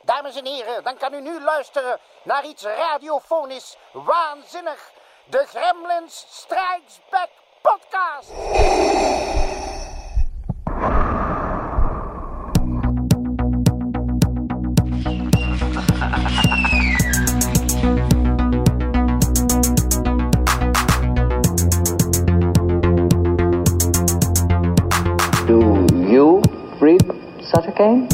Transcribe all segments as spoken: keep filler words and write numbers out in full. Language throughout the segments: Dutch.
Dames en heren, dan kan u nu luisteren naar iets radiofonisch waanzinnig. De Gremlins Strikes Back podcast. Do you read such a game?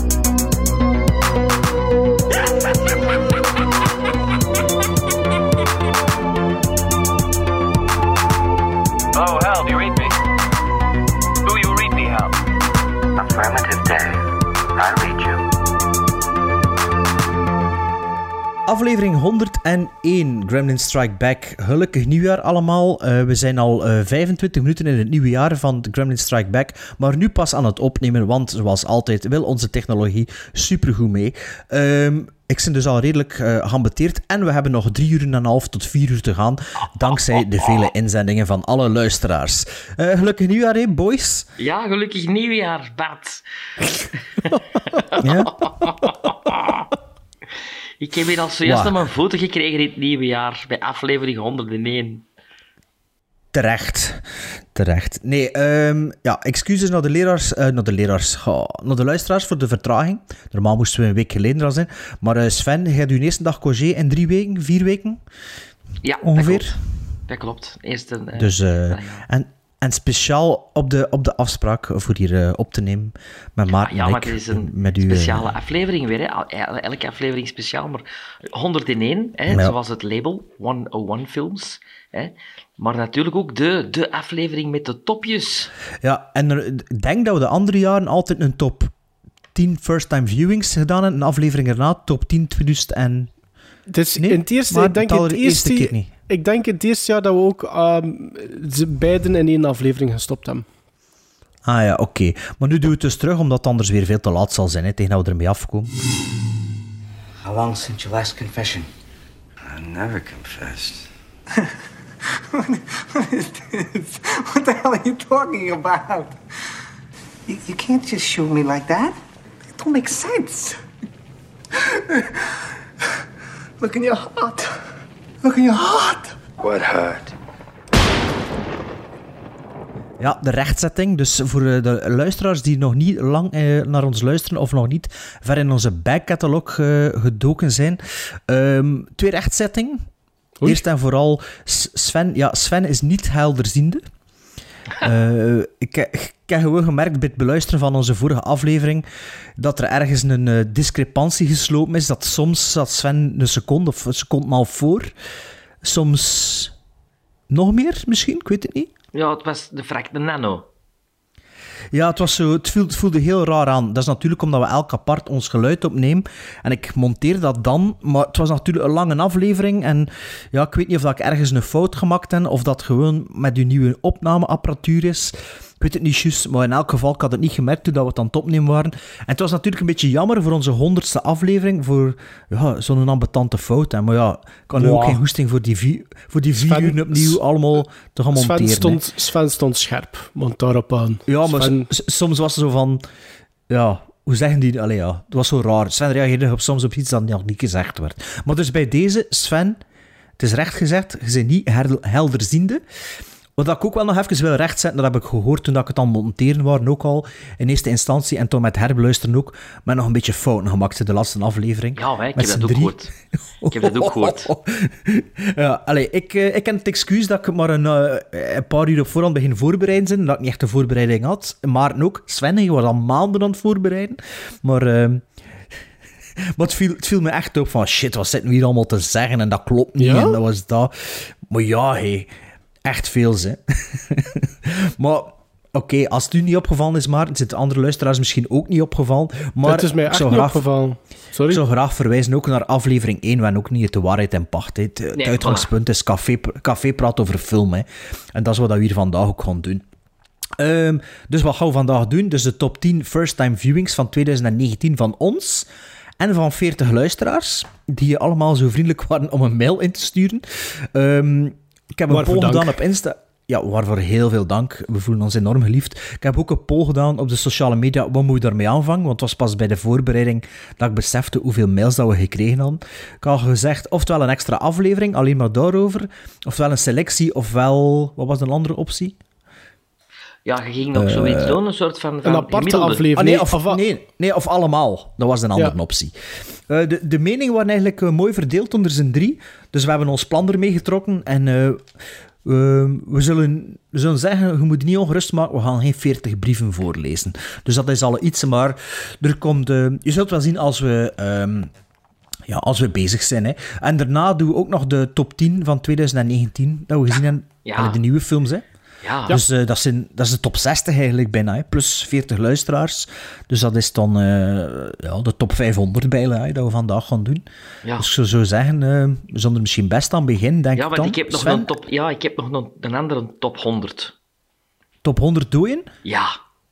Oh, Hal, do you read me? Do you read me, Hal? Affirmative, Dave. I read you. Aflevering honderdéén, Gremlin Strike Back. Gelukkig nieuwjaar allemaal. Uh, we zijn al uh, vijfentwintig minuten in het nieuwe jaar van Gremlin Strike Back, maar nu pas aan het opnemen, want zoals altijd wil onze technologie supergoed mee. Um, ik ben dus al redelijk uh, geambeteerd en we hebben nog drie uur en een half tot vier uur te gaan, dankzij de vele inzendingen van alle luisteraars. Uh, gelukkig nieuwjaar, hè, boys? Ja, gelukkig nieuwjaar, Bart. Ja? Ik heb hier al zojuist Wow. mijn foto gekregen in het nieuwe jaar, bij aflevering honderdéén. Terecht. Terecht. Nee, um, ja, excuses naar de leraars, uh, naar de leraars, oh, naar de luisteraars voor de vertraging. Normaal moesten we een week geleden al zijn. Maar uh, Sven, jij hebt uw eerste dag congé in drie weken, vier weken? Ja, ongeveer. dat klopt. Dat klopt. Eerste, uh, Dus, uh, ja. en, en speciaal op de, op de afspraak voor hier uh, op te nemen met Maarten Ja, en maar ik, het is een met u, speciale uh, aflevering weer. Hè. El- Elke aflevering speciaal, maar honderdéén, hè, Ja. zoals het label, honderdéén Films. Hè. Maar natuurlijk ook de, de aflevering met de topjes. Ja, en er, ik denk dat we de andere jaren altijd een top tien first-time viewings gedaan hebben. Een aflevering erna, top tien twintig en... Dus Nee, in het eerste, maar ik denk het het allereerste eerste, keer niet. ik denk het eerste jaar dat we ook um, ze beiden in één aflevering gestopt hebben. Ah ja, oké. Okay. Maar nu doen we het dus terug, omdat het anders weer veel te laat zal zijn, hè, tegen dat we ermee afkomen. How long since your last confession? I never confessed. What is this? What the hell are you talking about? You, you can't just shoot me like that. It don't make sense. Look in your heart. Look in your heart. What hurt? Ja, de rechtzetting. Dus voor de luisteraars die nog niet lang eh, naar ons luisteren of nog niet ver in onze backcatalog eh, gedoken zijn. Um, twee rechtzettingen. Oei. Eerst en vooral Sven. Ja, Sven is niet helderziende. Uh, ik, ik heb gewoon gemerkt bij het beluisteren van onze vorige aflevering dat er ergens een uh, discrepantie geslopen is. Dat soms zat Sven een seconde of een seconde maar voor. Soms nog meer misschien, ik weet het niet. Ja, het was de frak, de nano. Ja, het, was zo, het, voelde, het voelde heel raar aan. Dat is natuurlijk omdat we elk apart ons geluid opnemen. En ik monteer dat dan. Maar het was natuurlijk een lange aflevering. En ja, ik weet niet of dat ik ergens een fout gemaakt heb. Of dat gewoon met uw nieuwe opnameapparatuur is. Ik weet het niet juist. Maar in elk geval, ik had het niet gemerkt toen we het aan het opnemen waren. En het was natuurlijk een beetje jammer voor onze honderdste aflevering. Voor ja, zo'n ambetante fout. Hè. Maar ja, ik had nu Wow. ook geen goesting voor die vier, voor die vier Sven- uur opnieuw allemaal te gaan monteren. Sven hè. stond, Sven stond scherp, want daarop aan. Ja, maar Sven, s- soms was het zo van... Ja, hoe zeggen die... Allee, ja, het was zo raar. Sven reageerde op, soms op iets dat nog niet gezegd werd. Maar dus bij deze, Sven, het is recht gezegd, je bent niet her- helderziende. Wat ik ook wel nog even wil rechtzetten, dat heb ik gehoord toen ik het aan het monteren waren ook al, in eerste instantie, en toen met herbeluisteren ook, maar nog een beetje fouten gemaakt in de laatste aflevering. Ja, hè, ik Met heb z'n dat ook drie. gehoord. Ik heb dat ook gehoord. Ja, allee, ik, uh, ik ken het excuus dat ik maar een, uh, een paar uur op voorhand begin voorbereiden zijn, dat ik niet echt een voorbereiding had. Maar ook, Sven, je was al maanden aan het voorbereiden. Maar, uh, maar het, viel, het viel me echt op van, shit, wat zitten we hier allemaal te zeggen? En dat klopt niet, Ja? en dat was dat. Maar ja, hey, echt veel, hè. Maar... Oké, okay, als het u niet opgevallen is, Maarten, zitten andere luisteraars misschien ook niet opgevallen. Maar het is mij ik echt zou niet graag, opgevallen. Sorry? ik zou graag verwijzen ook naar aflevering één, waar ook niet de waarheid en pacht. Hè. Het, het Nee, uitgangspunt is café, café praat over film. Hè. En dat is wat we hier vandaag ook gaan doen. Um, dus wat gaan we vandaag doen? Dus de top tien first-time viewings van twintig negentien van ons. En van veertig luisteraars, die allemaal zo vriendelijk waren om een mail in te sturen. Um, ik heb een Waarvoor poll dank. gedaan op Insta... ja, waarvoor heel veel dank. We voelen ons enorm geliefd. Ik heb ook een poll gedaan op de sociale media. Wat moet je daarmee aanvangen? Want het was pas bij de voorbereiding dat ik besefte hoeveel mails dat we gekregen hadden. Ik had gezegd, oftewel een extra aflevering, alleen maar daarover. Ofwel een selectie, ofwel... Wat was de andere optie? Ja, je ging nog uh, zoiets doen, een soort van, van een aparte gemiddelde. aflevering. Ah, nee, of, of, nee, nee, of allemaal. Dat was een andere ja. optie. Uh, de, de meningen waren eigenlijk uh, mooi verdeeld onder z'n drie. Dus we hebben ons plan ermee getrokken. En uh, uh, we, zullen, we zullen zeggen, je moet niet ongerust maken, we gaan geen veertig brieven voorlezen. Dus dat is al iets, maar er komt... Uh, je zult wel zien als we... Um, Ja, als we bezig zijn. Hè. En daarna doen we ook nog de top tien van twintig negentien, dat we gezien hebben. Ja. De nieuwe films, hè. Ja. Dus uh, dat, zijn, dat is de top zestig eigenlijk bijna, hè. Plus veertig luisteraars. Dus dat is dan uh, ja, de top vijfhonderd bijna, hè, dat we vandaag gaan doen. Ja. Dus ik zou zeggen, uh, we zullen er misschien best aan beginnen, denk Ja, ik want dan. ik heb nog Sven, een top... Ja, ik heb nog een, een andere top honderd. top honderd doe je? Ja.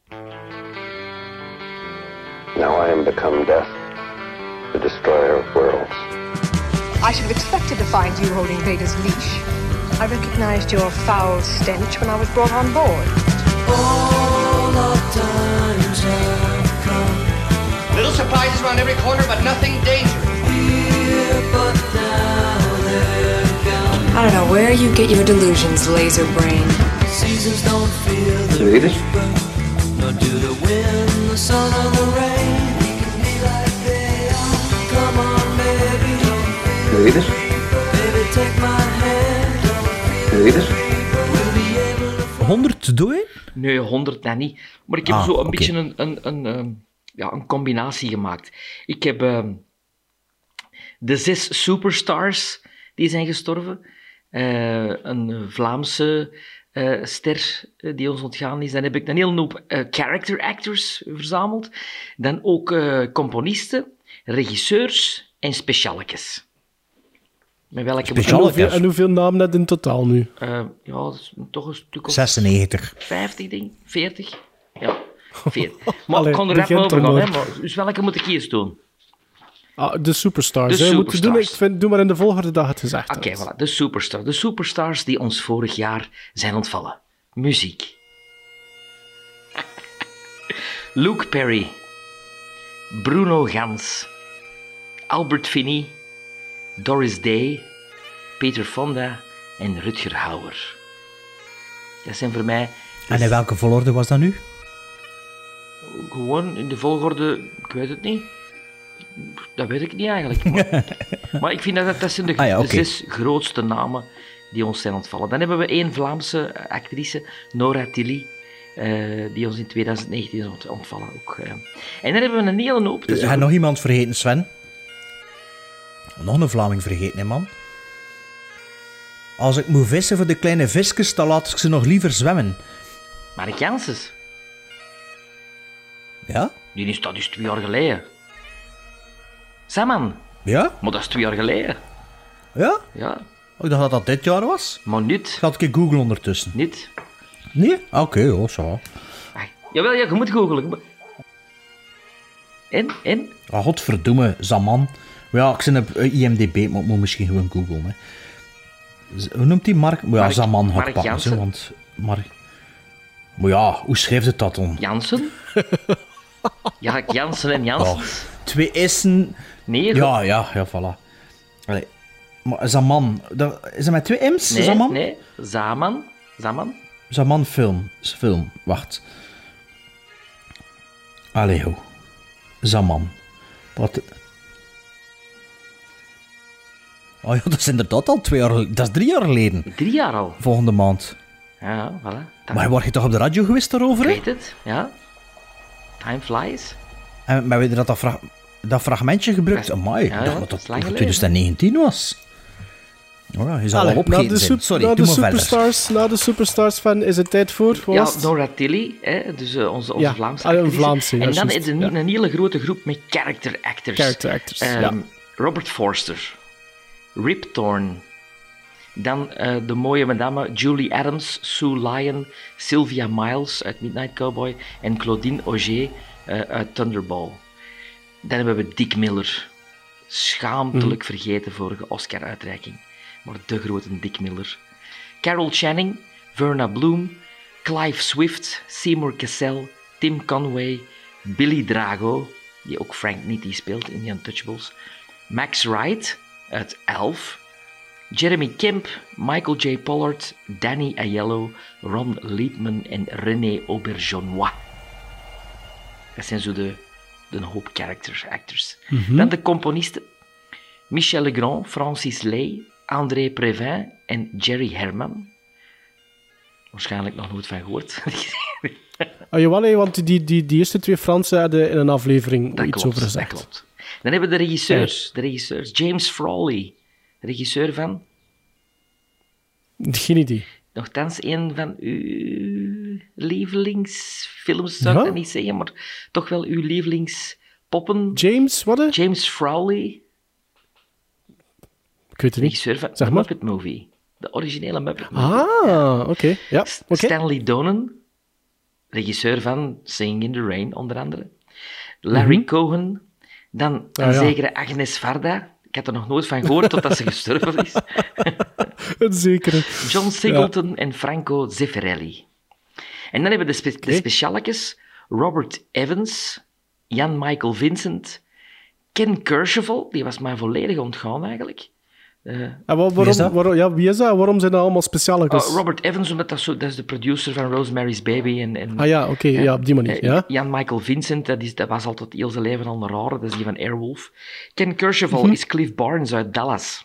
Now I am become death, the destroyer of worlds. I should have expected to find you holding Vader's leash. I recognized your foul stench when I was brought on board. All our times have come. Little surprises around every corner, but nothing dangerous. Here, but now they're gone. I don't know where you get your delusions, laser brain. Seasons don't feel the Zullen we dit? nor do the wind, the sun, or the rain. We can be like they are. Come on, baby, don't feel Zullen we dit? Baby, take my hand. Zullen we dit? We'll be able to honderd doe je? Nee, honderd net niet. Maar ik heb Ah, zo een oké. beetje een, een, een, een, ja, een combinatie gemaakt. Ik heb uh, de zes superstars die zijn gestorven. Uh, een Vlaamse uh, ster uh, die ons ontgaan is. Dan heb ik een hele hoop uh, character actors verzameld. Dan ook uh, componisten, regisseurs en specialekes. Met welke En Speciale- hoeveel, Alekes. en hoeveel namen net in totaal nu? Uh, ja, dat is toch een stuk of zesennegentig. vijftig, denk ik. veertig? Ja, veertig. Maar Allee, ik kon er net begint over gaan, dan hè. maar. Maar, dus welke moet ik eerst doen? Ah, de superstars. De hè. Moet je doen, ik superstars. vind, doe maar in de volgorde dat het gezegd Oké, hebt. voilà. De superstars. De superstars die ons vorig jaar zijn ontvallen. Muziek. Luke Perry. Bruno Gans. Albert Finney. Doris Day. Peter Fonda en Rutger Hauer. Dat zijn voor mij... En in welke volgorde was dat nu? Gewoon in de volgorde, ik weet het niet. Dat weet ik niet eigenlijk. Maar, maar ik vind dat dat zijn de, Ah ja, de oké. zes grootste namen die ons zijn ontvallen. Dan hebben we één Vlaamse actrice, Nora Tilly, uh, die ons in twintig negentien is ont- ontvallen. Ook, uh. En dan hebben we een hele hoop. Dus Ga nog iemand vergeten, Sven? Nog een Vlaming vergeten, hè, man. Als ik moet vissen voor de kleine visjes, dan laat ik ze nog liever zwemmen. Mark Janssens, Ja? die is dat is twee jaar geleden. Saman, Ja? maar dat is twee jaar geleden. Ja? Ja, Ik dacht dat dat dit jaar was. maar niet. Ga ik een googlen ondertussen. Niet. Nee? Oké, okay, oh, zo. Ah, jawel, ja, je moet googlen. Je moet- En? En? Ah, godverdomme, Zaman. Ja, ik zit op eh, I M D B, maar ik moet misschien gewoon googlen. Hè. Z- Hoe noemt hij Mark? Ja, Mark- Zaman ga Mark ik pakken, Jansen. zo, want... Mark... Maar ja, hoe schrijft het dat dan? Jansen? Ja, Jansen en Jansen. Ja, twee S'en... Nee, Ja, ja, ja, voilà. Allee. Maar Zaman, dat, is dat met twee M's? nee, Zaman? nee. Zaman. Zaman. Zaman film. Is film, wacht. Allee, ho. Zaman. Wat... Oh ja, dat is inderdaad al twee jaar geleden. Dat is drie jaar geleden. Drie jaar al. Volgende maand. Ja, voilà. Dat Maar word je toch op de radio geweest daarover? ik Hè? weet het, ja. Time flies. En maar weet je dat dat, fra- dat fragmentje gebruikt? Ja, Amai, ja, ik dacht ja, dat dat is dat lang over geleden. twintig negentien was. Oh ja, je zal Allee, al na de, opgegeten zijn. sup- Sorry, na doe de maar verder. superstars, na de superstars fan is het tijd voor. Wat Ja, was het? Nora Tilly, hè, dus uh, onze, onze Ja, Vlaamse ah, een actrice. Vlaamse, ja, en dan juist, is er ja. een, een hele grote groep met character actors. Character actors, Ehm, ja. Robert Forster, Rip Torn, dan uh, de mooie madame Julie Adams, Sue Lyon, Sylvia Miles uit Midnight Cowboy en Claudine Auger uh, uit Thunderball. Dan hebben we Dick Miller, schaamtelijk Mhm. vergeten vorige Oscar-uitreiking, maar de grote Dick Miller. Carol Channing, Verna Bloom, Clive Swift, Seymour Cassel, Tim Conway, Billy Drago, die ook Frank Nitti speelt in The Untouchables, Max Wright uit Elf, Jeremy Kemp, Michael J. Pollard, Danny Aiello, Ron Liebman en René Auberjonois. Dat zijn zo de, de hoop character actors. Mhm. Dan de componisten. Michel Legrand, Francis Lay, André Previn en Jerry Herman. Waarschijnlijk nog nooit van gehoord. Ah, jawel, hè, want die, die, die eerste twee Fransen hadden in een aflevering Dat iets klopt, over gezegd. dat klopt. Dan hebben we de regisseurs. De regisseurs. James Frawley, regisseur van... Geen idee. Nochtans, een van uw lievelingsfilms, zou ik Ja? dat niet zeggen, maar toch wel uw lievelingspoppen. James, wat? hè? James Frawley, Ik weet het niet. regisseur van Zeg de maar. Muppet Movie. De originele Muppet Movie. Ah, oké. Ja, oké. Stanley Donen, regisseur van Singing in the Rain, onder andere. Larry Mhm. Cohen. Dan een Ah, ja. zekere Agnes Varda. Ik had er nog nooit van gehoord totdat ze gestorven is. Een zekere. John Singleton en Franco Zeffirelli. En dan hebben we de, spe- de specialetjes. Robert Evans, Jan Michael Vincent, Ken Kercheval, die was mij volledig ontgaan eigenlijk. Eh, En wa- waarom, Wie is dat? waarom, ja, wie is dat? Waarom zijn dat allemaal speciale? oh, Robert Evans, omdat dat, zo, dat is de producer van Rosemary's Baby. En, en, Ah ja, oké, ja, op die manier. eh, Ja. Jan Michael Vincent, dat, is, dat was altijd heel zijn leven al een rare, dat is die van Airwolf. Ken Kercheval Mhm. is Cliff Barnes uit Dallas.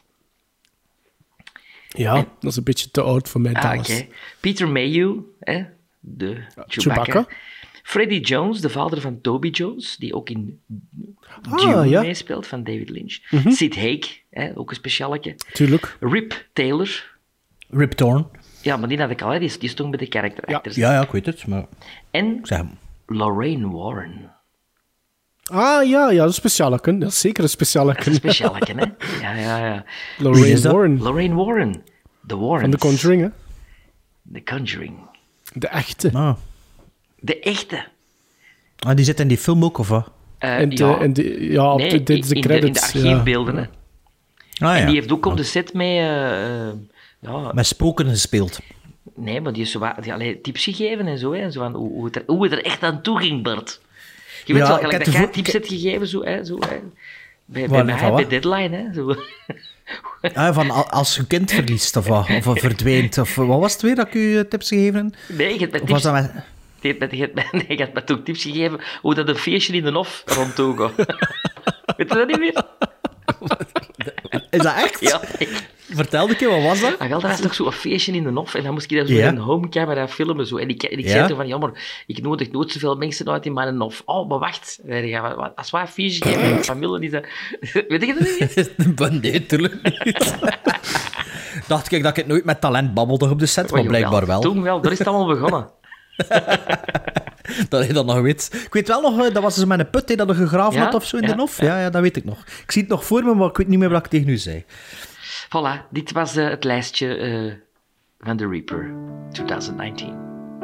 ja, dat is een beetje te oud voor mijn Ah, Dallas. oké. Peter Mayhew, hè, de Chewbacca. Chewbacca. Freddie Jones, de vader van Toby Jones, die ook in Ah, Dune ja. meespeelt, van David Lynch. Mhm. Sid Haig, hè, ook een specialeke. Tuurlijk. Rip Taylor. Rip Torn. Ja, maar die had ik al, hè. Die, is- die stond bij de character actors. Ja, ja, ik weet het, maar... En Ik zeg hem. Lorraine Warren. Ah ja, ja, dat is speciale. Dat is zeker een speciale. Dat is een specialeke, hè. Ja, ja, ja. Lorraine Wie is dat? Warren. Lorraine Warren. The Warrens. Van The Conjuring, hè? The Conjuring. De echte. Ah. De echte. Ah, die zit in die film ook, of wat? Eh, En de, ja. en de, ja, op Nee, de, de, de in, de, in de credits. ja. archiefbeelden, hè. Ah, En ja. die heeft ook op de set mee... eh, eh, ja, Met spoken gespeeld. nee, maar die heeft zo wat, die, allee, tips gegeven en zo, hè. Zo van hoe, hoe, het er, hoe het er echt aan toe ging, Bart. Je weet Ja, wel, ik gelijk heb dat de jij vo- tips ik- hebt gegeven, zo, hè. Zo, hè. Bij, bij Waar- mij, van bij wat? Deadline, hè. Zo. Ah, van al- als je kind verliest, of wat? Of verdwijnt. Of wat was het weer dat ik u eh, tips gegeven heb? Nee, je hebt mij Of was tips... dat met... Je hebt mij- je hebt mij- nee, je hebt mij ook tips gegeven hoe dat een feestje in de hof rond toe gaat. Weet je dat niet meer? Is dat echt? Ja. Vertel een keer, wat was dat? Ah, wel, dat was toch zo'n feestje in de hof en dan moest ik dat zo Ja. in een homecamera filmen. Zo. En ik, en ik Ja. zei toen van, jammer, ik nodig nooit zoveel mensen uit in mijn hof. Oh, maar wacht. Zei hij, wat- wat- Als wij een feestje geven met familie, is dat... Weet je dat niet? Ben nee, tuurlijk niet. Dacht ik dat ik het nooit met talent babbelde op de set, maar Oh, blijkbaar wel. Toen wel, daar is het allemaal begonnen. Dat je dat nog weet. Ik weet wel nog, eh, dat was dus met een put hè, dat je gegraven Ja? had of zo in Ja, de hof. Ja, ja, dat weet ik nog. Ik zie het nog voor me, maar ik weet niet meer wat ik tegen u zei. Voilà, dit was eh, het lijstje eh, van The Reaper twintig negentien.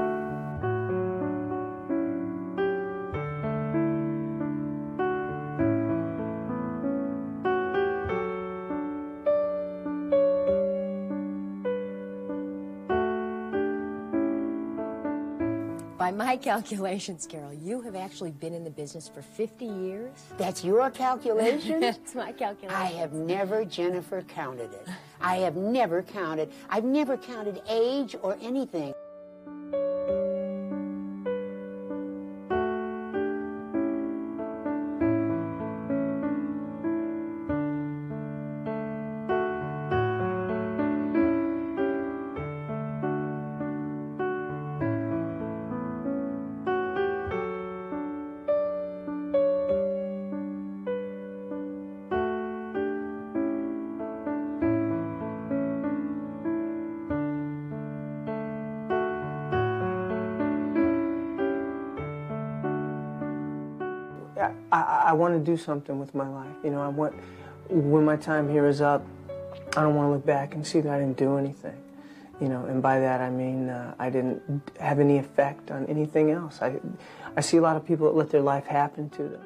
By my calculations, Carol, you have actually been in the business for fifty years. That's your calculation? That's my calculation. I have never, Jennifer, counted it. I have never counted. I've never counted age or anything. I, I want to do something with my life. You know, I want, when my time here is up, I don't want to look back and see that I didn't do anything. You know, and by that I mean uh, I didn't have any effect on anything else. I, I see a lot of people that let their life happen to them.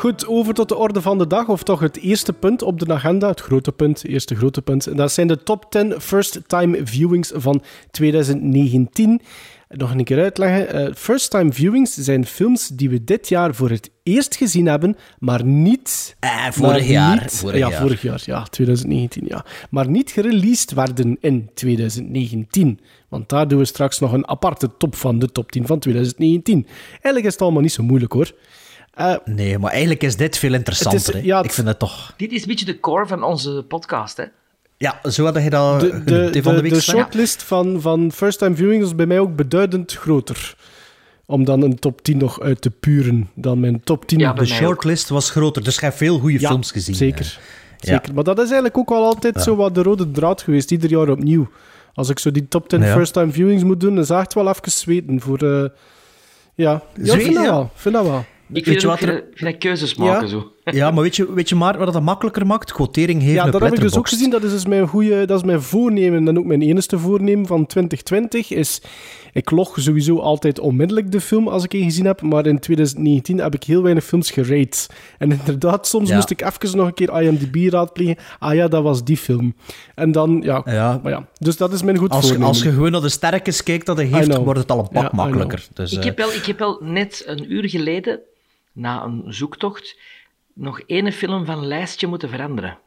Goed, over tot de orde van de dag, of toch het eerste punt op de agenda, het grote punt, het eerste grote punt. En dat zijn de top tien first-time viewings van twintig negentien. Nog een keer uitleggen. Uh, first-time viewings zijn films die we dit jaar voor het eerst gezien hebben, maar niet... Eh, vorig maar jaar. Niet, vorig ja, jaar. vorig jaar. Ja, twintig negentien, ja. Maar niet gereleased werden in twintig negentien. Want daar doen we straks nog een aparte top van de top tien van twintig negentien. Eigenlijk is het allemaal niet zo moeilijk, hoor. Uh, nee, maar eigenlijk is dit veel interessanter. is, ja, ik vind het toch... Dit is een beetje de core van onze podcast, hè? Ja, zo had je dat de, de, de, van de week. De shortlist van, van first-time viewing is bij mij ook beduidend groter. Om dan een top tien nog uit te puren. Dan mijn top tien. Ja, de shortlist was groter, dus je hebt veel goede ja, films gezien. Zeker. Ja. zeker. Maar dat is eigenlijk ook wel altijd ja. zo wat de rode draad geweest, ieder jaar opnieuw. Als ik zo die top tien ja. first-time viewings moet doen, dan is het echt wel even zweten voor... Uh, ja, ja Zweten, vind dat ja. wel. Vind dat wel. Ik vind, het, vind, vind dat keuzes maken ja? zo. Ja, maar weet je, weet je maar wat dat makkelijker maakt? Quotering geven ja, op dat heb ik dus ook Letterboxd. gezien. Dat is dus mijn goede, dat is mijn voornemen en ook mijn enige voornemen van twintig twintig. Is, ik log sowieso altijd onmiddellijk de film als ik een gezien heb, maar in twintig negentien heb ik heel weinig films gerate. En inderdaad, soms Ja. moest ik even nog een keer I M D B raadplegen. Ah ja, dat was die film. En dan, ja, Ja. maar ja. Dus dat is mijn goed Als je, voornemen. als je gewoon naar de sterkes kijkt dat hij I heeft, know. wordt het al een pak Ja, I makkelijker. Dus, Ik eh, heb, wel, ik heb wel net een uur geleden, na een zoektocht, nog één film van lijstje moeten veranderen.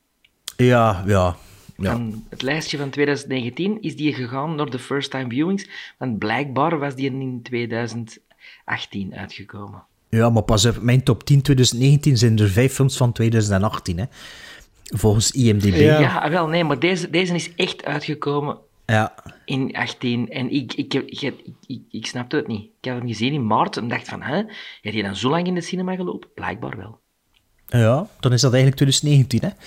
ja, ja. ja. En het lijstje van twintig negentien is die gegaan door de first-time viewings, want blijkbaar was die in twintig achttien uitgekomen. Ja, maar pas op, mijn top tien twintig negentien zijn er vijf films van twintig achttien, hè. Volgens I M D B. Ja. Ja, wel, nee, maar deze, deze is echt uitgekomen Ja. in achttien. En ik, ik, heb- ik, ik, ik, ik snapte het niet. Ik had hem gezien in maart en dacht van, hè, heb je dan zo lang in de cinema gelopen? Blijkbaar wel. Ja, dan is dat eigenlijk twintig negentien, hè.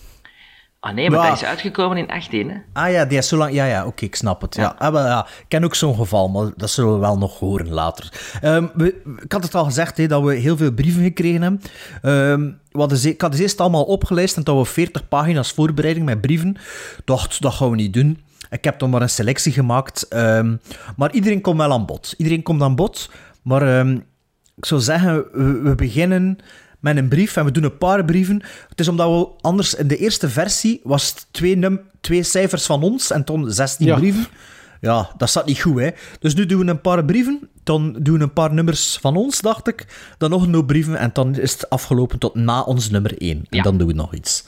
Ah nee, maar Ja. dat is uitgekomen in achttien, hè. Ah ja, die is zo lang... Ja, ja, oké, ik snap het. Ja. Ja. Ah, wel, ja. Ik ken ook zo'n geval, maar dat zullen we wel nog horen later. Ehm, we, ik had het al gezegd, hè, dat we heel veel brieven gekregen hebben. Ehm, we hadden ze- ik had ze eerst allemaal opgelijst en dat we veertig pagina's voorbereiding met brieven. Dacht, dat gaan we niet doen. Ik heb dan maar een selectie gemaakt. Ehm, maar iedereen komt wel aan bod. Iedereen komt aan bod. Maar ehm, ik zou zeggen, we, we beginnen met een brief en we doen een paar brieven. Het is omdat we anders... In de eerste versie was het twee, num, twee cijfers van ons en toen zestien Ja. brieven. Ja, dat staat niet goed, hè. Dus nu doen we een paar brieven, dan doen we een paar nummers van ons, dacht ik. Dan nog een hoop brieven en dan is het afgelopen tot na ons nummer één. En Ja. dan doen we nog iets.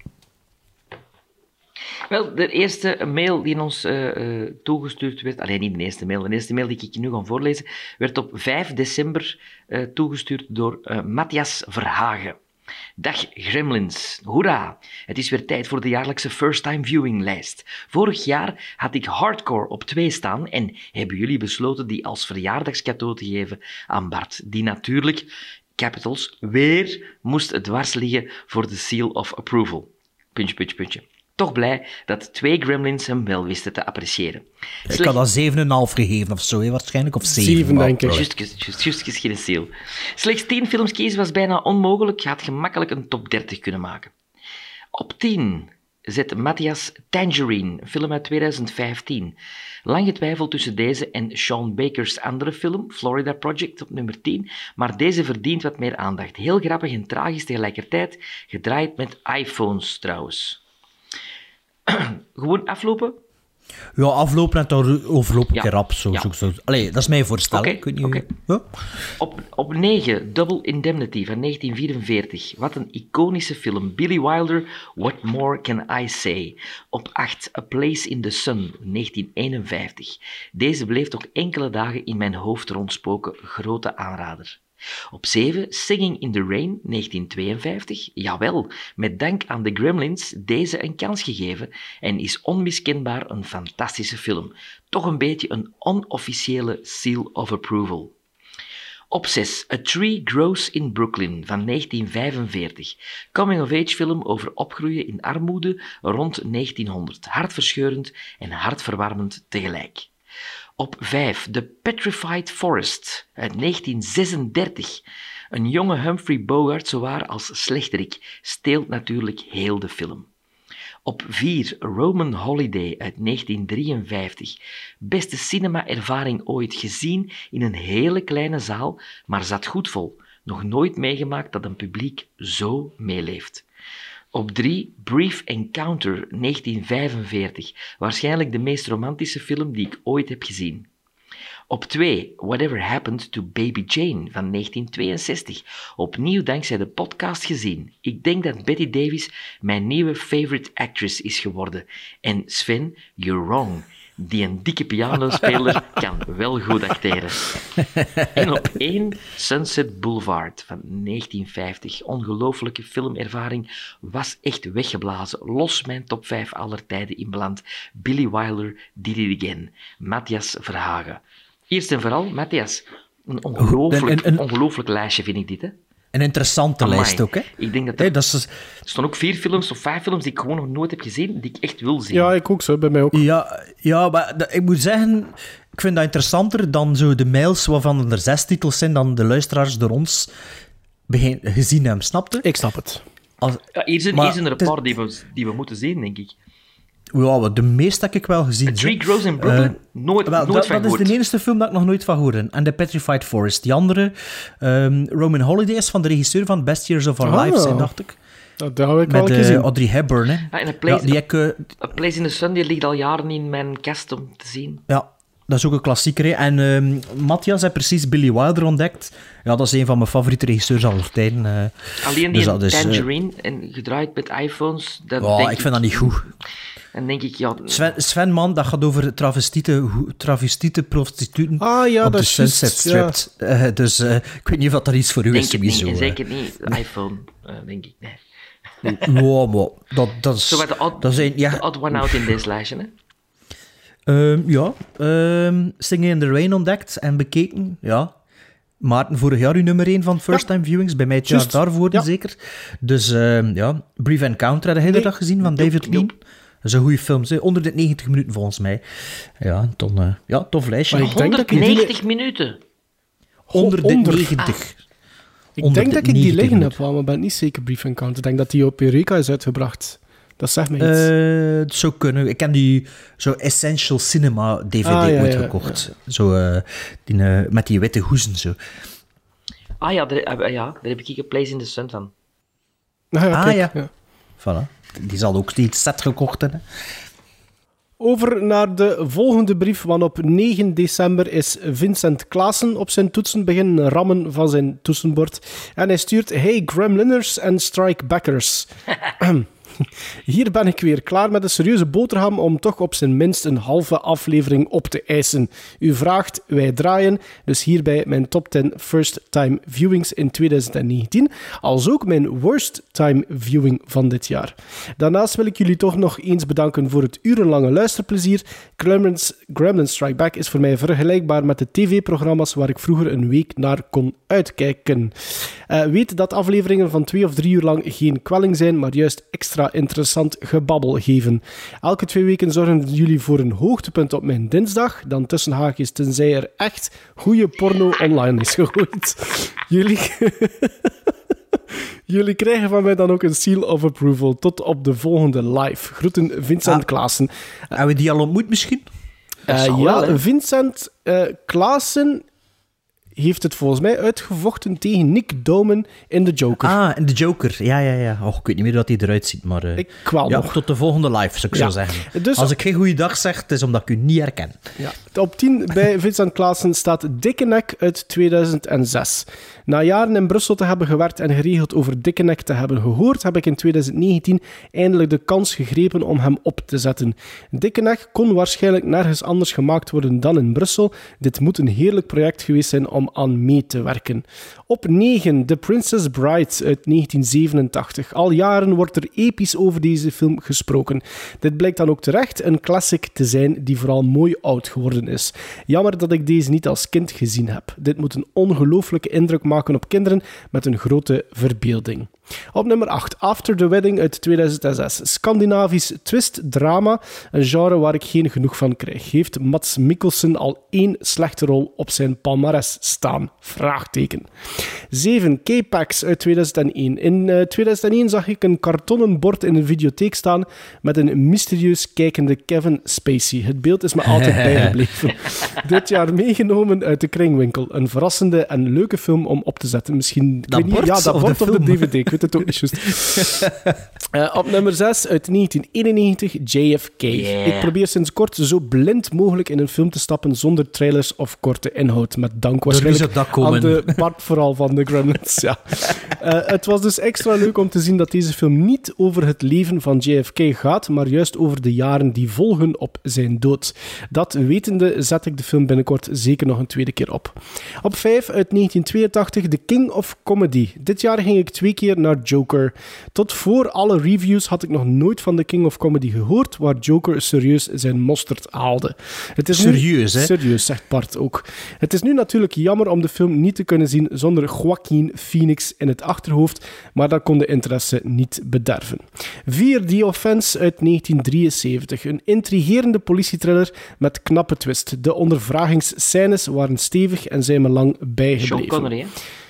Wel, de eerste mail die ons eh, eh, toegestuurd werd... Alleen niet de eerste mail. De eerste mail die ik nu ga voorlezen, werd op vijf december eh, toegestuurd door eh, Matthias Verhagen. Dag Gremlins, hoera! Het is weer tijd voor de jaarlijkse first-time viewing-lijst. Vorig jaar had ik Hardcore op twee staan en hebben jullie besloten die als verjaardagscadeau te geven aan Bart, die natuurlijk, capitals, weer moest dwars liggen voor de seal of approval. Puntje, puntje, puntje. Toch blij dat twee Gremlins hem wel wisten te appreciëren. Ik had dat zeven komma vijf gegeven of zo, hè, waarschijnlijk. Of zeven, Zeven, maar- denk ik. Juist, juist, juist geen seal. Slechts tien films kiezen was bijna onmogelijk. Je had gemakkelijk een top dertig kunnen maken. Op tien zet Matthias Tangerine, een film uit twintig vijftien. Lang getwijfeld tussen deze en Sean Baker's andere film, Florida Project, op nummer tien, maar deze verdient wat meer aandacht. Heel grappig en tragisch tegelijkertijd, gedraaid met iPhones trouwens. Gewoon aflopen? Ja, aflopen en dan overloop ik Ja. ja. rap. Zo, Ja. zo, zo. Allee, dat is mijn voorstel. Oké, Ik weet niet oké. hoe- Ja? Op, op negen, Double Indemnity van negentien vierenveertig. Wat een iconische film. Billy Wilder, What More Can I Say? Op acht, A Place in the Sun, negentien eenenvijftig. Deze bleef toch enkele dagen in mijn hoofd rondspoken. Grote aanrader. Op zeven, Singing in the Rain, negentien tweeënvijftig. Jawel, met dank aan de Gremlins deze een kans gegeven en is onmiskenbaar een fantastische film. Toch een beetje een onofficiële seal of approval. Op zes, A Tree Grows in Brooklyn van negentien vijfenveertig. Coming-of-age film over opgroeien in armoede rond negentienhonderd. Hartverscheurend en hartverwarmend tegelijk. Op vijf, The Petrified Forest uit negentien zesendertig. Een jonge Humphrey Bogart, zowaar als slechterik, steelt natuurlijk heel de film. Op vier, Roman Holiday uit negentien drieënvijftig. Beste cinema-ervaring ooit, gezien in een hele kleine zaal, maar zat goed vol. Nog nooit meegemaakt dat een publiek zo meeleeft. Op drie, Brief Encounter, negentien vijfenveertig. Waarschijnlijk de meest romantische film die ik ooit heb gezien. Op twee, Whatever Happened to Baby Jane van negentien tweeënzestig. Opnieuw dankzij de podcast gezien. Ik denk dat Bette Davis mijn nieuwe favorite actress is geworden. En Sven, you're wrong. Die een dikke pianospeler kan wel goed acteren. En op één, Sunset Boulevard van negentien vijftig. Ongelooflijke filmervaring, was echt weggeblazen. Los mijn top vijf aller tijden in beland. Billy Wilder did it again. Matthias Verhagen. Eerst en vooral, Matthias, een ongelooflijk, een, een, een... ongelooflijk lijstje vind ik dit, hè? Een interessante Amai. lijst ook, hè? Ik denk dat er, hey, dat is... er staan ook vier films of vijf films die ik gewoon nog nooit heb gezien, die ik echt wil zien. Ja, ik ook zo, bij mij ook. Ja, ja maar dat, ik moet zeggen, ik vind dat interessanter dan zo de mails waarvan er zes titels zijn dan de luisteraars door ons begin, gezien hebben, snapte? Ik snap het. Als, ja, hier zijn, maar, hier zijn er een paar die we, die we moeten zien, denk ik. Ja, de meeste heb ik wel gezien. A Tree Grows in Brooklyn? Uh, nooit, wel, nooit dat, van dat is de enige film dat ik nog nooit van hoorde. En The Petrified Forest. Die andere, um, Roman Holiday, is van de regisseur van Best Years of Our oh. Lives, zijn, dacht ik. Dat heb ik Met wel gezien. Uh, Audrey Hepburn. Hè. Ah, en A Place, ja, die ik, uh, A Place in the Sun die ligt al jaren in mijn kast om te zien. Ja, dat is ook een klassieker. Hè. En uh, Matthias heeft precies Billy Wilder ontdekt. Ja, dat is een van mijn favoriete regisseurs aller tijden. Uh, Alleen die dus, Tangerine uh, en gedraaid met iPhones. Dat oh, denk ik vind dat niet goed. En denk ik, ja... Sven, Sven man, dat gaat over travestieten, travestieten prostituten ah, ja, op dat de Sunset Strip. Ja. Uh, dus uh, ik weet niet of dat iets voor u denk is, sowieso. Niet, zeker niet. iPhone, uh, denk ik. Nee. Ja, maar dat, dat is... Zo so, de odd, dat is een, ja. odd one out in deze lijstje, hè? Um, ja. Um, Singing in the Rain ontdekt en bekeken, ja. Maarten, vorig jaar uw nummer één van First Time Viewings. Bij mij het jaar daarvoor, ja. zeker. Dus uh, ja, Brief Encounter, heb je nee. dat gezien van David Lean? Dat is een goede film, hè? honderdnegentig minuten volgens mij. Ja, ton, uh, ja tof lijstje. Maar ik denk honderdnegentig die... minuten? honderdnegentig. Ik denk dat ik die liggen heb, maar ik ben niet zeker Brief Encounter. Ik denk dat die op Eureka is uitgebracht. Dat zegt mij iets. Uh, het zou kunnen. Ik heb die zo Essential Cinema D V D ah, ja, ooit ja, gekocht. Ja. Zo, uh, die, uh, met die witte hoezen. Zo. Ah ja, daar, uh, ja, daar heb ik A Place in the Sun van. Ah ja. Ah, ja. ja. Voilà. Die zal ook die set gekocht hebben. Over naar de volgende brief, want op negen december is Vincent Klaassen op zijn toetsen beginnen rammen van zijn toetsenbord. En hij stuurt, hey Gremliners en Strikebackers. Hier ben ik weer klaar met een serieuze boterham om toch op zijn minst een halve aflevering op te eisen. U vraagt, wij draaien. Dus hierbij mijn top tien first time viewings in twintig negentien. Als ook mijn worst time viewing van dit jaar. Daarnaast wil ik jullie toch nog eens bedanken voor het urenlange luisterplezier. Gremlins, Gremlins Strike Back is voor mij vergelijkbaar met de tv-programma's waar ik vroeger een week naar kon uitkijken. Uh, weet dat afleveringen van twee of drie uur lang geen kwelling zijn, maar juist extra interessant gebabbel geven. Elke twee weken zorgen jullie voor een hoogtepunt op mijn dinsdag, dan tussen haakjes tenzij er echt goede porno online is gegooid. Jullie... Jullie krijgen van mij dan ook een seal of approval. Tot op de volgende live. Groeten, Vincent ah, Klaassen. Hebben we die al ontmoet misschien? Uh, ja, wel, Vincent uh, Klaassen heeft het volgens mij uitgevochten tegen Nick Douman in The Joker. Ah, in The Joker. Ja, ja, ja. Oh, ik weet niet meer hoe hij eruit ziet, maar... Uh, ik wel ja, nog. Tot de volgende live, zou ik ja. zo zeggen. Dus, als ik geen goeiedag zeg, het is omdat ik u niet herken. Ja. Op tien bij Vincent Klaassen staat Dikkenek uit tweeduizend zes. Na jaren in Brussel te hebben gewerkt en geregeld over Dikkenek te hebben gehoord, heb ik in twintig negentien eindelijk de kans gegrepen om hem op te zetten. Dikkenek kon waarschijnlijk nergens anders gemaakt worden dan in Brussel. Dit moet een heerlijk project geweest zijn om aan mee te werken. Op negen, The Princess Bride uit negentien zevenentachtig. Al jaren wordt er episch over deze film gesproken. Dit blijkt dan ook terecht een classic te zijn die vooral mooi oud geworden is. Jammer dat ik deze niet als kind gezien heb. Dit moet een ongelooflijke indruk maken op kinderen met een grote verbeelding. Op nummer acht, After the Wedding uit tweeduizend zes. Scandinavisch twist-drama, een genre waar ik geen genoeg van krijg. Heeft Mads Mikkelsen al één slechte rol op zijn palmares staan? Vraagteken. zeven, K-Pax uit tweeduizend één. In uh, tweeduizend één zag ik een kartonnen bord in een videotheek staan met een mysterieus kijkende Kevin Spacey. Het beeld is me altijd bijgebleven. Dit jaar meegenomen uit de Kringwinkel. Een verrassende en leuke film om op te zetten. Misschien... Dat ik weet niet, bord ja, dat of bord de of de film? D V D. Ik weet het ook niet juist. Uh, op nummer zes uit negentien eenennegentig, J F K. Yeah. Ik probeer sinds kort zo blind mogelijk in een film te stappen zonder trailers of korte inhoud. Met dank waarschijnlijk zou dat komen? aan de Bart vooral van de Gremlins. Ja. Uh, het was dus extra leuk om te zien dat deze film niet over het leven van J F K gaat, maar juist over de jaren die volgen op zijn dood. Dat wetende zet ik de film binnenkort zeker nog een tweede keer op. Op vijf uit negentien tweeëntachtig, The King of Comedy. Dit jaar ging ik twee keer naar Joker. Tot voor alle reviews had ik nog nooit van The King of Comedy gehoord, waar Joker serieus zijn mosterd haalde. Het is Serieus, nu, hè? Serieus, zegt Bart ook. Het is nu natuurlijk jammer om de film niet te kunnen zien zonder Joaquin Phoenix in het achterhoofd, maar dat kon de interesse niet bederven. vier, The Offense uit negentien drieënzeventig. Een intrigerende politietriller met knappe twist. De ondervragingsscènes waren stevig en zijn me lang bijgebleven. Sean Connery,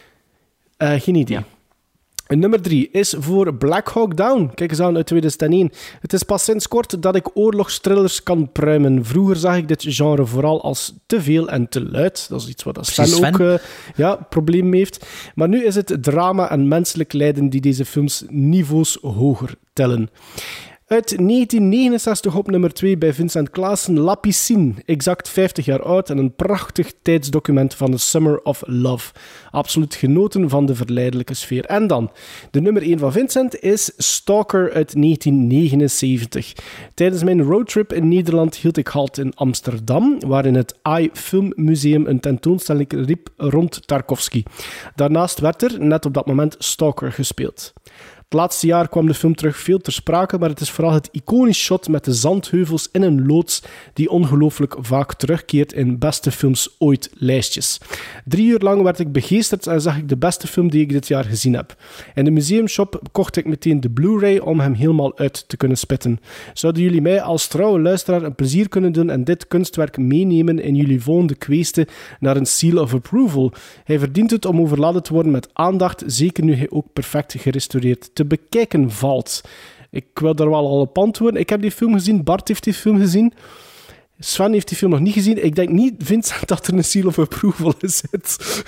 hè? Uh, geen idee. Ja. En nummer drie is voor Black Hawk Down. Kijk eens aan, uit tweeduizend één. Het is pas sinds kort dat ik oorlogstrillers kan pruimen. Vroeger zag ik dit genre vooral als te veel en te luid. Dat is iets wat Sven, Precies, Sven. ook uh, ja, probleem mee heeft. Maar nu is het drama en menselijk lijden die deze films niveaus hoger tellen. Uit negentien negenenzestig op nummer twee bij Vincent Claassen, La Piscine. Exact vijftig jaar oud en een prachtig tijdsdocument van de Summer of Love. Absoluut genoten van de verleidelijke sfeer. En dan, de nummer één van Vincent is Stalker uit negentien negenenzeventig. Tijdens mijn roadtrip in Nederland hield ik halt in Amsterdam, waar in het I Film Museum een tentoonstelling riep rond Tarkovsky. Daarnaast werd er, net op dat moment, Stalker gespeeld. Het laatste jaar kwam de film terug veel ter sprake, maar het is vooral het iconisch shot met de zandheuvels in een loods die ongelooflijk vaak terugkeert in beste films ooit lijstjes. Drie uur lang werd ik begeesterd en zag ik de beste film die ik dit jaar gezien heb. In de museumshop kocht ik meteen de Blu-ray om hem helemaal uit te kunnen spitten. Zouden jullie mij als trouwe luisteraar een plezier kunnen doen en dit kunstwerk meenemen in jullie volgende kweeste naar een seal of approval? Hij verdient het om overladen te worden met aandacht, zeker nu hij ook perfect gerestaureerd te bekijken valt. Ik wil daar wel al op antwoorden. Ik heb die film gezien, Bart heeft die film gezien. Sven heeft die film nog niet gezien. Ik denk niet, Vincent, dat er een seal of approval in zit.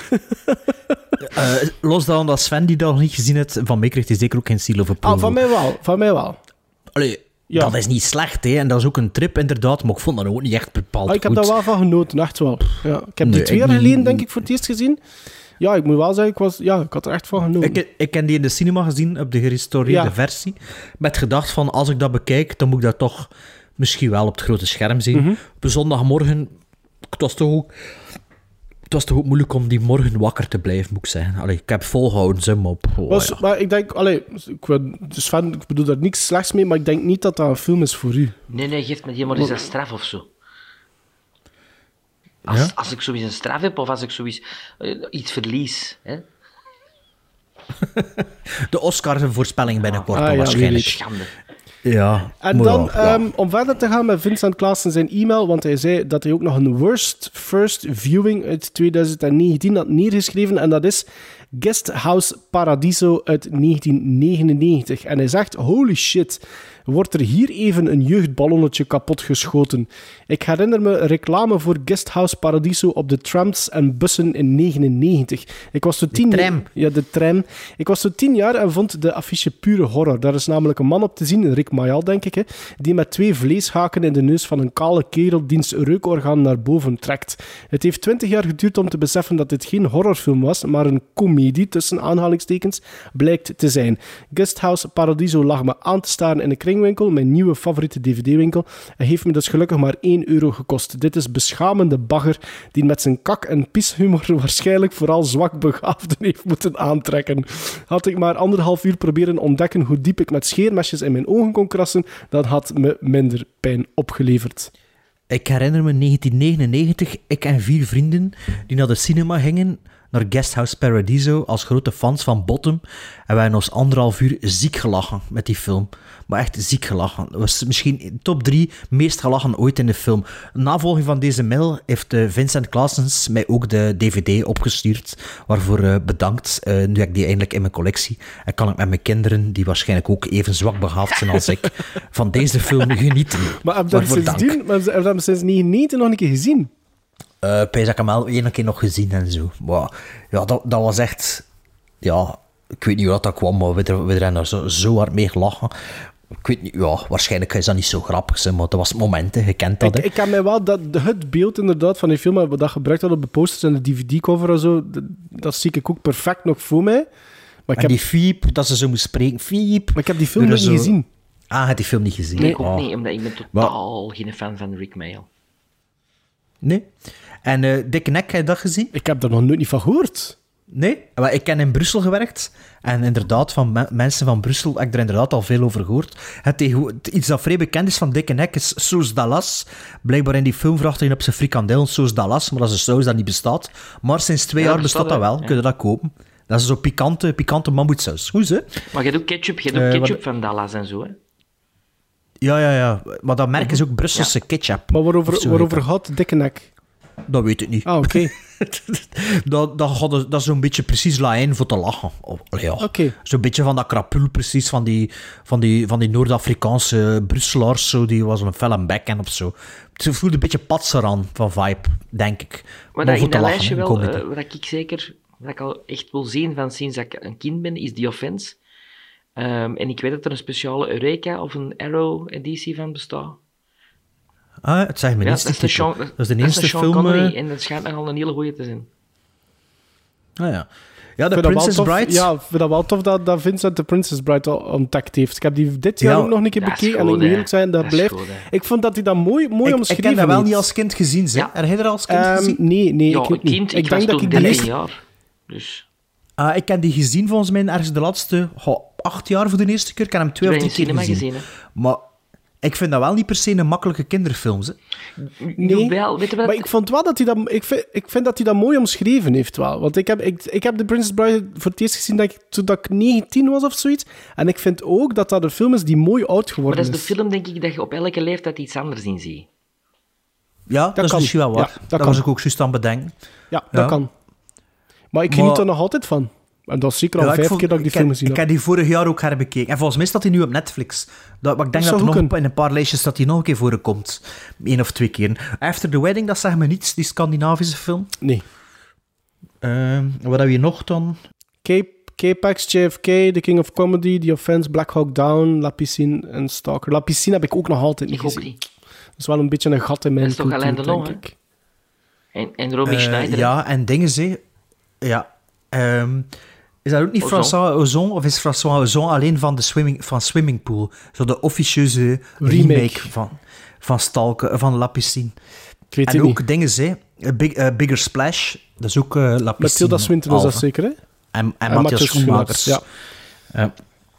uh, los dan dat Sven die dat nog niet gezien heeft, van mij krijgt hij zeker ook geen seal of approval. Ah, van mij wel. Van mij wel. Allee, ja. Dat is niet slecht, hè. En dat is ook een trip, inderdaad, maar ik vond dat ook niet echt bepaald ah, ik heb goed. daar wel van genoten, echt wel. Ja. Ik heb Nee, die twee ik jaar niet- geleden, denk ik, voor het eerst gezien. Ja, ik moet wel zeggen, ik, was, ja, ik had er echt van genoten. Ik, ik heb die in de cinema gezien, op de gerestaureerde Ja. versie. Met gedacht van, als ik dat bekijk, dan moet ik dat toch misschien wel op het grote scherm zien. Mhm. Op een zondagmorgen, het was toch ook... Het was toch ook moeilijk om die morgen wakker te blijven, moet ik zeggen. Allee, ik heb volgehouden, zeg maar op. Oh, Was, ja. Maar ik denk, allee, ik, wil- dus Sven, ik bedoel daar niks slechts mee, maar ik denk niet dat dat een film is voor u. Nee, nee, geef me die maar eens een straf of zo. Als, Ja? als ik zoiets een straf heb of als ik zoiets eh, iets verlies. Hè? De Oscar-voorspelling binnenkort Ah, dan ja, waarschijnlijk. wie weet. Schande. Ja, En maar dan, ja, ja. ehm, om verder te gaan met Vincent Claassen zijn e-mail, want hij zei dat hij ook nog een worst first viewing uit twintig negentien had neergeschreven, en dat is Guesthouse Paradiso uit negentien negenennegentig. En hij zegt, holy shit, wordt er hier even een jeugdballonnetje kapotgeschoten. Ik herinner me reclame voor Guesthouse Paradiso op de trams en bussen in negenennegentig. Ik was zo tien tram. Ja, de tram. Ik was zo tien jaar en vond de affiche pure horror. Daar is namelijk een man op te zien, Rick Mayal, denk ik, hè, die met twee vleeshaken in de neus van een kale kerel diens reukorgaan naar boven trekt. Het heeft twintig jaar geduurd om te beseffen dat dit geen horrorfilm was, maar een komedie, tussen aanhalingstekens, blijkt te zijn. Guesthouse Paradiso lag me aan te staren in de kringwinkel, mijn nieuwe favoriete D V D-winkel, en heeft me dus gelukkig maar één euro gekost. Dit is beschamende bagger die met zijn kak- en pieshumor waarschijnlijk vooral zwakbegaafden heeft moeten aantrekken. Had ik maar anderhalf uur proberen ontdekken hoe diep ik met scheermesjes in mijn ogen kon krassen, dat had me minder pijn opgeleverd. Ik herinner me negentien negenennegentig, ik en vier vrienden die naar de cinema gingen, naar Guesthouse Paradiso als grote fans van Bottom. En wij hebben ons anderhalf uur ziek gelachen met die film. Maar echt ziek gelachen. Dat was misschien top drie meest gelachen ooit in de film. Navolging van deze mail heeft uh, Vincent Claessens mij ook de D V D opgestuurd. Waarvoor uh, bedankt. Uh, nu heb ik die eindelijk in mijn collectie. En kan ik met mijn kinderen, die waarschijnlijk ook even zwak begaafd zijn als ik, van deze film genieten. Maar heb je hem sindsdien, maar heb je hem sinds negenennegentig nog een keer gezien? Uh, Pijs heb ik hem wel één keer nog gezien en zo. Maar ja, dat, dat was echt... Ja, ik weet niet hoe dat kwam, maar we, we hebben er zo, zo hard mee gelachen. Ik weet niet, ja, waarschijnlijk is dat niet zo grappig, hè, maar dat was momenten, je kent dat. Ik, ik kan mij wel, dat, het beeld inderdaad van die film, wat dat gebruikt had op de posters en de D V D-cover en zo, dat, dat zie ik ook perfect nog voor mij. Maar ik en heb... die Fiep, dat ze zo moest spreken, Fiep. Maar ik heb die film nog niet zo... gezien. Ah, je hebt die film niet gezien? Nee, ik ook oh. niet, omdat ik ben totaal maar... geen fan van Rick Mayall. Nee? En uh, Dick Nek, heb je dat gezien? Ik heb daar nog nooit niet van gehoord. Nee? Maar ik ken in Brussel gewerkt. En inderdaad, van me- mensen van Brussel heb ik er inderdaad al veel over gehoord. Het tegen- iets dat vrij bekend is van Dick Nek is Saus Dallas. Blijkbaar in die film vraagt hij op zijn frikandel Saus Dallas, maar dat is een saus dat niet bestaat. Maar sinds twee Ja, jaar bestaat, bestaat dat wel. ja. Kun je dat kopen? Dat is zo'n pikante, pikante mammoetsaus. Hoe is het? Maar je hebt ook ketchup, je hebt ook Uh, ketchup wat... van Dallas en zo, hè? Ja, ja, ja. Maar dat merk is ook Brusselse Ja. ketchup. Maar waarover, Of zo waarover heet dat. gaat Dikke Nek? Dat weet ik niet. Ah, oké. Okay. dat, dat, gaat- dat is zo'n beetje precies lijn voor te lachen. Oh, ja. Oké. Zo'n beetje van dat krapul precies van die, van die, van die Noord-Afrikaanse Brusselaars. Zo, die was een felle bekken of zo. Het voelt een beetje patser aan van vibe, denk ik. Maar, Maar dat voor in te dat lachen, lijstje hè, wel, comedy. uh, wat ik zeker, wat ik al echt wil zien van sinds dat ik een kind ben, is The Offense. Um, en ik weet dat er een speciale Eureka of een Arrow-editie van bestaat. Ah, het zegt me Ja, niets. dat is de die titel. Sean, Dat is de dat eerste is Sean film... Connery, eh, en dat schijnt nogal een hele goeie te zijn. Ah ja. Ja, de Ik vind dat wel Princess tof- Bride. Ja, ik vind dat wel tof dat, dat Vincent de Princess Bride al ontdekt heeft. Ik heb die dit jaar Ja, ook nog een keer dat is bekeken. En goed, ik moet hè. eerlijk zijn, dat, Dat is blijft... goed, hè. ik vond dat hij dat mooi, mooi Ik, ik omschreven heb dat wel heeft. niet als kind gezien, zeg. Ja. Heb jij dat als kind Ehm, gezien? nee, nee, Ja, ik ook niet. kind, ik, ik was denk dat toen ik die dertien eerste... jaar. Dus... Ah, ik heb die gezien volgens mij ergens de laatste goh, acht jaar voor de eerste keer. Ik heb hem twee Ik of heb drie in keer cinema gezien. gezien, hè. Maar ik vind dat wel niet per se een makkelijke kinderfilms. Hè. Nee, Jawel, weet je wat? maar ik vond wel dat hij dat... Ik vind, ik vind dat hij dat mooi omschreven heeft wel. Want ik heb, ik, ik heb de Princess Bride voor het eerst gezien dat ik, toen dat ik negentien was of zoiets. En ik vind ook dat dat een film is die mooi oud Maar geworden dat is de film, denk ik, dat je op elke leeftijd iets anders in ziet. Ja, dat, is kan. misschien wel waar. Ja, dat dat kan. was ik ook juist aan bedenken. Ja, Ja. dat kan. Maar ik geniet Maar- er nog altijd van. En dat is zeker al Ja, ik vijf vond- keer dat ik die ik film heb- gezien Ik heb. heb die vorig jaar ook herbekeken. En volgens mij staat hij nu op Netflix. Dat, maar ik denk Dat dat, zou er nog goed een, in een paar lijstjes dat hij nog een keer voorkomt. Eén of twee keer. After the Wedding, dat zegt me niets, die Scandinavische film. Nee. Ehm, wat hebben we hier nog dan? Cape, K-Pax, J F K, The King of Comedy, The Offense, Black Hawk Down, La Piscine en Stalker. La Piscine heb ik ook nog altijd niet Ik ook gezien. niet. Dat is wel een beetje een gat in mijn Dat is toch cultuur, Alain Delon, denk hè? ik. En, en Romy Eh, Schneider. hè? ja, en dingen, ze. Ja. Ehm, is dat ook niet Ozon. François Ozon? Of is François Ozon alleen van, de swimming, van Swimming Pool? Zo de officieuze remake, Remake. van, van Stalker, van La Piscine. Ik weet En het ook niet. dingen, ze. Big, eh, Bigger Splash. Dat is ook eh La Piscine. Met Tilda Swinton is dat Alve. zeker, hè? En, en, En Matthias Matthias Schoenmakers. Schoenmakers, Ja.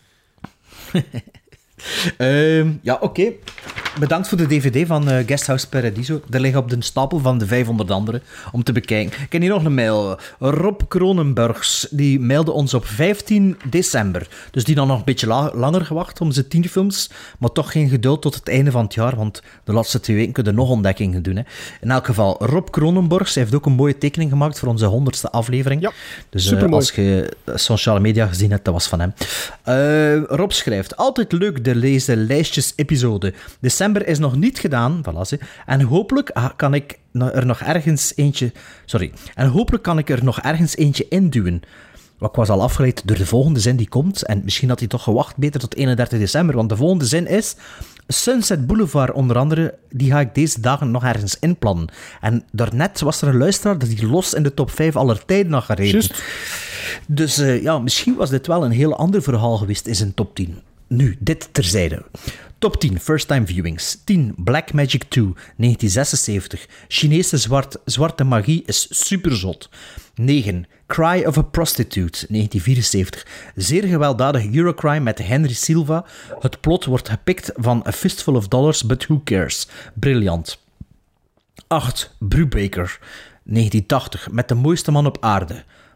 Ehm, ja, oké. Bedankt voor de D V D van eh, Guesthouse Paradiso. Er ligt op de stapel van de vijfhonderd andere om te bekijken. Ik heb hier nog een mail. Rob Kronenbergs, die mailde ons op vijftien december. Dus die dan nog een beetje la- langer gewacht om zijn tien films, maar toch geen geduld tot het einde van het jaar, want de laatste twee weken kunnen we nog ontdekkingen doen. Hè. In elk geval, Rob Kronenbergs heeft ook een mooie tekening gemaakt voor onze honderdste aflevering. Ja, dus eh, supermooi. als je sociale media gezien hebt, dat was van hem. Eh, Rob schrijft, altijd leuk de lezen lijstjes-episode. December is nog niet gedaan, voilà, ze. En hopelijk ah, kan ik no- er nog ergens eentje... Sorry. En hopelijk kan ik er nog ergens eentje induwen. Wat ik was al afgeleid door de volgende zin die komt. En misschien had hij toch gewacht beter tot eenendertig december. Want de volgende zin is... Sunset Boulevard onder andere, die ga ik deze dagen nog ergens inplannen. En daarnet was er een luisteraar dat die los in de top vijf aller tijden had gereden. Juist. Dus uh, ja, misschien was dit wel een heel ander verhaal geweest in zijn top tien. Nu, dit terzijde. Top tien First Time Viewings. tien Black Magic twee, negentien zesenzeventig. Chinese zwart, zwarte magie is superzot. negen Cry of a Prostitute, negentien vierenzeventig. Zeer gewelddadig Eurocrime met Henry Silva. Het plot wordt gepikt van A Fistful of Dollars, but who cares? Briljant. acht Brubaker, negentien tachtig. Met de mooiste man op aarde.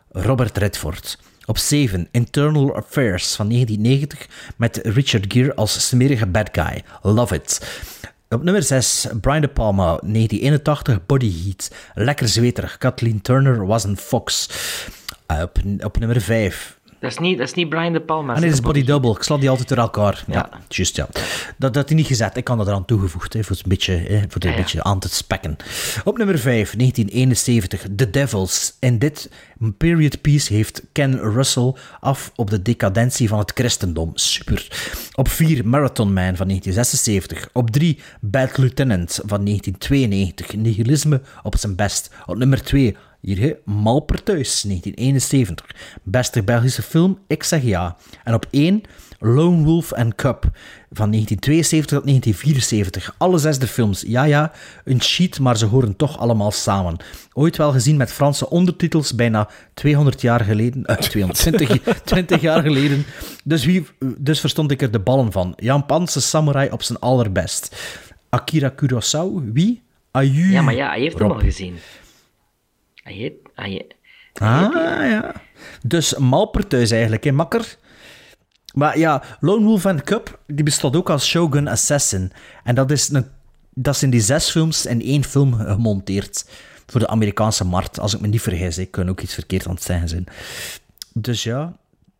Robert Redford. Op zeven, Internal Affairs van negentien negentig met Richard Gere als smerige bad guy. Love it. Op nummer zes, Brian De Palma, negentien eenentachtig, Body Heat. Lekker zweterig. Kathleen Turner was een fox. Uh, op, op nummer vijf... Dat is niet, dat is niet Brian De Palma. En dit is Body Double. Ik sla die altijd door elkaar. Ja, Ja. juist, ja. Dat had hij niet gezet. Ik kan dat eraan toegevoegd, hè, voor het een beetje, hè, voor het een Ja, ja. beetje aan te spekken. Op nummer vijf, negentien eenenzeventig, The Devils. In dit period piece heeft Ken Russell af op de decadentie van het christendom. Super. Op vier, Marathon Man van negentien zesenzeventig. Op drie, Bad Lieutenant van negentien tweeënnegentig. Nihilisme op zijn best. Op nummer twee... Hier, hè, Malpertuis, negentien eenenzeventig. Beste Belgische film, ik zeg ja. En op één, Lone Wolf and Cub, van negentien tweeënzeventig tot negentien vierenzeventig. Alle zes de films, ja ja, een cheat, maar ze horen toch allemaal samen. Ooit wel gezien met Franse ondertitels, bijna tweehonderd jaar geleden, uh, tweehonderdtwintig twintig jaar geleden. Dus, wie, dus verstond ik er de ballen van. Japanse samurai op zijn allerbest. Akira Kurosawa, wie? Aju. Ja, maar ja, hij heeft hem Rob. al gezien. Hij heet... Hij heet Ah, ja. Dus Malpertuis eigenlijk, hè, makker? Maar ja, Lone Wolf and Cub, die bestaat ook als Shogun Assassin. En dat, is een, dat zijn die zes films in één film gemonteerd. Voor de Amerikaanse markt, als ik me niet vergis. Ik kan ook iets verkeerd aan het zeggen zijn. Dus ja...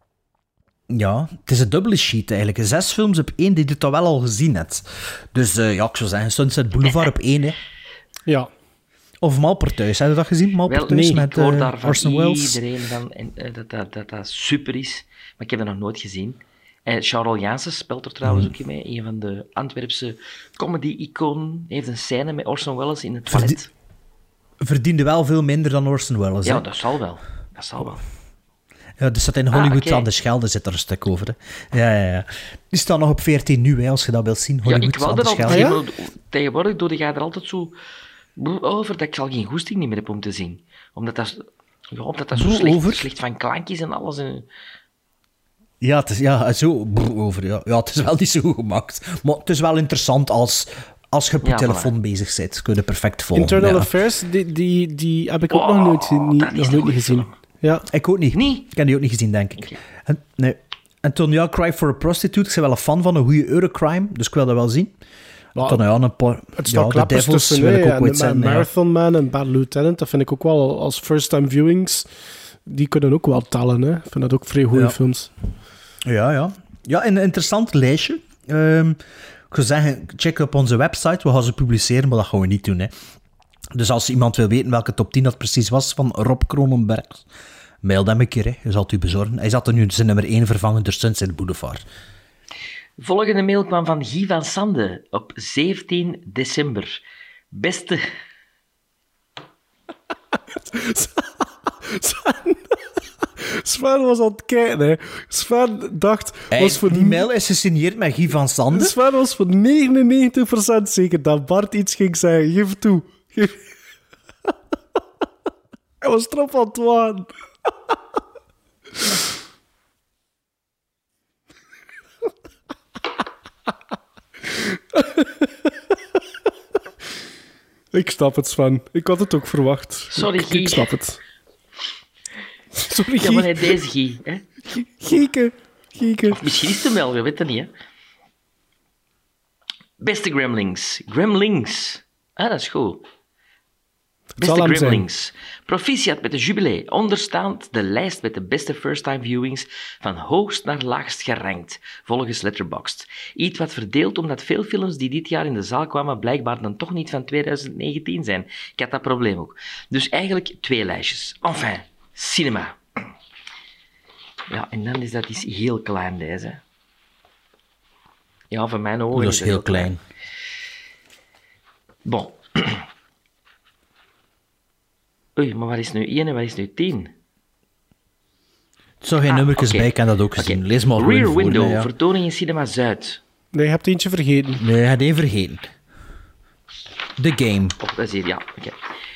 Ja, het is een dubbele sheet eigenlijk. Zes films op één die je toch wel al gezien hebt. Dus uh, ja, ik zou zeggen, Sunset Boulevard op één, hè. Ja. Of Malpertuis, heb je dat gezien? Malpertuis Wel, nee, met ik hoor uh, daar van Orson Welles. iedereen van, en, uh, dat, dat, dat dat super is. Maar ik heb dat nog nooit gezien. En Charles Jansen speelt er trouwens Mm. ook in mee. Een van de Antwerpse comedy-iconen. Heeft een scène met Orson Welles in het toilet. Verdi- verdiende wel veel minder dan Orson Welles. Ja, hè? dat zal wel. Dat zal wel. Ja, dus dat in Hollywood Ah, oké. aan de Schelde zit er een stuk over. Hè. Ja, ja, ja. Die staat nog op V R T nu, hè, als je dat wilt zien. Ja, Hollywood ik wou aan dat de altijd Schelde. zien, maar tegenwoordig doe je er altijd zo over dat ik al geen goesting meer heb om te zien. Omdat dat, ja, omdat dat zo Broer slecht, over? slecht van klankjes en alles. En... Ja, het is, ja, zo broer over. Ja. ja, het is wel niet zo goed gemaakt. Maar het is wel interessant als, als je op je Ja, telefoon voilà. bezig bent. Kun je perfect volgen. Internal ja. Affairs, die, die, die heb ik ook Oh, nog nooit, niet, dat is nog een nooit goeie gezien. film. Ja. Ik ook niet. Nee? Ik heb die ook niet gezien, denk ik. En, nee. En toen, ja, Cry for a Prostitute. Ik ben wel een fan van een goede Eurocrime, dus ik wil dat wel zien. Maar Toen, ja, een paar... Het staat ja, de klappers Devils tussen, wil ik hè, ook en ooit met zijn. Ja. Marathon Man en Bad Lieutenant, dat vind ik ook wel als first-time viewings, die kunnen ook wel tellen. Hè. Ik vind dat ook vrij goede Ja. films. Ja, ja. Ja, een interessant lijstje. Ehm, ik zou zeggen, check op onze website. We gaan ze publiceren, maar dat gaan we niet doen. Hè. Dus als iemand wil weten welke top tien dat precies was van Rob Kronenberg, mail hem een keer. Hè. Je zal het u bezorgen. Hij zat er nu zijn nummer één vervangen door Sunset Boulevard. Volgende mail kwam van Guy van Sande op zeventien december. Beste... Sven was aan het kijken. Hè. Sven dacht... Hey, was voor die mail is gesigneerd met Guy van Sande. Sven was voor negenennegentig procent zeker dat Bart iets ging zeggen. Geef het toe. Geef... Hij was erop aan het waan. Ik snap het, Sven. Ik had het ook verwacht. Sorry, ik, Guy. ik snap het. Sorry, Ja, maar Guy. nee, deze Guy. Hè? Gieke. Gieke. Of misschien is het hem wel, je weet het niet. Hè? Beste Gremlings. Gremlings. Ah, dat is goed. zal Beste hem Gremlings. Proficiat met de jubilee. Onderstaand de lijst met de beste first-time viewings van hoogst naar laagst gerankt, volgens Letterboxd. Iets wat verdeeld omdat veel films die dit jaar in de zaal kwamen blijkbaar dan toch niet van twintig negentien zijn. Ik had dat probleem ook. Dus eigenlijk twee lijstjes. Enfin, cinema. Ja, en dan is dat iets heel klein, deze. Ja, van mijn ogen Dat is heel klein. Bon. Oei, maar waar is nu één en waar is nu tien? Er zou geen Ah, nummertjes oké. bij, ik heb dat ook gezien. Lees maar gewoon Rear voor, Window, hè, ja. vertoning in Cinema Zuid. Nee, je hebt eentje vergeten. Nee, je hebt één vergeten. The Game. Oh, dat is hier, ja. Oké.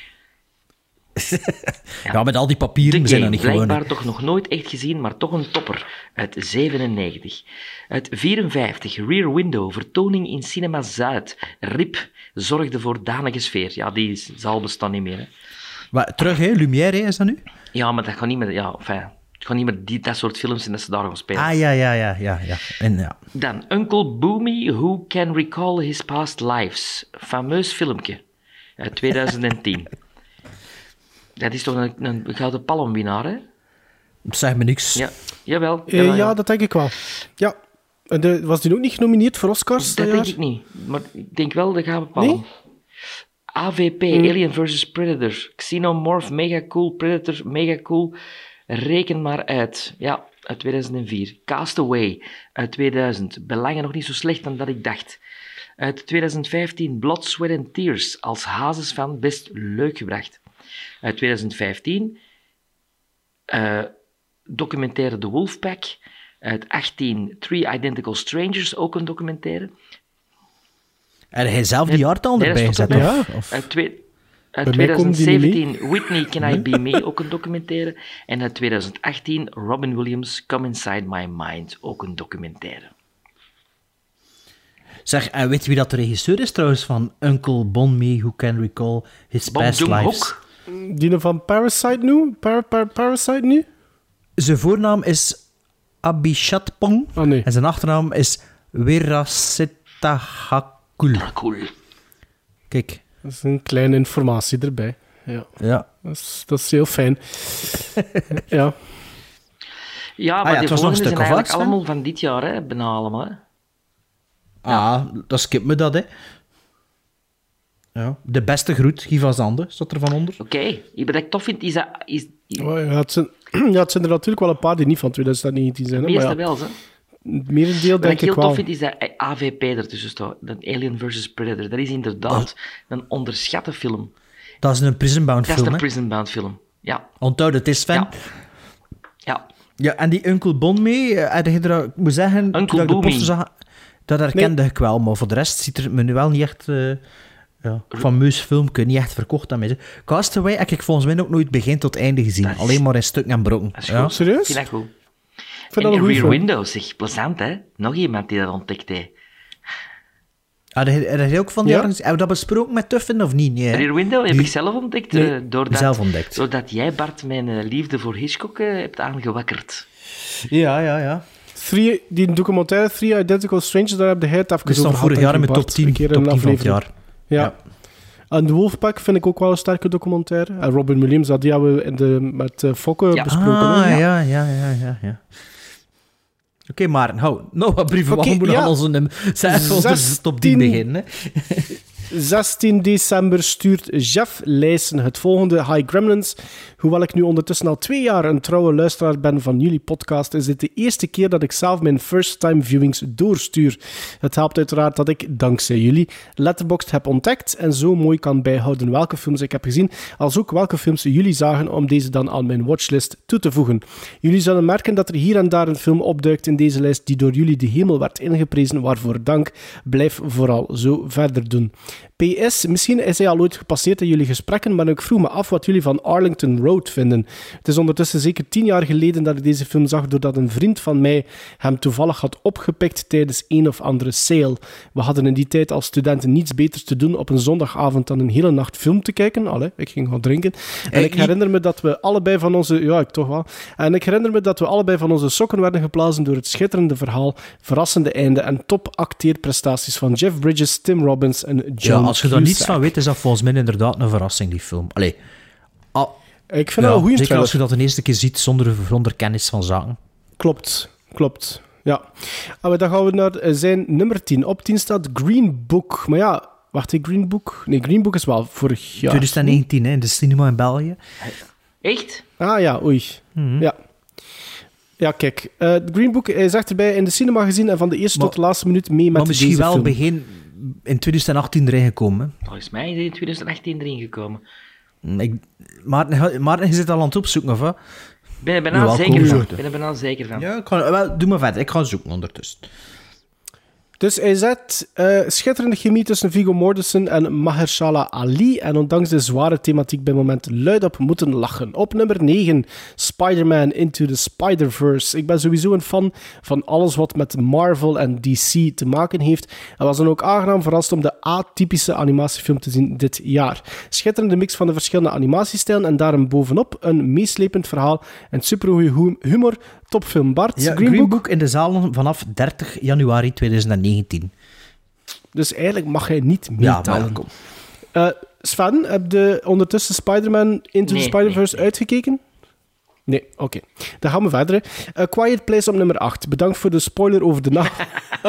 Ja, met al die papieren, The we zijn er Game, niet gewoon. blijkbaar toch nog nooit echt gezien, maar toch een topper. Uit zevenennegentig. Uit vierenvijftig, Rear Window, vertoning in Cinema Zuid. R I P zorgde voor danige sfeer. Ja, die is- zal bestaan niet meer. Hè. Maar terug, hè? Lumière, hè, is dat nu? Ja, maar dat gaat niet meer... Ja, enfin, het gaat niet meer die, dat soort films in dat ze daar gaan spelen. Ah, ja, ja, ja, ja. ja. En, ja. Dan, Uncle Boomy, Who Can Recall His Past Lives. Fameus filmpje. Uit twintig tien. Dat is toch een, een gouden palmwinnaar, hè? Zeg me niks. Ja, jawel. Uh, jawel ja, ja, dat denk ik wel. Ja. En de, was die ook niet genomineerd voor Oscars? Dat dat denk jaar? ik niet. Maar ik denk wel de gouden palm. Nee? A V P, Hmm. Alien versus. Predator. Xenomorph, mega cool. Predator, mega cool. Reken maar uit. Ja, uit tweeduizend vier. Castaway, uit tweeduizend. Belangen nog niet zo slecht dan dat ik dacht. Uit twintig vijftien, Blood, Sweat and Tears. Als hazes van best leuk gebracht. Uit twintig vijftien, uh, documentaire The Wolfpack. Uit achttien, Three Identical Strangers, ook een documentaire. En hij zelf die jaartal Nee, erbij dat gezet, stond of? erbij. of? Uit, twee, uit Bij mij komt die niet twintig zeventien, Whitney, Can I Be Me, ook een documentaire. En uit twintig achttien, Robin Williams, Come Inside My Mind, ook een documentaire. Zeg, en weet je wie dat de regisseur is trouwens van Uncle Bonme, Who Can Recall His Bong Past Joon-ho. Lives? Die van Parasite nu? Par, par, Parasite nu? Zijn voornaam is Abhishatpong Oh, nee. en zijn achternaam is Weerasethakul. Cool. Dat Kijk. is een kleine informatie erbij. Ja. Ja. Dat is, dat is heel fijn. Ja. Ja, maar Ah ja, die het was nog volgende een stuk zijn of eigenlijk wat, Sven? allemaal van dit jaar, hè, bijna allemaal. Hè. Ah, dan skip me dat, hè. Ja. De beste groet, Guy van Zande, staat er van onder. Oké, okay. Wat ik tof vind, is dat... Is, is, Oh, ja, het zijn, ja, het zijn er natuurlijk wel een paar die niet van twintig negentien zijn. Hè, meeste maar ja, wel, hè. het merendeel Wat denk ik heel ik wel. tof vind, is dat A V P ertussen staat. Dat Alien versus. Predator. Dat is inderdaad een onderschatte film. Dat is een Prison Bound Dat is film, een hè. Prison Bound film. Ja. Onthoud, het is fan. Ja. Ja. Ja, en die Uncle Bonme, eh, ik moet zeggen, Uncle toen ik de Boomy. poster zag, dat herkende ik wel, maar voor de rest ziet er me nu wel niet echt... Uh, ja, fameus filmpje, niet echt verkocht aan mij. Castaway heb ik volgens mij ook nooit begin tot einde gezien. Is, alleen maar in stukken en brokken. Dat is ja. goed. Serieus? Ik vind dat goed. Ik vind en dat een goeie Rear film. Window, zeg. Plezant, hè? Nog iemand die dat ontdekt heeft. Had je, had je ook van die Ja? jaren gezien? Hebben we dat besproken met Tuffen of niet? Nee, hè? Rear Window heb Die- ik zelf ontdekt. Nee, uh, doordat, zelf ontdekt. doordat jij, Bart, mijn uh, liefde voor Hitchcock uh, hebt aangewakkerd. Ja, ja, ja. Three, die documentaire Three Identical Strangers, daar heb je het even Dus dan over vorig gehad, jaar in denk mijn ik, top Bart. tien, Een keer top een tien van het aflevering. jaar. Ja. En The Wolfpack vind ik ook wel een sterke documentaire. En Robin Williams, dat die hebben we in de, met uh, Fokke Ja. besproken. Ah, hè? ja, ja, ja, ja. ja. Oké, okay, maar hou, nog wat brieven, Oké, want we moeten ja. al onze um, zes top tien beginnen. Hè. zestien december stuurt Jeff Leijsen het volgende. Hi Gremlins. Hoewel ik nu ondertussen al twee jaar een trouwe luisteraar ben van jullie podcast, is dit de eerste keer dat ik zelf mijn first-time viewings doorstuur. Het helpt uiteraard dat ik, dankzij jullie, Letterboxd heb ontdekt en zo mooi kan bijhouden welke films ik heb gezien, als ook welke films jullie zagen om deze dan aan mijn watchlist toe te voegen. Jullie zullen merken dat er hier en daar een film opduikt in deze lijst die door jullie de hemel werd ingeprezen, waarvoor dank. Blijf vooral zo verder doen. P S, misschien is hij al ooit gepasseerd in jullie gesprekken, maar ik vroeg me af wat jullie van Arlington Road vinden. Het is ondertussen zeker tien jaar geleden dat ik deze film zag, doordat een vriend van mij hem toevallig had opgepikt tijdens een of andere sale. We hadden in die tijd als studenten niets beters te doen op een zondagavond dan een hele nacht film te kijken. Allee, ik ging gaan drinken. En Ik ik herinner me dat we allebei van onze... Ja, ik toch wel. En ik herinner me dat we allebei van onze sokken werden geblazen door het schitterende verhaal, verrassende einde en top acteerprestaties van Jeff Bridges, Tim Robbins en John Ja, als je daar niets Cusack. van weet, is dat volgens mij inderdaad een verrassing, die film. Allee. Ah, Ik vind ja, dat een goede zeker trailer. als je dat de eerste keer ziet zonder, zonder kennis van zaken. Klopt, klopt. Ja. En dan gaan we naar eh, zijn nummer tien. Op tien staat Green Book. Maar ja, wacht, hè, Green Book? Nee, Green Book is wel vorig jaar. twintig negentien, hè, in de cinema in België. Echt? Ah ja, oei. Mhm. Ja. Ja, kijk. eh Green Book, hij zegt erbij, in de cinema gezien en van de eerste Maar- tot de laatste minuut mee met Maar misschien deze wel film. begin in twintig achttien erin gekomen. Volgens mij is hij in twintig achttien erin gekomen. hè. Ik, Maarten, Maarten, je zit al aan het opzoeken, of wat? Ik ben er bijna Jawel, zeker kom, van. zo. Ik ben er bijna zeker van. Ja, ik ga, wel, doe maar verder. Ik ga zoeken ondertussen. Het Dus hij zet uh, schitterende chemie tussen Viggo Mortensen en Mahershala Ali. En ondanks de zware thematiek bij momenten luid op moeten lachen. Op nummer negen, Spider-Man Into the Spider-Verse. Ik ben sowieso een fan van alles wat met Marvel en D C te maken heeft. En was dan ook aangenaam verrast om de atypische animatiefilm te zien dit jaar. Schitterende mix van de verschillende animatiestijlen en daarom bovenop een meeslepend verhaal en supergoeie humor. Topfilm. Bart, ja, Green, Green Book. Book in de zalen vanaf dertig januari tweeduizend negentien. Dus eigenlijk mag hij niet meetellen. Ja, uh, Sven, heb je ondertussen Spider-Man Into nee, the Spider-Verse nee, nee. uitgekeken? Nee, oké. Okay. Dan gaan we verder. Uh, Quiet Place op nummer acht. Bedankt voor de spoiler over de nagel.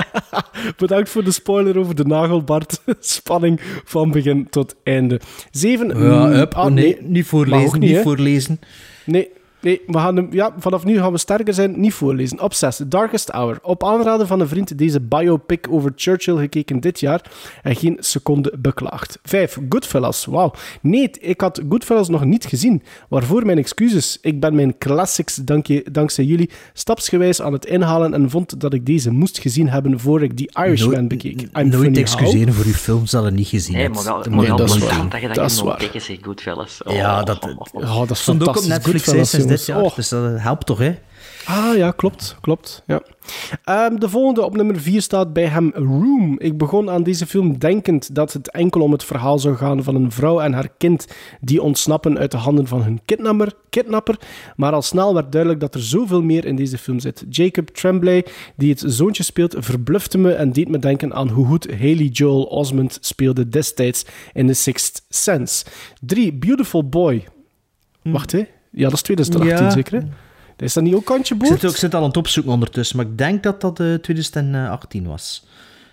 Bedankt voor de spoiler over de nagel, Bart. Spanning van begin tot einde. zeven. Ja, up. Ah, nee, nee, niet voorlezen. Niet, niet voorlezen. Nee. Nee, we gaan hem, ja, vanaf nu gaan we sterker zijn. Niet voorlezen. Op zes, Darkest Hour. Op aanraden van een vriend deze biopic over Churchill gekeken dit jaar en geen seconde beklaagd. vijf, Goodfellas. Wauw. Nee, ik had Goodfellas nog niet gezien. Waarvoor mijn excuses. Ik ben mijn classics dankje, dankzij jullie stapsgewijs aan het inhalen en vond dat ik deze moest gezien hebben voor ik die Irishman nooit, bekeek. I'm nooit excuseren how. Voor je films dat je niet gezien nee, hebt. Maar wel, nee, maar wel dat is waar. waar. Dat je dat, dat is nog waar. kijken, zeg, Goodfellas. Oh. Ja, dat, oh, dat is stond ook op Netflix sinds dit jaar, oh. dus dat helpt toch, hè? Ah ja, klopt, klopt. Ja. Um, de volgende op nummer vier staat bij hem Room. Ik begon aan deze film denkend dat het enkel om het verhaal zou gaan van een vrouw en haar kind die ontsnappen uit de handen van hun kidnapper, kidnapper. Maar al snel werd duidelijk dat er zoveel meer in deze film zit. Jacob Tremblay, die het zoontje speelt, verblufte me en deed me denken aan hoe goed Haley Joel Osment speelde destijds in The Sixth Sense. drie. Beautiful Boy. Hm. Wacht, hè? Ja, dat is twintig achttien ja. zeker, hè? Is dat niet ook kantje boord? Ik zit, ook, ik zit al aan het opzoeken ondertussen, maar ik denk dat dat uh, twintig achttien was.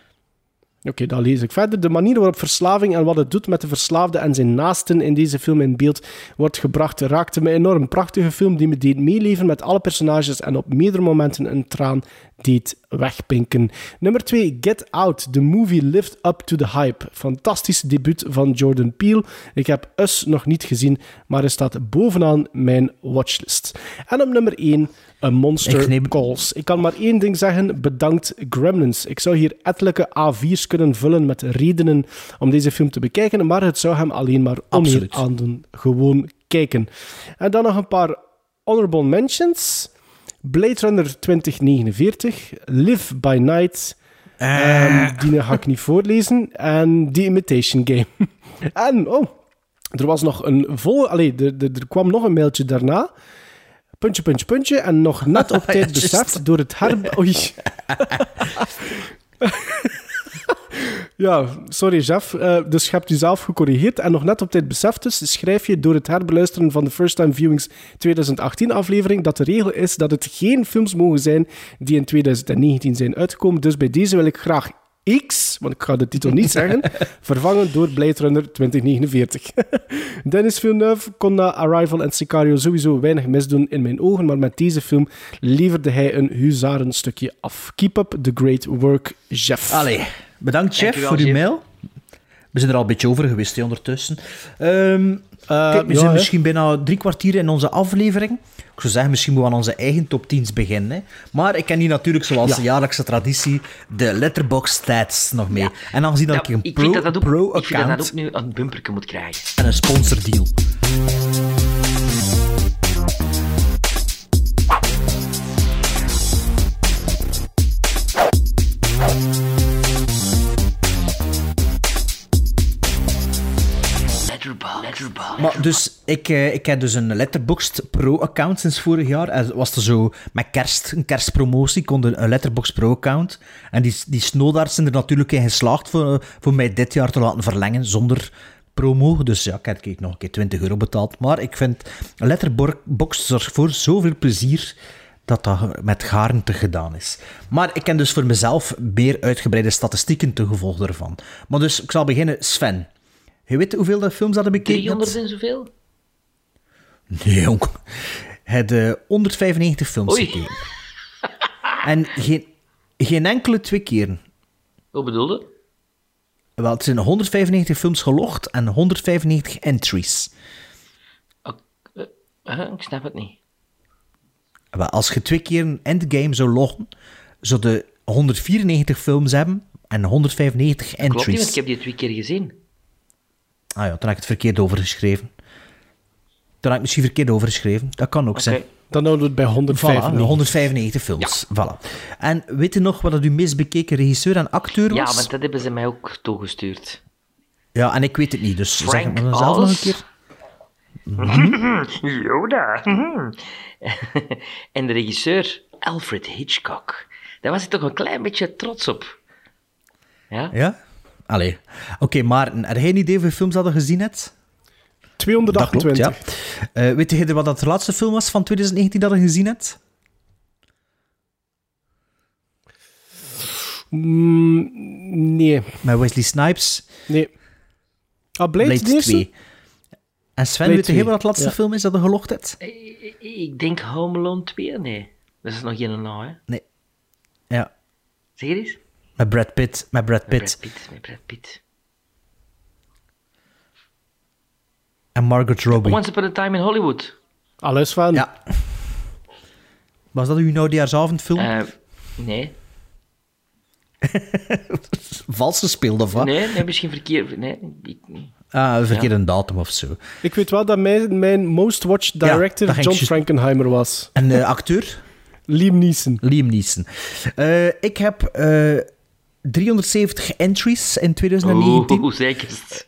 Oké, okay, dan lees ik verder. De manier waarop verslaving en wat het doet met de verslaafde en zijn naasten in deze film in beeld wordt gebracht raakte me enorm. Prachtige film die me deed meeleven met alle personages en op meerdere momenten een traan deed wegpinken. Nummer twee, Get Out. The movie lived up to the hype. Fantastisch debuut van Jordan Peele. Ik heb Us nog niet gezien, maar hij staat bovenaan mijn watchlist. En op nummer één, A Monster neem... Calls. Ik kan maar één ding zeggen. Bedankt Gremlins. Ik zou hier ettelijke A vier's kunnen vullen met redenen om deze film te bekijken, maar het zou hem alleen maar oneer aandoen. Gewoon kijken. En dan nog een paar honorable mentions. Blade Runner twintig negenenveertig, Live by Night, uh. um, die ga ik niet voorlezen, en The Imitation Game. En, oh, er was nog een vol... Allee, er, er, er kwam nog een mailtje daarna. Puntje, puntje, puntje, en nog net op tijd beseft door het her... Oei. Ja, sorry Jeff. Uh, dus je hebt jezelf gecorrigeerd en nog net op tijd beseft dus, schrijf je door het herbeluisteren van de First Time Viewings twintig achttien aflevering dat de regel is dat het geen films mogen zijn die in twintig negentien zijn uitgekomen. Dus bij deze wil ik graag X, want ik ga de titel niet zeggen, vervangen door Blade Runner twintig negenenveertig. Denis Villeneuve kon na Arrival en Sicario sowieso weinig misdoen in mijn ogen, maar met deze film leverde hij een huzarenstukje af. Keep up the great work, Jeff. Allee, bedankt Jeff wel, voor uw mail. We zijn er al een beetje over geweest he, ondertussen. Um, uh, kijk, we ja, zijn he. misschien bijna drie kwartier in onze aflevering. Ik zou zeggen, misschien moeten we aan onze eigen top tien's beginnen. Hè. Maar ik ken hier natuurlijk, zoals ja. de jaarlijkse traditie, de Letterboxd stats nog mee. Ja. En aangezien dat ja, ik een pro-account... Pro ik vind dat dat ook nu een bumperke moet krijgen. En een sponsordeal. Maar dus, ik, uh, ik heb dus een Letterboxd Pro-account sinds vorig jaar. En was er zo met kerst, een kerstpromotie, kon een Letterboxd Pro-account. En die, die snoodaards zijn er natuurlijk in geslaagd voor, voor mij dit jaar te laten verlengen zonder promo. Dus ja, ik heb ik nog een keer twintig euro betaald. Maar ik vind Letterboxd zorgt voor zoveel plezier dat dat met garante gedaan is. Maar ik ken dus voor mezelf meer uitgebreide statistieken ten gevolge ervan. Maar dus, ik zal beginnen. Sven, je weet hoeveel de films hadden bekeken? driehonderd en zoveel? Nee, jong. Hij had uh, honderdvijfennegentig films Oei. gekeken. En geen, geen enkele twee keren. Wat bedoelde? Wel, het zijn honderdvijfennegentig films gelogd en honderdvijfennegentig entries. Uh, uh, ik snap het niet. Wel, als je twee keer een endgame zou loggen, zou je honderdvierennegentig films hebben, En honderdvijfennegentig Klopt niet, entries. want ik heb die twee keer gezien. Ah ja, toen heb ik het verkeerd overgeschreven. Toen heb ik misschien verkeerd overgeschreven. Dat kan ook Oké. zijn. Dan houden we het bij Voilà, honderdvijfennegentig. honderdvijfennegentig films. Voilà. En weet je nog wat dat uw meest bekeken regisseur en acteur was? Ja, want dat hebben ze mij ook toegestuurd. Ja, en ik weet het niet, dus zeg Frank het me dan zelf nog een Oz. keer. Yoda. En de regisseur, Alfred Hitchcock. Daar was ik toch een klein beetje trots op. Ja? Ja? Allee. Oké, okay, Maarten, heb jij een idee hoeveel films dat je gezien hebt? tweehonderdachtentwintig. Dat klopt, ja. Uh, weet je wat dat de laatste film was van twintig negentien dat je gezien hebt? Mm, nee. Met Wesley Snipes. Nee. Ah, Blade, Blade de eerste? twee. En Sven, Blade weet je twee, wat dat laatste ja. film is dat je gelogd hebt? Ik, ik denk Home Alone twee, nee. Dat is nog geen nou, hè? Nee. Ja. Zeg je eens? Met Brad Pitt. Met Brad Pitt. Met Brad Pitt, met Brad Pitt. En Margot Robbie. Once Upon a Time in Hollywood. Alles van. Ja. Was dat uw oudejaarsavondfilm? Uh, nee. Vals gespeeld, of wat? Nee, nee, misschien verkeerd. Nee, ik... Ah, een verkeerde ja. datum of zo. Ik weet wel dat mijn, mijn most watched director ja, John just... Frankenheimer was. En uh, acteur? Liam Neeson. Liam Neeson. Uh, ik heb uh, driehonderdzeventig entries in twintig negentien. Oeh, zeker.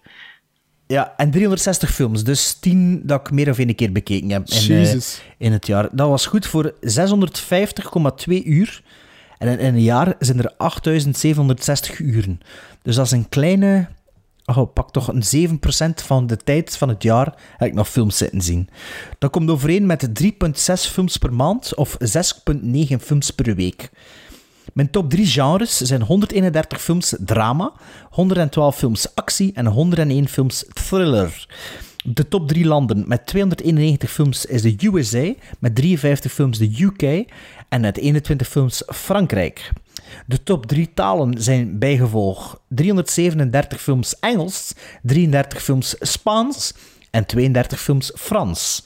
Ja, en driehonderdzestig films. Dus tien dat ik meer of één keer bekeken heb in, uh, in het jaar. Dat was goed voor zeshonderdvijftig komma twee uur. En in, in een jaar zijn er achtduizend zevenhonderdzestig uren. Dus dat is een kleine... Oh, pak toch een zeven procent van de tijd van het jaar heb ik nog films zitten zien. Dat komt overeen met drie komma zes films per maand of zes komma negen films per week. Mijn top drie genres zijn honderdeenendertig films drama, honderdtwaalf films actie en honderdéén films thriller. De top drie landen met tweehonderdeenennegentig films is de U S A, met drieënvijftig films de U K en met eenentwintig films Frankrijk. De top drie talen zijn bijgevolg driehonderdzevenendertig films Engels, drieëndertig films Spaans en tweeëndertig films Frans.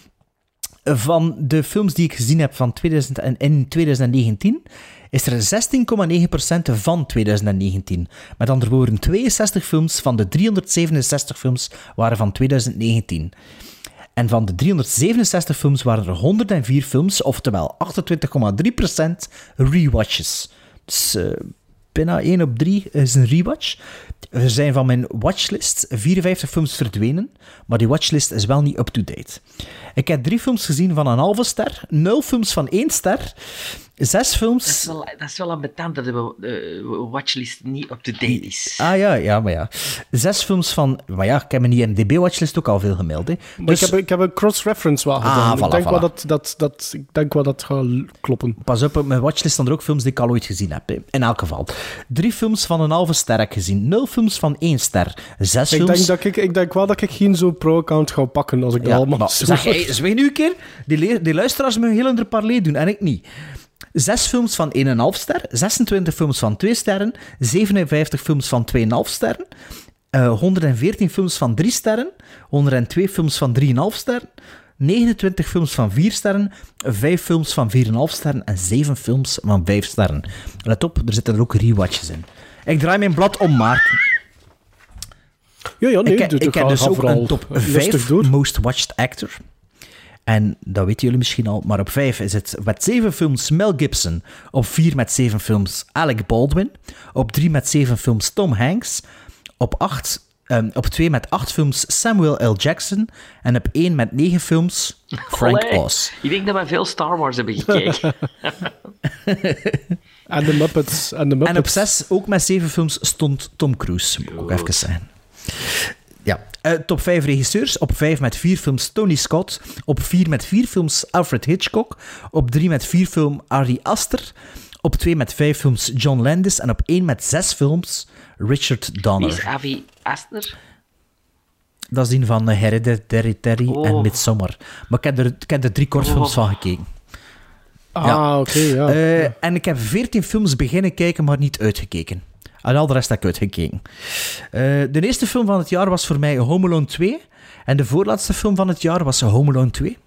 Van de films die ik gezien heb van tweeduizend en in twintig negentien is er zestien komma negen procent van twintig negentien. Met andere woorden, tweeënzestig films van de driehonderdzevenenzestig films waren van twintig negentien. En van de driehonderdzevenenzestig films waren er honderdvier films, oftewel achtentwintig komma drie procent rewatches. Dus uh, bijna één op drie is een rewatch. Er zijn van mijn watchlist vierenvijftig films verdwenen, maar die watchlist is wel niet up-to-date. Ik heb drie films gezien van een halve ster, nul films van één ster, zes films... Dat is wel, dat is wel ambetant dat de uh, watchlist niet up-to-date is. Ah ja, ja, maar ja. Zes films van... Maar ja, ik heb me niet in de D B-watchlist ook al veel gemeld. Hè. Maar Dus... ik, heb, ik heb een cross-reference wel gedaan. Ah, voilà, ik, denk voilà. wel dat, dat, dat, ik denk wel dat gaat kloppen. Pas op, op mijn watchlist staan er ook films die ik al ooit gezien heb. Hè. In elk geval. Drie films van een halve ster heb ik gezien. Nul films van één ster. Zes ik films... Denk dat ik, ik denk wel dat ik geen zo'n pro-account ga pakken als ik dat ja, allemaal... Maar, zeg, hey, zweeg nu een keer. Die, le- die luisteraars me een heel ander parley doen en ik niet. Zes films van één komma vijf ster, zesentwintig films van twee sterren, zevenenvijftig films van twee komma vijf sterren, uh, honderdveertien films van drie sterren, honderdtwee films van drie komma vijf sterren, negenentwintig films van vier sterren, vijf films van vier komma vijf sterren en zeven films van vijf sterren. Let op, er zitten er ook rewatches in. Ik draai mijn blad om, Maarten. Ja, ja, nee, ik, ik heb dus ook een top vijf most watched actor. En dat weten jullie misschien al, maar op vijf is het met zeven films Mel Gibson. Op vier met zeven films Alec Baldwin. Op drie met zeven films Tom Hanks. Op, acht, um, op twee met acht films Samuel L. Jackson. En op één met negen films Frank Olé. Oz. Ik denk dat wij veel Star Wars hebben gekeken. En de Muppets. En, de Muppets. En op zes, ook met zeven films, stond Tom Cruise. Moet ik ook even zeggen. Ja, uh, top vijf regisseurs. Op vijf met vier films Tony Scott. Op vier met vier films Alfred Hitchcock. Op drie met vier film Ari Aster. Op twee met vijf films John Landis. En op één met zes films Richard Donner. Wie is Avi Aster? Dat is die van Hereditary oh. en Midsommar. Maar ik heb er, ik heb er drie kortfilms oh. van gekeken. Ah, ja. oké, okay, ja. Uh, en ik heb veertien films beginnen kijken, maar niet uitgekeken. En al de rest heb ik uitgekeken. Uh, de eerste film van het jaar was voor mij Home Alone twee. En de voorlaatste film van het jaar was Home Alone twee.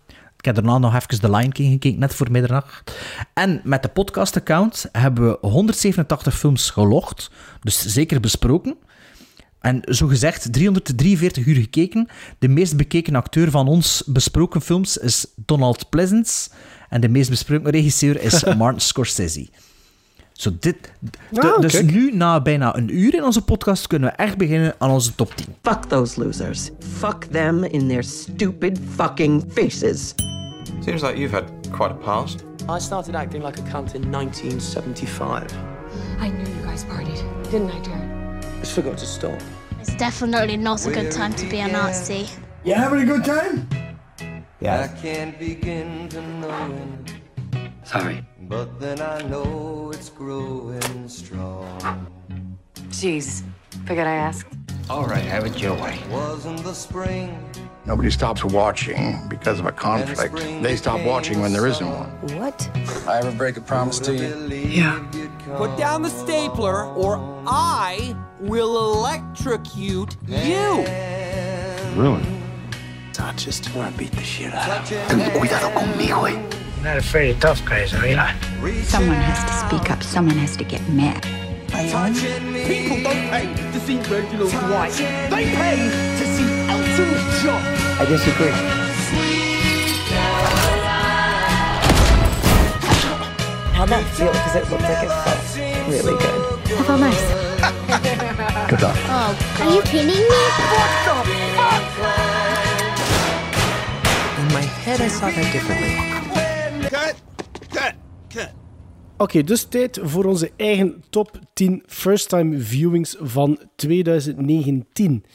Ik heb daarna nog even The Lion King gekeken, net voor middernacht. En met de podcast-account hebben we honderdzevenentachtig films gelogd. Dus zeker besproken. En zogezegd driehonderddrieënveertig uur gekeken. De meest bekeken acteur van ons besproken films is Donald Pleasence. En de meest besproken regisseur is Martin Scorsese. Zo dit, d- Ah, dus kijk. nu, na bijna een uur in onze podcast, kunnen we echt beginnen aan onze top tien. Fuck those losers. Fuck them in their stupid fucking faces. Seems like you've had quite a past. I started acting like a cunt in nineteen seventy-five. I knew you guys partied, didn't I, Jared? Just forgot to stop. It's definitely not a good time to be a Nazi. You having a good time? I can't begin to know it. Sorry. But then I know it's growing strong. Jeez, figured I asked. All right, have it your way. Wasn't the spring? Nobody stops watching because of a conflict. They stop watching when there isn't one. What? I ever break a promise to you? Yeah. Put down the stapler or I will electrocute you. Really? I just want to beat the shit out of him. Ten cuidado conmigo, eh. Not afraid of tough guys, are you? Someone has to speak up. Someone has to get mad. People don't pay to see Reginald Dwight. They pay to see Elton John. I disagree. How'd that feel? Because it looked like it felt really good. I felt nice. Good luck. Oh, are you kidding me? What the fuck? In my head, I saw that differently. Cut! Cut! Cut! Oké, okay, dus tijd voor onze eigen top tien first-time viewings van twintig negentien.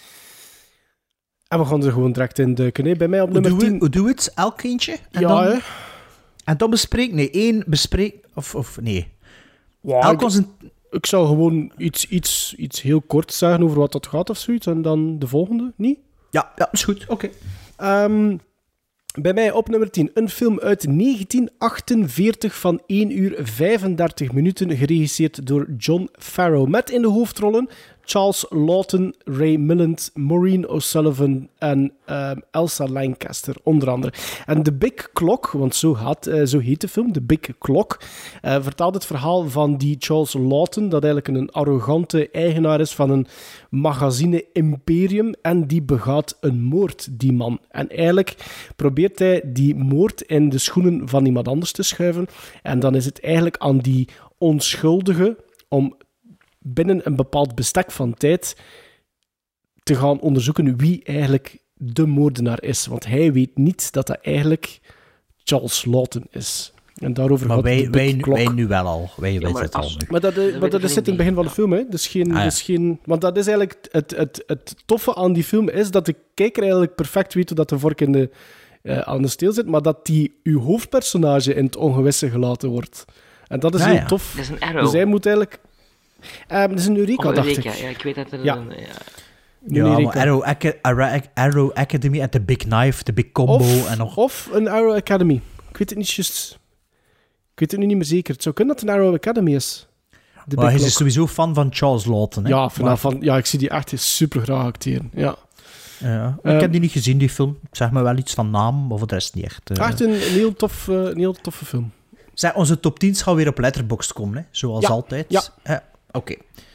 En we gaan er gewoon direct in duiken. Hè. Bij mij op nummer tien... Hoe doen we het? Elk eentje? En ja, dan, hè. En dan bespreek... Nee, één bespreek... Of, of nee. Ja, Elk ik, was een... ik zou gewoon iets, iets, iets heel kort zeggen over wat dat gaat of zoiets. En dan de volgende, niet? Ja, ja, is goed. Oké. Okay. Um, bij mij op nummer tien. Een film uit negentien achtenveertig van één uur vijfendertig minuten. Geregisseerd door John Farrow. Met in de hoofdrollen Charles Laughton, Ray Milland, Maureen O'Sullivan en um, Elsa Lancaster, onder andere. En The Big Clock, want zo, gaat, uh, zo heet de film, The Big Clock, uh, vertelt het verhaal van die Charles Laughton, dat eigenlijk een arrogante eigenaar is van een magazine-imperium, en die begaat een moord, die man. En eigenlijk probeert hij die moord in de schoenen van iemand anders te schuiven, en dan is het eigenlijk aan die onschuldige om binnen een bepaald bestek van tijd te gaan onderzoeken wie eigenlijk de moordenaar is. Want hij weet niet dat dat eigenlijk Charles Laughton is. En daarover maar gaat wij, de wij, klok. wij nu wel al. Wij Ja, weten maar het al als- nu. Maar dat, is- Dat maar dat weten is in het begin van de film, hè. Dus geen, Ah, ja. dus geen, want dat is eigenlijk het, het, het toffe aan die film, is dat de kijker eigenlijk perfect weet hoe dat de vork in de, uh, aan de steel zit, maar dat die uw hoofdpersonage in het ongewisse gelaten wordt. En dat is Ah, heel ja. tof. Dat is een arrow. Dus hij moet eigenlijk... Um, dat is een Eureka, Of dacht Eureka, ik. ja, ik weet dat er Ja. een... Ja. Ja, Een maar Eureka. Arrow, Aca- Arrow, Arrow Academy en The Big Knife, The Big Combo Of, en nog... of een Arrow Academy. Ik weet het niet juist. Ik weet het nu niet meer zeker. Het zou kunnen dat het een Arrow Academy is. De Maar Big hij is Clock. sowieso fan van Charles Laughton. Hè? Ja, vanaf Maar- van, ja, ik zie die echt super graag acteren. Ja. Ja. Eh, ik heb die niet gezien, die film. Zeg maar wel iets van naam, maar voor de rest niet echt. eh. Echt een, een, heel tof, eh, een heel toffe film. Zeg, onze top tien gaan weer op Letterboxd komen, hè? Zoals Ja, altijd. ja. Eh, Oké.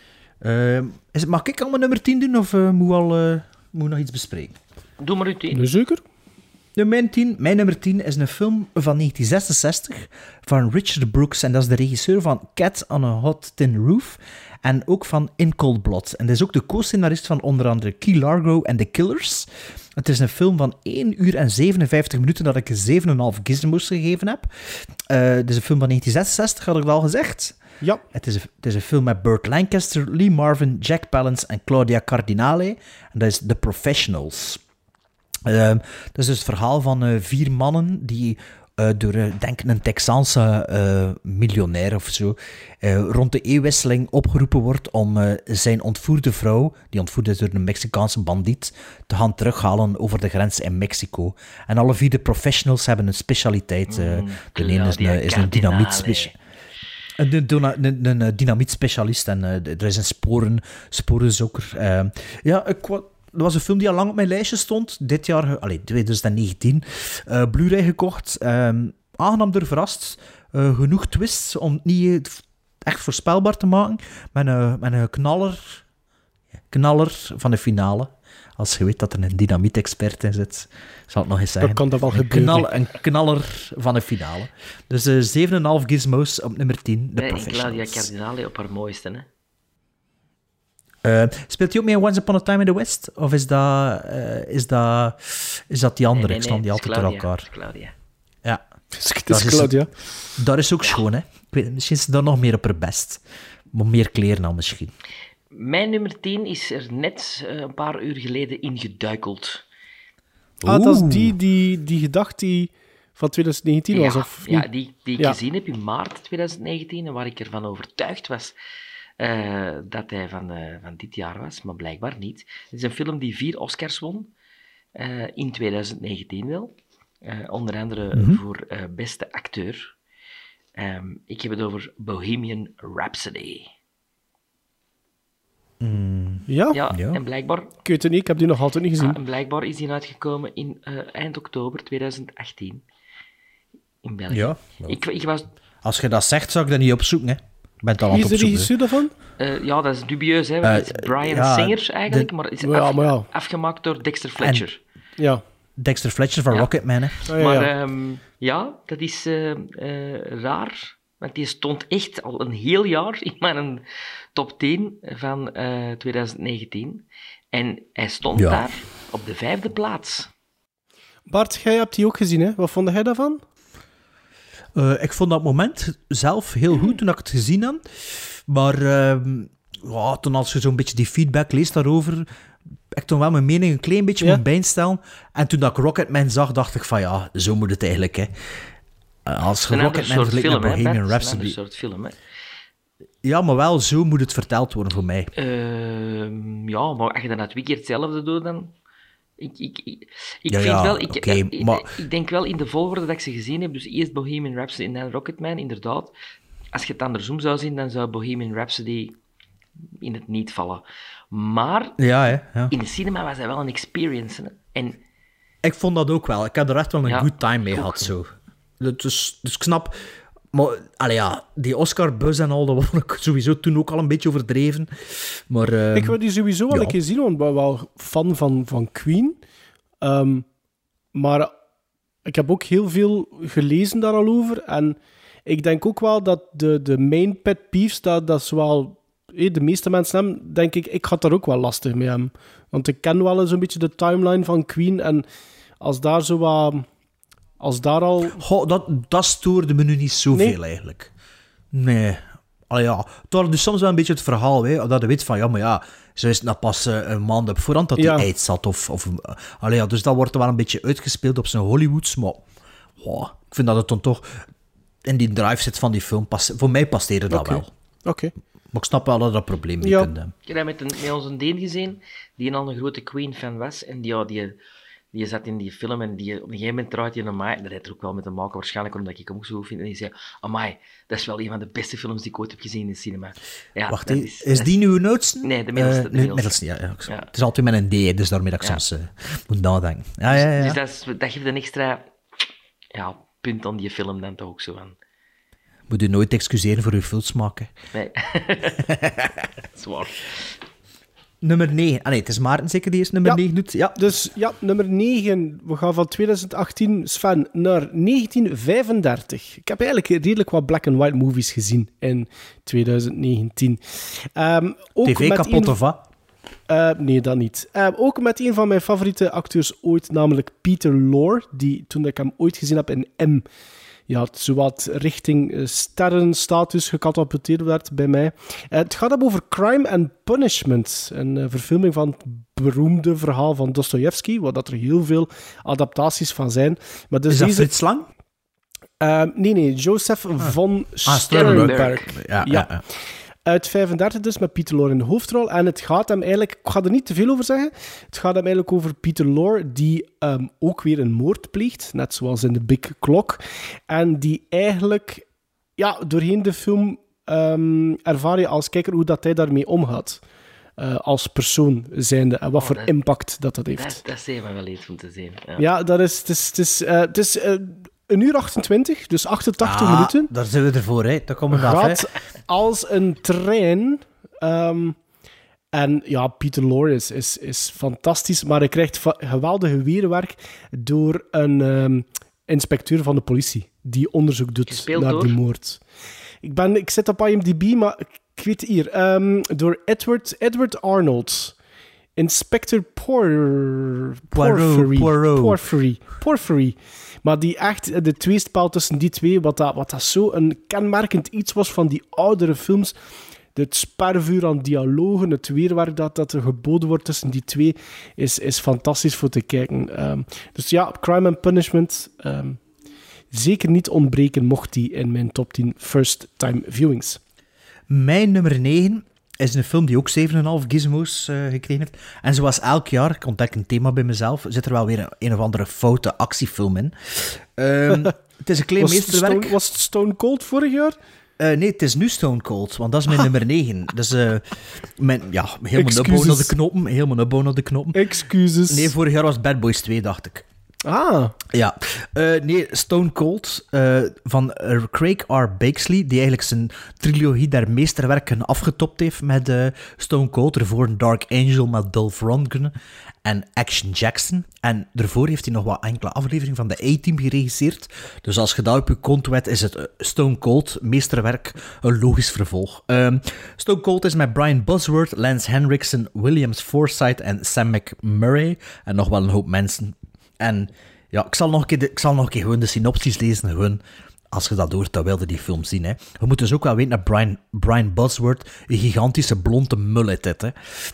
Ehm, is het- mag ik al mijn nummer tien doen, of eh, moet, al, eh, moet nog iets bespreken? Doe maar uw tien. Nee, zeker. Nu, mijn, tien, mijn nummer tien is een film van negentien zesenzestig van Richard Brooks. En dat is de regisseur van Cat on a Hot Tin Roof. En ook van In Cold Blood. En dat is ook de co-scenarist van onder andere Key Largo en The Killers. Het is een film van één uur en zevenenvijftig minuten dat ik zeven komma vijf gizmos gegeven heb. Uh, het is een film van negentien zesenzestig, had ik het al gezegd. Ja. Het is, een, het is een film met Burt Lancaster, Lee Marvin, Jack Palance en Claudia Cardinale. En dat is The Professionals. Uh, dat is dus het verhaal van uh, vier mannen die uh, door, uh, denk een Texaanse uh, miljonair of zo, uh, rond de eeuwwisseling opgeroepen wordt om uh, zijn ontvoerde vrouw, die ontvoerd is door een Mexicaanse bandiet, te gaan terughalen over de grens in Mexico. En alle vier de professionals hebben een specialiteit. Uh, Mm, de ene is Claudia een, is een dynamiet Cardinale. specialist. Een, een, een, een, een dynamietspecialist en uh, er is een sporen, sporenzoeker. Uh, ja, ik, wa- Dat was een film die al lang op mijn lijstje stond. Dit jaar, allee, twintig negentien. Uh, Blu-ray gekocht. Um, aangenaam door verrast. Uh, genoeg twists om het niet echt voorspelbaar te maken. Met een, met een knaller, knaller van de finale. Als je weet dat er een dynamiet-expert in zit, zal ik nog eens zeggen. Dan kan dat wel een gebeuren. Knal, een knaller van de finale. Dus uh, zeven komma vijf gizmos op nummer tien. De nee, Professionals. Claudia Cardinale op haar mooiste, hè? Uh, speelt hij ook mee in Once Upon a Time in the West? Of is dat, uh, is dat, is dat die andere? Nee, nee, Ik staan die nee, altijd door Claudia, elkaar. Claudia. Ja. Het is Claudia. Dat is ook schoon, hè? Ik weet, misschien is ze dan nog meer op haar best. Maar meer kleren dan misschien. Mijn nummer tien is er net uh, een paar uur geleden ingeduikeld. Ah, dat is die, die, die gedachte die van twintig negentien was, ja, of ja, niet? die, die ik Ja. gezien heb in maart twintig negentien en waar ik ervan overtuigd was uh, dat hij van, uh, van dit jaar was, maar blijkbaar niet. Het is een film die vier Oscars won, uh, in twintig negentien wel. Uh, onder andere Mhm. voor uh, beste acteur. Um, ik heb het over Bohemian Rhapsody. Mm. Ja? Ja, Ja. en blijkbaar... Ik weet het niet, ik heb die nog altijd niet gezien. Ah, en blijkbaar is die uitgekomen in uh, eind oktober twintig achttien. In België. Ja. Ik, ik was... Als je dat zegt, zou ik dat niet opzoeken, hè? Ik ben het al aan Wie het is de opzoeken. regisseur daarvan? Uh, ja, dat is dubieus, hè. want Uh, het is Brian ja, Singer eigenlijk, de- maar het is Ja, af- maar ja. afgemaakt door Dexter Fletcher. Ja. Dexter Fletcher van Ja. Rocketman, hè? Ah, ja, maar ja. ehm, ja, dat is uh, uh, raar, want die stond echt al een heel jaar in mijn top tien van uh, twintig negentien. En hij stond Ja. daar op de vijfde plaats. Bart, jij hebt die ook gezien, hè? Wat vond jij daarvan? Uh, ik vond dat moment zelf heel goed toen ik het gezien had. Maar uh, ja, toen als je zo'n beetje die feedback leest daarover, ik toen wel mijn mening een klein beetje Ja. moet bijstellen. En toen dat ik Rocketman zag, dacht ik van ja, zo moet het eigenlijk. Hè. Uh, als je Een ander Rocketman soort vergelijkt met film, hè, Bohemian Bert? Een ander Rhapsody... soort film, hè. Ja, maar wel zo moet het verteld worden voor mij. Ehm, ja, maar als je dan het weekend hetzelfde doet, dan... Ik, ik, ik, ik Ja, vind ja, wel... Ik, oké, ik, maar- ik denk wel in de volgorde dat ik ze gezien heb, dus eerst Bohemian Rhapsody en dan Rocketman, inderdaad. Als je het andersom zou zien, dan zou Bohemian Rhapsody in het niet vallen. Maar Ja, hè, ja. in de cinema was dat wel een experience. Hè. En Ik vond dat ook wel. Ik heb er echt wel een Ja, good time mee ook. gehad. Zo. Dus, dus ik snap... Maar allee, ja, die Oscar-buzz en al, dat vond ik sowieso toen ook al een beetje overdreven. Maar, uh, Ik wil die sowieso wel ja. een keer zien, want ik ben wel fan van, van Queen. Um, maar ik heb ook heel veel gelezen daar al over. En ik denk ook wel dat de, de main pet peeves, dat, dat is wel... eh, De meeste mensen hebben, denk ik, ik had daar ook wel lastig mee hebben. Want ik ken wel eens een beetje de timeline van Queen. En als daar zo wat... Als daar al... Goh, dat, dat stoorde me nu niet zoveel Nee? eigenlijk. Nee. Allee, ja. Het was dus soms wel een beetje het verhaal, hè, dat je weet van, ja, maar ja, ze wist nou pas uh, een maand op voorhand dat hij Ja. aids had. Of, of, uh, allee, ja, dus dat wordt er wel een beetje uitgespeeld op zijn Hollywoods, maar wow, ik vind dat het dan toch in die drive zit van die film. Pas, voor mij passeerde dat Oké. wel. Oké. Maar ik snap wel dat dat probleem mee Ja. kunt hebben. ik heb dat met, een, met onze Deen gezien, die al een grote Queen-fan was. En die, ja, die, die zat in die film en die, op een gegeven moment draait hij naar mij. Dat heeft er ook wel met te maken, waarschijnlijk omdat ik hem ook zo goed vind. En die zei, amai, dat is wel een van de beste films die ik ooit heb gezien in de cinema. Ja, Wacht, dat hè, is, is dat die nu uw noodste? Nee, de middelste. Uh, de nee, middelste. middelste, ja, ja. Ja. Het is altijd met een D, hè, dus daarmee dat ik Ja. soms uh, moet nadenken. Ja, ja, ja. Dus dat, is, dat geeft een extra ja, punt aan die film dan toch ook zo van. Moet u nooit excuseren voor uw filmsmaak, hè. Nee. Zwaar. Nummer negen. Ah nee, het is Maarten zeker die is nummer Ja. negen doet. Ja. Dus ja, nummer negen. We gaan van twintig achttien, Sven, naar negentien vijfendertig. Ik heb eigenlijk redelijk wat black and white movies gezien in twintig negentien. Um, ook T V met kapot een- of wat? Uh, nee, dat niet. Uh, ook met een van mijn favoriete acteurs ooit, namelijk Peter Lorre, die toen ik hem ooit gezien heb in M, ja, zowat richting uh, sterrenstatus gecatapulteerd werd bij mij. Uh, het gaat over Crime and Punishment, een uh, verfilming van het beroemde verhaal van Dostojevski, waar dat er heel veel adaptaties van zijn. Maar dus Is dat deze... Frits Lang? Uh, nee, nee, Joseph von Ah, Sternberg. Ja, ja, ja. Uit vijfendertig dus, met Peter Lorre in de hoofdrol. En het gaat hem eigenlijk... Ik ga er niet te veel over zeggen. Het gaat hem eigenlijk over Peter Lorre, die um, ook weer een moord pleegt. Net zoals in The Big Clock. En die eigenlijk... Ja, doorheen de film um, ervaar je als kijker hoe dat hij daarmee omgaat. uh, als persoon zijnde en wat Oh, voor dat- impact dat dat heeft. Dat, dat is me wel iets om te zien. Ja. Ja, dat is... Het is, het is, uh, het is uh, een uur achtentwintig, dus achtentachtig Ah, minuten. daar zijn we ervoor, hè. Daar komen we af, hè. Gaat als een trein. Um, en ja, Peter Lorre is, is, is fantastisch, maar hij krijgt va- geweldige weerwerk door een um, inspecteur van de politie die onderzoek doet Gespeeld naar door? die moord. Ik, ben, ik zit op I M D B, maar ik weet hier. Um, door Edward, Edward Arnold. Inspector Por... Porphyry. Poirot. Porphyry. Porphyry. Maar die echt, de tweespel tussen die twee, wat dat, wat dat zo een kenmerkend iets was van die oudere films. Het spervuur aan dialogen, het weerwerk dat, dat er geboden wordt tussen die twee, is, is fantastisch voor te kijken. Um, dus ja, Crime and Punishment, um, zeker niet ontbreken mocht die in mijn top tien first-time viewings. Mijn nummer negen is een film die ook zeven komma vijf gizmos uh, gekregen heeft. En zoals elk jaar, ik ontdek een thema bij mezelf, zit er wel weer een, een of andere foute actiefilm in. Um, het is een klein was meesterwerk. Stone, was het Stone Cold vorig jaar? Uh, nee, het is nu Stone Cold, want dat is mijn Ah. nummer negen. Dus uh, mijn, ja, helemaal opbouwen naar de knoppen. Helemaal opbouwen naar de knoppen. Excuses. Nee, vorig jaar was Bad Boys twee, dacht ik. Ah. Ja. Uh, nee, Stone Cold uh, van uh, Craig R. Bakesley, die eigenlijk zijn trilogie der meesterwerken afgetopt heeft met uh, Stone Cold. Ervoor een Dark Angel met Dolph Lundgren en Action Jackson. En daarvoor heeft hij nog wat enkele afleveringen van de A-Team geregisseerd. Dus als je dat op je konto hebt, is het uh, Stone Cold, meesterwerk, een logisch vervolg. Um, Stone Cold is met Brian Bosworth, Lance Henriksen, Williams Forsythe en Sam McMurray. En nog wel een hoop mensen. En ja, ik zal nog een keer, de, ik zal nog een keer gewoon de synopsis lezen. Gewoon, als je dat hoort, dan wilde die film zien. Hè. Je moet dus ook wel weten dat Brian, Brian Bosworth een gigantische blonde mullet heeft. Hè.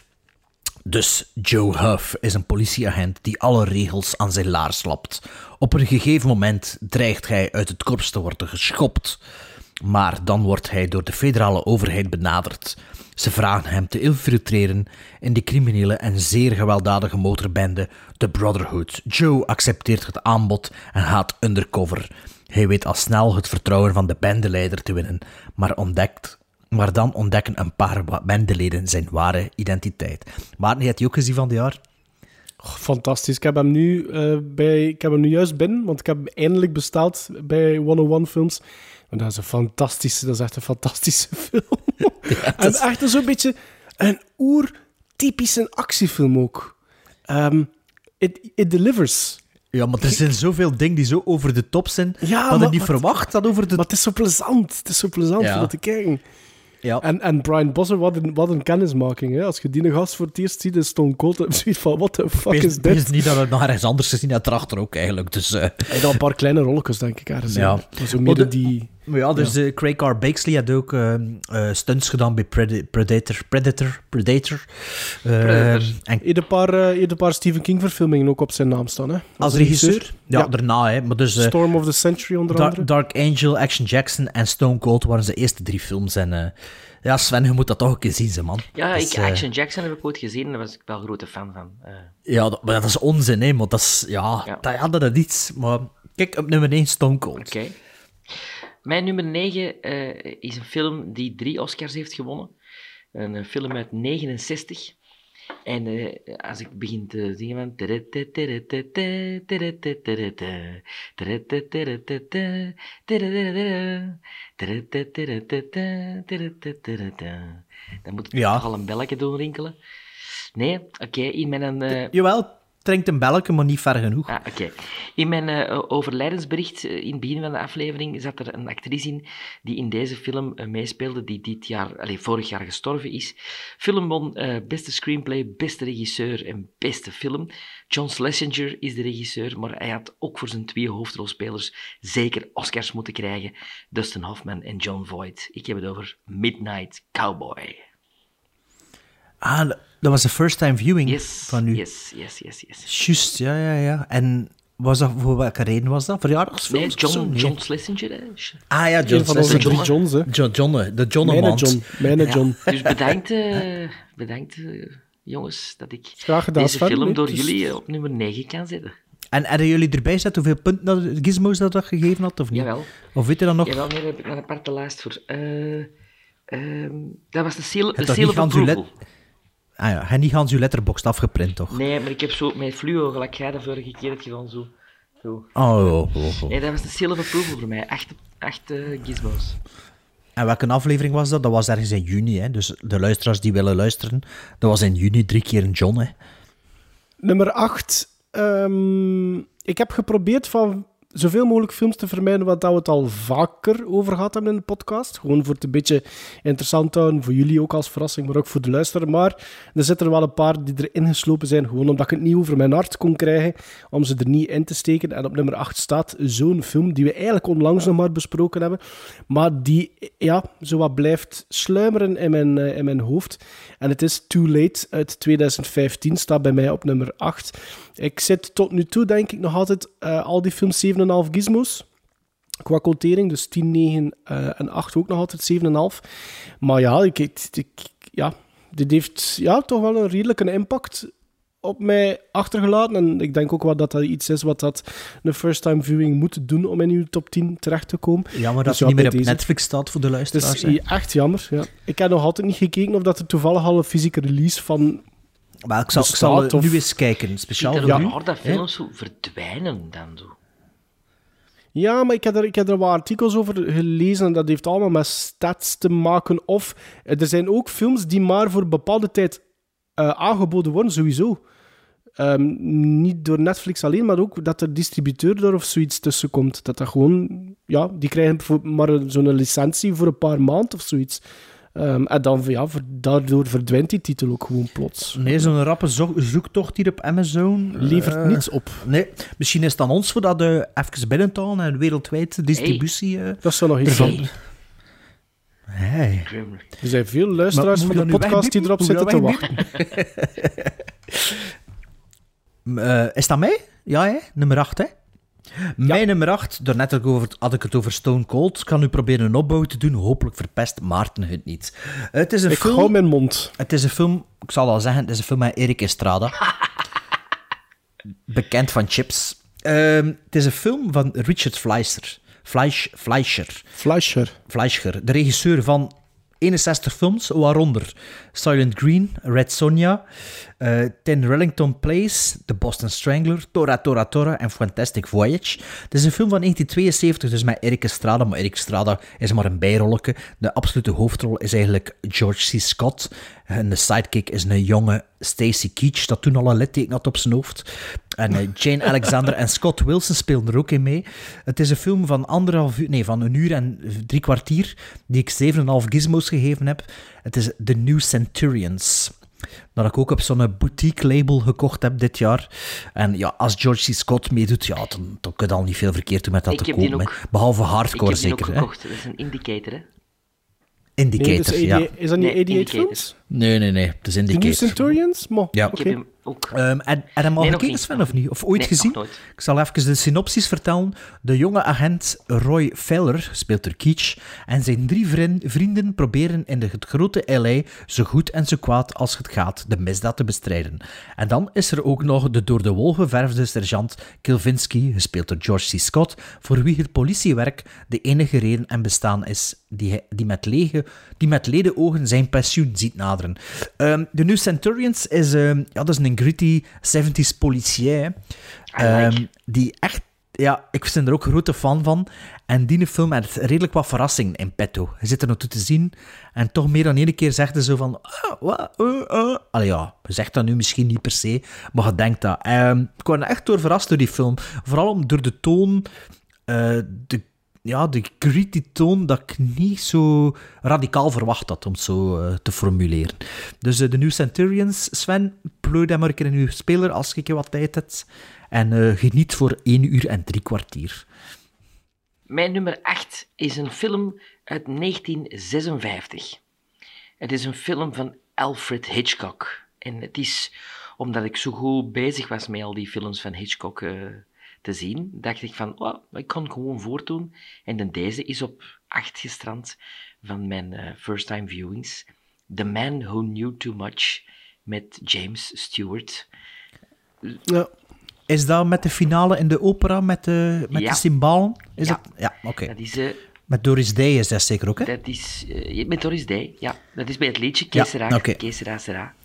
Dus Joe Huff is een politieagent die alle regels aan zijn laars lapt. Op een gegeven moment dreigt hij uit het korps te worden geschopt. Maar dan wordt hij door de federale overheid benaderd. Ze vragen hem te infiltreren in de criminele en zeer gewelddadige motorbende The Brotherhood. Joe accepteert het aanbod en gaat undercover. Hij weet al snel het vertrouwen van de bendeleider te winnen, maar, ontdekt, maar dan ontdekken een paar bendeleden zijn ware identiteit. Maarten, heb je die ook gezien van dit jaar? Oh, fantastisch. Ik heb, hem nu, uh, bij, ik heb hem nu juist binnen, want ik heb hem eindelijk besteld bij honderdéén Films. En dat is een fantastische, dat is echt een fantastische film. Ja, en is... echt zo'n beetje een oer-typische actiefilm ook. Um, it, it delivers. Ja, maar er zijn zoveel dingen die zo over de top zijn, ja, dat je niet maar, verwacht dat over de... Maar het is zo plezant. Het is zo plezant ja. om dat te kijken. Ja. En, en Brian Bosworth, wat een, wat een kennismaking. Hè? Als je die gast voor het eerst ziet in Stone Cold, dan heb je zoiets van, what the fuck Wees, is dit? Wees niet dat we nog ergens anders gezien hebben, erachter ook eigenlijk. Dus, uh... Hij had al een paar kleine rolletjes, denk ik, ergens. Ja. Zo midden die... Ja, dus ja. Uh, Craig R. Bakesley had ook uh, uh, stunts gedaan bij Pred- Predator. Predator. Predator. Uh, Predator. En... Een paar, uh, een paar Stephen King verfilmingen ook op zijn naam staan. Hè? Als, als regisseur? regisseur? Ja, ja, daarna. Hè. Maar dus, uh, Storm of the Century onder Dar- andere. Dark Angel, Action Jackson en Stone Cold waren zijn eerste drie films. En uh, ja, Sven, je moet dat toch een keer zien, man. Ja, dus, ik, uh, Action Jackson heb ik ooit gezien en daar was ik wel een grote fan van. Uh. Ja, dat, maar dat is onzin, hè. Maar dat is... Ja, ja. dat had dat iets. Maar kijk, op nummer één Stone Cold. Oké. Okay. Mijn nummer negen uh, is een film die drie Oscars heeft gewonnen. Een, een film uit negenenzestig. En uh, als ik begin te zingen van... Dan moet ik ja. toch al een belletje doen rinkelen. Nee, oké, okay, in mijn... Uh... Jawel, drinkt een belletje, maar niet ver genoeg. Ah, oké. Okay. In mijn uh, overlijdensbericht, uh, in het begin van de aflevering, zat er een actrice in die in deze film uh, meespeelde, die dit jaar, allez, vorig jaar gestorven is. Film won uh, beste screenplay, beste regisseur en beste film. John Schlesinger is de regisseur, maar hij had ook voor zijn twee hoofdrolspelers zeker Oscars moeten krijgen. Dustin Hoffman en Jon Voight. Ik heb het over Midnight Cowboy. Ah, dat was de first time viewing yes, van u. Yes, yes, yes, yes. Juist, ja, ja, ja. En was dat, voor welke reden was dat? Verjaardagsfilm? Nee, John, nee. John Schlesinger. Hè. Ah ja, John van onze drie Johns, hè. John, John, de John Mijne John, mijne ja. John. Dus bedankt, uh, bedankt uh, jongens, dat ik gedaan, deze Sven, film nee, door dus... jullie op nummer negen kan zetten. En hadden jullie erbij gezet hoeveel punten dat Gizmos dat, dat gegeven had, of niet? Jawel. Of weet je dat nog? Jawel, nee, daar heb ik een aparte lijst voor. Uh, uh, dat was de seal, de seal of approval. Ah ja, en die gaan ze je letterboxd afgeprint, toch? Nee, maar ik heb zo met fluo, gelijk jij de vorige keer het gedaan, zo. zo. Oh, oh, oh, oh. Nee, dat was een seal of approval voor mij. Echt, echt uh, gizmos. En welke aflevering was dat? Dat was ergens in juni, hè? Dus de luisteraars die willen luisteren, dat was in juni drie keer een John, hè? Nummer acht. Um, ik heb geprobeerd van zoveel mogelijk films te vermijden wat we het al vaker over gehad hebben in de podcast. Gewoon voor het een beetje interessant te houden, voor jullie ook als verrassing, maar ook voor de luisteraar. Maar er zitten er wel een paar die erin geslopen zijn, gewoon omdat ik het niet over mijn hart kon krijgen, om ze er niet in te steken. En op nummer acht staat zo'n film die we eigenlijk onlangs nog maar besproken hebben, maar die ja, zo wat blijft sluimeren in mijn, uh, in mijn hoofd. En het is Too Late uit twintig vijftien, staat bij mij op nummer acht. Ik zit tot nu toe, denk ik, nog altijd uh, al die films zeven komma vijf gizmos. Qua quotering, dus tien, negen uh, en acht ook nog altijd zeven komma vijf. Maar ja, ik, ik, ik, ja, dit heeft ja, toch wel een redelijke impact op mij achtergelaten. En ik denk ook wel dat dat iets is wat dat een first-time viewing moet doen om in uw top tien terecht te komen. Jammer dat dus het niet ja, meer op deze... Netflix staat voor de luisteraars. Het is echt jammer, ja. Ik heb nog altijd niet gekeken of dat er toevallig al een fysieke release van... Maar ik zal, ik zal uh, nu eens kijken, speciaal voor ja. u. Ja, dat films zo verdwijnen dan zo. Ja, maar ik heb, er, ik heb er wat artikels over gelezen en dat heeft allemaal met stats te maken. Of er zijn ook films die maar voor een bepaalde tijd uh, aangeboden worden, sowieso. Um, niet door Netflix alleen, maar ook dat er distributeur er of zoiets tussen komt. Dat dat gewoon, ja, die krijgen maar zo'n licentie voor een paar maanden of zoiets. Um, en dan, ja, daardoor verdwijnt die titel ook gewoon plots. Nee, zo'n rappe zo- zoektocht hier op Amazon. Levert uh, niets op. Nee, misschien is het aan ons voor dat uh, even binnen te halen en wereldwijd distributie... Uh, hey. Dat zou nog iets zijn. Hey. Er zijn veel luisteraars van de podcast die erop zitten te wachten. uh, is dat mij? Ja, hè? Nummer acht, hè? Mijn ja. nummer acht, daarnet over, had ik het over Stone Cold. Ik kan nu proberen een opbouw te doen. Hopelijk verpest Maarten het niet. Het is een ik film, hou mijn mond. Het is een film, ik zal al zeggen, het is een film met Erik Estrada. Bekend van Chips. Uh, het is een film van Richard Fleischer. Fleisch, Fleischer. Fleischer. Fleischer. De regisseur van eenenzestig films, waaronder Silent Green, Red Sonja, uh, Ten Rillington Place, The Boston Strangler, Tora Tora Tora en Fantastic Voyage. Het is een film van negentien tweeënzeventig, dus met Erik Estrada, maar Erik Estrada is maar een bijrolletje. De absolute hoofdrol is eigenlijk George C. Scott. En de sidekick is een jonge Stacy Keach, dat toen al een litteken had op zijn hoofd. En uh, Jane Alexander en Scott Wilson spelen er ook in mee. Het is een film van anderhalf uur, nee, van een uur en drie kwartier, die ik zeven komma vijf gizmos gegeven heb. Het is The New Centurions. Dat ik ook op zo'n boutique label gekocht heb dit jaar. En ja, als George C. Scott meedoet, ja, dan, dan kun je al niet veel verkeerd doen met dat ik te kopen. Ook, behalve hardcore zeker. Ik heb die ook gekocht. Dat is een indicator, hè? Indicator, nee, ja. Is dat niet nee, achtentachtig films? Nee, nee, nee. Het is Indicator. The New Centurions? Maar, ja. Ik okay. heb hem ook. Um, en en hem al nee, gekeken, Sven, of niet? Of ooit nee, gezien? Nooit. Ik zal even de synopsis vertellen. De jonge agent Roy Feller, gespeeld door Keach, en zijn drie vrienden proberen in het grote L A zo goed en zo kwaad als het gaat de misdaad te bestrijden. En dan is er ook nog de door de wol geverfde sergeant Kilvinsky, gespeeld door George C. Scott, voor wie het politiewerk de enige reden en bestaan is die, die, met, lege, die met leden ogen zijn pensioen ziet naderen. Um, de New Centurions is, um, ja, dat is een gritty seventies policier, um, like. die echt, ja, ik ben er ook een grote fan van. En die film heeft redelijk wat verrassingen in petto. Je zit er naartoe te zien en toch meer dan één keer zegt hij zo van, ah, wat, uh, uh. Allee ja, je zegt dat nu misschien niet per se, maar je denkt dat. Um, ik was echt door verrast door die film. Vooral door de toon, uh, de ja, de gritty toon dat ik niet zo radicaal verwacht had, om het zo uh, te formuleren. Dus uh, de New Centurions, Sven, plooi dat maar een keer in uw speler als je wat tijd hebt. En uh, geniet voor één uur en drie kwartier. Mijn nummer acht is een film uit negentien zesenvijftig. Het is een film van Alfred Hitchcock. En het is omdat ik zo goed bezig was met al die films van Hitchcock uh, te zien, dacht ik van, oh, ik kan gewoon voortdoen. En dan deze is op acht gestrand van mijn uh, first-time viewings. The Man Who Knew Too Much, met James Stewart. Ja. Is dat met de finale in de opera, met de, met ja. de cymbalen? Is ja. dat? Ja, oké. Dat is... Uh, met Doris Day is dat zeker ook, hè? Dat is... Uh, met Doris Day, ja. Dat is bij het liedje Que ja, sera, okay. Que sera, sera.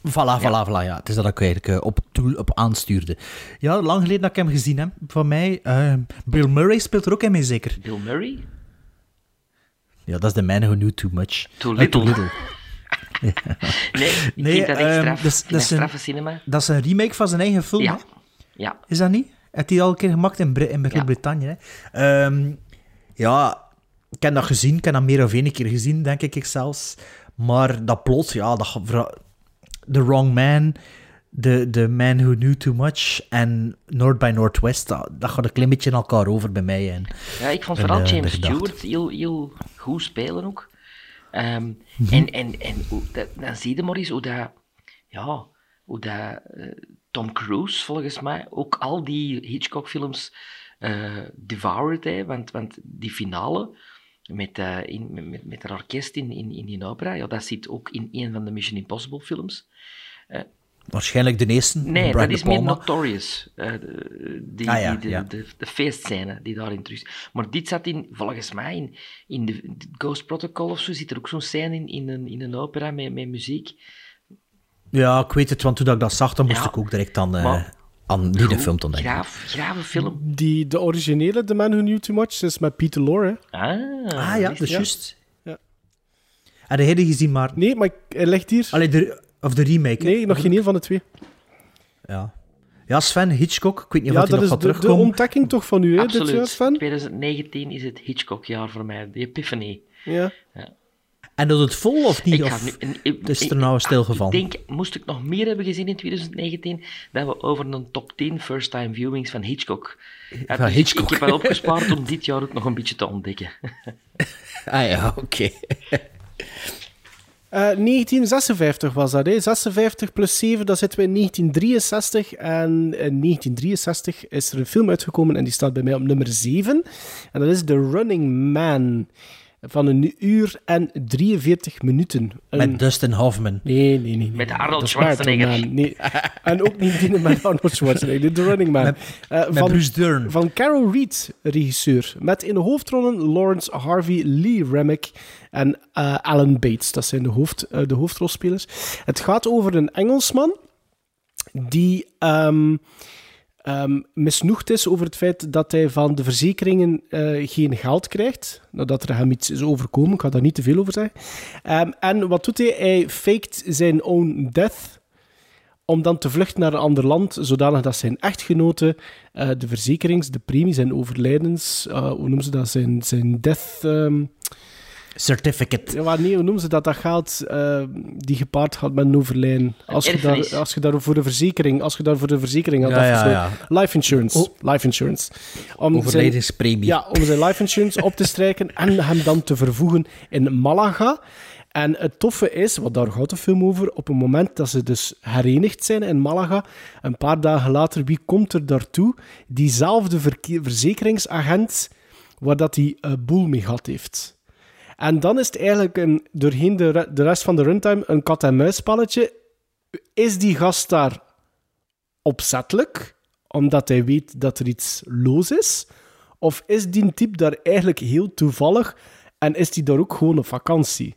Voilà, voilà, Ja. voilà. Ja. Het is dat ik eigenlijk uh, op, doel, op aanstuurde. Ja, lang geleden dat ik hem gezien heb. Van mij. Uh, Bill Murray speelt er ook in mee, zeker? Bill Murray? Ja, dat is de man who knew too much. Too little. Uh, too little. Nee, ik nee, vind dat echt um, straf. dat is- dat is een- straffe cinema. Dat is een remake van zijn eigen film, Ja. hè? Ja. Is dat niet? Heeft hij al een keer gemaakt in, Br- in Groot-Brittannië, hè? Um, ja, ik heb dat gezien. Ik heb dat meer of één keer gezien, denk ik, ik zelfs. Maar dat plot, ja, dat... gaat vra- The Wrong Man, The, the Man Who Knew Too Much en North by Northwest, dat, dat gaat een klein beetje in elkaar over bij mij. En, Ja, ik vond en, vooral uh, James de gedachte. Stewart heel, heel goed spelen ook. Ehm, Mhm. En, en, en hoe dat, dan zie je maar eens hoe dat, ja, hoe dat eh, Tom Cruise volgens mij ook al die Hitchcock-films eh devoured, hè, want, want die finale met, uh, in, met, met, met haar orkest in, in, in die opera, ja, dat zit ook in een van de Mission Impossible films. Uh, Waarschijnlijk de eerste. Nee, Brian dat is De meer Palma. Notorious. Uh, de, die, Ah, ja, die, de, ja. de, de feestscène die daarin terug is. Maar dit zat in, volgens mij, in, in de, de Ghost Protocol of zo, zit er ook zo'n scène in, in, een, in een opera met, met muziek. Ja, ik weet het, want toen ik dat zag, dan moest Ja, ik ook direct aan, uh, maar- aan die de film te denken. Graaf, grave film. Die, de originele The Man Who Knew Too Much is met Peter Lorre. Ah, Ah ja, dat is Ja. juist. Ja. Heb jij die gezien, maar... Nee, maar ik- hij ligt hier. Allee, de, of de remake, hè? Nee, nog geen een van de twee. Ja. Ja, Sven, Hitchcock, ik weet niet of Ja, dat hij dat nog is gaat de, de terugkomen. ontdekking toch van u, hè, dit jaar, Absoluut. Sven? twintig negentien is het Hitchcock-jaar voor mij. De Epiphany. Ja. Ja. En dat het vol of niet? Ik ga Of nu, en- ik- het is er ik- nou ik- stilgevallen? Ik denk, moest ik nog meer hebben gezien in twintig negentien, dat we over een top tien first-time viewings van Hitchcock. Ja, Van dus Hitchcock. Ik heb wel opgespaard om dit jaar ook nog een beetje te ontdekken. Ah ja, oké. Eh, negentien zesenvijftig was dat, hè? zesenvijftig plus zeven, dan zitten we in negentien drieënzestig. En in negentien drieënzestig is er een film uitgekomen en die staat bij mij op nummer zeven. En dat is The Running Man. Van een uur en drieënveertig minuten. Een... Met Dustin Hoffman. Nee, nee, nee. nee. Met Arnold Dat is Marathon Schwarzenegger. Man. Nee. En ook niet die met Arnold Schwarzenegger. The Running Man. Met, Eh, met van, Bruce Dern. van Carol Reed, regisseur. Met in de hoofdrollen Lawrence Harvey, Lee Remick en eh, Alan Bates. Dat zijn de, hoofd, eh, de hoofdrolspelers. Het gaat over een Engelsman die um, um, misnoegd is over het feit dat hij van de verzekeringen uh, geen geld krijgt. Nadat er hem iets is overkomen. Ik ga daar niet te veel over zeggen. Um, en wat doet hij? Hij faked zijn own death om dan te vluchten naar een ander land, zodanig dat zijn echtgenote uh, de verzekerings, de premie, zijn overlijdens, uh, hoe noemen ze dat, zijn, zijn death... Um, Certificate. Ja, nee, hoe noemen ze dat? Dat geld uh, die gepaard gaat met een overlijden. Als je, daar, als je daar voor de verzekering, als je daar voor de verzekering had Ja, ja, afgesloten. ja. Life insurance. Oh. Life insurance. Om Overlijdenspremie. Zijn, ja, om zijn life insurance op te strijken en hem dan te vervoegen in Malaga. En het toffe is, want daar gaat de film over, op het moment dat ze dus herenigd zijn in Malaga, een paar dagen later, wie komt er daartoe? Diezelfde verkeer, verzekeringsagent waar dat hij uh, boel mee gehad heeft. En dan is het eigenlijk een, doorheen de, re- de rest van de runtime een kat-en-muisspelletje. Is die gast daar opzettelijk, omdat hij weet dat er iets los is? Of is die type daar eigenlijk heel toevallig en is die daar ook gewoon op vakantie?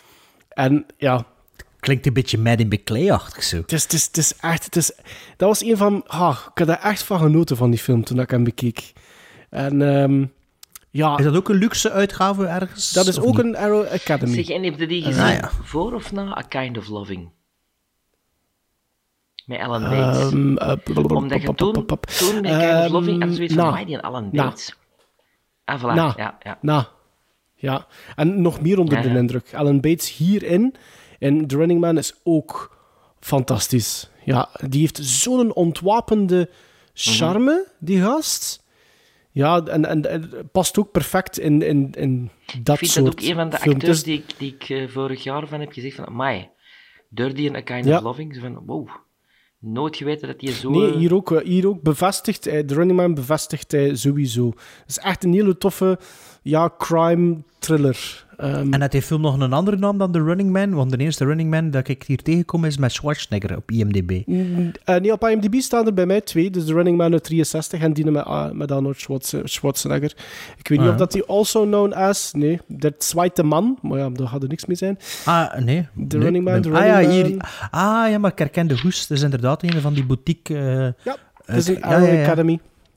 En ja... Klinkt een beetje Mad in Beclay-achtig zo. Het is, het is, het is echt... Het is, dat was een van... Ah, ik had er echt van genoten van die film toen ik hem bekeek. En... Um, Ja, is dat ook een luxe uitgave ergens? Dat is ook niet? een Arrow Academy. Zeg, en heb je die gezien Ah, ja. voor of na A Kind of Loving? Met Alan Bates. Um, uh, Omdat je toen, toen met A Kind of Loving had zoiets van, na. mij die Alan Na. Bates. Ah, voilà. Na. Ja, ja. Na. Ja. En nog meer onder Ja, de ja. indruk. Alan Bates hierin, in The Running Man, is ook fantastisch. Ja, die heeft zo'n ontwapende charme, die gast. Ja, en, en, en past ook perfect in, in, in dat Ik vind soort dat ook een van de film. acteurs Dus- die ik, die ik uh, vorig jaar van heb gezegd van, amai, Dirty and A Kind Ja. of Loving. Zo van, wow, nooit geweten dat hij zo... Nee, uh, hier ook, eh, hier ook bevestigt hij, The Running Man bevestigt hij sowieso. Het is echt een hele toffe, ja, crime thriller. Um, en had die film nog een andere naam dan The Running Man? Want de eerste Running Man dat ik hier tegenkom is met Schwarzenegger op I M D B. Uh, nee, op I M D B staan er bij mij twee. Dus The Running Man uit drieënzestig en die met, uh, met Arnold Schwarzenegger. Ik weet niet Ah, of dat die also known as... Nee, Der Zweite Man. Maar ja, daar gaat er niks mee zijn. Ah, nee. The nee. Running Man, The ah, Running ja, Man. hier. Ah, ja, maar ik herken de hoes. Dat is inderdaad een van die boutique... Uh, ja, het is een uh, Arrow ja, ja, ja. Academy.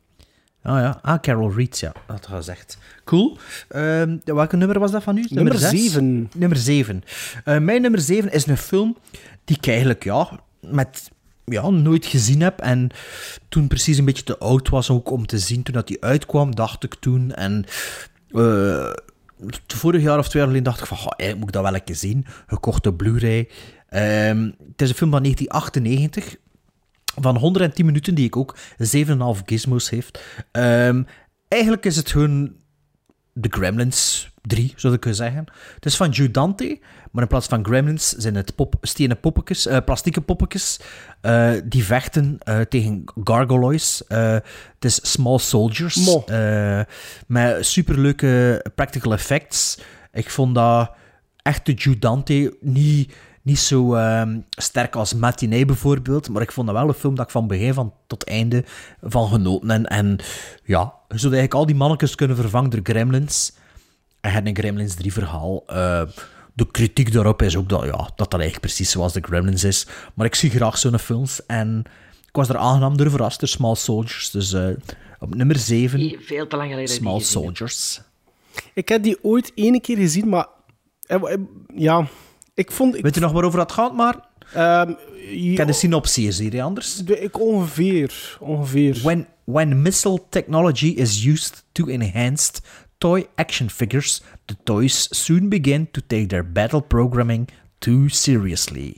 Ah ja, ah, Carol Reed, ja, dat gezegd. Cool. Uh, welke nummer was dat van u? Nummer zes? zeven. Nummer zeven. Uh, mijn nummer zeven is een film die ik eigenlijk ja, met, ja, nooit gezien heb. En toen precies een beetje te oud was ook om te zien. Toen dat die uitkwam, dacht ik toen. En uh, vorig jaar of twee jaar geleden dacht ik van, oh, eigenlijk moet ik dat wel een keer zien. Gekochte Blu-ray. Um, het is een film van negentien achtennegentig. Van honderdtien minuten, die ik ook zeven komma vijf gizmos heeft. Um, eigenlijk is het gewoon de Gremlins drie, zou ik kunnen zeggen. Het is van Joe Dante, maar in plaats van Gremlins zijn het pop, stenen poppetjes, uh, plastieke poppetjes, uh, die vechten uh, tegen gargoyles. Uh, het is Small Soldiers, uh, met superleuke practical effects. Ik vond dat echt de Joe Dante niet... Niet zo um, sterk als Matinee bijvoorbeeld, maar ik vond dat wel een film dat ik van begin van tot einde van genoten. En, en ja, je zou eigenlijk al die mannetjes kunnen vervangen door Gremlins. En je hebt een Gremlins drie verhaal. Uh, de kritiek daarop is ook dat, ja, dat dat eigenlijk precies zoals de Gremlins is. Maar ik zie graag zo'n films en ik was er aangenaam door verrast door Small Soldiers. Dus uh, op nummer zeven, veel te lang geleden Small die gezien, Soldiers. Ik heb die ooit één keer gezien, maar uh, uh, ja... Ik vond, ik... Weet je nog waarover dat gaat, maar? Um, ik heb de synopsis hier, anders. Ik ongeveer, ongeveer. When, when missile technology is used to enhance toy action figures, the toys soon begin to take their battle programming too seriously.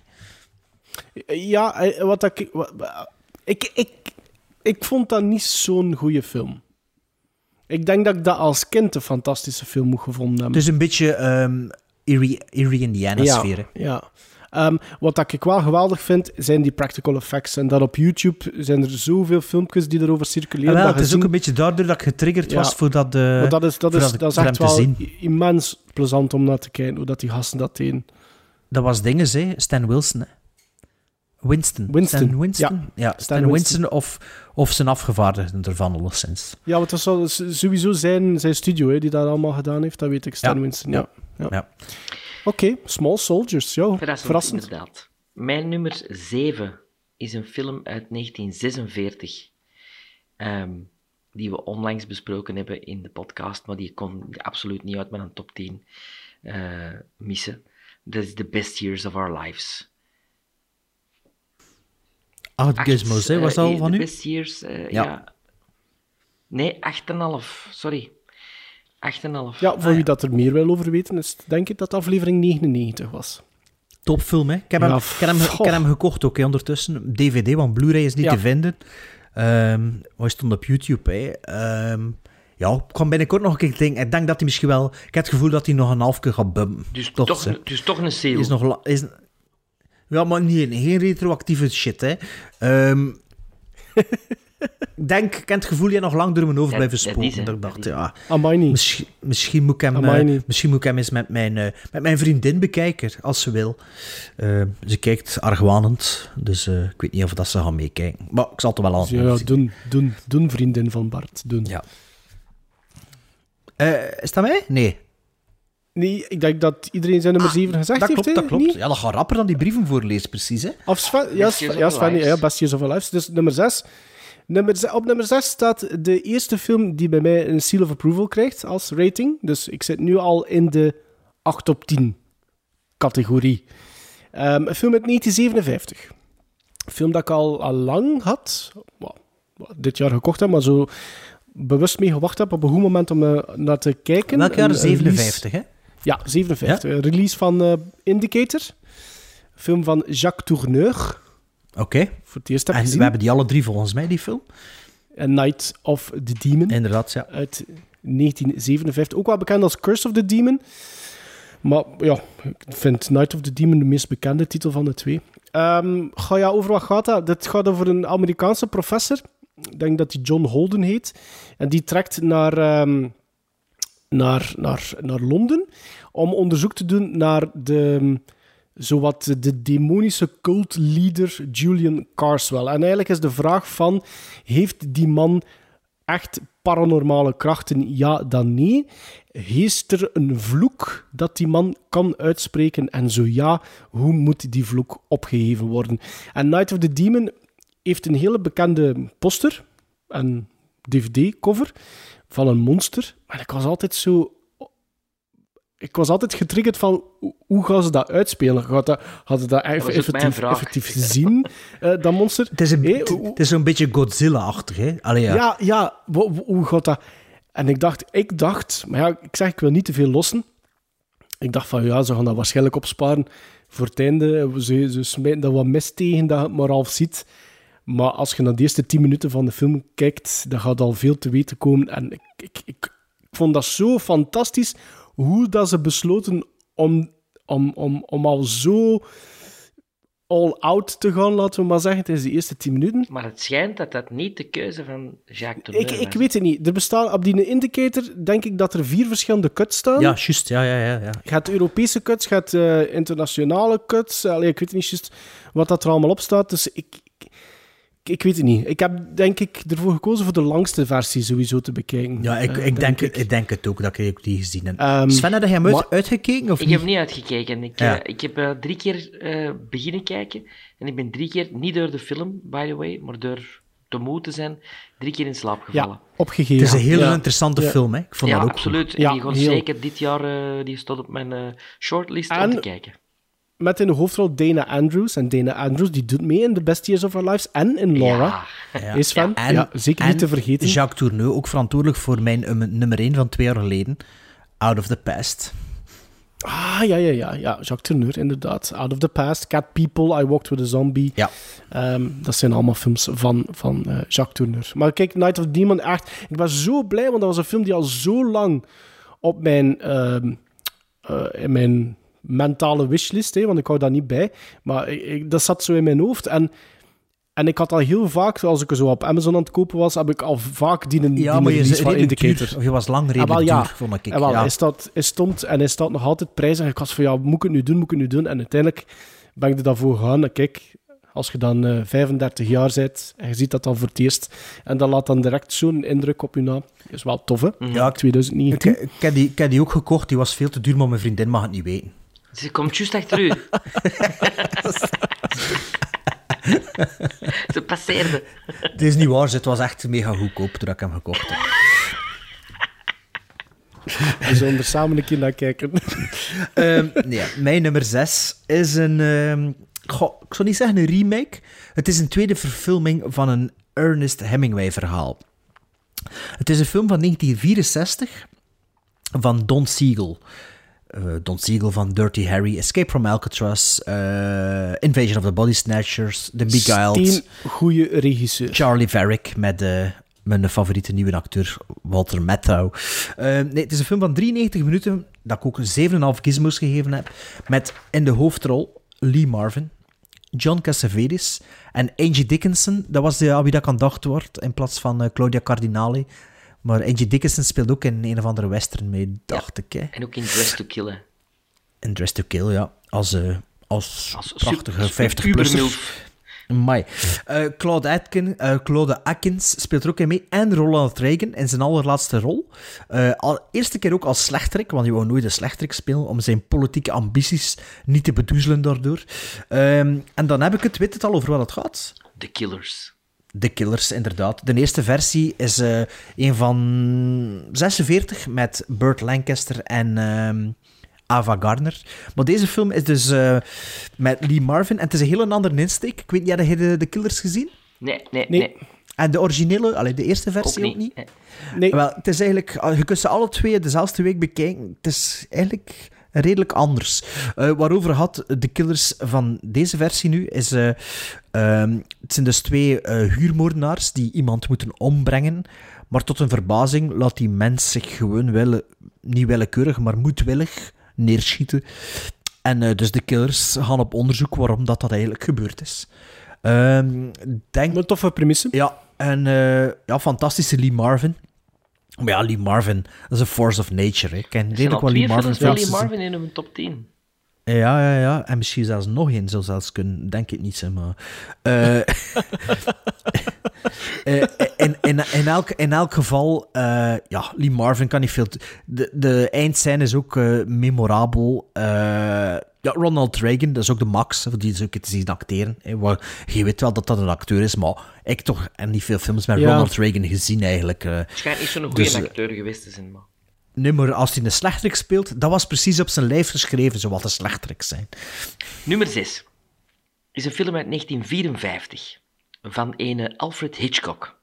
Ja, wat ik... Wat, ik, ik, ik vond dat niet zo'n goede film. Ik denk dat ik dat als kind een fantastische film moet gevonden hebben. Het is een beetje... Um, Eerie, Eerie Indiana-sfeer. Ja, ja. Um, wat ik wel geweldig vind, zijn die practical effects. En dat op YouTube zijn er zoveel filmpjes die erover circuleren. Ja, wel, dat het is zien... ook een beetje daardoor dat ik getriggerd ja. was voor dat, uh, dat is, dat is, dat, dat is echt wel immens plezant om naar te kijken, hoe dat die gasten dat deden. Dat was dinges, hè? Stan Wilson, hè? Winston. Winston. Stan Winston? Ja, ja Stan, Stan Winston, Winston of, of zijn afgevaardigden ervan, alleszins. Ja, want dat is sowieso zijn, zijn studio hè, die dat allemaal gedaan heeft, dat weet ik. Stan ja. Winston, ja. ja. ja. Oké, okay, Small Soldiers, ja, verrassend. verrassend. Inderdaad. Mijn nummer zeven is een film uit negentien zesenveertig, um, die we onlangs besproken hebben in de podcast, maar die kon absoluut niet uit met een top tien uh, missen. Dat is The Best Years of Our Lives. Ah, het Gizmos, hè? Was dat al van The u? Best Years, uh, ja. ja. Nee, acht komma vijf, sorry. acht komma vijf. Ja, voor ah, wie ja. dat er meer wil over weten, is denk ik dat aflevering negenennegentig was. Topfilm, hè? Ik heb, ja, hem, ik, heb hem, ik heb hem gekocht ook, hè, ondertussen. D V D, want Blu-ray is niet ja. te vinden. Um, hij stond op YouTube, hè. Um, ja, ik kwam binnenkort nog een keer denken. Ik denk dat hij misschien wel... Ik heb het gevoel dat hij nog een half keer gaat bumpen. Dus toch, toch, een, dus toch een sale. Is nog... Is, ja, maar niet, geen retroactieve shit, hè. Um, ik denk, ik heb het gevoel dat je nog lang door mijn hoofd dat, blijven spoken. Dat, dat ik dacht, ja... Amai niet. Misschien, misschien, moet ik hem, uh, misschien moet ik hem eens met mijn, uh, met mijn vriendin bekijken, als ze wil. Uh, ze kijkt argwanend, dus uh, ik weet niet of dat ze gaan meekijken. Maar ik zal het wel aan. Ja, ja, doen, doen, doen, vriendin van Bart, doen. Ja. Uh, is dat mij? Nee. Nee, ik denk dat iedereen zijn nummer zeven ah, gezegd dat heeft. Klopt, dat klopt, niet? Ja, dat gaat rapper dan die brieven voorlezen, precies. Hè? Of Sven, ja, Sven, ja, Sven, ja, Best Years of Our Lives. Dus nummer zes. Nummer, op nummer zes staat de eerste film die bij mij een seal of approval krijgt als rating. Dus ik zit nu al in de acht op tien categorie. Um, een film uit negentien zevenenvijftig. Een film dat ik al, al lang had. Well, dit jaar gekocht heb, maar zo bewust mee gewacht heb op een goed moment om uh, naar te kijken. Welk jaar? Een, zevenenvijftig, hè? Ja, zevenenvijftig. Ja? Een release van uh, Indicator. Een film van Jacques Tourneur. Oké. Okay. Voor het eerst heb en gezien. We hebben die alle drie volgens mij, die film. A Night of the Demon. Inderdaad, ja. Uit negentien zevenenvijftig. Ook wel bekend als Curse of the Demon. Maar ja, ik vind Night of the Demon de meest bekende titel van de twee. Um, ga ja, over wat gaat dat? Dit gaat over een Amerikaanse professor. Ik denk dat hij John Holden heet. En die trekt naar... Um, naar, naar, naar Londen om onderzoek te doen naar de, zowat de demonische cultleader Julian Carswell. En eigenlijk is de vraag van, heeft die man echt paranormale krachten? Ja, dan nee. Is er een vloek dat die man kan uitspreken? En zo ja, hoe moet die vloek opgeheven worden? En Night of the Demon heeft een hele bekende poster, een D V D-cover van een monster. En ik was altijd zo... Ik was altijd getriggerd van, hoe gaan ze dat uitspelen? Gaat dat, gaat ze dat eff- effectief, effectief zien, uh, dat monster? Het is, een, hey, het, het is zo'n beetje Godzilla-achtig, hè? Allee, ja. Ja, ja wo, wo, hoe gaat dat... En ik dacht, ik dacht... Maar ja, ik zeg, ik wil niet te veel lossen. Ik dacht van, ja, ze gaan dat waarschijnlijk opsparen voor het einde. Ze, ze smijten dat wat mist tegen, dat je het maar half ziet. Maar als je naar de eerste tien minuten van de film kijkt, dan gaat al veel te weten komen. En ik, ik, ik, ik vond dat zo fantastisch, hoe dat ze besloten om, om, om, om al zo all-out te gaan, laten we maar zeggen, tijdens de eerste tien minuten. Maar het schijnt dat dat niet de keuze van Jacques Tourneur Ik, was. ik weet het niet. Er bestaan, op die indicator denk ik dat er vier verschillende cuts staan. Ja, juist. Ja, ja, ja, ja. Je hebt Europese cuts, je hebt uh, internationale cuts. Allee, ik weet niet juist wat dat er allemaal op staat. Dus ik, ik, ik weet het niet. Ik heb denk ik ervoor gekozen voor de langste versie sowieso te bekijken. Ja, ik, uh, ik, denk, ik. ik denk het ook, dat ik die gezien heb. Um, Sven, had jij hem uit, maar, uitgekeken? Of ik niet? heb niet uitgekeken. Ik, ja. uh, ik heb uh, drie keer uh, beginnen kijken. En ik ben drie keer, niet door de film, by the way, maar door te moe te zijn, drie keer in slaap gevallen. Ja, opgegeven. Het is een heel ja. interessante ja. film, hè? Ik vond ja, dat ook absoluut. goed. En Ja, die gaat heel. zeker dit jaar, uh, die staat op mijn uh, shortlist En, om te kijken. Met in de hoofdrol Dana Andrews. En Dana Andrews die doet mee in The Best Years of Our Lives en in Laura. Ja. Ja. Is van, En, ja, zeker en niet te vergeten. Jacques Tourneur, ook verantwoordelijk voor mijn um, nummer één van twee jaar geleden, Out of the Past. Ah, ja, ja, ja, ja. Jacques Tourneur, inderdaad. Out of the Past, Cat People, I Walked with a Zombie. Ja. Um, dat zijn allemaal films van, van uh, Jacques Tourneur. Maar kijk, Night of the Demon, echt... Ik was zo blij, want dat was een film die al zo lang op mijn... Uh, uh, in mijn mentale wishlist, hè, want ik hou daar niet bij. Maar ik, ik, dat zat zo in mijn hoofd. En... En ik had al heel vaak, als ik zo op Amazon aan het kopen was, heb ik al vaak die, die ja, maar je release van Indicator. Duur, of je was lang redelijk ah, wel, ja. duur, vond ik. En wel, ja. hij, staat, hij stond en hij staat nog altijd prijzig. Ik was van, ja, moet ik het nu doen, moet ik het nu doen? En uiteindelijk ben ik er daarvoor gegaan. En kijk, als je dan uh, vijfendertig jaar bent en je ziet dat dan voor het eerst, en dat laat dan direct zo'n indruk op je na. Dat is wel tof, hè? Ja, twintig negentien. Ik, ik, heb die, ik heb die ook gekocht, die was veel te duur, maar mijn vriendin mag het niet weten. Ze komt juist achter u. Ze passeerde. Het is niet waar, het was echt mega goedkoop toen ik hem gekocht heb. We zullen er samen een keer naar kijken. um, nee, mijn nummer zes is een... Um, goh, ik zou niet zeggen een remake. Het is een tweede verfilming van een Ernest Hemingway verhaal. Het is een film van negentien vierenzestig van Don Siegel. Uh, Don Siegel van Dirty Harry, Escape from Alcatraz, uh, Invasion of the Body Snatchers, The Beguiled. Steen goede regisseur. Charlie Varick met uh, mijn favoriete nieuwe acteur Walter Matthau. Uh, nee, het is een film van drieënnegentig minuten, dat ik ook een zeven komma vijf gizmos gegeven heb, met in de hoofdrol Lee Marvin, John Cassavetes en Angie Dickinson. Dat was de, aan wie dat ik aan dacht wordt, in plaats van uh, Claudia Cardinale. Maar Angie Dickinson speelt ook in een of andere western mee, dacht ja. ik. Hè. En ook in Dress to Kill, hè. In Dress to Kill, ja. Als, uh, als, als prachtige vijftig-plusser. Amai. Uh, Claude, Atkin, uh, Claude Atkins speelt er ook in mee. En Ronald Reagan in zijn allerlaatste rol. Uh, al, eerste keer ook als slechterik, want hij wou nooit een slechterik spelen, om zijn politieke ambities niet te bedoezelen daardoor. Um, en dan heb ik het, weet het al over wat het gaat? The Killers. The Killers, inderdaad. De eerste versie is uh, een van zesenveertig met Burt Lancaster en um, Ava Gardner. Maar deze film is dus uh, met Lee Marvin en het is een heel andere insteek. Ik weet niet, heb je de, de Killers gezien? Nee, nee, nee. nee. En de originele, allee, de eerste versie ook niet? Ook niet? Nee. nee. Wel, het is eigenlijk, je kunt ze alle twee dezelfde week bekijken. Het is eigenlijk redelijk anders. Uh, waarover had de Killers van deze versie nu is... Uh, um, het zijn dus twee uh, huurmoordenaars die iemand moeten ombrengen, maar tot een verbazing laat die mens zich gewoon willen, niet willekeurig, maar moedwillig neerschieten. En uh, dus de Killers gaan op onderzoek waarom dat, dat eigenlijk gebeurd is. Um, denk... Een toffe premisse. Ja, en uh, ja, fantastische Lee Marvin. Maar ja, Lee Marvin, dat is een force of nature. Hè. Ik ken Er zijn al wel twee Lee Marvin films met films Lee te Marvin in hun top tien. zien. Ja, ja, ja. En misschien zelfs nog één zou zelfs kunnen. Denk ik niet, zeg maar. Uh, uh, in, in, in, elk, in elk geval, uh, ja, Lee Marvin kan niet veel... T- de, de eindscène is ook uh, memorabel. Uh, ja, Ronald Reagan, dat is ook de max, die is ook te zien acteren. Hè, waar, je weet wel dat dat een acteur is, maar ik toch en niet veel films met Ja. Ronald Reagan gezien, eigenlijk. Uh, Het schijnt niet zo'n goede dus, uh, acteur geweest te zijn, maar... Nee, maar als hij een slechterik speelt, dat was precies op zijn lijf geschreven, zo wat een slechterik zijn. Nummer zes is een film uit negentien vierenvijftig van ene Alfred Hitchcock.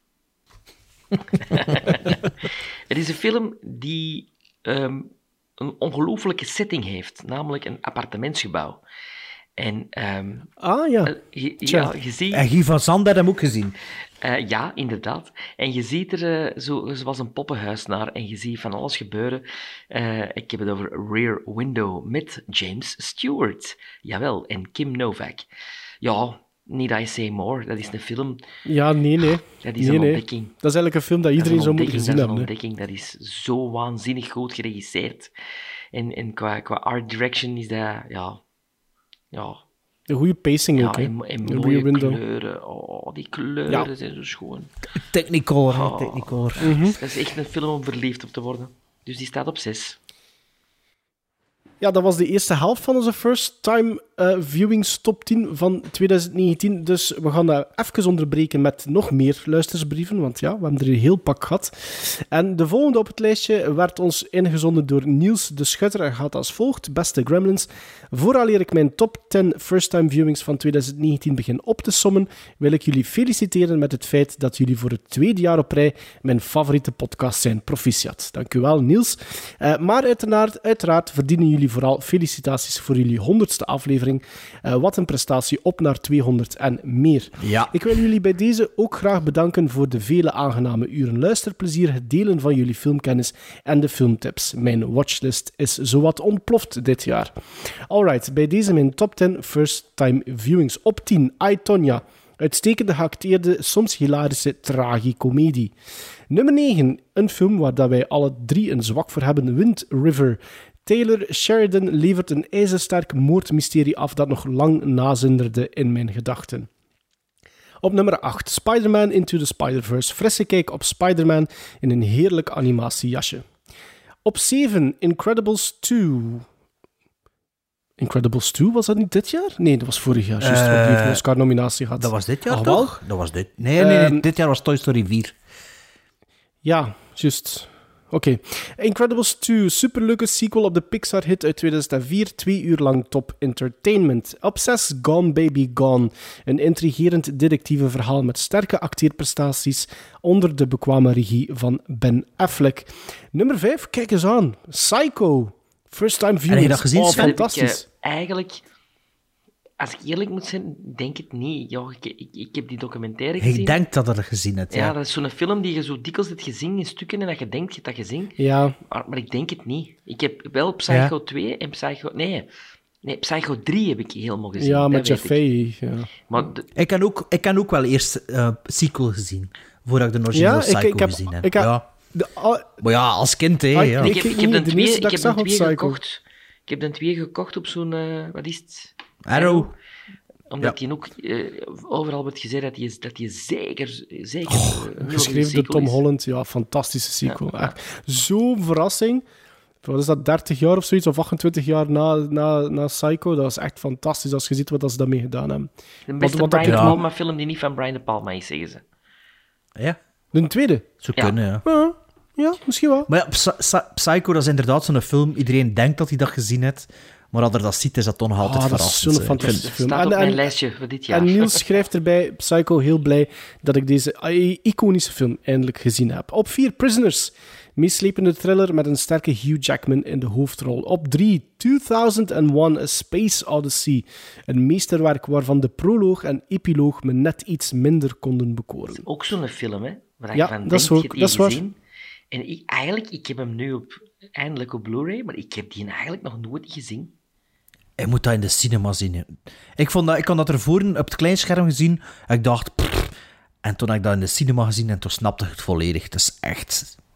Het is een film die um, een ongelooflijke setting heeft, namelijk een appartementsgebouw. En, um, ah ja. Uh, je, ja je ziet... En Guy van Zandt had hem ook gezien. Uh, ja, inderdaad. En je ziet er uh, zo, zoals een poppenhuis naar en je ziet van alles gebeuren. Uh, ik heb het over Rear Window met James Stewart. Jawel, en Kim Novak. Ja, need I say more? Dat is een film... Ja, nee, nee. Dat is nee, een nee. ontdekking. Dat is eigenlijk een film dat iedereen dat zou moeten gezien dat hebben. Dat is een ontdekking. Dat is zo waanzinnig goed geregisseerd. En, en qua, qua art direction is dat... Ja... ja een goede pacing ja, ook, hè. En, en Een mooie window. kleuren. Oh, die kleuren Ja. zijn zo schoon. Technicolor, Oh, Technicolor. Mhm. Dat is echt een film om verliefd op te worden. Dus die staat op zes. Ja, dat was de eerste helft van onze first time uh, viewings top tien van twintig negentien. Dus we gaan dat even onderbreken met nog meer luistersbrieven, want ja, we hebben er een heel pak gehad. En de volgende op het lijstje werd ons ingezonden door Niels de Schutter en gaat als volgt. Beste Gremlins, vooraleer ik mijn top tien first time viewings van twintig negentien begin op te sommen, wil ik jullie feliciteren met het feit dat jullie voor het tweede jaar op rij mijn favoriete podcast zijn. Proficiat. Dank u wel, Niels. Uh, maar uiteraard, uiteraard verdienen jullie vooral felicitaties voor jullie honderdste aflevering. Uh, wat een prestatie, op naar tweehonderd en meer. Ja. Ik wil jullie bij deze ook graag bedanken voor de vele aangename uren luisterplezier, het delen van jullie filmkennis en de filmtips. Mijn watchlist is zowat ontploft dit jaar. Alright, bij deze mijn top tien first time viewings. Op tien, I, Tonya. Uitstekende geacteerde, soms hilarische tragicomedie. Nummer negen, een film waar dat wij alle drie een zwak voor hebben, Wind River. Taylor Sheridan levert een ijzersterk moordmysterie af dat nog lang nazinderde in mijn gedachten. Op nummer acht, Spider-Man Into the Spider-Verse. Frisse kijk op Spider-Man in een heerlijk animatiejasje. Op zeven, Incredibles twee. Incredibles twee, was dat niet dit jaar? Nee, dat was vorig jaar. Juist, Uh, want die heeft een Oscar-nominatie gehad. Dat was dit jaar Ach, toch? wel? Dat was dit. Nee, nee, nee, Um, dit jaar was Toy Story vier. Ja, juist. Oké. Okay. Incredibles twee, superleuke sequel op de Pixar-hit uit tweeduizend vier, twee uur lang top entertainment. Op zes, Gone Baby Gone, een intrigerend detectieve verhaal met sterke acteerprestaties onder de bekwame regie van Ben Affleck. Nummer vijf, kijk eens aan, Psycho. First time viewing. Heb je dat gezien, Oh, Sven? fantastisch. Ik, uh, eigenlijk, als ik eerlijk moet zijn, denk ik niet. Ja, ik, ik, ik heb die documentaire gezien. Ik denk dat je dat gezien hebt, ja. Ja, dat is zo'n film die je zo dikwijls hebt gezien in stukken en dat je denkt, je hebt dat gezien. Ja. Maar, maar ik denk het niet. Ik heb wel Psycho Ja. twee en Psycho... Nee, nee, Psycho drie heb ik helemaal gezien. Ja, dat met weet ik. Jaffe. Ja. Maar de- Ik heb ook, ik heb ook wel eerst uh, sequel gezien, voordat ik de originele Ja, Psycho ik, ik heb, gezien heb. ik heb, ja. de, al- Maar ja, als kind, hè. Ah, Ja. ik, heb, ik heb niet, de de twee, eerste ik dat heb ik zag de op twee Psycho. gekocht. Ik heb de twee gekocht op zo'n... eh, wat is het? Arrow. Omdat Ja. hij ook uh, overal wordt gezegd dat hij, dat hij zeker, zeker Oh, uh, een geschreven door sequel Tom is. Holland. Ja, fantastische sequel. Ja, ja. Echt. Zo'n verrassing. Wat is dat, dertig jaar of zoiets, of achtentwintig jaar na, na, na Psycho. Dat is echt fantastisch als je ziet wat ze daarmee gedaan hebben. De beste Wat- wat Brian dat- De ja. Palma film die niet van Brian De Palma is, zeggen ze. Ja, De tweede? zo Ja. kunnen, ja. Ja, ja misschien wel. Maar ja, Psy- Psy- Psycho, dat is inderdaad zo'n film. Iedereen denkt dat hij dat gezien heeft, maar als er dat ziet, is dat toch nog altijd Ah, dat is verrassend. zo'n hè. fantastische Dat film. staat op En- mijn en- lijstje voor dit jaar. En Niels schrijft erbij, Psycho, heel blij dat ik deze i- iconische film eindelijk gezien heb. Op vier, Prisoners. Meeslepende thriller met een sterke Hugh Jackman in de hoofdrol. Op drie, tweeduizend één, A Space Odyssey. Een meesterwerk waarvan de proloog en epiloog me net iets minder konden bekoren. Ook zo'n film, hè? Waar Ja, je van dat denkt, is ook- je hebt die dat is waar. gezien. En ik, eigenlijk, ik heb hem nu op, eindelijk op Blu-ray, maar ik heb die eigenlijk nog nooit gezien. Je moet dat in de cinema zien. hè. Ik, vond dat, ik had dat ervoor op het kleinscherm gezien en ik dacht... pff. En toen heb ik dat in de cinema gezien en toen snapte ik het volledig. Het is echt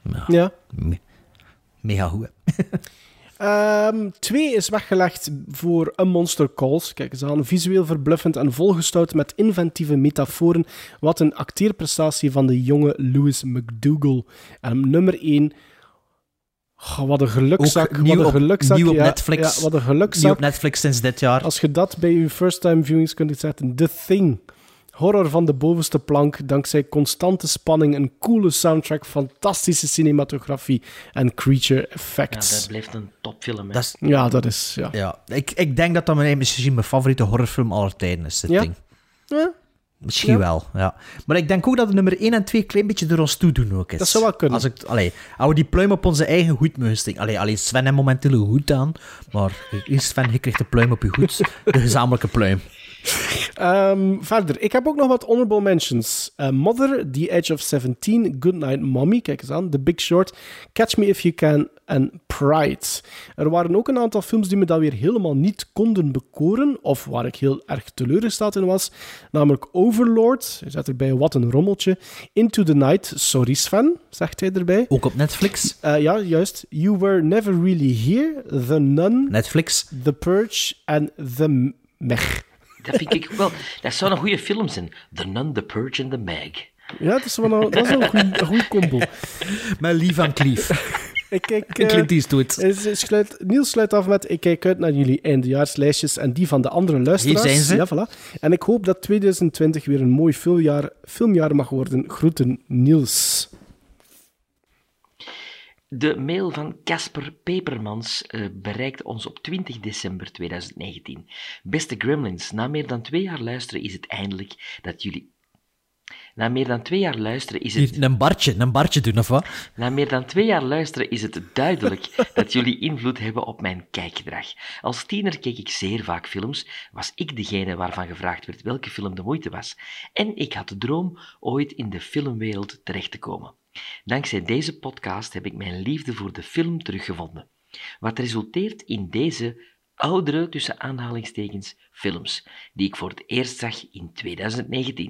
Ja. Ja. Me- mega goed. Um, twee is weggelegd voor A Monster Calls. Kijk eens aan, visueel verbluffend en volgestouwd met inventieve metaforen. Wat een acteerprestatie van de jonge Louis McDougall. En nummer één... Oh, wat een gelukzak. Ook nieuw wat een op, gelukzak. nieuw op ja, Netflix. Ja, wat een gelukzak. Nieuw op Netflix sinds dit jaar. Als je dat bij je first-time viewings kunt zetten. The Thing. Horror van de bovenste plank, dankzij constante spanning, een coole soundtrack, fantastische cinematografie en creature effects. Ja, dat blijft een topfilm. Hè. Dat is, ja, dat is... Ja. ja. Ik, ik denk dat dat mijn, misschien mijn favoriete horrorfilm aller tijden is, dit ja? ding. Ja? Misschien ja. wel, ja. Maar ik denk ook dat de nummer één en twee een klein beetje door ons toe doen ook is. Dat zou wel kunnen. Als ik, allee, als we die pluim op onze eigen goed mogen steken. Allee, alleen Sven heeft momenteel een hoed aan, maar eerst Sven, je krijgt de pluim op je goed. De gezamenlijke pluim. Um, verder, ik heb ook nog wat honorable mentions. Uh, Mother, The Edge of seventeen, Goodnight Mommy, kijk eens aan, The Big Short, Catch Me If You Can en Pride. Er waren ook een aantal films die me dan weer helemaal niet konden bekoren, of waar ik heel erg teleurgesteld in was, namelijk Overlord, hij zet erbij wat een rommeltje, Into the Night, sorry Sven, zegt hij erbij. Ook op Netflix. Uh, ja, juist. You Were Never Really Here, The Nun, Netflix, The Purge en The Meg. Dat vind ik wel... Dat zou een goede film zijn. The Nun, The Purge en The Meg. Ja, dat is wel een, dat is wel een goede, een goede combo. Met Lief en Klief. Ik kijk... En Clint Eastwood. Sluit, Niels sluit af met... Ik kijk uit naar jullie eindejaarslijstjes en die van de andere luisteraars. Hier zijn ze. Ja, voilà. En ik hoop dat twintig twintig weer een mooi filmjaar, filmjaar mag worden. Groeten, Niels. De mail van Casper Pepermans uh, bereikt ons op twintig december tweeduizend negentien. Beste Gremlins, na meer dan twee jaar luisteren is het eindelijk dat jullie... Na meer dan twee jaar luisteren is het... Hier, een bartje, een bartje doen, of wat? Na meer dan twee jaar luisteren is het duidelijk dat jullie invloed hebben op mijn kijkgedrag. Als tiener keek ik zeer vaak films, was ik degene waarvan gevraagd werd welke film de moeite was. En ik had de droom ooit in de filmwereld terecht te komen. Dankzij deze podcast heb ik mijn liefde voor de film teruggevonden. Wat resulteert in deze oudere, tussen aanhalingstekens, films, die ik voor het eerst zag in tweeduizend negentien.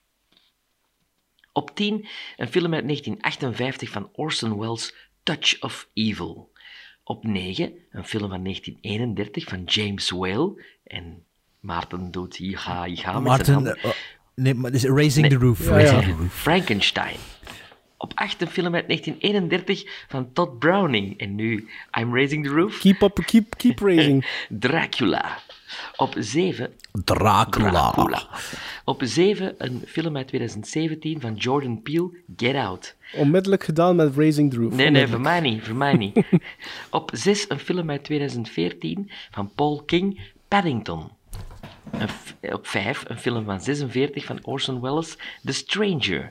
Op tien, een film uit negentien achtenvijftig van Orson Welles, Touch of Evil. Op negen, een film van negentien eenendertig van James Whale. En Maarten doet jiha, jiha met Maarten, zijn handen. uh, nee, maar het is Raising Nee, the Roof. ja, Raising ja. the Roof. Frankenstein. Op acht, een film uit negentien eenendertig van Todd Browning. En nu, I'm Raising the Roof. Keep up, keep, keep raising. Dracula. Op zeven... Dracula. Dracula. Op zeven, een film uit tweeduizend zeventien van Jordan Peele, Get Out. Onmiddellijk gedaan met Raising the Roof. Nee, nee, voor mij niet, voor mij niet. Op zes, een film uit tweeduizend veertien van Paul King, Paddington. Een f- op vijf, een film van zesenveertig van Orson Welles, The Stranger.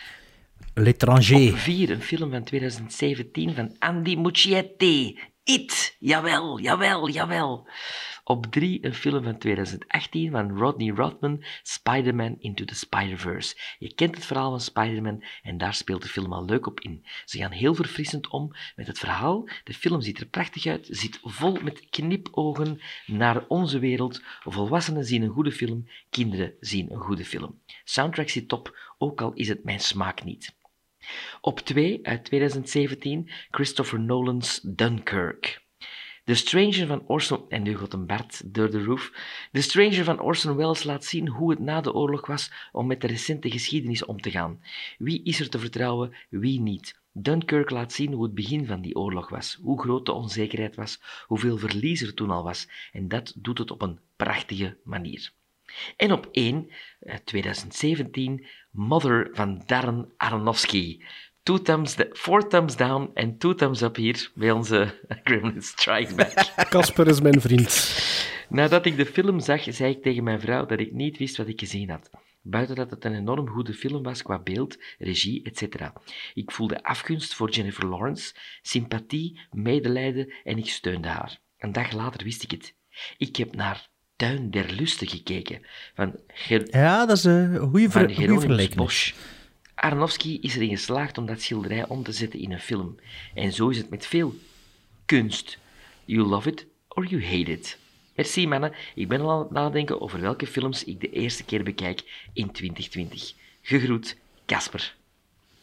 L'étranger. Op vier, een film van tweeduizend zeventien van Andy Muschietti, It. Jawel, jawel, jawel. Op drie, een film van tweeduizend achttien van Rodney Rothman, Spider-Man Into the Spider-Verse. Je kent het verhaal van Spider-Man en daar speelt de film al leuk op in. Ze gaan heel verfrissend om met het verhaal. De film ziet er prachtig uit, zit vol met knipogen naar onze wereld. Volwassenen zien een goede film, kinderen zien een goede film. Soundtrack zit top, ook al is het mijn smaak niet. Op twee, uit tweeduizend zeventien, Christopher Nolan's Dunkirk. The Stranger van Orson... En nu gaat een Bart door de roof. The Stranger van Orson Welles laat zien hoe het na de oorlog was om met de recente geschiedenis om te gaan. Wie is er te vertrouwen, wie niet? Dunkirk laat zien hoe het begin van die oorlog was, hoe groot de onzekerheid was, hoeveel verlies er toen al was. En dat doet het op een prachtige manier. En op één, tweeduizend zeventien, Mother van Darren Aronofsky. Two thumbs da- four thumbs down en two thumbs up hier bij onze Gremlin Strikes Back. Casper is mijn vriend. Nadat ik de film zag, zei ik tegen mijn vrouw dat ik niet wist wat ik gezien had. Buiten dat het een enorm goede film was qua beeld, regie, et cetera. Ik voelde afgunst voor Jennifer Lawrence, sympathie, medelijden en ik steunde haar. Een dag later wist ik het. Ik heb naar Tuin der Lusten gekeken van, Ger- Ja, dat is een goede van ver- goeie Hieronymus vergelijking. Bosch. Aronofsky is erin geslaagd om dat schilderij om te zetten in een film. En zo is het met veel kunst. You love it or you hate it. Merci mannen, ik ben al aan het nadenken over welke films ik de eerste keer bekijk in twintig twintig. Gegroet, Casper.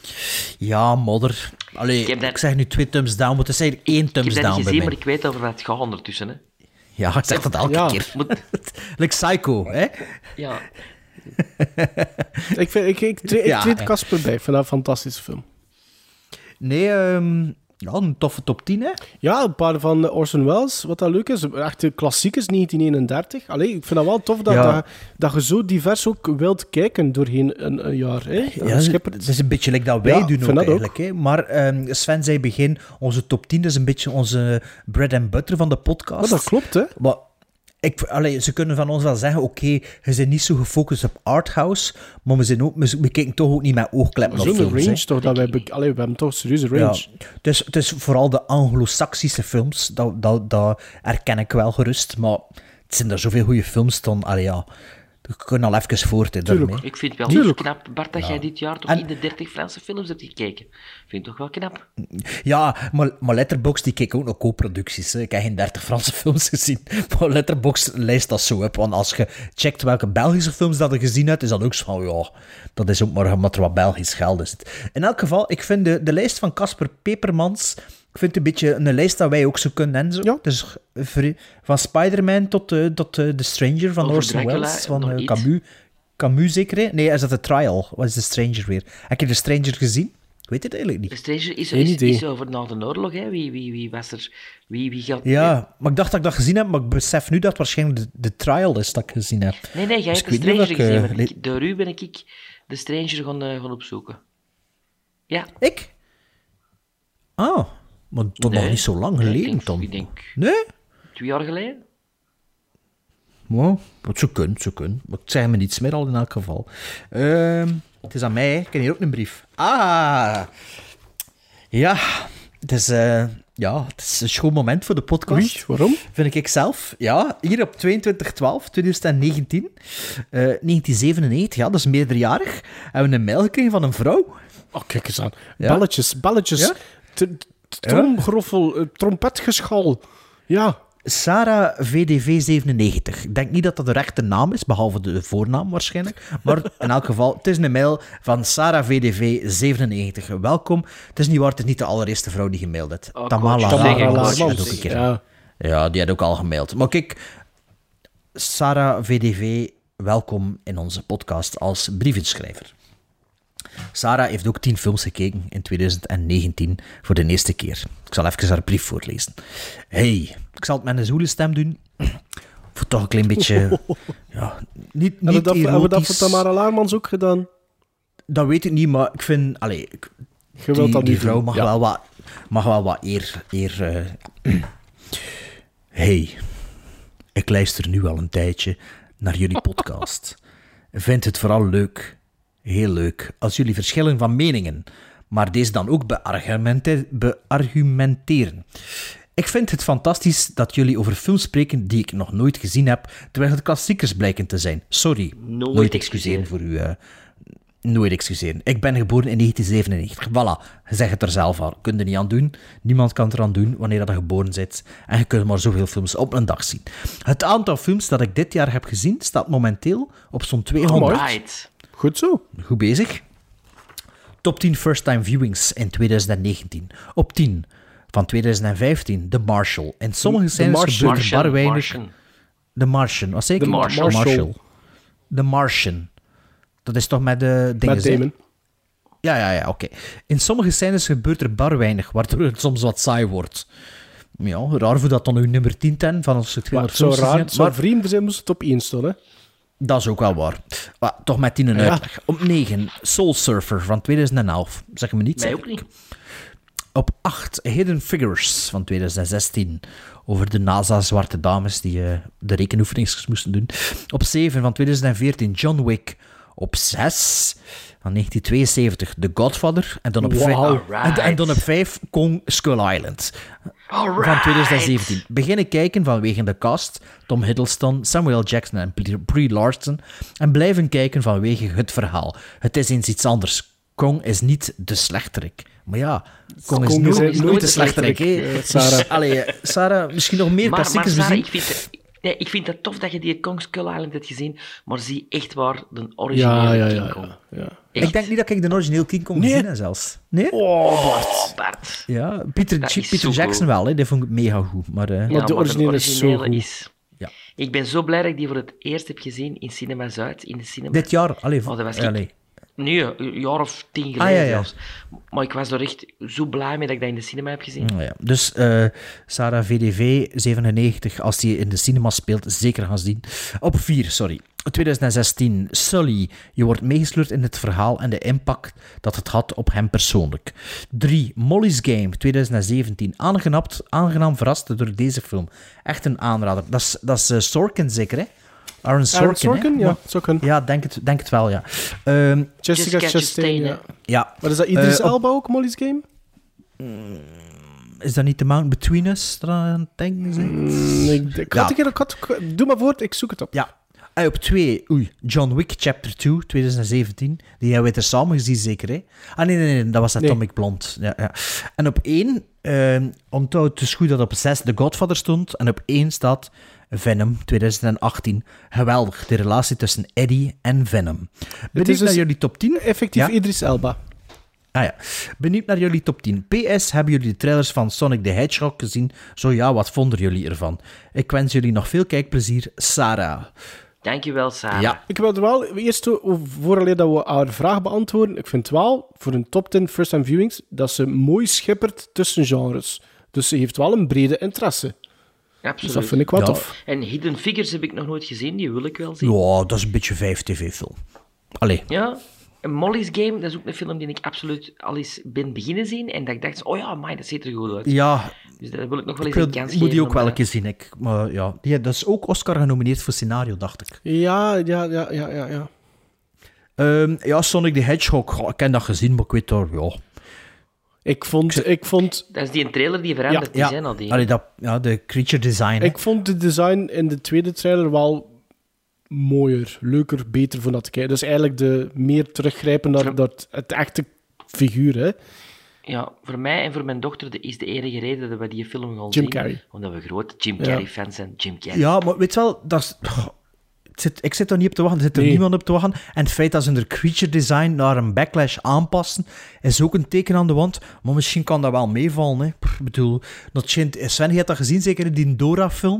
Ja, modder. Allee, ik, dat... ik zeg nu twee thumbs down, maar het is eigenlijk één thumbs down bij mij. Ik heb dat niet gezien, maar ik weet over wat het gaat ondertussen. Hè. Ja, ik zeg dat elke ja. keer. Like Psycho, hè? Ja. ik, vind, ik, ik, ik, ik ja, treed ja. Casper bij. Ik vind dat een fantastische film. Nee, um, ja, een toffe top tien, hè? Ja, een paar van Orson Welles, wat dat leuk is. Echt de klassiekers, negentien eenendertig. Allee, ik vind dat wel tof dat, ja. dat, dat je zo divers ook wilt kijken doorheen een, een jaar. Hè? Ja, het is een beetje like dat wij ja, doen ook eigenlijk. Hè? Maar um, Sven zei begin, onze top tien is een beetje onze bread and butter van de podcast. Maar dat klopt, hè? Maar ik, allee, ze kunnen van ons wel zeggen, oké, okay, je bent niet zo gefocust op arthouse, maar we, zijn ook, we, we kijken toch ook niet met oogkleppen op films. Zo'n range hè. toch, dat wij, allee, we hebben toch een serieuze range. Ja, het, is, het is vooral de Anglo-Saxische films, dat, dat, dat erken ik wel gerust, maar het zijn er zoveel goede films dan, allee ja, we kunnen al even voort hè, daarmee. Ik vind het wel Tuurlijk. knap, Bart, dat ja. jij dit jaar toch en... in de dertig Franse films hebt gekeken. Vind ik toch wel knap. Ja, maar, maar Letterboxd, die kijkt ook nog co-producties. Hè. Ik heb geen dertig Franse films gezien, maar Letterboxd lijst dat zo op. Want als je checkt welke Belgische films dat je gezien hebt, is dat ook zo van, ja, dat is ook maar omdat er wat Belgisch geld is. In elk geval, ik vind de, de lijst van Casper Pepermans, ik vind het een beetje een lijst dat wij ook zo kunnen en zo. Ja. Dus van Spider-Man tot, uh, tot uh, The Stranger van Over Orson Dracula, Welles, van nog uh, iets? Camus. Camus zeker, hè? Nee, is dat The Trial? Wat is The Stranger weer? Heb je The Stranger gezien? Ik weet het eigenlijk niet. De Stranger is, Geen is, idee. is over na de oorlog, hè. Wie, wie, wie was er? Wie, wie gaat... Ja, maar ik dacht dat ik dat gezien heb, maar ik besef nu dat het waarschijnlijk de, de Trial is dat ik gezien heb. Nee, nee, jij Dus hebt ik de weet niet Stranger of ik, gezien, uh, maar le- ik, door u ben ik de Stranger gaan, uh, gaan opzoeken. Ja. Ik? Ah, maar toch Nee. nog niet zo lang Nee, ik geleden denk- dan. Ik denk Nee? twee jaar geleden. Nou, wat zo kunnen, zo kunnen. Maar ik zeg me niets meer al in elk geval. Ehm, het is aan mij, hè. Ik heb hier ook een brief. Ah! Ja, het is, uh, ja, het is een schoon moment voor de podcast. Oei, waarom? Vind ik zelf. Ja, hier op tweeëntwintig twaalf tweeduizend negentien. Uh, negentien zevenennegentig, ja, dat is meerderjarig. Hebben we een mail gekregen van een vrouw. Oh, kijk eens aan. Ja. Belletjes, belletjes. Ja? T- t- Tromgroffel, eh, trompetgeschal. Ja. Sarah V D V zevenennegentig. Ik denk niet dat dat de rechte naam is, behalve de voornaam waarschijnlijk. Maar in elk geval, het is een mail van Sarah V D V zevenennegentig. Welkom. Het is niet waar, het is niet de allereerste vrouw die gemaild heeft. Oh, Tamala coach, Tamara Laarmans Laarmans. had ook een keer. Ja. Ja, die had ook al gemaild. Maar kijk, Sarah V D V, welkom in onze podcast als brievenschrijver. Sarah heeft ook tien films gekeken in tweeduizend negentien voor de eerste keer. Ik zal even haar brief voorlezen. Hey, ik zal het met een zoele stem doen. Voor toch een klein beetje... Ja, niet, Hebben we niet dat, hebben we dat voor erotisch. Tamara Laarmans ook gedaan? Dat weet ik niet, maar ik vind... Allee, ik- Je wilt die, dat die niet vrouw doen. mag, Ja. wel wat, mag wel wat eer... eer eh. Hey, ik luister nu al een tijdje naar jullie podcast. Vind het vooral leuk, heel leuk, als jullie verschillen van meningen, maar deze dan ook beargumente- beargumenteren. Ik vind het fantastisch dat jullie over films spreken die ik nog nooit gezien heb, terwijl het klassiekers blijken te zijn. Sorry, Nooit nooit, excuseren voor u. eh, nooit excuseren. Ik ben geboren in negentien zevenennegentig. Voilà, je zegt het er zelf al. Kun je er niet aan doen. Niemand kan het eraan doen wanneer je geboren bent. En je kunt maar zoveel films op een dag zien. Het aantal films dat ik dit jaar heb gezien staat momenteel op zo'n tweehonderd. Right. Goed zo. Goed bezig. Top tien first-time viewings in tweeduizend negentien. Op tien van tweeduizend vijftien, The Marshal. In sommige scènes Martian. gebeurt er bar Martian, weinig... Martian. The Martian, wat zei ik? The Marshal. Marshal. The Martian. Dat is toch met de dingen... Met Damon. Ja, ja, ja, oké. In sommige scènes gebeurt er bar weinig, waardoor het soms wat saai wordt. Ja, raar voor dat dan uw nummer tien ten van als het Maar het tweehonderd zou films raar, gezien het hebt, zou maar vreemd zijn moest het op één staan, hè? dat is ook wel waar. Maar toch met tien een Ja. uitleg. Op negen, Soul Surfer van tweeduizend elf. Zeg me niet. Mij zeg ook ik. niet. Op acht, Hidden Figures van tweeduizend zestien. Over de NASA-zwarte dames die uh, de rekenoefeningen moesten doen. Op zeven van tweeduizend veertien, John Wick. Op zes van negentien tweeënzeventig, The Godfather. En dan op, vijf, Wow. en, en dan op vijf, Kong Skull Island. Van tweeduizend zeventien. Beginnen kijken vanwege de cast, Tom Hiddleston, Samuel Jackson en Brie Larson. En blijven kijken vanwege het verhaal. Het is eens iets anders. Kong is niet de slechterik. Maar ja, Kong, Kong is is nooit, nooit nooit de de slechterik. slechterik, hè. eh, Sarah. Dus, allee, Sarah, misschien nog meer Maar, maar klassiekers Sarah, bezien. ik vind... Nee, ik vind het tof dat je die Kong Skull Island hebt gezien, maar zie echt waar de originele Ja, ja, King ja, Kong. ja, ja. Ik denk niet dat ik de origineel King Kong Nee. gezien heb zelfs. Nee? Oh, Oh, Bart. Ja, Peter, Dat Ch- is Peter zo Jackson cool. wel, hè. Die vond ik mega goed. Maar, uh, Ja, de maar originele is zo goed. is... Ja. Ik ben zo blij dat ik die voor het eerst heb gezien in Cinema Zuid, in de cinema. dit jaar, allee, Oh, dat was allee. ik... Nee, een jaar of tien geleden Ah, ja, ja. zelfs. Maar ik was er echt zo blij mee dat ik dat in de cinema heb gezien. Ja, ja. Dus uh, Sarah V D V zevenennegentig, als die in de cinema speelt, zeker gaan zien. Op vier, sorry. twintig zestien, Sully. Je wordt meegesleurd in het verhaal en de impact dat het had op hem persoonlijk. drie. Molly's Game, twintig zeventien. Aangenapt, aangenaam verrast door deze film. Echt een aanrader. Dat is, dat is uh, Sorkin zeker, hè? Aaron Sorkin, Aaron Sorkin, hè? ja, Maar- Sorkin. Ja, denk het, denk het wel, ja. Um, Jessica Jessica Chastain, Chastain, ja. ja. Maar is dat Idris Uh, op- Elba ook, Molly's Game? Is dat niet The Mountain Between Us dat aan het denken zijn? Mm, ik, ik had Ja. een keer, ik had, doe maar voort, ik zoek het op. Ja. En op twee, oei, John Wick Chapter twee, twintig zeventien. Die hebben we er samen gezien, zeker, hè? Ah, nee, nee, nee, dat was Nee. Atomic Blonde. Ja, ja. En op één, uh, onthoud dus goed dat op zes The Godfather stond. En op één staat Venom, twintig achttien. Geweldig, de relatie tussen Eddie en Venom. Benieuwd is naar dus jullie top tien? Effectief Ja? Idris Elba. Ah ja, benieuwd naar jullie top tien. P S, hebben jullie de trailers van Sonic the Hedgehog gezien? Zo ja, wat vonden jullie ervan? Ik wens jullie nog veel kijkplezier. Sarah. Dankjewel, Sarah. Ja. Ik wil er wel eerst, vooraleer dat we haar vraag beantwoorden, ik vind wel, voor een top tien first-time viewings, dat ze mooi schippert tussen genres. Dus ze heeft wel een brede interesse. Absoluut. Dus dat vind ik wel Ja. tof. En Hidden Figures heb ik nog nooit gezien, die wil ik wel zien. Ja, dat is een beetje vijf tv-film. Allee. Ja, en Molly's Game, dat is ook een film die ik absoluut al eens ben beginnen zien. En dat ik dacht, oh ja, amai, dat ziet er goed uit. Ja, Dus dat wil ik nog wel ik eens wil, een kans moet geven. die ook om wel een dat- keer zien. Ik, maar ja, die, dat is ook Oscar genomineerd voor scenario, dacht ik. Ja, ja, ja, ja, ja. ja. Um, ja, Sonic the Hedgehog, goh, ik heb dat gezien, maar ik weet daar, ja... Ik vond... Ik vond Dat is die trailer die veranderd ja, is, hè, nadien. allee, dat, ja, de creature design. hè. Ik vond de design in de tweede trailer wel mooier, leuker, beter voor dat te kijken. Dus eigenlijk de meer teruggrijpen naar, naar het echte figuur, hè. Ja, voor mij en voor mijn dochter de, is de enige reden dat we die film gaan Jim zien. Carrey. Omdat we grote Jim Ja. Carrey-fans zijn. Jim Carrey. Ja, maar weet je wel, dat is... goh, het zit, ik zit er niet op te wachten, er zit er Nee. niemand op te wachten. En het feit dat ze hun creature design naar een backlash aanpassen, is ook een teken aan de wand. Maar misschien kan dat wel meevallen, hè. Pff, Ik bedoel, dat schijnt- Sven, je hebt dat gezien, zeker in die Dora-film?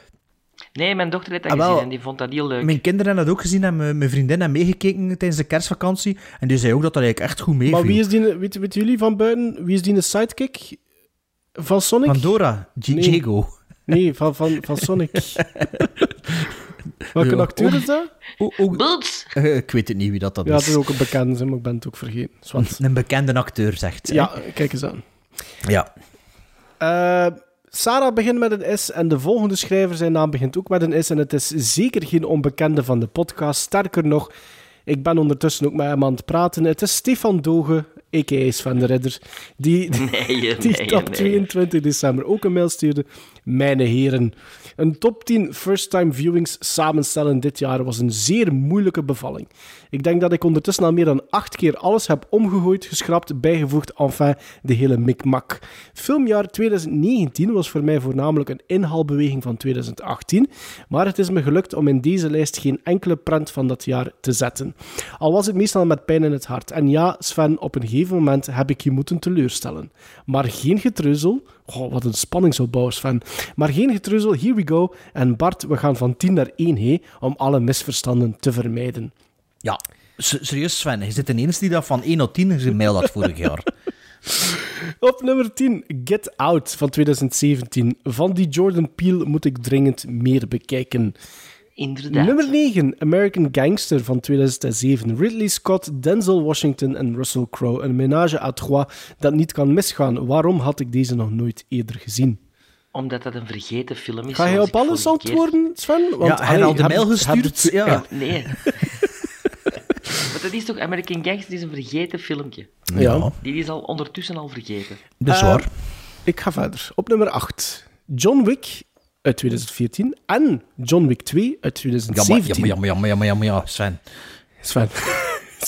Nee, mijn dochter heeft dat Ah, wel. gezien en die vond dat heel leuk. Mijn kinderen hebben dat ook gezien en mijn, mijn vriendin heeft meegekeken tijdens de kerstvakantie. En die zei ook dat dat eigenlijk echt goed meeviel. Maar wie is die, weet, weten jullie van buiten, wie is die een sidekick van Sonic? Van Dora, G- Nee. Jago. Nee, van, van, van Sonic. Welke Ja. acteur is dat? O- o- Boots! eh, ik weet het niet wie dat, dat Ja, is. het is ook een bekende, maar ik ben het ook vergeten. Zwart. Een bekende acteur, zegt ze. Ja, kijk eens aan. Ja. Eh, Sarah begint met een S en de volgende schrijver, zijn naam begint ook met een S. En het is zeker geen onbekende van de podcast. Sterker nog, ik ben ondertussen ook met hem aan het praten. Het is Stefan Doge, a k a. Sven de Ridder, die, Nee, nee, die op nee. tweeëntwintig december ook een mail stuurde. Mijn heren, een top tien first-time viewings samenstellen dit jaar was een zeer moeilijke bevalling. Ik denk dat ik ondertussen al meer dan acht keer alles heb omgegooid, geschrapt, bijgevoegd, enfin, de hele mikmak. Filmjaar twintig negentien was voor mij voornamelijk een inhaalbeweging van twintig achttien, maar het is me gelukt om in deze lijst geen enkele prent van dat jaar te zetten. Al was het meestal met pijn in het hart. En ja, Sven, op een gegeven moment heb ik je moeten teleurstellen. Maar geen getreuzel. Oh, wat een spanningsopbouw, Sven. Maar geen getreuzel, here we go. En Bart, we gaan van tien naar één, hé, om alle misverstanden te vermijden. Ja, S- serieus Sven, je zit de enige die dat van één tot tien gemaild had vorig jaar. Op nummer tien, Get Out van twintig zeventien. Van die Jordan Peele moet ik dringend meer bekijken. Inderdaad. Nummer negen, American Gangster van tweeduizend zeven. Ridley Scott, Denzel Washington en Russell Crowe. Een ménage à trois dat niet kan misgaan. Waarom had ik deze nog nooit eerder gezien? Omdat dat een vergeten film is. Ga je zoals op ik alles vorige keer- antwoorden, Sven? Ja, hij had al de heb- mail heb- gestuurd, heb- ja. Nee. Maar dat is toch... American Gangster is een vergeten filmpje. Ja. Die is al ondertussen al vergeten. Dat is Eh, waar. Ik ga verder. Op nummer acht, John Wick uit twintig veertien en John Wick twee uit twintig Jammer, zeventien. jammer, jammer, jammer, jammer, jammer, ja, Sven. Sven.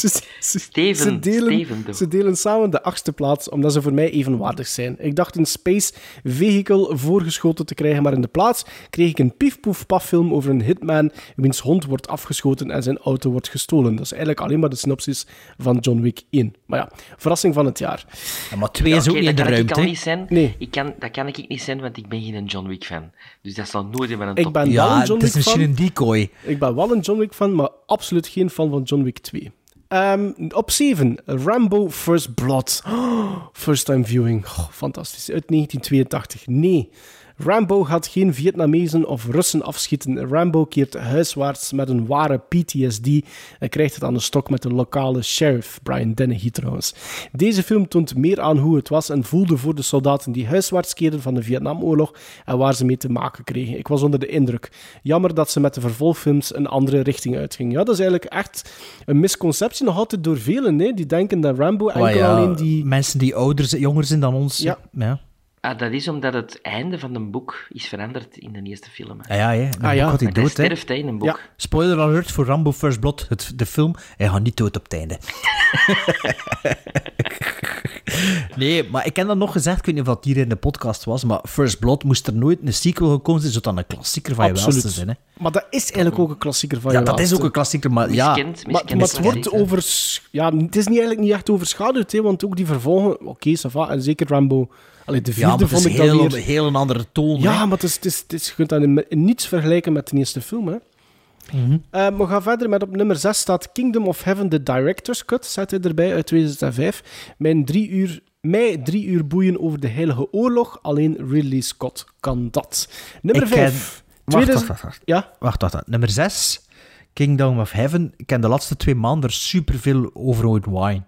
Steven, ze, delen, Steven toch? ze delen samen de achtste plaats, omdat ze voor mij evenwaardig zijn. Ik dacht een space vehicle voorgeschoten te krijgen, maar in de plaats kreeg ik een pief-poef-paf-film over een hitman wiens hond wordt afgeschoten en zijn auto wordt gestolen. Dat is eigenlijk alleen maar de synopsis van John Wick één. Maar ja, verrassing van het jaar. Ja, maar twee Ja, is ook oké, niet in de dat kan ik ruimte. al hè? niet zijn. Nee. Ik kan, dat kan ik niet zijn, want ik ben geen John Wick-fan. Dus dat zal nooit in mijn Ik top ben tien. wel Ja, een John het is Wick fan. misschien een decoy. Ik ben wel een John Wick fan, maar absoluut geen fan van John Wick twee. Um, op zeven, Rambo First Blood. Oh, first time viewing. Oh, fantastisch. Uit negentien tweeëntachtig. Nee. Rambo gaat geen Vietnamezen of Russen afschieten. Rambo keert huiswaarts met een ware P T S D en krijgt het aan de stok met de lokale sheriff, Brian Dennehy trouwens. Deze film toont meer aan hoe het was en voelde voor de soldaten die huiswaarts keerden van de Vietnamoorlog en waar ze mee te maken kregen. Ik was onder de indruk. Jammer dat ze met de vervolgfilms een andere richting uitgingen. Ja, dat is eigenlijk echt een misconceptie nog altijd door velen, hè, die denken dat Rambo enkel Maar ja, alleen die... mensen die ouder zijn, jonger zijn dan ons. Ja. ja. Ah, dat is omdat het einde van een boek is veranderd in de eerste film. hè. Ah ja, hè. Ah, ja. Gaat hij Want hij dood, hè. sterft hè, in een boek. Ja. Spoiler alert voor Rambo First Blood, het, de film. Hij gaat niet dood op het einde. Nee, maar ik heb dat nog gezegd, ik weet niet of dat hier in de podcast was, maar First Blood moest er nooit een sequel gekomen zijn, zodat een klassieker van je welste Absoluut. zijn. Hè. Maar dat is eigenlijk ook een klassieker van Ja, je dat is welste. ook een klassieker, maar ja... Miskend, Maar, miskend maar het wordt klassiek, hè. over... Ja, het is niet, eigenlijk niet echt overschaduwd, hè, want ook die vervolgen... Oké, okay, ça va, en zeker Rambo... Allee, de Ja, vierde maar het vond is ik dan heel, weer... heel een andere toon. Ja, hè. maar het is, het is, het is, je kunt dat in, in niets vergelijken met de eerste film, hè. Mhm. Uh, we gaan verder met op nummer zes staat Kingdom of Heaven, de Director's Cut, zet hij erbij, uit tweeduizend vijf. Mijn drie uur... Mij drie uur boeien over de Heilige Oorlog, alleen Ridley Scott kan dat. Nummer Ik vijf. ken- Wacht, tweeduizend wacht, wacht, wacht. Ja? Wacht, wacht, wacht. Nummer zes, Kingdom of Heaven. Ik ken de laatste twee maanden er superveel over ooit wine.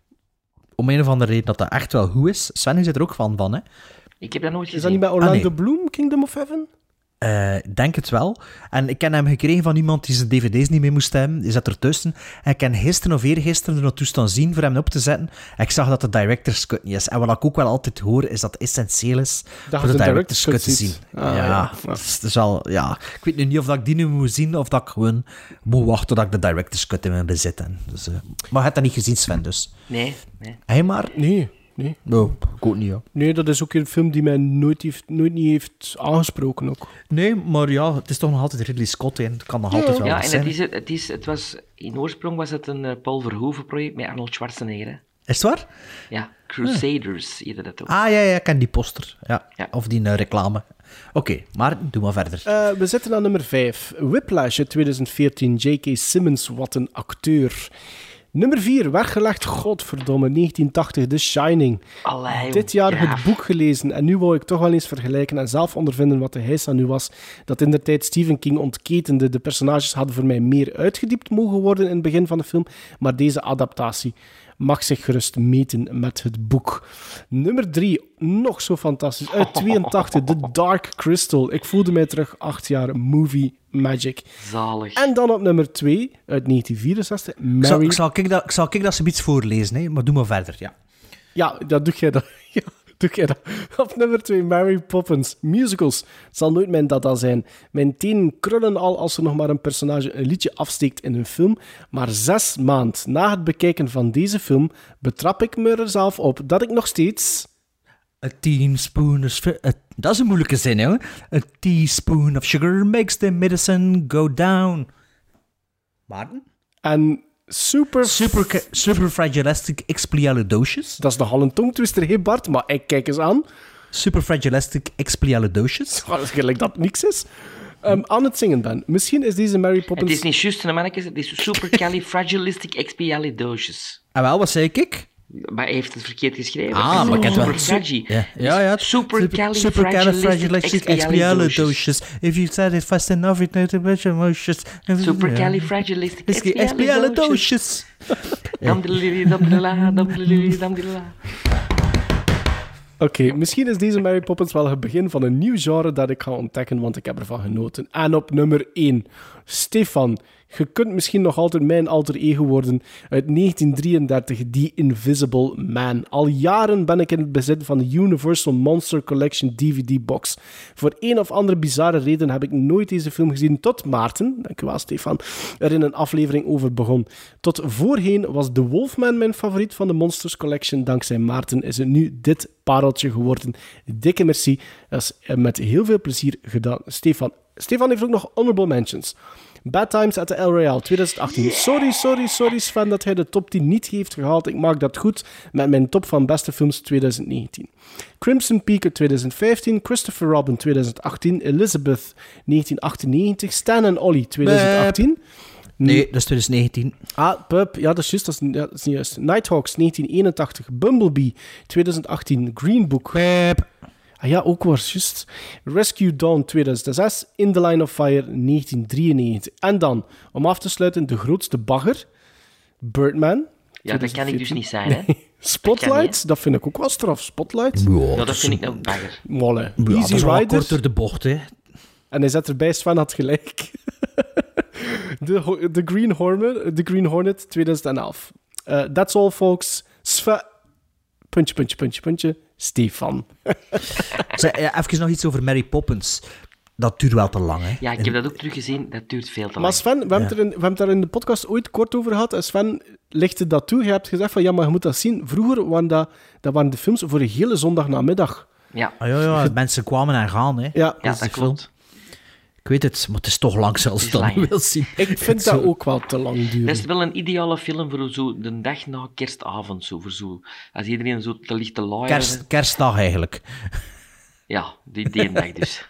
Om een of andere reden dat dat echt wel goed is. Sven is er ook van, van hè? Ik heb dat nooit gezien. Is dat niet bij Orlando Ah, nee. Bloom, Kingdom of Heaven? Eh, Ik denk het wel. En ik ken hem gekregen van iemand die zijn dvd's niet mee moest hebben. Die zat ertussen. En ik ken gisteren of eergisteren er naartoe staan zien voor hem op te zetten. En ik zag dat de director's cut niet is. En wat ik ook wel altijd hoor, is dat het essentieel is Dat voor je de de director's cut te ziet. zien. Ah, ja, ja. Dus, dus al, ja. Ik weet nu niet of dat ik die nu moet zien, of dat ik gewoon moet wachten tot ik de director's cut in mijn bezit heb. Dus, uh, maar je hebt dat niet gezien, Sven, dus. Nee, nee. Hij maar? Nee, nee. Oh, ik ook niet, ja. Nee, dat is ook een film die mij nooit, heeft, nooit niet heeft aangesproken ook. Nee, maar ja, het is toch nog altijd Ridley Scott, hè. Het kan nog altijd wel Ja, wat en zijn. het, is, het, is, het was... In oorsprong was het een uh, Paul Verhoeven-project met Arnold Schwarzenegger, hè. Is het waar? Ja, Crusaders heette dat ook. Ah, ja, ja, ik ken die poster. Ja. Ja. Of die uh, reclame. Oké, okay, maar doe maar verder. Uh, we zitten aan nummer vijf. Whiplash uit tweeduizend veertien. J K. Simmons, wat een acteur. Nummer vier, weggelegd, godverdomme, negentien tachtig, The Shining. Allee, Dit jaar ja. het boek gelezen en nu wou ik toch wel eens vergelijken en zelf ondervinden wat de heisa nu was. Dat in de tijd Stephen King ontketende, de personages hadden voor mij meer uitgediept mogen worden in het begin van de film, maar deze adaptatie mag zich gerust meten met het boek. Nummer drie, nog zo fantastisch, uit tweeëntachtig, The Dark Crystal. Ik voelde mij terug acht jaar movie magic. Zalig. En dan op nummer twee, uit negentien vierenzestig, Ik zal, Mary... ik, zal, ik, dat, ik zal ik dat zoiets voorlezen, hè, maar doe maar verder, ja. Ja, dat doe jij dat. Ja, doe jij dat. Op nummer twee, Mary Poppins. Musicals. Het zal nooit mijn dada zijn. Mijn tenen krullen al als er nog maar een personage een liedje afsteekt in een film. Maar zes maand na het bekijken van deze film betrap ik me er zelf op dat ik nog steeds... A teaspoon of... a- dat is een moeilijke zin, hè. A teaspoon of sugar makes the medicine go down. Maarten? En super... Super, superfragilistic expialidocious. Dat is nogal een tongtwister, hè Bart? Maar ik kijk eens aan. Superfragilistic expialidocious. Oh, dat is gelijk dat niks is. Um, aan het zingen ben. Misschien is deze Mary Poppins... Het is niet juist, hè, mannetjes. Het is supercalifragilisticexpialidocious. En wel, wat zei ik? Maar hij heeft het verkeerd geschreven. Ah, maar ik heb het wel... Superfragi. Ja, ja. ja. Supercalifragilisticexpialidocious. If you said it fast enough, it knows the emotions. Supercalifragilisticexpialidocious. Damdelili, damdelila, damdelili, damdelila. Oké, okay, misschien is deze Mary Poppins wel het begin van een nieuw genre dat ik ga ontdekken, want ik heb ervan genoten. En op nummer één, Stefan, Je kunt misschien nog altijd mijn alter ego worden uit negentien drieëndertig, The Invisible Man. Al jaren ben ik in het bezit van de Universal Monster Collection D V D-box. Voor een of andere bizarre reden heb ik nooit deze film gezien tot Maarten, dankjewel Stefan, er in een aflevering over begon. Tot voorheen was The Wolfman mijn favoriet van de Monsters Collection. Dankzij Maarten is het nu dit pareltje geworden. Dikke merci. Dat is met heel veel plezier gedaan. Stefan. Stefan heeft ook nog honorable mentions. Bad Times at the El Royale twintig achttien. Sorry, sorry, sorry Sven dat hij de top tien niet heeft gehaald. Ik maak dat goed met mijn top van beste films twintig negentien. Crimson Peak twintig vijftien. Christopher Robin twintig achttien. Elizabeth negentien achtennegentig. Stan en Ollie twintig achttien. Nee, dat is twintig negentien. Ah, Pup, ja, dat is juist, dat is, ja, dat is niet juist. Nighthawks negentien eenentachtig. Bumblebee twintig achttien. Green Book. Pup. Ah ja, ook was juist. Rescue Dawn tweeduizend zes. In the Line of Fire negentien drieënnegentig. En dan, om af te sluiten, de grootste bagger. Birdman. Ja, dat kan ik dus niet zijn, hè. Spotlight, dat, dat vind ik ook wel straf. Spotlight. Ja, nou, dat vind ik nou bagger. Molle. Ja, Easy dat is wel Rider. kort door de bocht, hè. En hij zet erbij, Sven had gelijk. De, de, Green Hornet, de Green Hornet twintig elf. Uh, that's all, folks. Sven... Puntje, puntje, puntje, puntje. Stefan. Zeg, ja, even nog iets over Mary Poppins. Dat duurt wel te lang, hè. Ja, ik heb dat ook teruggezien. Dat duurt veel te lang. Maar Sven, we hebben, ja. er in, we hebben het daar in de podcast ooit kort over gehad. En Sven lichtte dat toe. Je hebt gezegd van, ja, maar je moet dat zien. Vroeger waren dat, dat waren de films voor een hele zondagnamiddag. Ja. Ah, ja, ja, mensen kwamen en gaan, hè. Ja, ja dat, dat klopt. Ik weet het, maar het is toch lang zelfs is dan lang, je wil zien. Ik vind dat ook wel te lang duren. Dat is wel een ideale film voor zo de dag na kerstavond. Zo, voor zo, als iedereen zo te ligt te laaien. Kerst, kerstdag eigenlijk. Ja, die, die dag dus.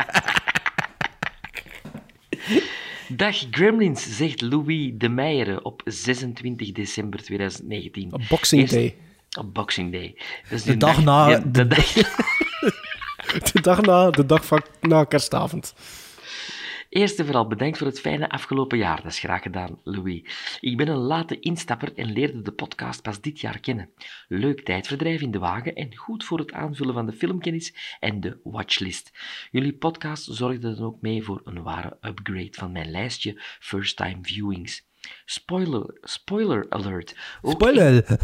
Dag Gremlins, zegt Louis de Meijeren op zesentwintig december tweeduizend negentien. Op Boxing Eerst, Day. Op Boxing Day. Dus de, dag dag na... Ja, de, de, dag... de dag na, de dag van, na kerstavond. Eerst en vooral bedankt voor het fijne afgelopen jaar. Dat is graag gedaan, Louis. Ik ben een late instapper en leerde de podcast pas dit jaar kennen. Leuk tijdverdrijf in de wagen en goed voor het aanvullen van de filmkennis en de watchlist. Jullie podcast zorgde dan ook mee voor een ware upgrade van mijn lijstje First Time Viewings. Spoiler, spoiler alert. Ook Spoiler! En...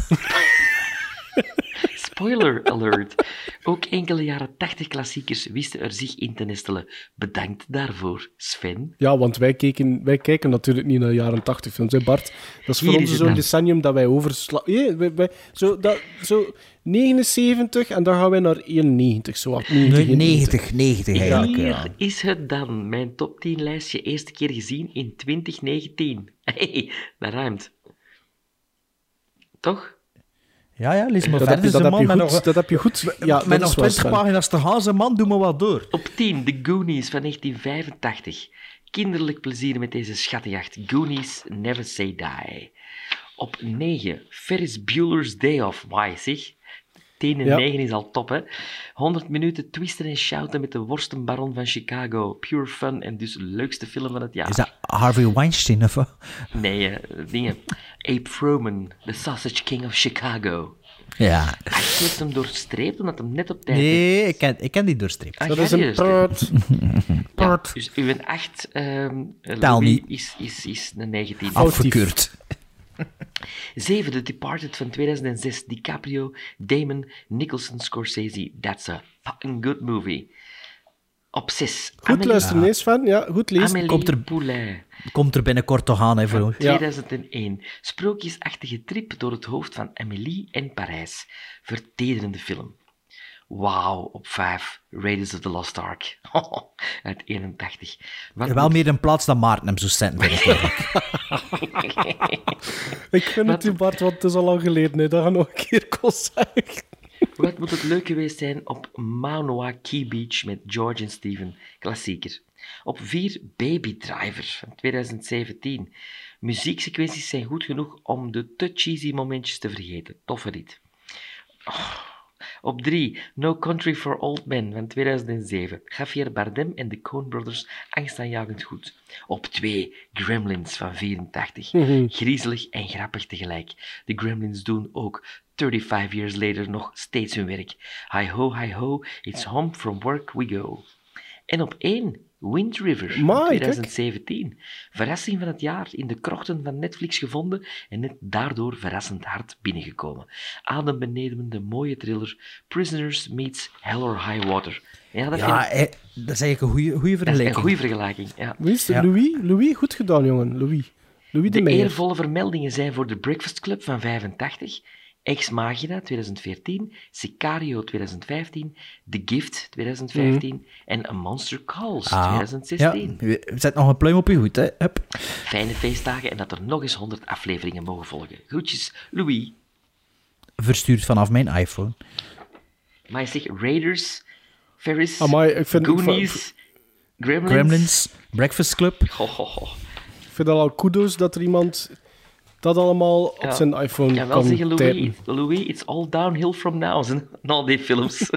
Spoiler alert. Ook enkele jaren tachtig klassiekers wisten er zich in te nestelen. Bedankt daarvoor, Sven. Ja, want wij, keken, wij kijken natuurlijk niet naar jaren tachtig films, hè Bart? Dat is voor Hier ons is zo'n het decennium dat wij overslaan. Ja, wij, wij, zo, dat, zo negenenzeventig en dan gaan wij naar eenennegentig. Zo, negentig, negentig, negentig eigenlijk. Hier Ja. is het dan. Mijn top tien lijstje eerste keer gezien in twintig negentien. Hey, dat ruimt. Toch? Ja, ja, lees maar dat verder. heb je, dat, man, heb je met goed, nog, dat heb je goed. Ja, met nog twintig pagina's te gaan, zijn man, doe maar wat door. Op tien, The Goonies van negentien vijfentachtig. Kinderlijk plezier met deze schattenjacht. Goonies, Never Say Die. Op negen, Ferris Bueller's Day Off. Why, zeg? tien en Ja. negen is al top, hè? honderd minuten twisten en shouten met de worstenbaron van Chicago. Pure fun en dus leukste film van het jaar. Is dat Harvey Weinstein of wat? Nee, uh, dingen. Abe Froman, The Sausage King of Chicago. Ja. Hij heeft hem doorstreept omdat hem net op tijd... Nee, ik ken, ik ken die doorstreept. Ah, Dat jij is een die doorstreept? prut. Ja, Prut. dus uw acht, um, Tel Louis, niet. is, is, is een negentien. Afgekeurd. zeven, The Departed van tweeduizend zes. DiCaprio, Damon, Nicholson, Scorsese. That's a fucking good movie. Op zes, Goed luisteren, nee, Sven. Ja, goed lezen. Amélie Komt er- Poulain. Komt er binnenkort toch aan, hè, voor ons. Ja. tweeduizend één. Sprookjesachtige trip door het hoofd van Amélie en Parijs. Vertederende film. Wauw, op vijf. Raiders of the Lost Ark. Uit eenentachtig. Wat Wel moet- meer een plaats dan Maarten hem zo centen vind ik. Ik vind het u, Bart, want het is al lang geleden. Hè. Dat gaan we nog een keer kost zeggen. Wat moet het leuk geweest zijn op Mauna Kea Beach met George en Steven, klassieker. Op vier, Baby Driver van tweeduizend zeventien. Muzieksequenties zijn goed genoeg om de te cheesy momentjes te vergeten. Toffe rit. Oh. Op drie, No Country for Old Men van tweeduizend zeven. Javier Bardem en de Coen Brothers, angstaanjagend goed. Op twee, Gremlins van vierentachtig. Griezelig en grappig tegelijk. De Gremlins doen ook vijfendertig years later nog steeds hun werk. Hi ho, hi ho, it's home from work we go. En op één, Wind River van Amai, twintig zeventien. Verrassing van het jaar, in de krochten van Netflix gevonden en net daardoor verrassend hard binnengekomen. Adembenemende mooie thriller Prisoners meets Hell or High Water. Ja, dat, Ja, vind ik- eh, dat is eigenlijk een goede dat is vergelijking. een goede vergelijking. Ja. Wie is het? Ja. Louis? Louis, goed gedaan, jongen. Louis. Louis de, De Meijer. eervolle vermeldingen zijn voor The Breakfast Club van vijfentachtig, Ex Machina twintig veertien, Sicario twintig vijftien, The Gift twintig vijftien en A Monster Calls Ah, twintig zestien. ja, we- zet nog een pluim op je goed, hè. Hup. Fijne feestdagen en dat er nog eens honderd afleveringen mogen volgen. Groetjes, Louis. Verstuurd vanaf mijn iPhone. Maar je zegt Raiders, Ferris, Amai, ik vind- Goonies, Gremlins. Gremlins, Breakfast Club. Ho, ho, ho. Ik vind dat al kudos dat er iemand dat allemaal op Ja. zijn iPhone Ik kan wel kan zeggen, Louis, typen. Louis, it's all downhill from now. Zijn al die films.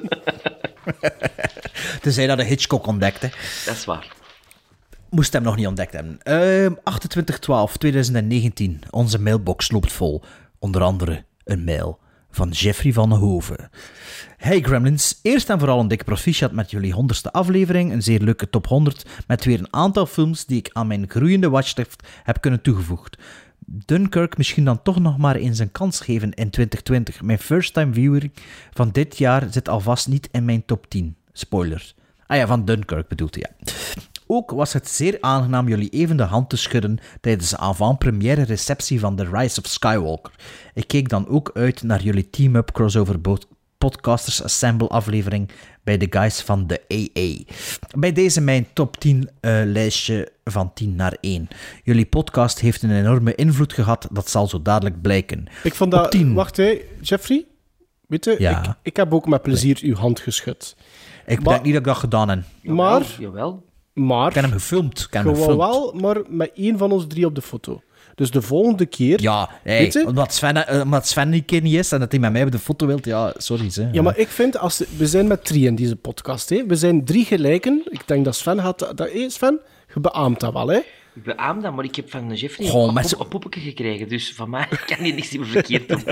Tenzij dat de Hitchcock ontdekte. Dat is waar. Moest hem nog niet ontdekt hebben. Ehm, achtentwintig twaalf tweeduizend negentien. Onze mailbox loopt vol. Onder andere een mail van Jeffrey van Hoven. Hey Gremlins, eerst en vooral een dik proficiat met jullie honderdste aflevering. Een zeer leuke top honderd met weer een aantal films die ik aan mijn groeiende watchlist heb kunnen toegevoegd. Dunkirk misschien dan toch nog maar eens een kans geven in twintig twintig. Mijn first time viewing van dit jaar zit alvast niet in mijn top tien. Spoilers. Ah ja, van Dunkirk bedoelt hij, ja. Ook was het zeer aangenaam jullie even de hand te schudden tijdens de avant-première receptie van The Rise of Skywalker. Ik keek dan ook uit naar jullie team-up crossover bo- Podcasters Assemble aflevering bij de guys van de A A. Bij deze mijn top tien uh, lijstje van tien naar één. Jullie podcast heeft een enorme invloed gehad, dat zal zo dadelijk blijken. Ik vond Op dat... tien. Wacht, hè, Jeffrey? Weet je, Ja. ik, ik heb ook met plezier uw hand geschud. Ik Maar- denk niet dat ik dat gedaan heb. Maar... Jawel. Maar... Ik heb hem gefilmd. Ik heb hem Gewoon gefilmd. wel, maar met één van ons drie op de foto. Dus de volgende keer... Ja, hey, Weet je? omdat, Sven, eh, omdat Sven die keer niet is en dat hij met mij op de foto wilt, ja, sorry. Hè. Ja, maar ik vind, als we zijn met drie in deze podcast, hè. We zijn drie gelijken. Ik denk dat Sven had... Dat, hé, Sven, je beaamt dat wel, hè? Ik beaam dat, maar ik heb van Jeffrey Goh, een, met een, z'n- een poepetje gekregen, dus van mij kan hij niks meer verkeerd doen.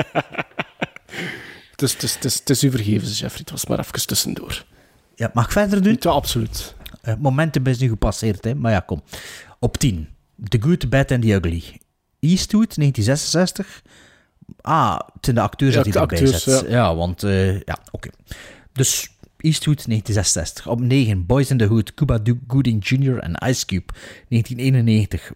Het is, het, is, het, is, het is u vergeven, Jeffrey. Het was maar even tussendoor. Ja, mag ik verder doen? Ja, absoluut. Uh, momentum is nu gepasseerd, hè? Maar ja, kom. Op tien. The Good, The Bad and The Ugly. Eastwood, negentien zesenzestig. Ah, het zijn de acteurs Ja, dat de hij erbij acteurs, zet. ja. Ja, want... eh, ja, oké. Dus Eastwood, negentien zesenzestig. Op negen. Boys in the Hood, Cuba Gooding junior en Ice Cube, negentien eenennegentig.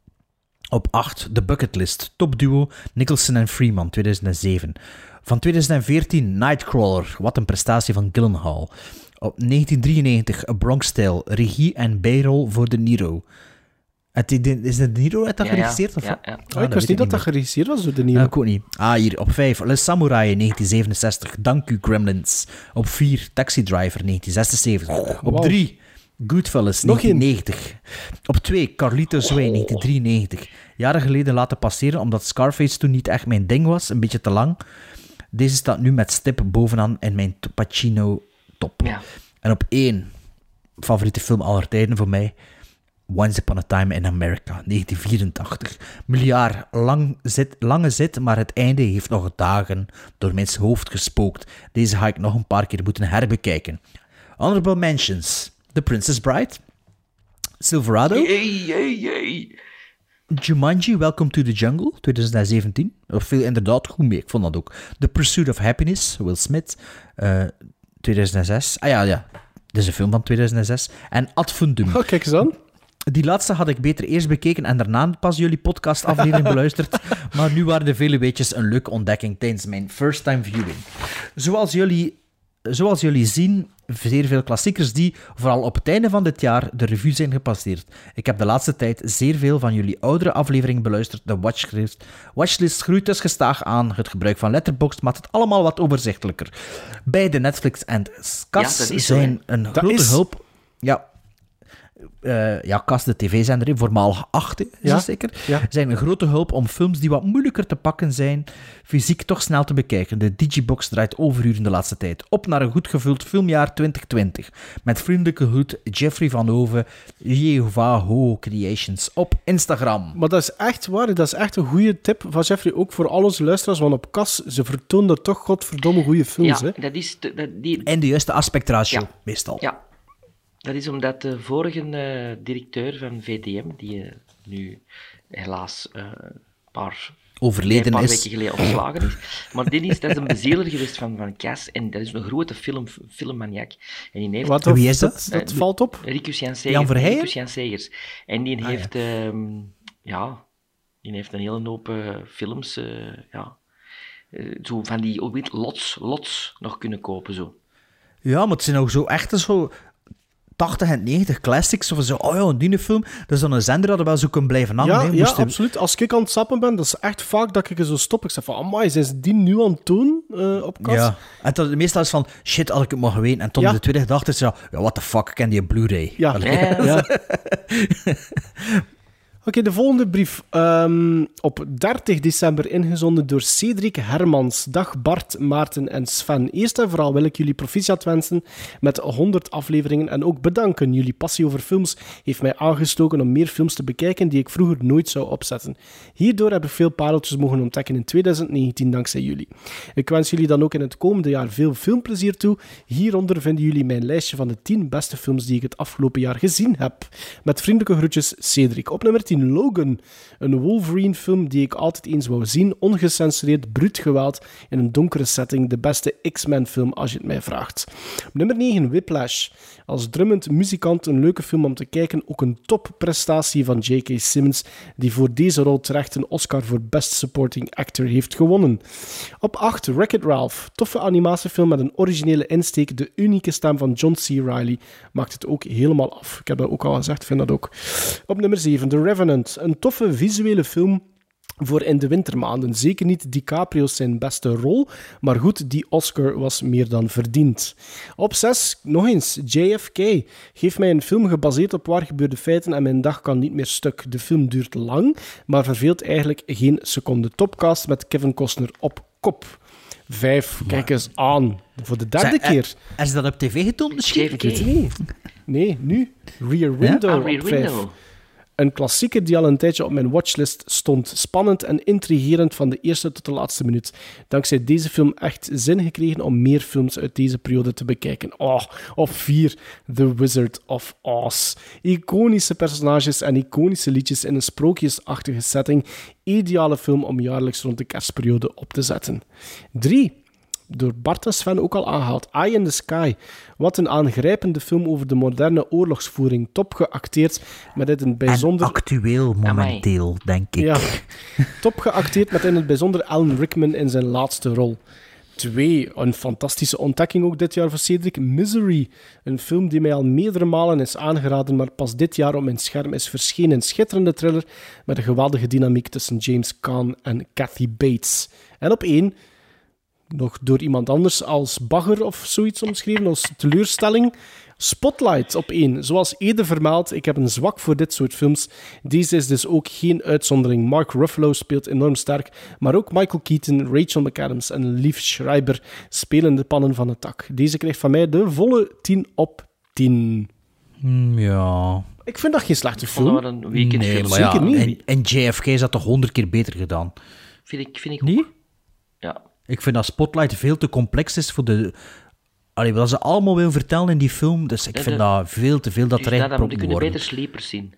Op acht. The Bucket List. Topduo Nicholson en Freeman, tweeduizend zeven. Van tweeduizend veertien. Nightcrawler. Wat een prestatie van Gyllenhaal. Op negentien drieënnegentig. A Bronx Tale. Regie en bijrol voor De Niro. Het, is De Niro uit dat Ja, ja. geregisseerd? Of Ja, wat? ja. Ah, Oh, ik weet wist niet dat dat meer. geregisseerd was door De Ja, Niro. ik ook niet. Ah, hier op vijf. Le Samurai, negentien zevenenzestig. Dank u, Gremlins. Op vier. Taxi Driver, negentien zesenzeventig. Op wauw. drie. Goodfellas, Nog één. negentien negentig. Op twee. Carlito Way, negentien drieënnegentig. Jaren geleden laten passeren, omdat Scarface toen niet echt mijn ding was. Een beetje te lang. Deze staat nu met stip bovenaan in mijn Pacino top. Ja. En op één. Favoriete film aller tijden voor mij. Once Upon a Time in America, negentien vierentachtig. Miljard lang zit, lange zit, maar het einde heeft nog dagen door mijn hoofd gespookt. Deze ga ik nog een paar keer moeten herbekijken. Honorable mentions. The Princess Bride. Silverado. Hey, hey, hey. Jumanji, Welcome to the Jungle, tweeduizend zeventien. Dat viel inderdaad goed mee, ik vond dat ook. The Pursuit of Happiness, Will Smith, uh, tweeduizend zes. Ah ja, ja, dit is een film van tweeduizend zes. En Ad Fundum. Oh, kijk eens aan. Die laatste had ik beter eerst bekeken en daarna pas jullie podcastaflevering beluisterd. Maar nu waren de vele weetjes een leuke ontdekking tijdens mijn first time viewing. Zoals jullie, zoals jullie zien, zeer veel klassiekers die, vooral op het einde van dit jaar, de revue zijn gepasseerd. Ik heb de laatste tijd zeer veel van jullie oudere afleveringen beluisterd. De watchlist, watchlist groeit dus gestaag aan. Het gebruik van Letterboxd maakt het allemaal wat overzichtelijker. Beide Netflix en Cas Ja, dat is zo, zijn hè. een Dat grote is- hulp... Ja... Uh, ja, Cas, de tv-zender, voormalig acht, is Ja, dat zeker? ja. Zijn een grote hulp om films die wat moeilijker te pakken zijn, fysiek toch snel te bekijken. De Digibox draait overuren de laatste tijd. Op naar een goed gevuld filmjaar twintig twintig. Met vriendelijke groet, Jeffrey van Hoven, Jehovah Ho Creations op Instagram. Maar dat is echt waar. Dat is echt een goede tip van Jeffrey, ook voor al onze luisteraars. Want op Cas, ze vertoonden toch godverdomme goede films. Ja, Hè? dat is... te- Dat, die, En de juiste aspectratio, Ja. meestal. ja. Dat is omdat de vorige uh, directeur van V T M, die uh, nu helaas uh, een paar, overleden een paar is. weken geleden ontslagen is, maar die is, dat is een bezieler geweest van, van Cas en dat is een grote film, filmmaniak. En die heeft, Wat en wie is dat? dat? Dat, dat uh, valt op? Ricus Jan Segers. Jan Verheijen? Ricus Jan Segers. En die ah, heeft, ja. Um, ja, die heeft een hele hoop uh, films, uh, ja, uh, zo van die oh, weet, lots, lots nog kunnen kopen, zo. Ja, maar het zijn ook zo echt zo tachtig en negentig classics of zo. Oh ja, een die film. Dat is dan een zender dat er wel zo kunnen blijven hangen. Ja, hè. ja Moest je- absoluut. Als ik aan het sappen ben, dat is echt vaak dat ik er zo stop. Ik zeg van, amai, zijn ze die nu aan het doen uh, op kast? Ja, en dat, meestal is van, shit, had ik het maar geweten. En toen Ja. de tweede gedachte is, ja, ja, what the fuck, ik ken die Blu-ray. Ja. Allee. Ja. Ja. Oké, de volgende brief. Um, op dertig december ingezonden door Cedric Hermans. Dag Bart, Maarten en Sven. Eerst en vooral wil ik jullie proficiat wensen met honderd afleveringen en ook bedanken. Jullie passie over films heeft mij aangestoken om meer films te bekijken die ik vroeger nooit zou opzetten. Hierdoor heb ik veel pareltjes mogen ontdekken in twintig negentien dankzij jullie. Ik wens jullie dan ook in het komende jaar veel filmplezier toe. Hieronder vinden jullie mijn lijstje van de tien beste films die ik het afgelopen jaar gezien heb. Met vriendelijke groetjes, Cedric. Op nummer tien Logan, een Wolverine-film die ik altijd eens wou zien, ongecensureerd bruut geweld in een donkere setting, de beste X-Men-film als je het mij vraagt. Op nummer negen Whiplash, als drummend muzikant een leuke film om te kijken, ook een topprestatie van J K. Simmons, die voor deze rol terecht een Oscar voor Best Supporting Actor heeft gewonnen. Op acht Wreck-It Ralph, toffe animatiefilm met een originele insteek, de unieke stem van John C. Reilly maakt het ook helemaal af. Ik heb dat ook al gezegd, vind dat ook. Op nummer zeven The Revenant, een toffe visuele film voor in de wintermaanden. Zeker niet DiCaprio zijn beste rol, maar goed, die Oscar was meer dan verdiend. Op zes, nog eens, J F K. Geef mij een film gebaseerd op waar gebeurde feiten en mijn dag kan niet meer stuk. De film duurt lang, maar verveelt eigenlijk geen seconde. Topcast met Kevin Costner op kop. Vijf, kijk eens aan. Voor de derde Zeg, eh, keer. Is dat op tv getoond misschien? J F K. Ik weet het niet. Nee, nu. Rear Window Ah, op Rear vijf. Window. Een klassieker die al een tijdje op mijn watchlist stond. Spannend en intrigerend van de eerste tot de laatste minuut. Dankzij deze film echt zin gekregen om meer films uit deze periode te bekijken. Oh, op vier, The Wizard of Oz. Iconische personages en iconische liedjes in een sprookjesachtige setting. Ideale film om jaarlijks rond de kerstperiode op te zetten. drie. Door Bart en Sven ook al aangehaald. Eye in the Sky. Wat een aangrijpende film over de moderne oorlogsvoering. Top geacteerd met in het bijzonder... En actueel momenteel, denk ik. Ja, top geacteerd met in het bijzonder Alan Rickman in zijn laatste rol. Twee, een fantastische ontdekking ook dit jaar voor Cedric. Misery, een film die mij al meerdere malen is aangeraden, maar pas dit jaar op mijn scherm is verschenen. Een schitterende thriller met een geweldige dynamiek tussen James Caan en Kathy Bates. En op één... nog door iemand anders als bagger of zoiets omschreven, als teleurstelling. Spotlight op één. Zoals eerder vermeld, ik heb een zwak voor dit soort films. Deze is dus ook geen uitzondering. Mark Ruffalo speelt enorm sterk, maar ook Michael Keaton, Rachel McAdams en Liev Schreiber spelen de pannen van het dak. Deze krijgt van mij de volle tien op tien. Mm, ja... Ik vind dat geen slechte vond film. dat een weekend Nee, film. maar ja, Zeker niet. En, en J F K is dat toch honderd keer beter gedaan? Vind ik, vind ik Niet? ook. Ja. Ik vind dat Spotlight veel te complex is voor de... Allee, wat ze allemaal willen vertellen in die film, dus ik Ja, vind de- dat veel te veel dat Dus erin daar gepropt die kunnen wordt. beter sleepers zien.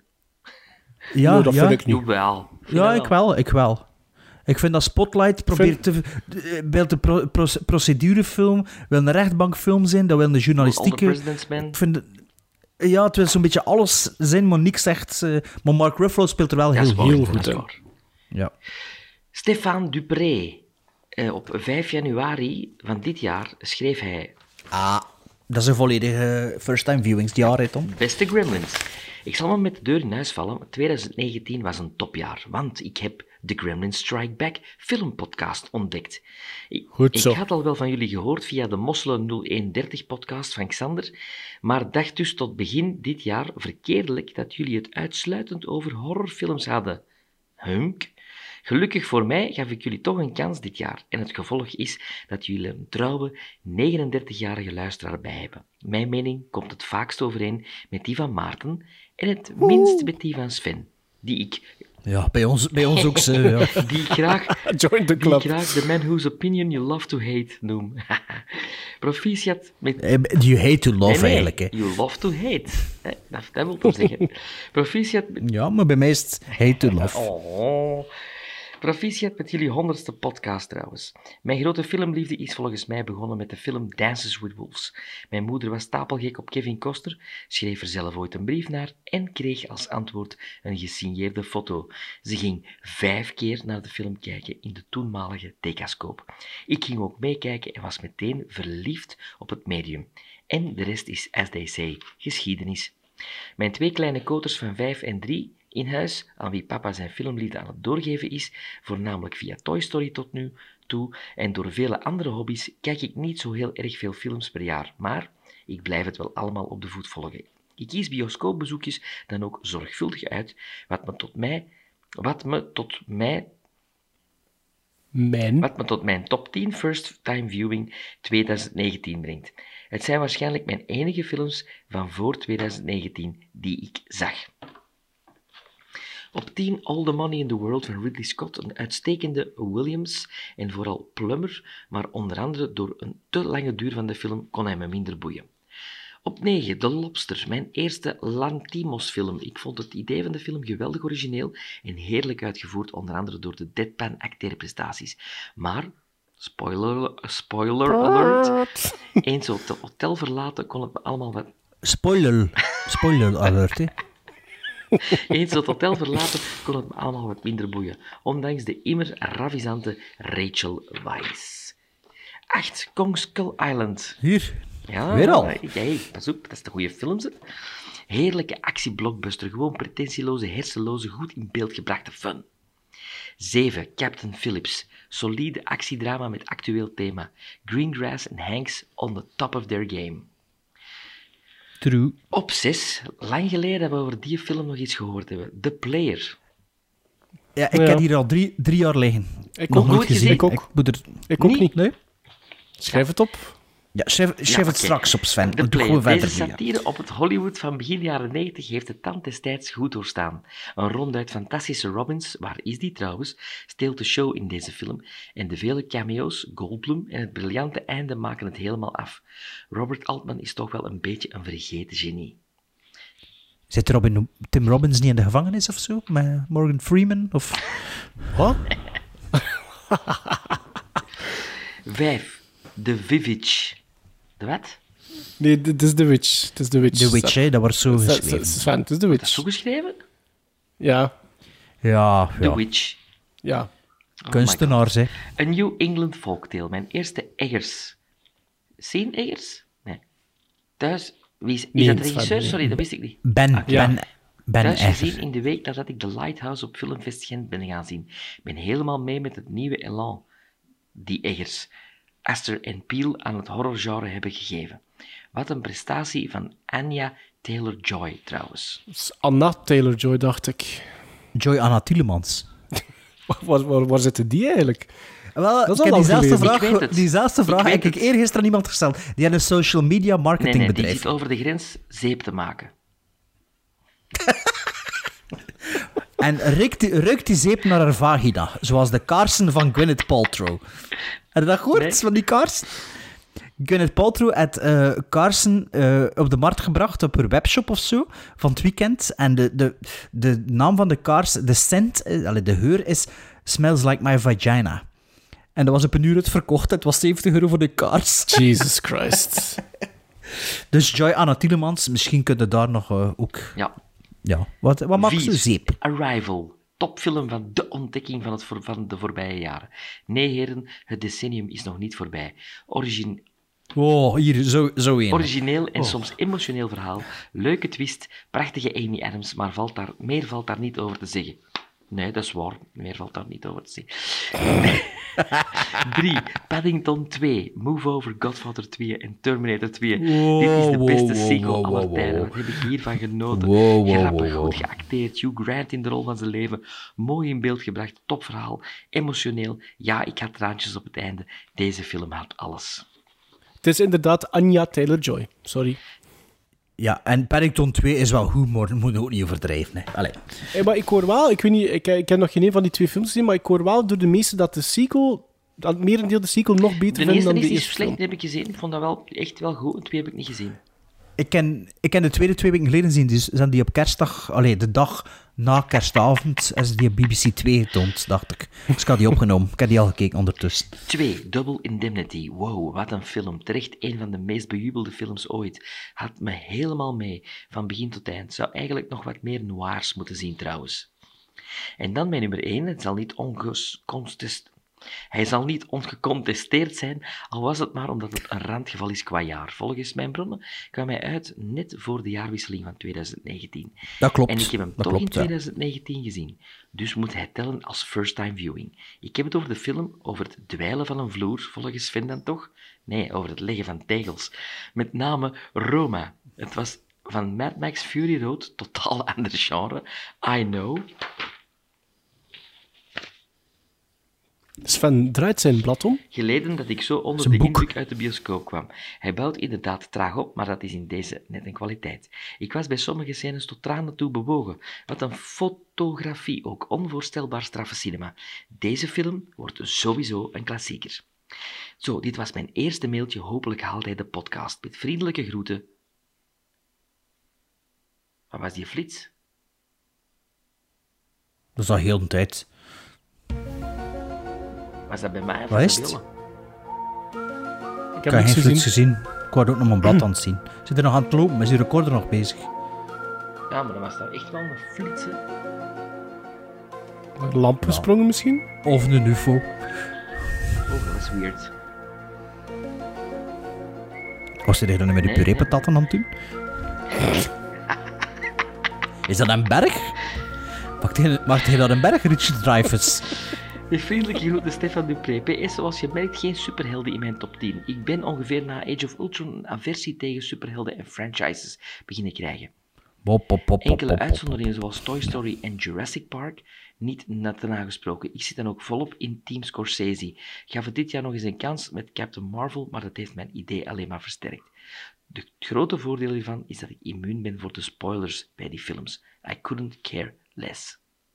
Ja, Nee, dat ja. vind ik niet. Jawel. Vind Ja, je ik wel, ik wel. Ik vind dat Spotlight probeert te... Beeld een pro, pro, procedurefilm, wil een rechtbankfilm zijn, dat wil een All the journalistieke... President's Men. Ik vind... Ja, het wil zo'n beetje alles zijn, maar niks echt... eh, maar Mark Ruffalo speelt er wel Dat is heel, waar, heel dat goed is in. waar. Ja. Stefan Dupré. Eh, op vijf januari van dit jaar schreef hij... Ah, dat is een volledige first-time viewings, die jaar, hè, Tom. Beste Gremlins, ik zal me met de deur in huis vallen. twintig negentien was een topjaar, want ik heb de Gremlins Strike Back filmpodcast ontdekt. Ik, Goed zo. ik had al wel van jullie gehoord via de Mosselen nul een dertig podcast van Xander, maar dacht dus tot begin dit jaar verkeerdelijk dat jullie het uitsluitend over horrorfilms hadden. Hunk. Gelukkig voor mij gaf ik jullie toch een kans dit jaar. En het gevolg is dat jullie een trouwe negenendertigjarige luisteraar bij hebben. Mijn mening komt het vaakst overeen met die van Maarten en het minst met die van Sven, die ik Ja, bij ons, bij ons ook zo. Ja. Die ik graag, Join the die club. ik graag the man whose opinion you love to hate noem. Proficiat met... Eh, You hate to love, Nee, nee, eigenlijk. Hè. You love to hate. Eh, Dat, dat wil toch zeggen. Proficiat met... Ja, maar bij mij is het hate to love. Oh. Proficiat met jullie honderdste podcast trouwens. Mijn grote filmliefde is volgens mij begonnen met de film Dances with Wolves. Mijn moeder was stapelgek op Kevin Costner, schreef er zelf ooit een brief naar en kreeg als antwoord een gesigneerde foto. Ze ging vijf keer naar de film kijken in de toenmalige Decascoop. Ik ging ook meekijken en was meteen verliefd op het medium. En de rest is, as they say, geschiedenis. Mijn twee kleine koters van vijf en drie in huis, aan wie papa zijn filmliefde aan het doorgeven is, voornamelijk via Toy Story tot nu toe, en door vele andere hobby's, kijk ik niet zo heel erg veel films per jaar, maar ik blijf het wel allemaal op de voet volgen. Ik kies bioscoopbezoekjes dan ook zorgvuldig uit, wat me tot mij, wat me tot mij Mijn? Wat me tot mijn top tien First Time Viewing twintig negentien brengt. Het zijn waarschijnlijk mijn enige films van voor twintig negentien die ik zag. Op tien All the Money in the World van Ridley Scott, een uitstekende Williams en vooral Plummer, maar onder andere door een te lange duur van de film kon hij me minder boeien. Op negen The Lobster, mijn eerste Lanthimos-film. Ik vond het idee van de film geweldig origineel en heerlijk uitgevoerd, onder andere door de deadpan acteerprestaties. Maar, spoiler, spoiler alert, eens op het hotel verlaten kon het me allemaal wat... Spoiler, spoiler alert, hè. Eens het hotel verlaten kon het me allemaal wat minder boeien, ondanks de immer ravissante Rachel Weisz. acht Kong Skull Island. Hier, ja, weer al. Jij, pas op, dat is de goede film, zeg. Heerlijke actieblockbuster, gewoon pretentieloze, hersenloze, goed in beeld gebrachte fun. zeven Captain Phillips, solide actiedrama met actueel thema. Greengrass en Hanks on the top of their game. True. Op zes, lang geleden dat we over die film nog iets gehoord hebben. The Player. Ja, ik Ja. heb hier al drie, drie jaar liggen. Ik Nog ook. nooit Nooit gezien. gezien. Ik ook. Ik moet er... Ik ook Niet? niet. Nee? Schrijf het op. Ja, schrijf, schrijf Ja, het oké. straks op, Sven. The Doe Player. gewoon verder. Deze nu, ja. satire op het Hollywood van begin jaren negentig heeft de tand destijds goed doorstaan. Een ronduit fantastische Robbins, waar is die trouwens, steelt de show in deze film. En de vele cameo's, Goldblum en het briljante einde maken het helemaal af. Robert Altman is toch wel een beetje een vergeten genie. Zit Robin, Tim Robbins niet in de gevangenis of zo? Met Morgan Freeman? Of... Wat? Vijf. The Vivage. De wat? Nee, dit is The Witch. Het is The Witch. The Witch, hè? Dat wordt zo S- S- geschreven. Sven, het is The Dat is Witch. zo geschreven? Ja. Ja, The ja. Witch. Ja. Oh Kunstenaars, hè. A New England Folktale, mijn eerste Eggers. Zien Eggers? Nee. Thuis, wie is, is Nee, dat de het regisseur? gaat- Sorry, dat wist ik niet. Ben, Ah, ja. Ben, Ben Thuis Egger. gezien in de week nadat ik The Lighthouse op Filmfest Gent ben gaan zien. Ik ben helemaal mee met het nieuwe elan die Eggers, Astor en Peele aan het horrorgenre hebben gegeven. Wat een prestatie van Anya Taylor-Joy trouwens. Dat is Anna Taylor-Joy, dacht ik. Joy Anna Tielemans. Waar, waar, waar zitten die eigenlijk? Wel, Dat is ik heb al lang diezelfde geleden. vraag, Ik weet het. diezelfde Ik vraag weet heb ik het. eergisteren aan iemand gesteld. Die heeft een social media Nee, nee, die marketingbedrijf. zit over de grens zeep te maken. En ruikt die, ruikt die zeep naar haar vagina, zoals de kaarsen van Gwyneth Paltrow. Heb je dat gehoord, Nee. van die kaarsen? Gwyneth Paltrow had eh, kaarsen eh, op de markt gebracht op haar webshop of zo, van het weekend. En de, de, de naam van de kaars, de scent, eh, allee, de geur is Smells Like My Vagina. En dat was op een uur uitverkocht. Het was zeventig euro voor de kaars. Jesus Christ. Dus Joy Anna Tielemans, misschien kun je daar nog eh, ook... Ja. Ja, wat, wat mag ze? Vier. Zeep. Arrival. Topfilm van de ontdekking van, het voor, van de voorbije jaren. Nee, heren, het decennium is nog niet voorbij. Origin, Oh, hier, zo, zo een. origineel en Oh. soms emotioneel verhaal. Leuke twist, prachtige Amy Adams, maar valt daar, meer valt daar niet over te zeggen. Nee, dat is waar. Meer valt daar niet over te zeggen. Drie. Paddington twee. Move Over, Godfather twee en Terminator twee. Wow, Dit is de wow, beste wow, sequel wow, aller wow, tijden. wow. Wat heb ik hiervan genoten. Wow, wow, Grappig, wow, goed wow. geacteerd. Hugh Grant in de rol van zijn leven. Mooi in beeld gebracht. Topverhaal. Emotioneel. Ja, ik had traantjes op het einde. Deze film had alles. Het is inderdaad Anya Taylor-Joy. Sorry. Ja, en Paddington twee is wel goed, maar dat moet je ook niet overdrijven. Hè. Allee. Hey, maar ik hoor wel, ik weet niet, ik, ik heb nog geen een van die twee films gezien, maar ik hoor wel door de meesten dat de sequel, dat het merendeel de sequel nog beter vindt dan de eerste. De eerste is niet slecht, heb ik gezien. Ik vond dat wel echt wel goed. En twee heb ik niet gezien. Ik ken, ik ken de tweede twee weken geleden zien. Dus zijn die op kerstdag, allee, de dag na kerstavond, is die op B B C twee getoond, dacht ik. Dus ik had die opgenomen. Ik heb die al gekeken ondertussen. twee. Double Indemnity. Wow, wat een film. Terecht een van de meest bejubelde films ooit. Had me helemaal mee, van begin tot eind. Zou eigenlijk nog wat meer noirs moeten zien, trouwens. En dan mijn nummer één. Het zal niet ongecontest... Hij zal niet ongecontesteerd zijn, al was het maar omdat het een randgeval is qua jaar. Volgens mijn bronnen kwam hij uit net voor de jaarwisseling van twintig negentien. Dat klopt. En ik heb hem dat toch klopt, in twintig negentien ja. gezien. Dus moet hij tellen als first-time viewing. Ik heb het over de film over het dweilen van een vloer, volgens Sven dan toch? Nee, over het leggen van tegels. Met name Roma. Het was van Mad Max Fury Road, totaal ander genre. I know... Sven draait zijn blad om. Geleden dat ik zo onder de indruk uit de bioscoop kwam. Hij bouwt inderdaad traag op, maar dat is in deze net een kwaliteit. Ik was bij sommige scènes tot tranen toe bewogen. Wat een fotografie ook. Onvoorstelbaar straffe cinema. Deze film wordt sowieso een klassieker. Zo, dit was mijn eerste mailtje. Hopelijk haalt hij de podcast. Met vriendelijke groeten. Wat was die flits? Dat is al heel de tijd. Was dat bij mij? Of Wat is het? Ik heb, ik heb geen gezien. flits gezien. Ik wou ook nog mijn blad aan het zien. Zit er nog aan het lopen? Is die recorder nog bezig? Ja, maar dat was daar echt wel een flits, hè? Een lamp gesprongen misschien? Of een U F O. Oh, dat is weird. Was hij er dan met de Nee, puree-patatten aan het doen? Is dat een berg? Maakt hij, maakt hij dat een berg, Richard Dreyfuss? De vriendelijke groeten Stefan Dupré. P S, zoals je merkt, geen superhelden in mijn top tien. Ik ben ongeveer na Age of Ultron een aversie tegen superhelden en franchises beginnen krijgen. Bop, bop, bop, Enkele bop, bop, uitzonderingen zoals Toy Story en Jurassic Park, niet net erna gesproken. Ik zit dan ook volop in Team Scorsese. Gaf het dit jaar nog eens een kans met Captain Marvel, maar dat heeft mijn idee alleen maar versterkt. De- Het grote voordeel hiervan is dat ik immuun ben voor de spoilers bij die films. I couldn't care less.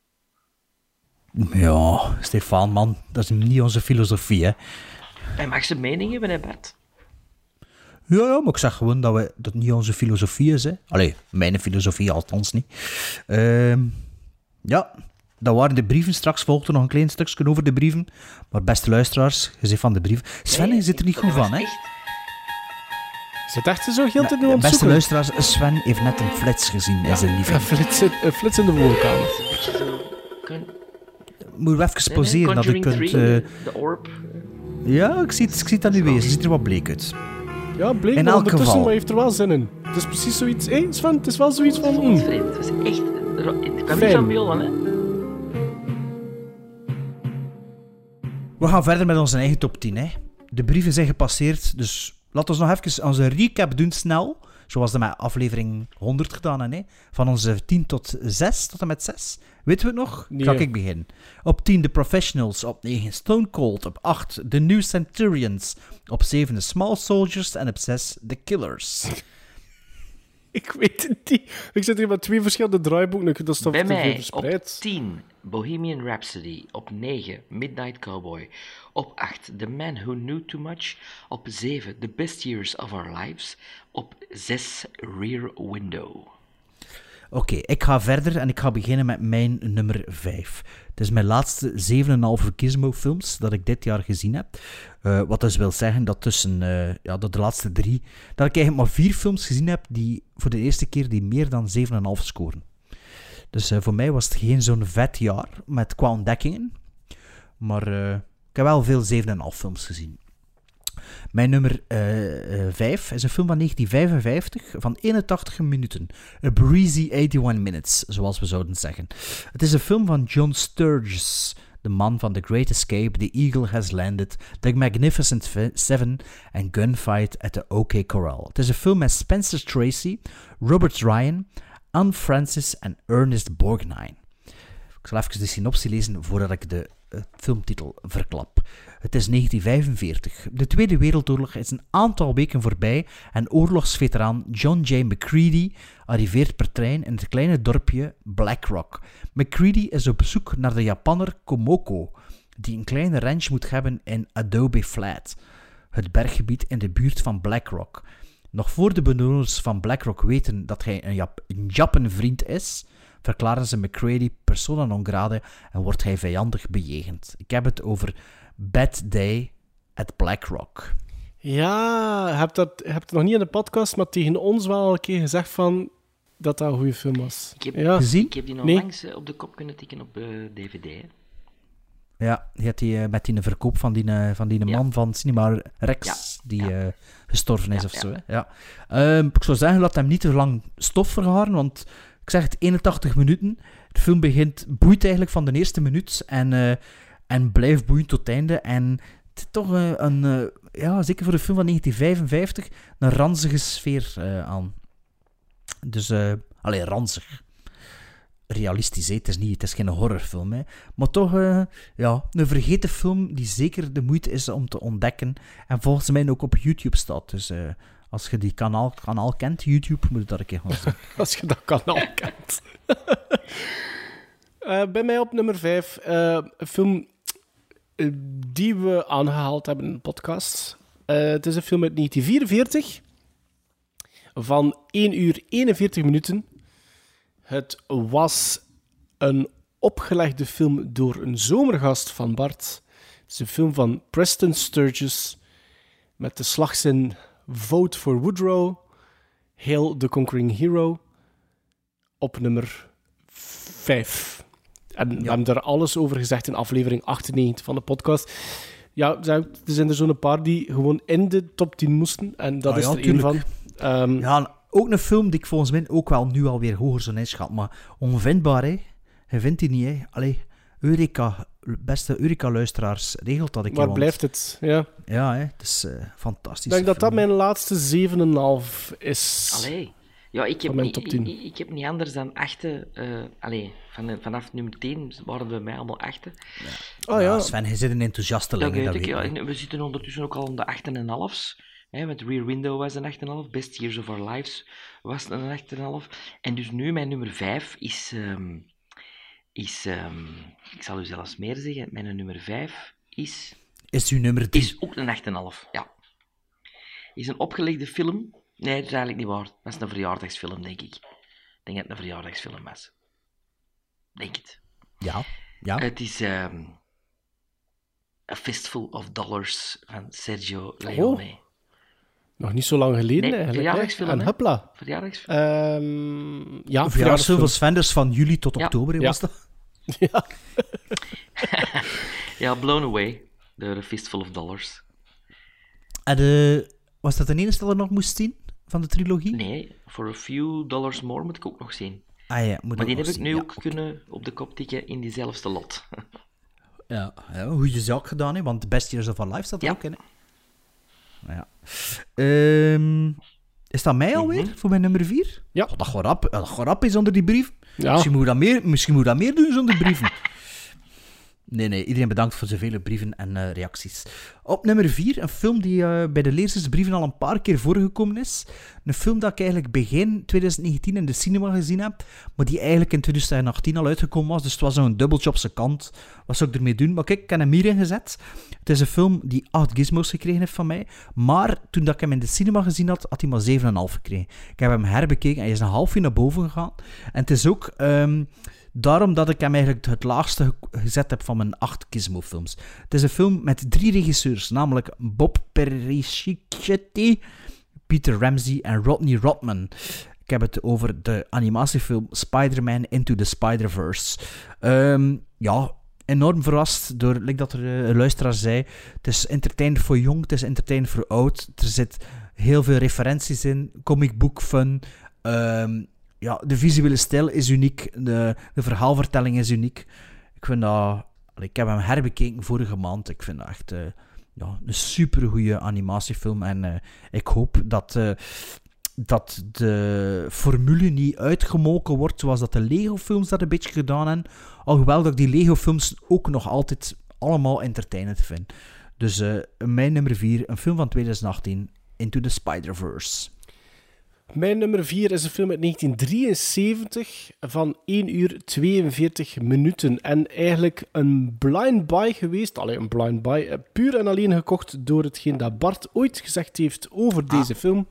Ja, Stefan, man. Dat is niet onze filosofie, hè. Hij mag zijn mening hebben, hè, Bert? Ja, ja, maar ik zeg gewoon dat we, dat niet onze filosofie is, hè. Allee, mijn filosofie althans niet. Ehm ja, dat waren de brieven. Straks volgt er nog een klein stukje over de brieven. Maar beste luisteraars, je zit van de brieven. Sven, Nee, je zit er niet goed van, hè. Is het echt zo heel te doen Beste ontzoeken? luisteraars, Sven heeft net een flits gezien in zijn liefde. Een flits, in- een flits in de woonkamer. Moet je even pauzeren dat je kunt... eh, De orb. Ja, ik zie, het, ik zie het aan u wezen. Het ziet er wat bleek uit. Ja, bleek, In maar elk ondertussen geval. maar heeft er wel zin in. Het is precies zoiets... Hé, Sven, het is wel zoiets van... mm. Vreemd. Het was echt... Het kwam Fijn. niet van Bjorn, hè? We gaan verder met onze eigen top tien. Hè. De brieven zijn gepasseerd, dus laten we nog even onze recap doen snel. Zoals we met aflevering honderd gedaan hebben. Hè. Van onze tien tot zes, tot en met zes. Weten we het nog? Nee. Zal ik beginnen? Op tien The Professionals, op negen Stone Cold, op acht The New Centurions, op zeven The Small Soldiers en op zes The Killers. Ik weet het niet. Ik zit hier met twee verschillende draaiboeken. Dat is toch Bij te veel mij op verspreid. tien Bohemian Rhapsody, op negen Midnight Cowboy, op acht The Man Who Knew Too Much, op zeven The Best Years of Our Lives, op zes Rear Window. Oké, ik ga verder en ik ga beginnen met mijn nummer vijf. Het is mijn laatste zeven komma vijf Gizmo-films dat ik dit jaar gezien heb. Uh, wat dus wil zeggen dat tussen uh, ja, de, de laatste drie... dat ik eigenlijk maar vier films gezien heb die voor de eerste keer die meer dan zeven komma vijf scoren. Dus uh, voor mij was het geen zo'n vet jaar met qua ontdekkingen. Maar uh, ik heb wel veel zeven komma vijf films gezien. Mijn nummer vijf uh, uh, is een film van negentien vijfenvijftig van eenentachtig minuten. A breezy eenennegentig minutes, zoals we zouden zeggen. Het is een film van John Sturges, de man van The Great Escape, The Eagle Has Landed, The Magnificent Seven en Gunfight at the OK Corral. Het is een film met Spencer Tracy, Robert Ryan, Anne Francis en Ernest Borgnine. Ik zal even de synopsis lezen voordat ik de het filmtitel verklap. Het is negentien vijfenveertig. De Tweede Wereldoorlog is een aantal weken voorbij en oorlogsveteraan John J. McCready arriveert per trein in het kleine dorpje Black Rock. McCready is op zoek naar de Japanner Komoko, die een kleine ranch moet hebben in Adobe Flat, het berggebied in de buurt van Black Rock. Nog voor de bewoners van Black Rock weten dat hij een, Jap- een Jappenvriend is, verklaren ze McCready persona non grata en wordt hij vijandig bejegend. Ik heb het over Bad Day at Black Rock. Ja, je hebt, dat, je hebt het nog niet in de podcast, maar tegen ons wel een keer gezegd van dat dat een goede film was. Ik heb, ja. Gezien? Ik heb die nog Nee. langs uh, op de kop kunnen tikken op uh, D V D. Hè. Ja, die had die, uh, met die verkoop van die, uh, van die Ja. man van Cinema Rex, Ja. die Ja. uh, gestorven is Ja, of ja. zo. Hè? Ja. Um, ik zou zeggen, laat hem niet te lang stof vergaren, want ik zeg het, eenentachtig minuten. De film begint, boeit eigenlijk van de eerste minuut en, uh, en blijft boeien tot het einde. En het is toch uh, een, uh, ja, zeker voor de film van negentien vijfenvijftig, een ranzige sfeer uh, aan. Dus, uh, allee, ranzig. Realistisch, hè. Het is niet, het is geen horrorfilm, hè. Maar toch uh, ja, een vergeten film die zeker de moeite is om te ontdekken en volgens mij ook op YouTube staat. Dus uh, als je die kanaal, kanaal kent, YouTube, moet je dat een keer gaan zien. Als je dat kanaal kent. uh, bij mij op nummer vijf, uh, een film uh, die we aangehaald hebben in de podcast. Uh, het is een film uit negentien vierenveertig van één uur eenenveertig minuten. Het was een opgelegde film door een zomergast van Bart. Het is een film van Preston Sturges met de slagzin Vote for Woodrow, Hail the Conquering Hero, op nummer vijf. En we hebben daar alles over gezegd in aflevering achtennegentig van de podcast. Ja, er zijn er zo'n paar die gewoon in de top tien moesten, en dat Ah, is ja, er één van. tuurlijk. Um, Ja, ook een film die ik volgens mij ook wel nu alweer hoger zou inschat, maar onvindbaar, hè. Je vindt die niet, hè. Allee, Eureka, beste Eureka-luisteraars, regelt dat ik. Waar blijft het? Ja, ja hè. Het is uh, fantastisch. ik denk dat dat mijn laatste zeven komma vijf is. Allee. Ja, ik heb, Van mijn niet, top tien. ik, ik heb niet anders dan achten. Uh, allee, van, vanaf nummer tien waren het bij mij allemaal achten. Oh ja. Sven, je zit een enthousiasteling. Dat weet dat ik, weet ja. ik. En we zitten ondertussen ook al om de acht komma vijf. Hè, want Rear Window was een acht komma vijf. Best Years of Our Lives was een acht komma vijf. En dus nu mijn nummer vijf is... Um, is um, ik zal u zelfs meer zeggen. Mijn nummer vijf is... Is uw nummer drie? Is ook een acht komma vijf, ja. Is een opgelegde film. Nee, dat is eigenlijk niet waar. Dat is een verjaardagsfilm, denk ik. Ik denk dat het een verjaardagsfilm was. Denk het. Ja, ja. Het is um, A Fistful of Dollars van Sergio Leone. Oh. Nog niet zo lang geleden, Nee, eigenlijk. verjaardagsfilm, En hè? hupla. Verjaardagsfilm. Um, ja, Een verjaardagsfilm van Sven, dus van juli tot Ja. oktober, hè, Ja. was dat? Ja. Ja, Blown Away. door A Fistful of Dollars. En uh, was dat de enige dat er nog moest zien van de trilogie? Nee, For a Few Dollars More moet ik ook nog zien. Ah ja, moet maar die ook heb ik nog nu zien. ook Ja, kunnen op de kop tikken in diezelfde lot. Ja, ja, goede zaak gedaan, hè, want The Best Years of Our Life staat er Ja. ook in. Hè. Ja. Ehm, is dat mij alweer, Mhm. voor mijn nummer vier? Ja. Oh, dat gaat rap, dat gaat rap is zonder die brief. Ja. Misschien moet je dat meer, misschien moet je dat meer doen zonder brieven. Nee, nee, iedereen bedankt voor zoveel brieven en uh, reacties. Op nummer vier, een film die uh, bij de lezersbrieven al een paar keer voorgekomen is. Een film dat ik eigenlijk begin twintig negentien in de cinema gezien heb, maar die eigenlijk in twintig achttien al uitgekomen was. Dus het was zo'n dubbeltje op zijn kant. Wat zou ik ermee doen? Maar kijk, ik heb hem hierin gezet. Het is een film die acht gizmos gekregen heeft van mij. Maar toen dat ik hem in de cinema gezien had, had hij maar zeven komma vijf gekregen. Ik heb hem herbekeken en hij is een halfje naar boven gegaan. En het is ook... Um, Daarom dat ik hem eigenlijk het laagste ge- gezet heb van mijn acht Gizmo-films. Het is een film met drie regisseurs, namelijk Bob Persichetti, Peter Ramsey en Rodney Rodman. Ik heb het over de animatiefilm Spider-Man Into the Spider-Verse. Um, ja, enorm verrast door, like dat er uh, een luisteraar zei, het is entertainend voor jong, het is entertainend voor oud. Er zit heel veel referenties in, comic book fun. Um, Ja, de visuele stijl is uniek, de, de verhaalvertelling is uniek. Ik vind dat... Ik heb hem herbekeken vorige maand. Ik vind dat echt uh, ja, een supergoeie animatiefilm. En uh, ik hoop dat, uh, dat de formule niet uitgemolken wordt, zoals dat de Lego-films dat een beetje gedaan hebben. Alhoewel dat ik die Lego-films ook nog altijd allemaal entertainend vind. Dus uh, mijn nummer vier, een film van twintig achttien, Into the Spider-Verse. Mijn nummer vier is een film uit negentien drieënzeventig van één uur tweeënveertig minuten. En eigenlijk een blind buy geweest. Allee, een blind buy. Uh, puur en alleen gekocht door hetgeen dat Bart ooit gezegd heeft over deze ah. film.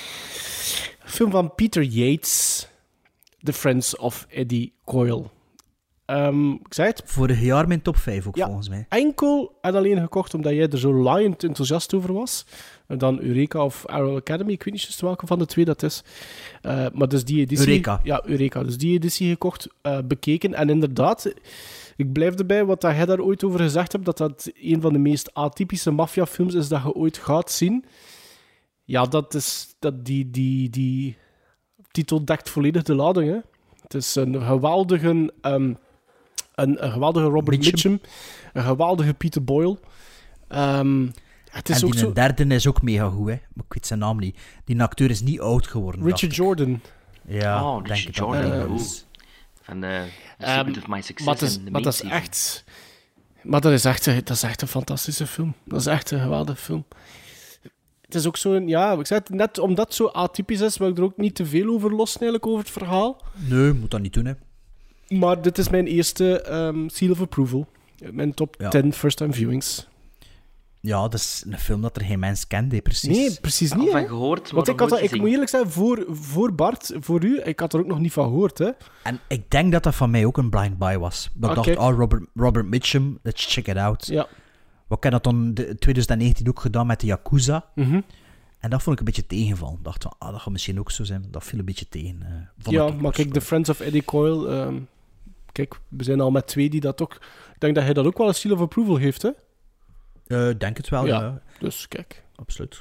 Een film van Peter Yates, The Friends of Eddie Coyle. Um, ik zei het. Vorig jaar mijn top vijf ook, ja, volgens mij. Enkel en alleen gekocht omdat jij er zo laaiend enthousiast over was. En dan Eureka of Arrow Academy, ik weet niet juist welke van de twee dat is. Uh, maar dus die editie... Eureka. Ja, Eureka. Dus die editie gekocht, uh, bekeken. En inderdaad, ik blijf erbij wat jij daar ooit over gezegd hebt, dat dat een van de meest atypische maffiafilms is dat je ooit gaat zien. Ja, dat is... Dat die, die, die titel dekt volledig de lading, hè. Het is een geweldige... Um, Een, een geweldige Robert Mitchum. Mitchum. Een geweldige Peter Boyle. Um, het is en ook die zo... derde is ook mega goed, hè. Maar ik weet zijn naam niet. Die acteur is niet oud geworden. Richard Jordan. Ja, oh, denk Richard ik Jordan. Uh, Van uh, The Secret um, of My Success. Maar dat is, maar dat is echt... Maar dat is echt, dat is echt een fantastische film. Dat is echt een geweldige film. Het is ook zo'n... Ja, ik zei het net, omdat het zo atypisch is, wil ik er ook niet te veel over los, eigenlijk, over het verhaal. Nee, moet dat niet doen, hè. Maar dit is mijn eerste um, seal of approval. Mijn top ja. tien first-time viewings. Ja, dat is een film dat er geen mens kent, hè, precies. Nee, precies niet. Van gehoord, maar Want ik, had dat, ik moet eerlijk zijn, voor, voor Bart, voor u, ik had er ook nog niet van gehoord. Hè. En ik denk dat dat van mij ook een blind buy was. Dat ik okay. dacht, oh, Robert, Robert Mitchum, let's check it out. Ja. Wat ik dat dan in twintig negentien ook gedaan met de Yakuza. Mm-hmm. En dat vond ik een beetje tegenvallen. Ik dacht van, ah, dat gaat misschien ook zo zijn. Dat viel een beetje tegen. Uh, ja, maar kijk, The Friends of Eddie Coyle... Um, kijk, we zijn al met twee die dat ook... Ik denk dat hij dat ook wel een seal of approval heeft, hè? Uh, denk het wel, ja. ja. Dus, kijk. Absoluut.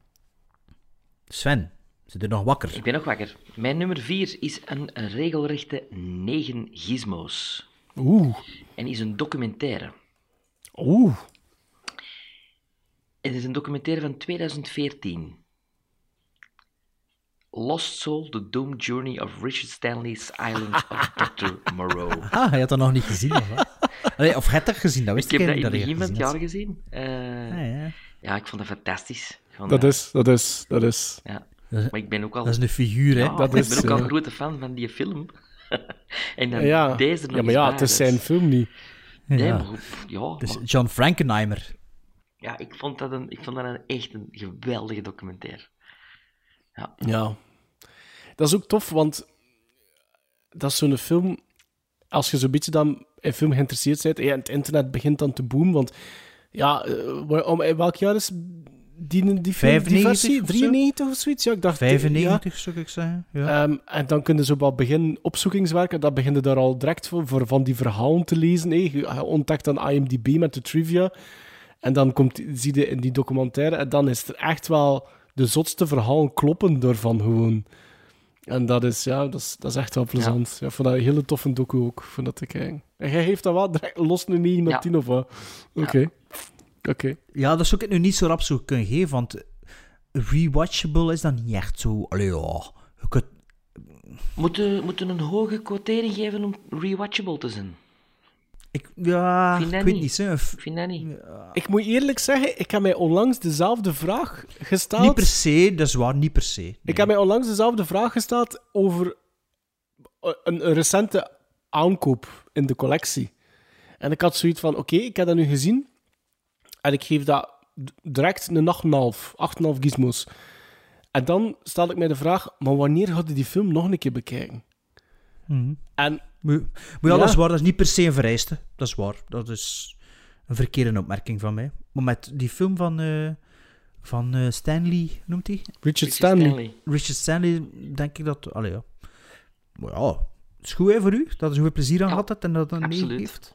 Sven, zit je nog wakker? Ik ben nog wakker. Mijn nummer vier is een regelrechte negen gizmos. Oeh. En is een documentaire. Oeh. Het is een documentaire van twintig veertien. Lost Soul, The Doomed Journey of Richard Stanley's Island of doctor Moreau. Ah, je had dat nog niet gezien, of wat? Allee, of heb je dat gezien? Dat wist ik ik heb dat in het begin van het jaar gezien. Uh, ah, ja. ja, ik vond dat fantastisch. Vond dat, dat is, dat is, dat is. Ja. Maar ik ben ook al... Dat is een figuur, hè? Ja, dat ik is, ben ook al uh... een grote fan van die film. En dan ja. deze nog Ja, maar ja, bij, het is dus... zijn film niet. Nee, ja. maar goed, ja. Dus maar... John Frankenheimer. Ja, ik vond dat, een, ik vond dat een, echt een geweldige documentaire. Ja. Ja. Dat is ook tof, want dat is zo'n film... Als je zo'n beetje dan in film geïnteresseerd bent, en het internet begint dan te boomen, want ja, om, in welk jaar is die, die film, die versie? drieënnegentig of zoiets? Ja, ik dacht... vijfennegentig, ja. zou ik zeggen. Ja. Um, en dan kun je zo wat beginnen opzoekingswerk, en dan begin je daar al direct voor, voor van die verhalen te lezen. Hey. Je ontdekt dan I M D B met de trivia, en dan komt, zie je in die documentaire, en dan is er echt wel de zotste verhalen kloppen daarvan gewoon. En dat is, ja, dat is, dat is echt wel plezant. Ja. Ja, ik vond dat een hele toffe docu ook, voor dat te kijken. En jij heeft dat wel direct los nu negen op tien, of wat? Oké. Okay. Ja. Oké. Okay. Ja, dat zou ik het nu niet zo rap zo kunnen geven, want rewatchable is dan niet echt zo... Allee, ja... Je kunt... Moeten we een hoge quotering geven om rewatchable te zijn? Ik, ja, vind ik weet niet. Zo. Ik vind dat niet. Ja. Ik moet eerlijk zeggen, ik heb mij onlangs dezelfde vraag gesteld. Niet per se, dat is waar, niet per se. Nee. Ik heb mij onlangs dezelfde vraag gesteld over een, een recente aankoop in de collectie. En ik had zoiets van, oké, okay, ik heb dat nu gezien. En ik geef dat direct een acht komma vijf, acht komma vijf gizmos. En dan stel ik mij de vraag, maar wanneer gaat je die film nog een keer bekijken? Mm-hmm. En... Maar, maar ja, ja, dat is waar. Dat is niet per se een vereiste. Dat is waar. Dat is een verkeerde opmerking van mij. Maar met die film van, uh, van uh, Stanley, noemt hij? Richard, Richard Stanley. Stanley. Richard Stanley, denk ik dat... Allee, ja. Maar ja, het is goed hè, voor u. Dat er zoveel plezier aan ja, had het en dat het een absoluut. heeft.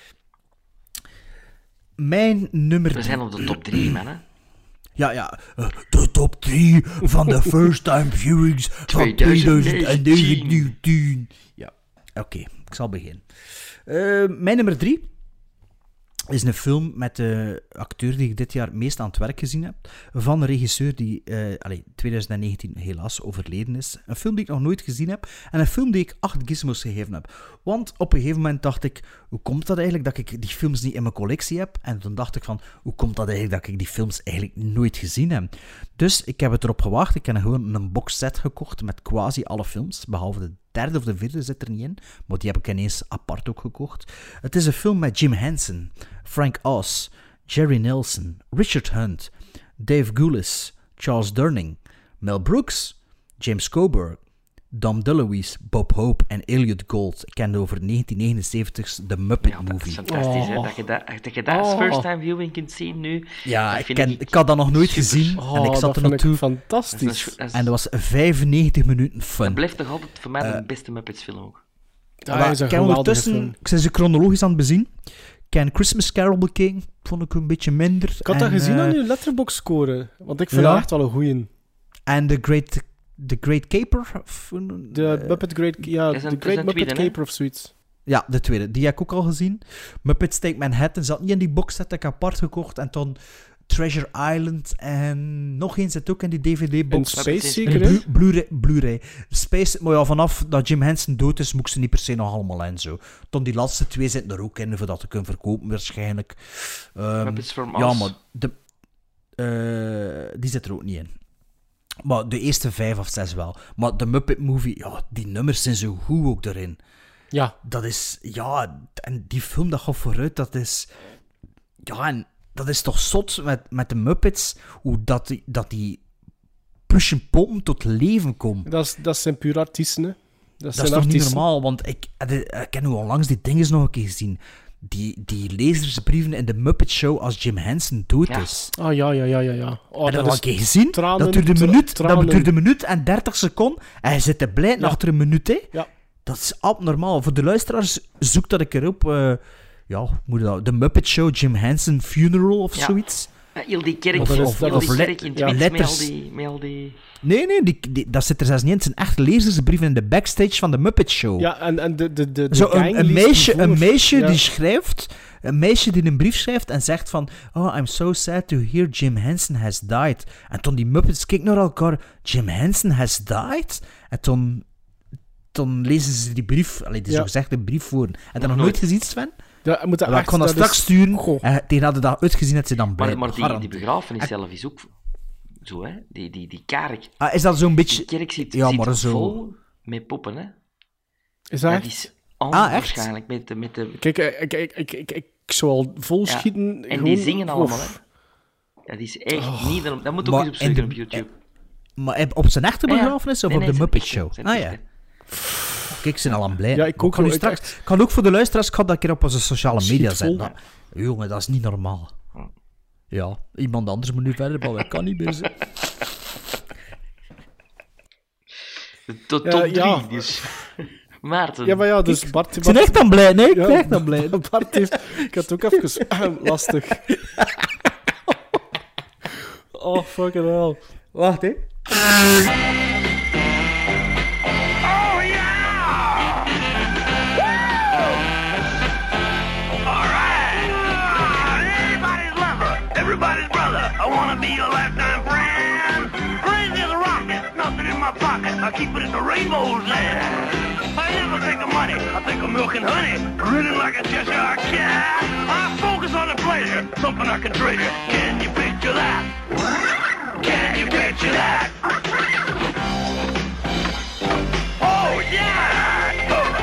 Mijn nummer... We zijn op de top drie, man, hè? Ja, ja. De top drie van de first time viewings van twintig negentien. Ja, oké. Okay, ik zal beginnen. Uh, mijn nummer drie is een film met de acteur die ik dit jaar het meest aan het werk gezien heb. Van een regisseur die uh, allez, twintig negentien helaas overleden is. Een film die ik nog nooit gezien heb. En een film die ik acht gizmos gegeven heb. Want op een gegeven moment dacht ik, hoe komt dat eigenlijk dat ik die films niet in mijn collectie heb? En toen dacht ik van, hoe komt dat eigenlijk dat ik die films eigenlijk nooit gezien heb? Dus ik heb het erop gewacht. Ik heb gewoon een box set gekocht met quasi alle films. Behalve de derde of de vierde zit er niet in. Maar die heb ik ineens apart ook gekocht. Het is een film met Jim Henson, Frank Oz, Jerry Nelson, Richard Hunt, Dave Goulis, Charles Durning, Mel Brooks, James Coburn, Dom DeLuise, Bob Hope en Elliot Gould. Ik kende over negentien negenenzeventig's The Muppet ja, Movie. Dat is fantastisch, hè? Oh. Dat je dat, dat, je dat als Oh. first-time viewing kunt zien nu. Ja, dat ik, vind ken, ik had dat nog nooit super. gezien. Oh, en ik zat dat er vind naartoe. ik fantastisch. Dat is- dat is- En dat was vijfennegentig minuten fun. Dat blijft toch altijd voor mij de Eh, beste Muppets film ook. Ja, Maar hij is een ik heb geweldige ondertussen, film. ik ben ze chronologisch aan het bezien. Ik heb Christmas Carol bekeken, vond ik een beetje minder. Ik had dat En, gezien eh, aan je letterbox score, want ik vind ja. dat echt wel een goeie. En The Great, The Great Caper. Of, eh, De Muppet Great... Ja, is een- de is Great een Muppet tweede, hè? Caper of zoiets. Ja, de tweede. Die heb ik ook al gezien. Muppets Take Manhattan zat niet in die boxset, ik heb apart gekocht. En toen Treasure Island en nog één zit ook in die D V D-box. In Space In zeker, de hè? Blu- Blu-ray. Blu-ray. Space, maar ja, vanaf dat Jim Henson dood is, moet ik ze niet per se nog allemaal in. Zo. Toen die laatste twee zitten er ook in, voor dat te kunnen verkopen waarschijnlijk. Ehm, Muppets from ja, Oz. maar de, eh, die zit er ook niet in. Maar de eerste vijf of zes wel. Maar de Muppet Movie, ja, die nummers zijn zo goed ook erin. Ja. Dat is, ja, en die film dat gaat vooruit, dat is, ja, en dat is toch zot met, met de Muppets, hoe dat die, dat die plusje pompen tot leven komen. Dat, is, dat zijn puur artiesten, hè. Dat, Dat zijn is toch niet artiesten. normaal, want ik, ik heb nu onlangs die dingen nog een keer gezien. Die, die lezersbrieven in de Muppet Show als Jim Henson dood Ja. is. Ah, ja, ja, ja, ja. ja. Oh, Heb je dat al is een keer gezien? tranen, dat duurde een tra- minuut, tranen. dat duurde een minuut en dertig seconden. En hij zit te blijten Ja. achter een minuut, hè. Ja. Dat is abnormaal. Voor de luisteraars, zoek dat ik erop. eh ja, hoe moet dat? De Muppet Show, Jim Henson Funeral of Ja. zoiets. Ja, heel die kerk, Maar dat is- heel dat die is- kerk in het ja, wit met al letters. die... Met al die... Nee, nee, die, die, dat zit er zelfs niet in. Het zijn echt lezersbrieven in de backstage van de Muppet Show. Ja, en, en de, de, de, de Zo gang een, een leest meisje, die een voor. meisje Ja. die schrijft, een meisje die een brief schrijft en zegt van, oh, I'm so sad to hear Jim Henson has died. En toen die Muppets keken naar elkaar, Jim Henson has died? En toen, toen lezen ze die brief, allee, die Ja. zogezegde brief voor. Heb je dat nog nooit. nooit gezien, Sven? Ja, moet dat Ja, ik echt- kan dat, dat straks is- sturen. Goh. En tegen dat je dat uitgezien hebt, ze dan blij. Maar, maar die, die Garantie. begrafenis zelf is ook zo, hè. Die, die, die kerk. Ah, is dat zo'n beetje... Die kerk zit, Ja, zit maar zo- vol met poppen, hè. Is dat Ja, echt? die is Ah, echt? onwaarschijnlijk met de... Met de Kijk, ik, ik, ik, ik, ik zou al vol ja. schieten. En gewoon- die zingen allemaal, Oef. hè. Dat is echt Oh. niet... Dat moet ook Maar eens in opzoeken de- op YouTube. Maar op zijn echte Ja, ja. begrafenis of Nee, op nee, de zijn Muppet echte, Show? zijn Ah echte. ja. Kijk, ze zijn al aan blij. Ja, ik ook kan, u wel. Ik straks, kan ook voor de luisteraars, ik ga dat een keer op onze sociale Schiet media vol. zetten. Dat- Jongen, dat is niet normaal. Ja, iemand anders moet nu verder bouwen. Dat kan niet meer zijn. Tot Ja, top drie, ja. dus... Maarten. Ja, maar ja, dus Bart... Ik ben echt aan blij, nee? Ik Ja, ben echt aan blij. Bart heeft... Ik had ook even... lastig. Oh, fucking hell. Wacht, hè. Oh, yeah! All right! Everybody's lover, everybody's brother. I wanna be your lifetime friend. Crazy as a rocket, nothing in my pocket. I keep it in the rainbow's land. I never think of money, I think of milk and honey. Grinning like a Cheshire cat. I focus on the pleasure, something I can treasure. Can you picture that? Can you picture that? Oh, yeah!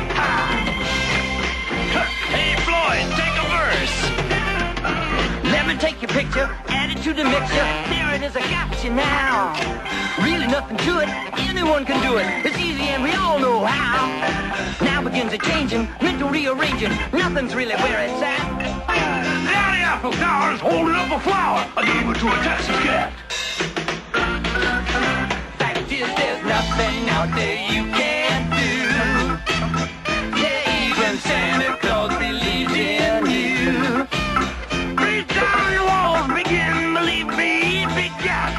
Hey, Floyd, take a verse. Let me take your picture, add it to the mixture. There it is, I got you now. Really nothing to it, anyone can do it. It's easy and we all know how. Now begins a changing, mental rearranging. Nothing's really where it's at. Daddy Apple Towers holding up a flower. I gave it to a Texas cat. Fact is, there's nothing out there you can't do. Yeah, even Santa Claus believes in you. Reach down your walls, begin, believe me, big cat.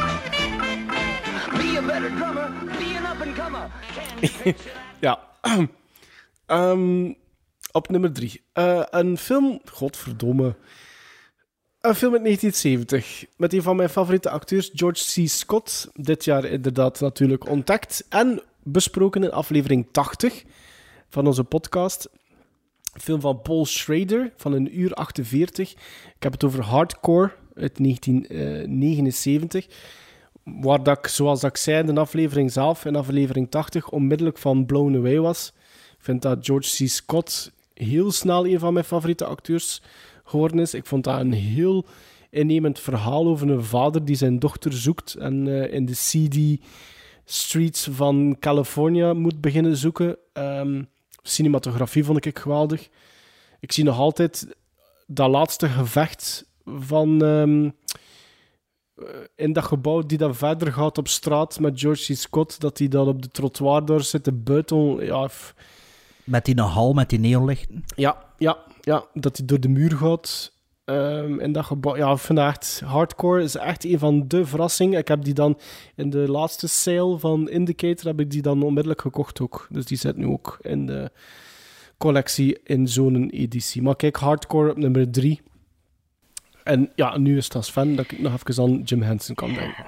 Be a better drummer, be an up and comer. Ja. um, Op nummer drie. Uh, een film... Godverdomme. Een film uit negentien zeventig. Met een van mijn favoriete acteurs, George C. Scott. Dit jaar inderdaad natuurlijk ontdekt. En besproken in aflevering tachtig van onze podcast. Een film van Paul Schrader van een uur achtenveertig. Ik heb het over Hardcore uit negentien negenenzeventig. Waar dat ik, zoals dat ik zei in de aflevering zelf, in aflevering tachtig, onmiddellijk van blown away was. Ik vind dat George C. Scott heel snel een van mijn favoriete acteurs geworden is. Ik vond dat een heel innemend verhaal over een vader die zijn dochter zoekt en uh, in de seedy streets van California moet beginnen zoeken. Um, cinematografie vond ik geweldig. Ik zie nog altijd dat laatste gevecht van... Um, in dat gebouw die dan verder gaat op straat met George C. Scott, dat hij dan op de trottoir daar zit te buiten. Ja, f... Met die hal, met die neonlichten. Ja, ja, ja, dat hij door de muur gaat. Um, in dat gebouw. Ja, ik vind dat echt... Hardcore is echt een van de verrassingen. Ik heb die dan in de laatste sale van Indicator heb ik die dan onmiddellijk gekocht ook. Dus die zit nu ook in de collectie in zo'n editie. Maar kijk, Hardcore op nummer drie. En ja, nu is het als fan dat ik nog even aan Jim Henson kan denken.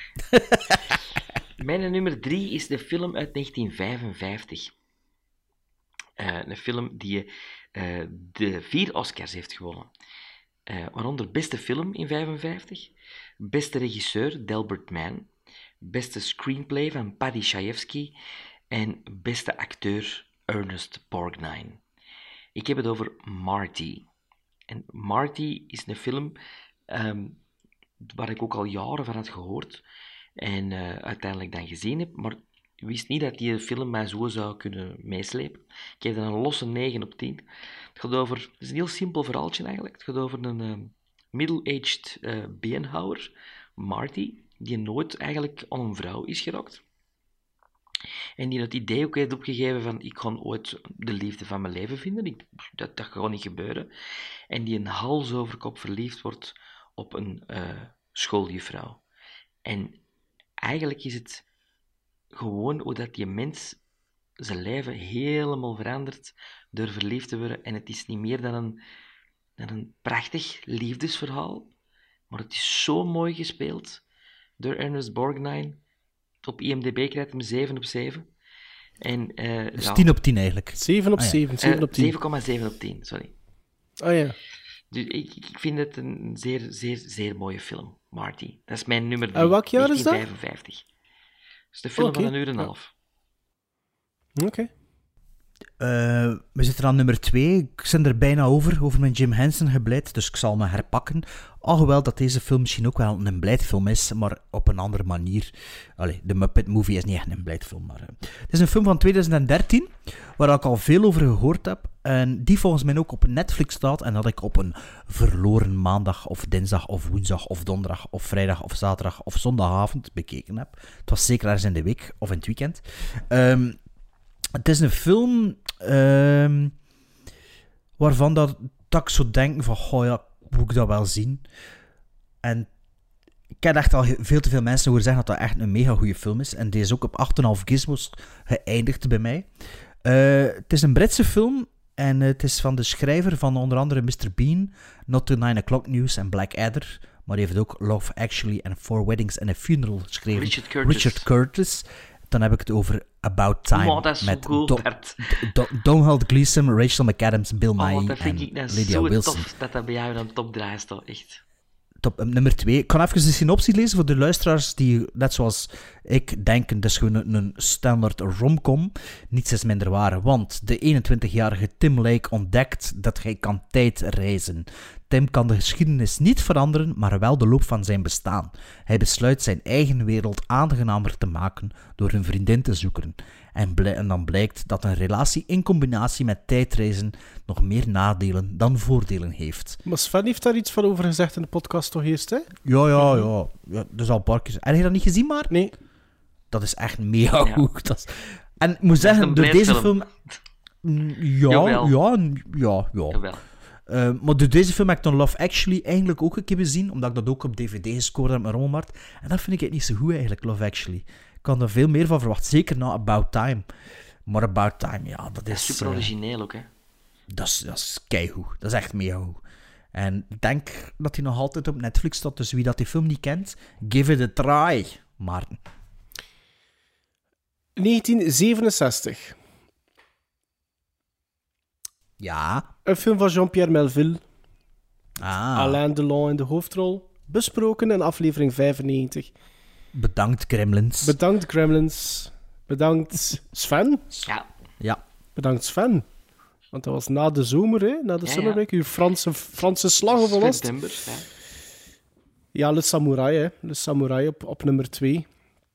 Mijn nummer drie is de film uit negentien vijfenvijftig. Uh, een film die uh, de vier Oscars heeft gewonnen. Uh, waaronder beste film in vijfenvijftig, beste regisseur Delbert Mann, beste screenplay van Paddy Chayefsky en beste acteur Ernest Borgnine. Ik heb het over Marty. En Marty is een film um, waar ik ook al jaren van had gehoord en uh, uiteindelijk dan gezien heb, maar ik wist niet dat die film mij zo zou kunnen meeslepen. Ik geef dan een losse negen op tien. Het gaat over, het is een heel simpel verhaaltje eigenlijk. Het gaat over een uh, middle-aged uh, beenhouwer, Marty, die nooit eigenlijk aan een vrouw is geraakt. En die het idee ook heeft opgegeven van, ik ga ooit de liefde van mijn leven vinden. Ik, dat, dat gaat niet gebeuren. En die een hals over kop verliefd wordt op een uh, schooljuffrouw. En eigenlijk is het gewoon hoe dat die mens zijn leven helemaal verandert door verliefd te worden. En het is niet meer dan een, dan een prachtig liefdesverhaal. Maar het is zo mooi gespeeld door Ernest Borgnine. Op I M D B krijgt hem zeven op zeven. En, uh, dus ja, tien op tien eigenlijk. zeven op zeven, zeven op tien. zeven komma zeven op tien, sorry. Oh ja. Dus ik, ik vind het een zeer, zeer, zeer mooie film, Marty. Dat is mijn nummer drie. En welk jaar negentien is dat? vijfenvijftig. Dat is de film okay. van een uur en een half. Oké. Okay. Uh, we zitten aan nummer twee. Ik ben er bijna over, over mijn Jim Henson gebleid, dus ik zal me herpakken. Alhoewel dat deze film misschien ook wel een blijdfilm is, maar op een andere manier. Allee, de Muppet Movie is niet echt een blijdfilm, maar... Uh, het is een film van twintig dertien, waar ik al veel over gehoord heb. En die volgens mij ook op Netflix staat. En dat ik op een verloren maandag of dinsdag of woensdag of donderdag of vrijdag of zaterdag of zondagavond bekeken heb. Het was zeker ergens in de week of in het weekend. Um, Het is een film uh, waarvan dat, dat ik zo denk van, goh ja, moet ik dat wel zien? En ik heb echt al veel te veel mensen horen zeggen dat dat echt een mega goede film is. En die is ook op acht komma vijf gizmos geëindigd bij mij. Uh, het is een Britse film en uh, het is van de schrijver van onder andere mister Bean, Not the nine o'clock News en Blackadder. Maar hij heeft ook Love Actually en Four Weddings and a Funeral geschreven. Richard Curtis. Richard Curtis. Dan heb ik het over About Time. Oh, dat is met zo cool, Do- Bert. Do- Donald Gleeson, Rachel McAdams, Bill Nighy Oh, dat vind en ik nou Lydia zo Wilson. tof dat dat bij jou dan top draait, toch? Echt. Top, nummer twee. Ik kan even de synopsis lezen voor de luisteraars die, net zoals ik, denken dat is gewoon een, een standaard romcom. Niets is minder waar, want de eenentwintigjarige Tim Lake ontdekt dat hij kan tijdreizen. Tim kan de geschiedenis niet veranderen, maar wel de loop van zijn bestaan. Hij besluit zijn eigen wereld aangenamer te maken door een vriendin te zoeken. En, bl- en dan blijkt dat een relatie in combinatie met tijdreizen nog meer nadelen dan voordelen heeft. Maar Sven heeft daar iets van over gezegd in de podcast toch eerst, hè? Ja, ja, ja. ja dat is al een paar keer. Heb je dat niet gezien, maar? Nee. Dat is echt mega Ja. goed. Dat is... En ik moet zeggen, door deze film... Mm, Ja, Jawel. ja, ja, ja. Jawel. Uh, maar door deze film heb ik dan Love Actually eigenlijk ook een keer gezien, omdat ik dat ook op D V D gescoord heb met Rommelmarkt. En dat vind ik het niet zo goed eigenlijk, Love Actually. Ik kan er veel meer van verwachten, zeker na About Time. Maar About Time, ja, dat Dat is... is super uh, origineel ook, hè. Dat is, dat is keigoed. Dat is echt mega goed. En ik denk dat hij nog altijd op Netflix staat. Dus wie dat die film niet kent, give it a try, Maarten. negentien zevenenzestig. Ja. Een film van Jean-Pierre Melville. Ah. Alain Delon in de hoofdrol. Besproken in aflevering vijfennegentig. Bedankt, Gremlins. Bedankt, Gremlins. Bedankt, Sven. Ja. Ja. Bedankt, Sven. Want dat was na de zomer, hè? Na de Ja, summerbreak. Uw Franse, Franse slag of wat was het? September, ja. Ja, Le Samurai, hè. Le Samurai op, op nummer twee.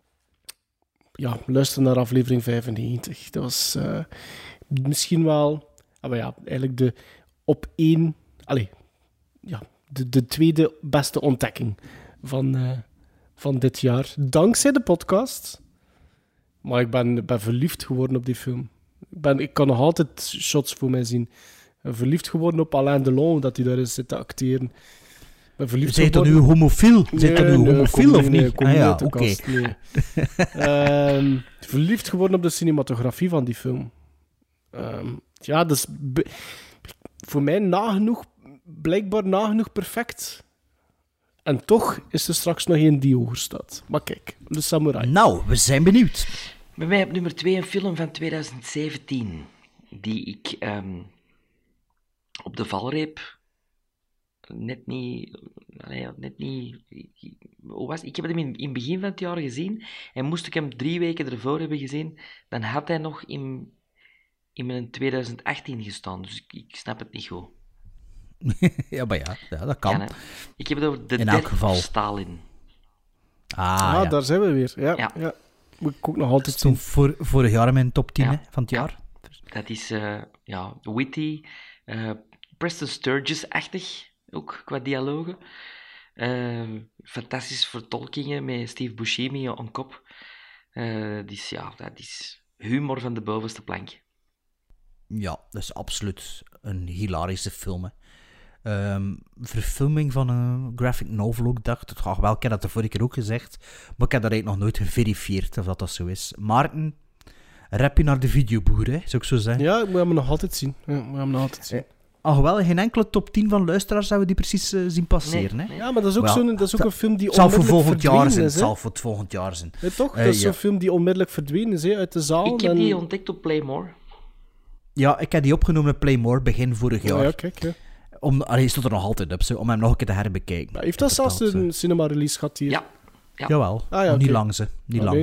Ja, luister naar aflevering vijfennegentig. Dat was uh, misschien wel... Ah, maar ja, eigenlijk de op één... Allee, ja, de, de tweede beste ontdekking van, uh, van dit jaar. Dankzij de podcast. Maar ik ben, ben verliefd geworden op die film. Ik, ben, ik kan nog altijd shots voor mij zien. Ik ben verliefd geworden op Alain Delon, dat hij daar is zitten acteren. Zeg dan nu homofiel? Zeg dan nu homofiel of niet? Kom ah, ja, oké. Okay. Nee. um, verliefd geworden op de cinematografie van die film. Um, ja, dat is be- voor mij nagenoeg, blijkbaar nagenoeg perfect. En toch is er straks nog één die hoger staat. Maar kijk, de Samurai. Nou, we zijn benieuwd. Bij mij op nummer twee een film van twintig zeventien, die ik um, op de valreep net niet... Nee, net niet... Hoe was het? Ik heb hem in, in het begin van het jaar gezien en moest ik hem drie weken ervoor hebben gezien, dan had hij nog in, in mijn twintig achttien gestaan. Dus ik, ik snap het niet goed. Ja, maar ja, ja dat kan. Ja, ik heb het over de in elk geval. Stalin. Ah, Ah, ja. daar zijn we weer. Ja, Ja. ja. Moet ik ook nog altijd Toen zien. voor, vorig jaar in mijn top tien Ja. hè, van het jaar. Dat is uh, ja, witty, uh, Preston Sturges-achtig, ook qua dialogen. Uh, fantastische vertolkingen met Steve Buscemi on kop. Uh, dus ja, dat is humor van de bovenste plank. Ja, dat is absoluut een hilarische film. Hè. Um, verfilming van een graphic novel ook, dacht ik. Oh, wel, ik heb dat de vorige keer ook gezegd, maar ik heb dat eigenlijk nog nooit geverifieerd of dat, dat zo is. Maarten, rap je naar de videoboer, hè, zou ik zo zeggen. Ja, ik moet hem nog altijd zien. Ja, ik moet hem nog altijd zien. Eh, Alhoewel, geen enkele top tien van luisteraars hebben we die precies uh, zien passeren. Nee, hè. nee. Ja, maar dat is ook, Wel, zo'n, dat is ook een film die Het zal voor onmiddellijk volgend jaar verdwenen zijn. is. Het hè? zal voor het volgend jaar zijn. Nee, toch? Eh, dat is ja. zo'n film die onmiddellijk verdwenen is hè, uit de zaal. Ik heb en... die ontdekt op Playmore. Ja, ik heb die opgenomen met Playmore begin vorig jaar. Oh, ja, kijk. Ja. Om, allee, stond er nog altijd op, zo, om hem nog een keer te herbekijken. Ja, heeft dat zelfs Betaald, een cinema-release gehad hier? Ja. ja. Jawel, Ah, ja, niet oké. lang ze. Niet Ah, lang. nee.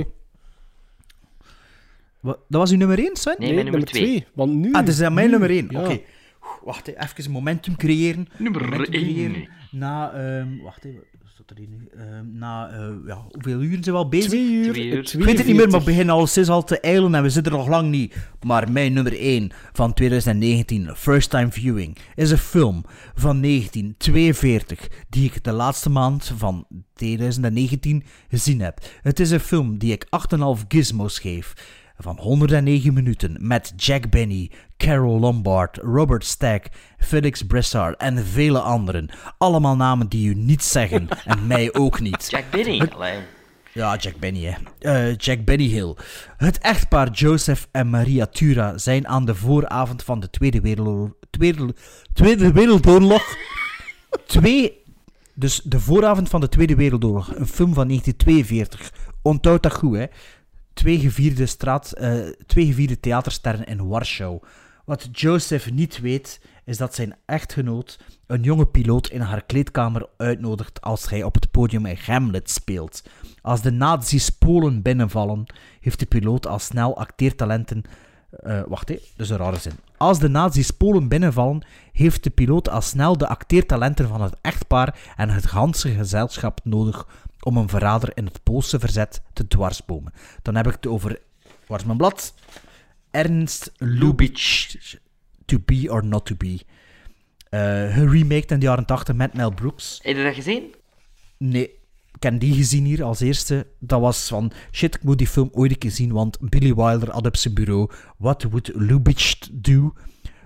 Wat, dat was uw nummer één, Sven? Nee, mijn nummer twee. Want nu... Ah, dat is aan mijn nu, nummer één. ja. Oké. Okay. Wacht, hè, even een momentum creëren. Nummer momentum één. creëren. Na, um, wacht even, wat staat er hier nu? Um, na, uh, ja, hoeveel uur zijn we al bezig? Twee uur. Twee uur. tweeënveertig. Ik weet het niet meer, maar beginnen al sinds al te eilen en we zitten er nog lang niet. Maar mijn nummer één van twintig negentien, First Time Viewing, is een film van negentien tweeënveertig die ik de laatste maand van twintig negentien gezien heb. Het is een film die ik acht komma vijf gizmos geef. Van honderdnegen minuten met Jack Benny, Carol Lombard, Robert Stack, Felix Bressard en vele anderen. Allemaal namen die u niet zeggen en mij ook niet. Jack Benny. Allee. Ja, Jack Benny, hè. Uh, Jack Benny Hill. Het echtpaar Joseph en Maria Tura zijn aan de vooravond van de Tweede Wereldoorlog... Tweede, Tweede Wereldoorlog... Twee... Dus de vooravond van de Tweede Wereldoorlog. Een film van negentien tweeënveertig. Onthoud dat goed, hè. Twee gevierde, straat, uh, twee gevierde theatersterren in Warschau. Wat Joseph niet weet, is dat zijn echtgenoot een jonge piloot in haar kleedkamer uitnodigt als hij op het podium in Hamlet speelt. Als de nazi's Polen binnenvallen, heeft de piloot al snel acteertalenten... Uh, wacht, hé, dat is een rare zin. Als de nazi's Polen binnenvallen, heeft de piloot al snel de acteertalenten van het echtpaar en het ganse gezelschap nodig om een verrader in het Poolse verzet te dwarsbomen. Dan heb ik het over... Waar is mijn blad? Ernst Lubitsch. To Be or Not To Be. Uh, geremaked in de jaren tachtig met Mel Brooks. Heb je dat gezien? Nee, ik heb die gezien hier als eerste. Dat was van, shit, ik moet die film ooit een keer zien, want Billy Wilder had op zijn bureau What Would Lubitsch Do?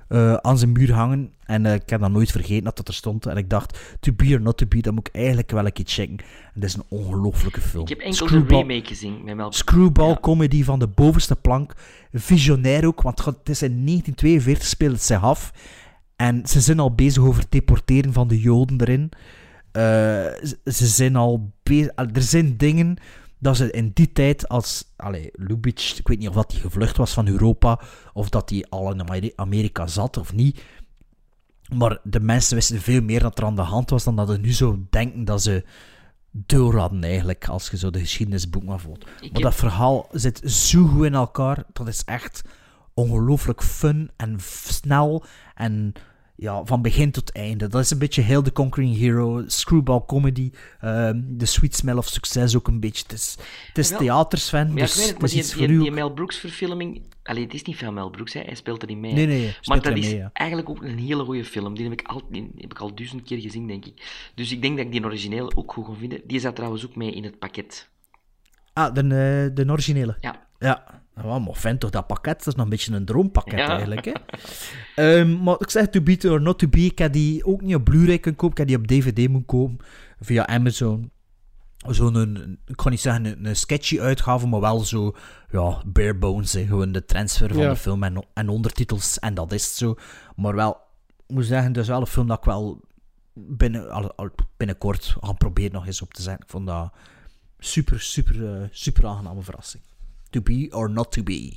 uh, aan zijn muur hangen. En uh, ik heb dat nooit vergeten dat dat er stond. En ik dacht, To Be or Not To Be, dat moet ik eigenlijk wel een keer checken. En dat is een ongelooflijke film. Ik heb enkel Screwball, de remake gezien. Met Mel... Screwball ja. comedy van de bovenste plank. Visionair ook, want het is in negentien tweeënveertig speelt het zich af. En ze zijn al bezig over het deporteren van de Joden erin. Uh, ze zijn al bezig... Er zijn dingen dat ze in die tijd als... Allee, Lubitsch, ik weet niet of dat hij gevlucht was van Europa, of dat hij al in Amerika zat of niet. Maar de mensen wisten veel meer dat er aan de hand was dan dat ze nu zo denken dat ze door hadden eigenlijk, als je zo de geschiedenisboek maar volgt. Maar heb... dat verhaal zit zo goed in elkaar, dat is echt ongelooflijk fun en snel en ja, van begin tot einde. Dat is een beetje heel de Conquering Hero, screwball comedy, um, The Sweet Smell of Success ook een beetje. Het is, het is theaters, Sven, ja, dus het, het maar is die, iets die, voor u. die Mel Brooks verfilming... Allee, het is niet veel Mel Brooks, hè. Hij speelt er niet mee. Nee, nee, maar dat mee, is ja. eigenlijk ook een hele goede film. Die heb ik, al, die heb ik al duizend keer gezien, denk ik. Dus ik denk dat ik die origineel ook goed ga vinden. Die zat trouwens ook mee in het pakket. Ah, de, uh, de originele? Ja. Ja. Nou, maar vent toch, dat pakket, dat is nog een beetje een droompakket ja. eigenlijk, hè. um, maar ik zeg, To Be or Not To Be, ik heb die ook niet op Blu-ray kunnen kopen, ik heb die op D V D moeten kopen, via Amazon. Zo'n, een, ik ga niet zeggen een, een sketchy uitgave, maar wel zo, ja, bare bones, hè. Gewoon de transfer van ja. de film en, en ondertitels, en dat is het zo. Maar wel, ik moet zeggen, dat is wel een film dat ik wel binnen, al, al binnenkort ga proberen nog eens op te zetten. Ik vond dat super, super, uh, super aangename verrassing. To Be or Not To Be.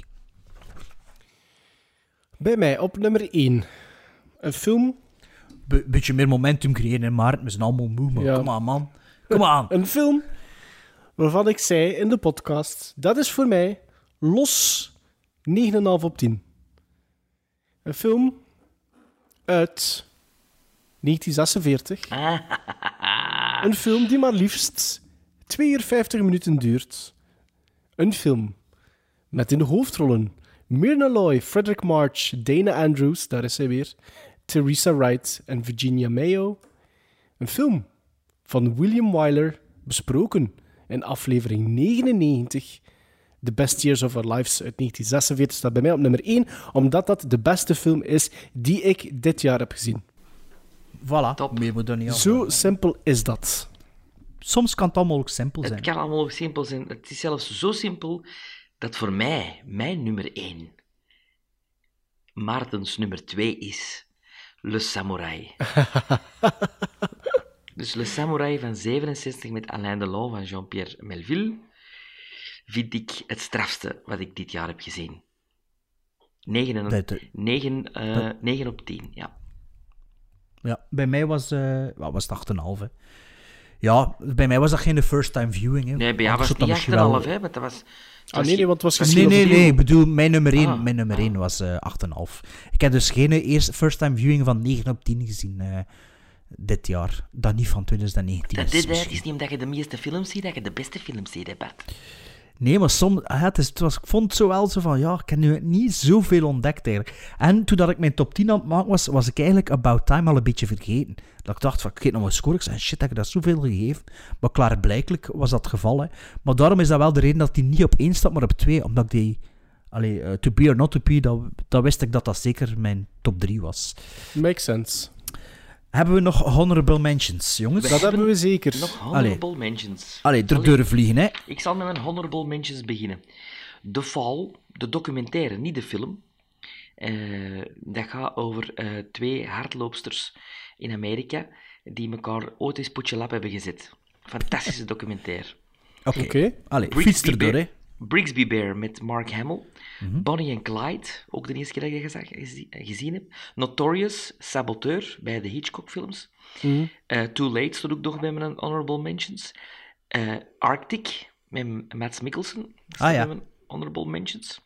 Bij mij op nummer één. Een film... Be- beetje meer momentum creëren in maart. We zijn allemaal moe, maar Ja. kom aan, man. Kom aan. Een film waarvan ik zei in de podcast, dat is voor mij los negen komma vijf op tien. Een film uit negentien zesenveertig. Een film die maar liefst twee uur vijftig minuten duurt. Een film met in de hoofdrollen Myrna Loy, Frederick March, Dana Andrews, daar is zij weer, Theresa Wright en Virginia Mayo. Een film van William Wyler, besproken in aflevering negenennegentig. The Best Years of Our Lives uit negentien zesenveertig staat bij mij op nummer één, omdat dat de beste film is die ik dit jaar heb gezien. Voilà, Top. Meer moet er niet Zo aan. simpel is dat. Soms kan het allemaal ook simpel zijn. Het kan allemaal ook simpel zijn. Het is zelfs zo simpel dat voor mij, mijn nummer één, Maartens nummer twee is Le Samouraï. Dus Le Samouraï van zevenenzestig met Alain Delon van Jean-Pierre Melville vind ik het strafste wat ik dit jaar heb gezien. negen op tien, ja. Ja, bij mij was, uh, was het acht komma vijf. Ja, bij mij was dat geen first time viewing. Hè. Nee, bij jou was het niet acht komma vijf, hè, want dat was... Ah, nee, nee, want het was Nee, nee, nee, ik bedoel, mijn nummer één, ah. mijn nummer één was uh, acht komma vijf. Ik heb dus geen eerste first time viewing van negen op tien gezien uh, dit jaar. Dat niet van twintig negentien. Dat dit is niet omdat je de meeste films ziet, dat je de beste films ziet, hè, Bart. Nee, maar soms, ah, het is, het was, ik vond het zo wel zo van, ja, ik heb nu niet zoveel ontdekt eigenlijk. En toen dat ik mijn top tien aan het maken was, was ik eigenlijk About Time al een beetje vergeten. Dat ik dacht, van, ik geef nog een score, ik zei, shit, heb ik dat zoveel gegeven? Maar klaarblijkelijk was dat het geval, hè. Maar daarom is dat wel de reden dat die niet op één staat, maar op twee, omdat ik die... Allee, uh, To Be or Not To Be, dat, dat wist ik dat dat zeker mijn top drie was. Makes sense. Hebben we nog honorable mentions, jongens? Dat hebben, hebben we zeker. Nog honorable Allee. mentions. Allee, er deuren vliegen, hè. Ik zal met mijn honorable mentions beginnen. The Fall, de documentaire, niet de film. Uh, dat gaat over uh, twee hardloopsters in Amerika die elkaar ooit eens potje lap hebben gezet. Fantastische documentaire. Oké, okay. okay. Allee, fiets erdoor, hè. Brigsby Bear met Mark Hamill. Mm-hmm. Bonnie and Clyde, ook de eerste keer dat ik dat gezien, gezien heb. Notorious, Saboteur, bij de Hitchcock-films. Mm-hmm. Uh, Too Late stond ook nog bij mijn honorable mentions. Uh, Arctic, met Mads Mikkelsen. Ah ja. Mijn honorable mentions.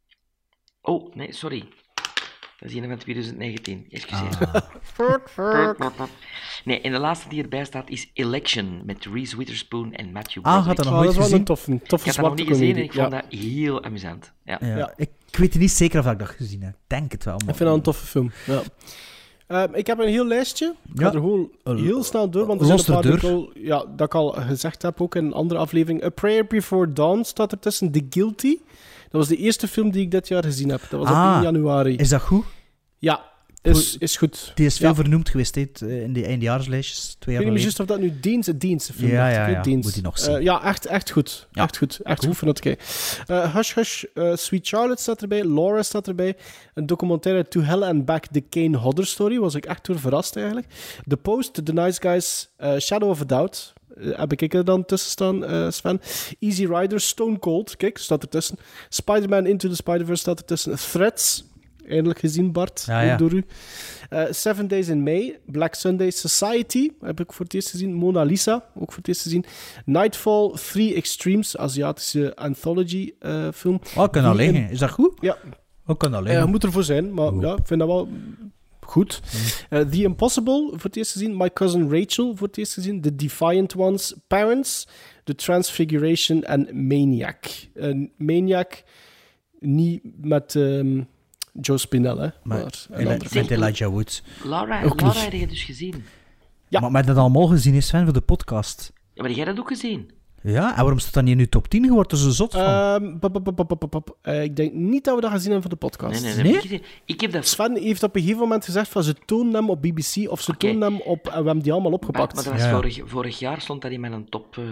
Oh, nee, sorry. Dat is een van twintig negentien. Excuseer. Ah. Nee, en de laatste die erbij staat is Election met Reese Witherspoon en Matthew Broderick. Ah, had dat nog oh, nooit dat gezien? Een toffe, toffe ik had dat nog niet gezien en ik ja. vond dat heel amusant. Ja. Ja. Ja. Ik weet niet zeker of ik dat gezien heb. Ik denk het wel. Maar... Ik vind dat een toffe film. Ja. Uh, ik heb een heel lijstje. Ik ga ja. er gewoon heel snel door, want er Los zijn een paar er dat ik, al, ja, dat ik al gezegd heb, ook in een andere aflevering. A Prayer Before Dawn staat er tussen. The Guilty. Dat was de eerste film die ik dit jaar gezien heb. Dat was ah, op één januari. Is dat goed? Ja, is, is goed. Die is veel Ja. vernoemd geweest he, in die eindejaarslijstjes, twee Ik jaar weet niet geleden. juist of dat nu Deense Deense film Ja, is. ja, Ik weet ja. Deens. Moet die nog Eh, zien. ja, echt, echt goed. Ja. Echt goed. Echt goed van het kijken. Uh, Hush Hush, uh, Sweet Charlotte staat erbij. Laura staat erbij. Een documentaire To Hell and Back, The Kane Hodder Story. Was ik echt door verrast eigenlijk. The Post, The Nice Guys, uh, Shadow of a Doubt. Uh, heb ik er dan tussen staan, uh, Sven. Easy Rider, Stone Cold. Kijk, staat ertussen. Spider-Man Into the Spider-Verse staat ertussen. Threads. Eindelijk gezien, Bart. Ja, ook ja. door u. Uh, Seven Days in May. Black Sunday Society. Heb ik voor het eerst gezien. Mona Lisa. Ook voor het eerst gezien. Nightfall, Three Extremes. Aziatische anthology uh, film. Oh, kan dat Die in- liggen. Is dat goed? Ja. Oh, kan dat Uh, liggen. je moet ervoor zijn, maar ja, ik vind dat wel goed. Uh, The Impossible, voor het eerst gezien. My Cousin Rachel, voor het eerst gezien. The Defiant Ones, Parents, The Transfiguration en Maniac. Uh, Maniac, niet met um, Joe Spinell, hè, maar, Met, een andere met film. Elijah Wood. Laura, Ook Laura niet. heb je dus gezien. Ja. Maar met dat allemaal gezien is, Sven, voor de podcast. Ja, maar heb jij dat ook gezien? Ja, en waarom staat dat niet in uw top tien? Je wordt er zo zot van. Um, pop, pop, pop, pop, pop, pop. Uh, ik denk niet dat we dat gezien hebben voor de podcast. Nee, nee, nee. Ik, ik heb dat... Sven heeft op een gegeven moment gezegd van ze tonen hem op B B C of ze Oké. tonen hem op... En we hebben die allemaal opgepakt. Maar dat was Ja. vorig, vorig jaar stond dat in mijn top... eh,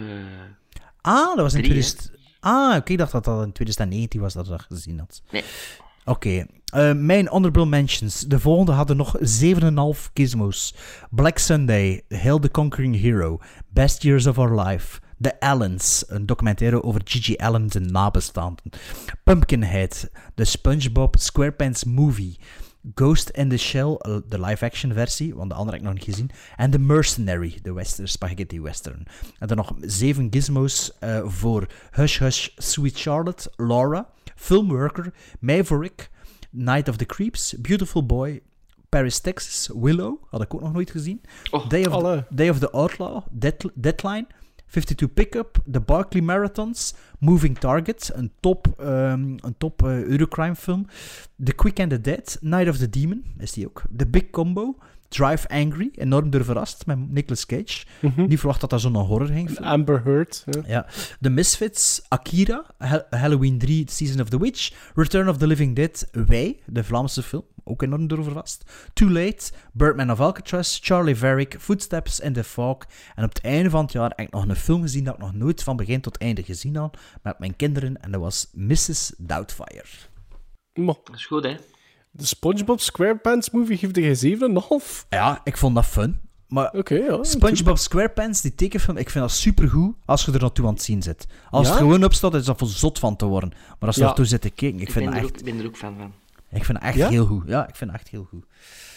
ah, dat was in drie, tweeduizend... Ah, oké, ik dacht dat dat in twintig negentien was dat je dat gezien had. Nee. Oké, eh, mijn honorable mentions. De volgende hadden nog zeven komma vijf gizmos. Black Sunday, Hail the Conquering Hero, Best Years of Our Life, The Allens, een documentaire over Gigi Allen en nabestaanden, Pumpkinhead, The SpongeBob SquarePants Movie, Ghost in the Shell, eh, de live-action versie, want de andere heb ik nog niet gezien, en The Mercenary, de western, spaghetti western. En dan nog zeven gizmos eh, voor Hush Hush, Sweet Charlotte, Laura, Filmworker, Maverick, Night of the Creeps, Beautiful Boy, Paris, Texas, Willow, had ik ook nog nooit gezien, Oh, Day, of the, alle. Day of the Outlaw, Dead, Deadline, fifty-two Pickup, The Barkley Marathons, Moving Target, een top, um, een top uh, Eurocrime film, The Quick and the Dead, Night of the Demon, is die ook, The Big Combo, Drive Angry, enorm door verrast, met Nicolas Cage. Mhm. Niet verwacht dat dat zo'n horror ging. Amber Heard. Ja. Ja. The Misfits, Akira, Ha- Halloween drie, Season of the Witch, Return of the Living Dead, Wij, de Vlaamse film, ook enorm door verrast. Too Late, Birdman of Alcatraz, Charlie Varick, Footsteps in the Fog. En op het einde van het jaar heb ik nog een film gezien dat ik nog nooit van begin tot einde gezien had, met mijn kinderen, en dat was missus Doubtfire. Mo. Dat is goed, hè? De SpongeBob SquarePants movie geeft hij zeven komma vijf. Ja, ik vond dat fun. Maar Oké, ja. SpongeBob SquarePants, die tekenfilm, ik vind dat supergoed als je er naartoe aan het zien zit. Als Ja? het gewoon op staat, is dat voor zot van te worden. Maar als je Ja. naartoe zit te kijken, ik Ik vind ben dat er, echt... ook, ben er ook fan van. Ik vind het echt Ja? heel goed. Ja, ik vind het echt heel goed.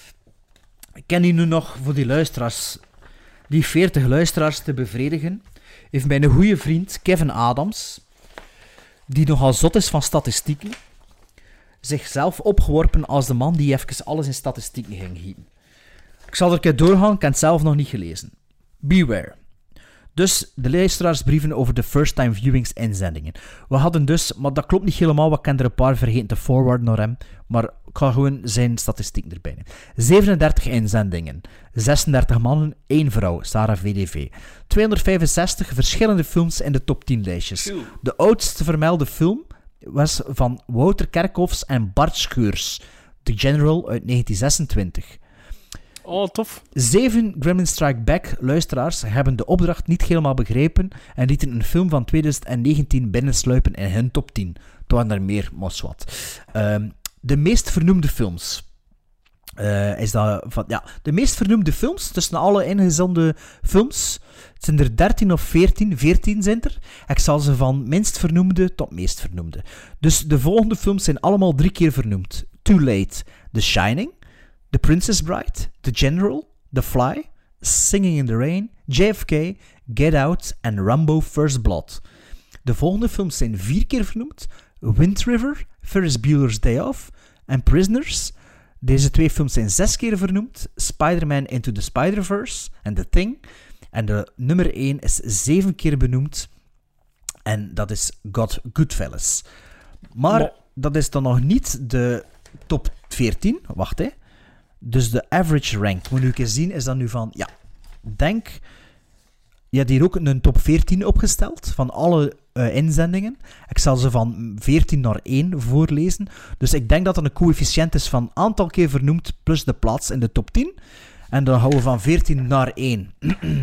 Ik ken die nu nog voor die luisteraars, die veertig luisteraars te bevredigen. Heeft mijn goede vriend Kevin Adams, die nogal zot is van statistieken, zichzelf opgeworpen als de man die even alles in statistieken ging gieten. Ik zal er een keer doorgaan, ik heb het zelf nog niet gelezen. Beware. Dus de luisteraarsbrieven over de first-time viewings inzendingen. We hadden dus, maar dat klopt niet helemaal, want ik kan er een paar vergeten te forwarden naar hem, maar ik ga gewoon zijn statistiek erbij nemen. zevenendertig inzendingen, zesendertig mannen, één vrouw, Sarah V D V. tweehonderdvijfenzestig verschillende films in de top tien lijstjes. De oudste vermelde film was van Wouter Kerkhoffs en Bart Scheurs, The General uit negentien zesentwintig. Oh, tof. Zeven Gremlin Strike Back luisteraars hebben de opdracht niet helemaal begrepen en lieten een film van twintig negentien binnensluipen in hun top tien. Het waren er meer, maar wat. Um, de meest vernoemde films. Uh, is dat van, ja, de meest vernoemde films, tussen alle ingezonde films, het zijn er dertien of veertien. veertien zijn er. Ik zal ze van minst vernoemde tot meest vernoemde. Dus de volgende films zijn allemaal drie keer vernoemd. Too Late, The Shining, The Princess Bride, The General, The Fly, Singing in the Rain, J F K, Get Out en Rambo First Blood. De volgende films zijn vier keer vernoemd. Wind River, Ferris Bueller's Day Off en Prisoners. Deze twee films zijn zes keer vernoemd. Spider-Man Into the Spider-Verse en The Thing. En de nummer één is zeven keer benoemd. En dat is God Goodfellas. Maar Maar- dat is dan nog niet de top veertien. Wacht, hè. Dus de average rank, moet u eens zien, is dan nu van... Ja, denk... Je hebt hier ook een top veertien opgesteld van alle uh, uh, inzendingen. Ik zal ze van veertien naar één voorlezen. Dus ik denk dat er een coëfficiënt is van aantal keer vernoemd plus de plaats in de top tien. En dan gaan we van veertien naar één.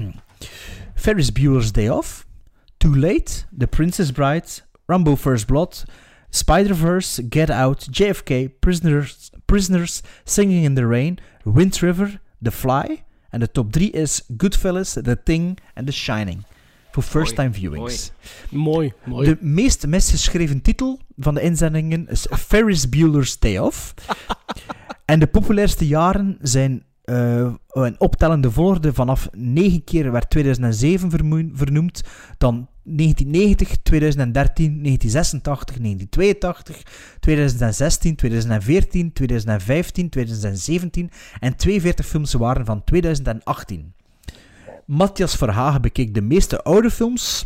Ferris Bueller's Day Off, Too Late, The Princess Bride, Rambo First Blood, Spider-Verse, Get Out, J F K, Prisoners, Prisoners, Singing in the Rain, Wind River, The Fly. En de top drie is Goodfellas, The Thing en The Shining. Voor first-time viewings. Mooi, mooi. De meest misgeschreven titel van de inzendingen is Ferris Bueller's Day Off. En de populairste jaren zijn uh, een optellende volgorde. Vanaf negen keer werd tweeduizend zeven vermoe- vernoemd, dan negentien negentig, tweeduizend dertien, negentien zesentachtig, negentien tweeëntachtig, tweeduizend zestien, tweeduizend veertien, tweeduizend vijftien, tweeduizend zeventien en tweeënveertig films waren van tweeduizend achttien. Matthias Verhagen bekeek de meeste oude films.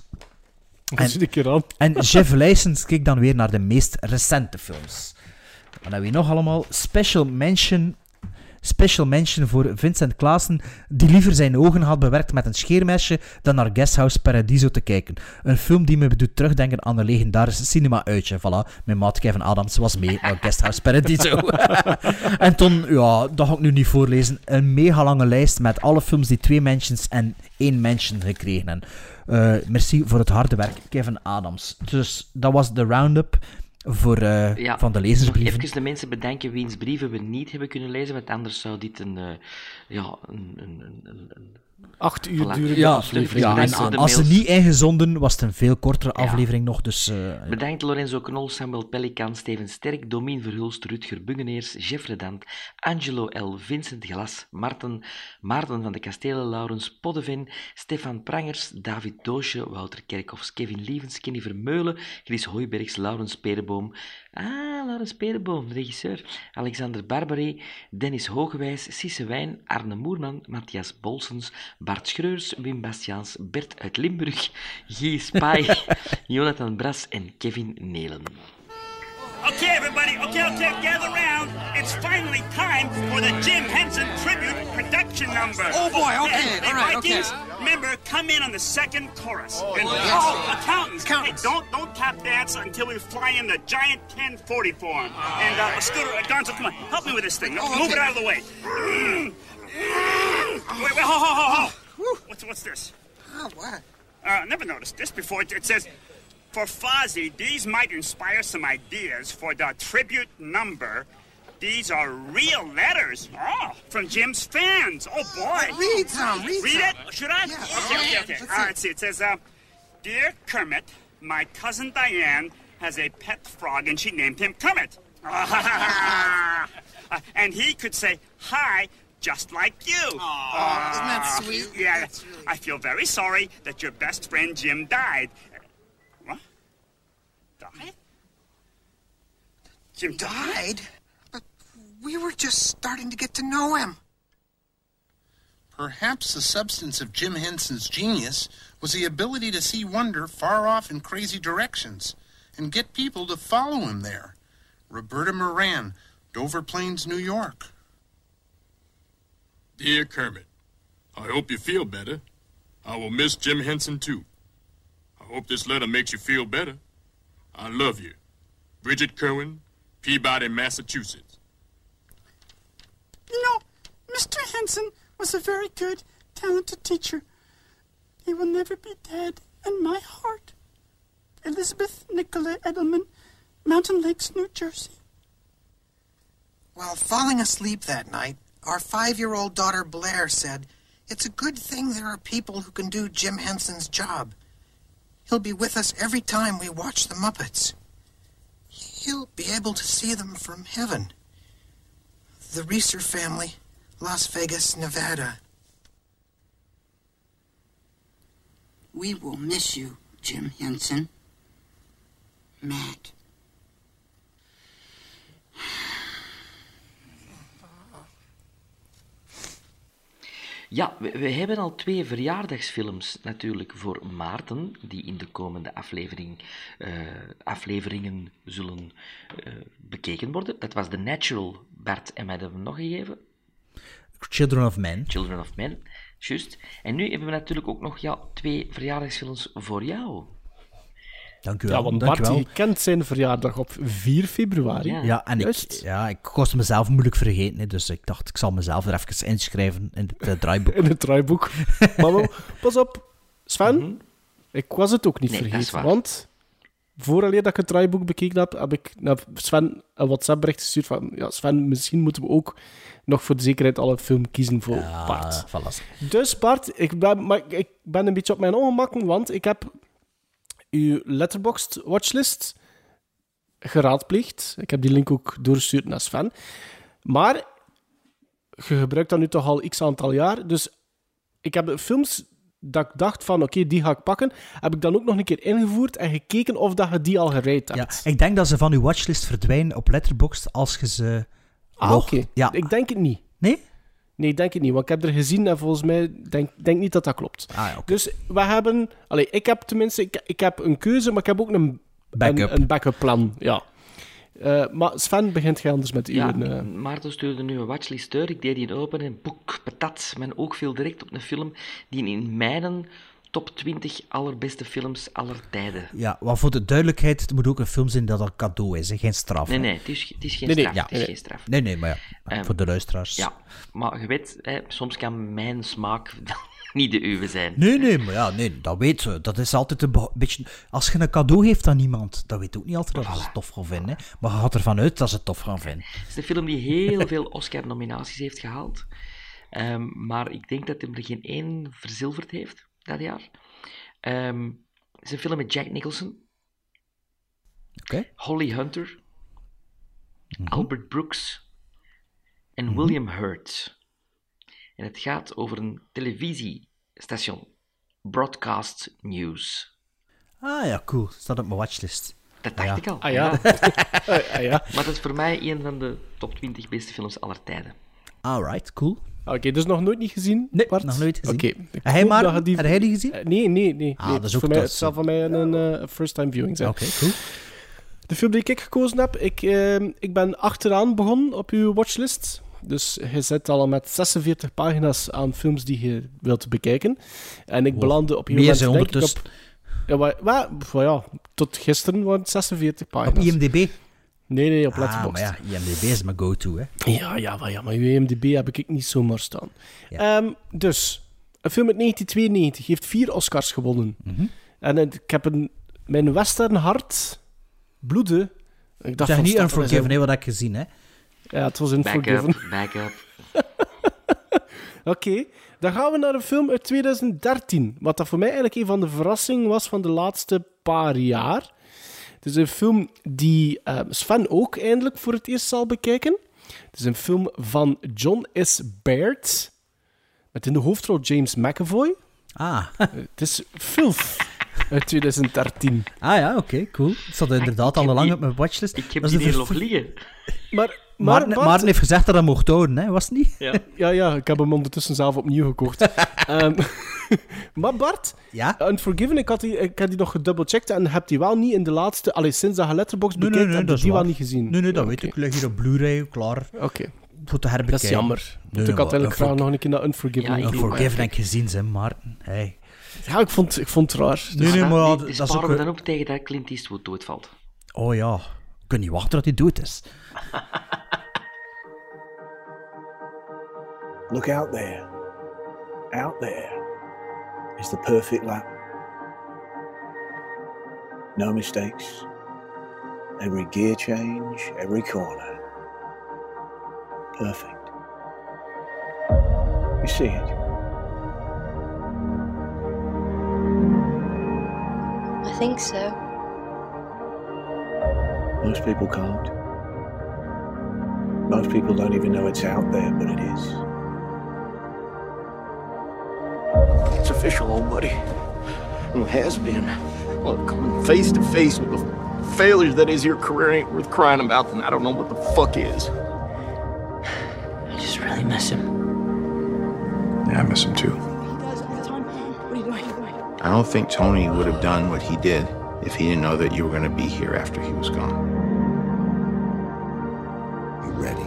En, en Jeff Leijsens keek dan weer naar de meest recente films. Wat hebben we nog allemaal? Special mention... Special mention voor Vincent Klaassen, die liever zijn ogen had bewerkt met een scheermesje dan naar Guesthouse Paradiso te kijken. Een film die me doet terugdenken aan een legendarische cinema-uitje. Voilà, mijn maat Kevin Adams was mee naar Guesthouse Paradiso. En toen, ja, dat ga ik nu niet voorlezen, een mega lange lijst met alle films die twee mentions en één mention gekregen hebben. Uh, merci voor het harde werk, Kevin Adams. Dus dat was de round-up voor, uh, ja, van de lezersbrieven. Even de mensen bedenken wiens brieven we niet hebben kunnen lezen, want anders zou dit een... Uh, ja, een, een, een, een Acht uur voilà. durende ja, aflevering. Ja, en en als ze niet ingezonden, was het een veel kortere ja. aflevering nog. Dus, uh, Bedankt Lorenzo Knol, Samuel Pellican, Steven Sterk, Domien Verhulst, Rutger Bungeneers, Jeff Redant, Angelo L., Vincent Glas, Marten, Maarten van de Kastelen, Laurens Poddeven, Stefan Prangers, David Doosje, Wouter Kerkhoffs, Kevin Lievens, Kenny Vermeulen, Chris Hooibergs, Laurens Perenboom, ah, Laurens Perenboom, regisseur, Alexander Barbary, Dennis Hogewijs, Sisse Wijn, Arne Moerman, Matthias Bolsens, Bart Schreurs, Wim Bastiaans, Bert uit Limburg, Guy Spy, Jonathan Bras en Kevin Nelen. Okay, everybody, okay, okay, gather round. It's finally time for the Jim Henson tribute production number. Oh, boy, okay, And, all right, Vikings, okay. remember, come in on the second chorus. Oh, and, yes. oh, accountants, Accountants. Hey, don't don't tap dance until we fly in the giant ten forty form. And uh, Scooter, uh, Gonzo, come on, help me with this thing. Oh, Move okay. it out of the way. Wait, wait, ho, ho, ho, ho. What's what's this? Oh, what? Uh, never noticed this before. It, it says, for Fozzie, these might inspire some ideas for the tribute number. These are real letters. Oh, from Jim's fans. Oh, boy. Read some, read Read some. it? Should I? Yeah. Okay, okay, okay. Let's All see. right, see. It says, uh, Dear Kermit, my cousin Diane has a pet frog and she named him Kermit. uh, and he could say hi just like you. Aw, isn't that sweet? Yeah, That's really... I feel very sorry that your best friend Jim died. What? Died? Jim Died? But we were just starting to get to know him. Perhaps the substance of Jim Henson's genius was the ability to see wonder far off in crazy directions and get people to follow him there. Roberta Moran, Dover Plains, New York. Dear Kermit, I hope you feel better. I will miss Jim Henson too. I hope this letter makes you feel better. I love you. Bridget Kerwin, Peabody, Massachusetts. You know, Mister Henson was a very good, talented teacher. He will never be dead in my heart. Elizabeth Nicolay Edelman, Mountain Lakes, New Jersey. While falling asleep that night, our five-year-old daughter Blair said, "It's a good thing there are people who can do Jim Henson's job. He'll be with us every time we watch the Muppets. He'll be able to see them from heaven. The Reeser family, Las Vegas, Nevada." We will miss you, Jim Henson. Matt. Ja, we, we hebben al twee verjaardagsfilms natuurlijk voor Maarten, die in de komende aflevering, uh, afleveringen zullen uh, bekeken worden. Dat was The Natural, Bart, en mij hebben we nog gegeven. Children of Men. Children of Men, juist. En nu hebben we natuurlijk ook nog ja, twee verjaardagsfilms voor jou. Dank u wel. Ja, want Dank u Bart, wel. je kent zijn verjaardag op vier februari. Ja. Ja, en ik, ja, ik kost mezelf moeilijk vergeten, hè, dus ik dacht, ik zal mezelf er even inschrijven in het uh, draaiboek. In het draaiboek. Maar wel, pas op, Sven, Mhm. ik was het ook niet Nee, dat is vergeten, waar. want vooraleer dat ik het draaiboek bekeken heb, heb ik naar Sven een WhatsApp-bericht gestuurd van, ja, Sven, misschien moeten we ook nog voor de zekerheid al een film kiezen voor Ja, Bart. voilà. Dus Bart, ik ben, maar ik ben een beetje op mijn ongemakken, want ik heb uw Letterboxd watchlist geraadpleegd. Ik heb die link ook doorgestuurd naar Sven. Maar je gebruikt dat nu toch al x aantal jaar, dus ik heb de films dat ik dacht van, oké, okay, die ga ik pakken, heb ik dan ook nog een keer ingevoerd en gekeken of dat je die al gereid hebt. Ja, ik denk dat ze van uw watchlist verdwijnen op Letterboxd als je ze... Ah, log- oké. Ja. Ik denk het niet. Nee? Nee, ik denk het niet, want ik heb er gezien en volgens mij denk ik denk niet dat dat klopt. Ah, ja, oké. Dus we hebben... Allee, ik heb tenminste... Ik, ik heb een keuze, maar ik heb ook een Backup. Een, een backup plan, ja. Uh, maar Sven, begint jij anders met Ja, uw... Uh... Maarten stuurde nu een watchlist door. Ik deed die open en boek, patat. Mijn oog viel direct op een film die in mijn top twintig allerbeste films aller tijden. Ja, maar voor de duidelijkheid, het moet ook een film zijn dat een cadeau is, hè? Geen straf. Nee, hè? nee, het is, het is geen Nee, nee, straf. ja, het is nee, geen straf. Nee, nee, maar ja, Um, voor de luisteraars. Ja, maar je weet, hè, soms kan mijn smaak niet de uwe zijn. Nee, nee, maar ja, nee, dat weet je. Dat is altijd een be- beetje... Als je een cadeau geeft aan iemand, dan weet je ook niet altijd dat ze het tof gaan vinden. Hè? Maar je gaat ervan uit dat ze het tof gaan vinden. Het is een film die heel veel Oscar-nominaties heeft gehaald. Um, maar ik denk dat hij er geen één verzilverd heeft dat jaar. Um, het is een film met Jack Nicholson. Okay. Holly Hunter. Mm-hmm. Albert Brooks. En Mm-hmm. William Hurt. En het gaat over een televisiestation. Broadcast News. Ah ja, cool. Staat op mijn watchlist. Dat dacht ah, ja. ik al. Ah ja. ah, ja. Maar dat is voor mij een van de top twintig beste films aller tijden. Alright, cool. Oké, okay, dus nog nooit niet gezien? Nee, Bart? nog nooit gezien. Oké. Okay. Hij maar, dat die... Heb jij die gezien? Uh, nee, nee, nee. Ah, nee. dat is ook voor mij, dat. het zal van mij een uh, first-time viewing zijn. Oké, okay, cool. De film die ik gekozen heb, ik, uh, ik ben achteraan begonnen op uw watchlist. Dus je zit al met zesenveertig pagina's aan films die je wilt bekijken. En ik wow. belandde op een Meer moment zijn denk ik ondertussen. op... Ja, maar, maar, maar ja, tot gisteren waren het zesenveertig pagina's. Op I M D B? Nee, nee, op Letterboxd. Ah, maar ja, I M D B is mijn go-to, hè. Ja, ja, maar, ja, maar uw I M D B heb ik niet zomaar staan. Ja. Um, dus, een film uit negentien tweeënnegentig heeft vier Oscars gewonnen. Mm-hmm. En uh, ik heb een, mijn western hart bloeden. Ik dacht zeg van, niet Unforgiven, een... hè, wat heb ik gezien, hè. Ja, het was Unforgiven. Back up, back up. Oké, okay, dan gaan we naar een film uit twintig dertien. Wat dat voor mij eigenlijk een van de verrassingen was van de laatste paar jaar. Het is een film die uh, Sven ook eindelijk voor het eerst zal bekijken. Het is een film van John S. Baird. Met in de hoofdrol James McAvoy. Ah. Uh, het is Filth uit twintig dertien. Ah ja, oké, okay, cool. Het zat inderdaad al lang die, op mijn watchlist. Ik heb die hier nog liggen. Maar... Maarten, maar, Maarten heeft gezegd dat hij mocht houden, hè? Was het niet? Ja, ja, ja, ik heb hem ondertussen zelf opnieuw gekocht. um, maar Bart, ja? Unforgiven, ik had die, ik had die nog gedoublecheckt en heb die wel niet in de laatste... Allee, sinds dat je Letterboxd nee, bekijkt, nee, nee, heb je die waar. wel niet gezien. Nee, nee, dat ja, weet okay. ik. Lig hier op Blu-ray, klaar. Oké. Okay. Voor te herbekijken. Dat is jammer. Nee, ik had eigenlijk graag nog een keer naar Unforgiven. Ja, Unforgiven heb ik gezien, hè, Maarten. Hey. Ja, ik vond, ik vond het raar. Nee, nee, maar... Die, die dat sparen is we ook... dan ook tegen dat Clint Eastwood doodvalt. Oh ja. Ik kan niet wachten dat hij dood is. Look out there. Out there is the perfect lap. No mistakes. Every gear change, every corner. Perfect. You see it? I think so. Most people can't. Most people don't even know it's out there, but it is. It's official, old buddy. Well, it has been. Well, coming face to face with the failure that is your career ain't worth crying about, then I don't know what the fuck is. I just really miss him. Yeah, I miss him too. I don't think Tony would have done what he did if he didn't know that you were going to be here after he was gone. You ready?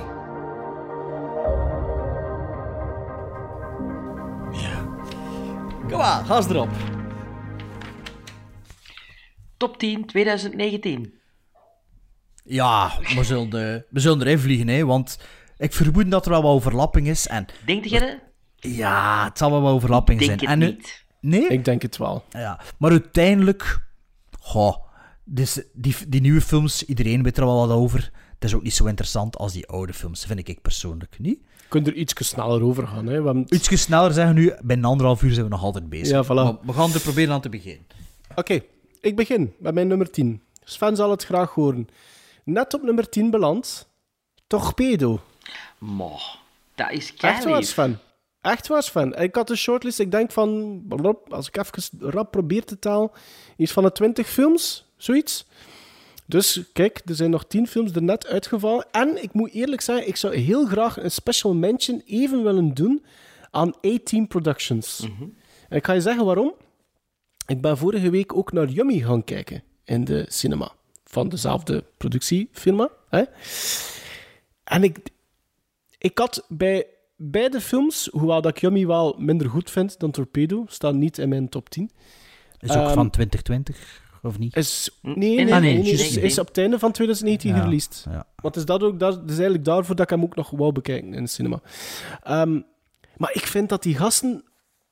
Kom aan, gas erop. Top tien twintig negentien. Ja, we zullen, de, we zullen erin vliegen, hè, want ik vermoed dat er wel wat overlapping is. En, denk je dat? Ja, het zal wel wat overlapping ik zijn. denk het en, niet. Nee? Ik denk het wel. Ja, maar uiteindelijk... Goh, dus die, die nieuwe films, iedereen weet er wel wat over. Het is ook niet zo interessant als die oude films, vind ik persoonlijk niet. Je kunt er iets sneller over gaan. Hè? Want... Iets sneller zeggen nu, binnen anderhalf uur zijn we nog altijd bezig. Ja, voilà. Maar we gaan er proberen aan te beginnen. Oké, okay, ik begin met mijn nummer tien. Sven zal het graag horen. Net op nummer tien beland, Torpedo. Mo, dat is echt waar, lief. Sven. Echt waar, Sven. Ik had een shortlist, ik denk van, als ik even rap probeer te tellen, iets van de twintig films, zoiets. Dus kijk, er zijn nog tien films er net uitgevallen. En ik moet eerlijk zeggen, ik zou heel graag een special mention even willen doen aan A-Team Productions. Mm-hmm. En ik ga je zeggen waarom. Ik ben vorige week ook naar Yummy gaan kijken in de cinema. Van dezelfde productiefirma. Hè? En ik, ik had bij beide films, hoewel dat ik Yummy wel minder goed vind dan Torpedo, staan niet in mijn top tien. Is ook um, van twintig twintig, of niet? Is, nee, nee, nee, nee, nee, nee is, is op het einde van twintig negentien ja, gereleased. Ja. Want is dat ook, dat is eigenlijk daarvoor dat ik hem ook nog wou bekijken in de cinema. Um, maar ik vind dat die gasten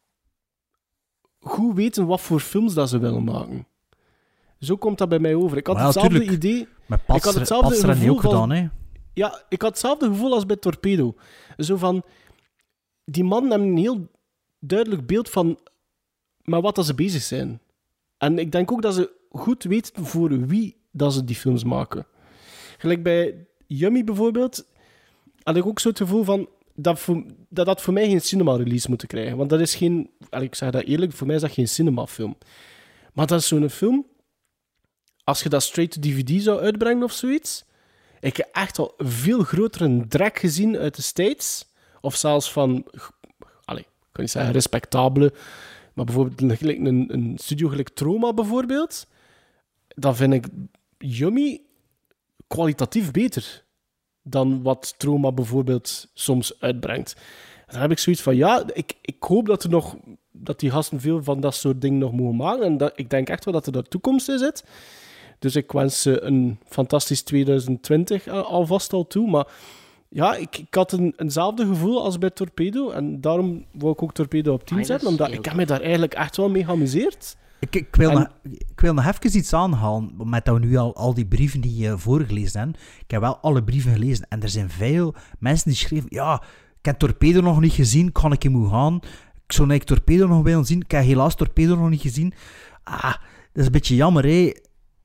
goed weten wat voor films dat ze willen maken. Zo komt dat bij mij over. Ik had well, hetzelfde tuurlijk. idee. Met Patser, ik had hetzelfde Patser gevoel ook van, gedaan, hè? Ja, ik had hetzelfde gevoel als bij Torpedo. Zo van... Die mannen hebben een heel duidelijk beeld van... Maar wat dat ze bezig zijn. En ik denk ook dat ze goed weten voor wie dat ze die films maken. Gelijk bij Yummy bijvoorbeeld... Had ik ook zo het gevoel van... Dat voor, dat, dat voor mij geen cinema-release moeten krijgen. Want dat is geen... Ik zeg dat eerlijk, voor mij is dat geen cinemafilm. Maar dat is zo'n film... Als je dat straight to D V D zou uitbrengen of zoiets... Ik heb echt al veel grotere drek gezien uit de States. Of zelfs van... Allez, ik kan niet zeggen respectabele... Maar bijvoorbeeld een, een, een studio gelijk Troma bijvoorbeeld... Dan vind ik Yummy kwalitatief beter dan wat Troma bijvoorbeeld soms uitbrengt. En dan heb ik zoiets van... Ja, ik, ik hoop dat er nog... Dat die gasten veel van dat soort dingen nog mogen maken. En dat, ik denk echt wel dat er daar toekomst in zit. Dus ik wens ze een fantastisch twintig twintig alvast al toe. Maar ja, ik, ik had een, eenzelfde gevoel als bij Torpedo. En daarom wou ik ook Torpedo op tien zetten. Omdat ik heb me daar eigenlijk echt wel mee geamuseerd. Ik, ik, wil en... nog, ik wil nog even iets aanhalen. Met dat we nu al, al die brieven die je voorgelezen hebben. Ik heb wel alle brieven gelezen. En er zijn veel mensen die schreven... Ja, ik heb Torpedo nog niet gezien. Kan ik hem hoe gaan? Ik zou eigenlijk Torpedo nog willen zien. Ik heb helaas Torpedo nog niet gezien. Ah, dat is een beetje jammer, hè.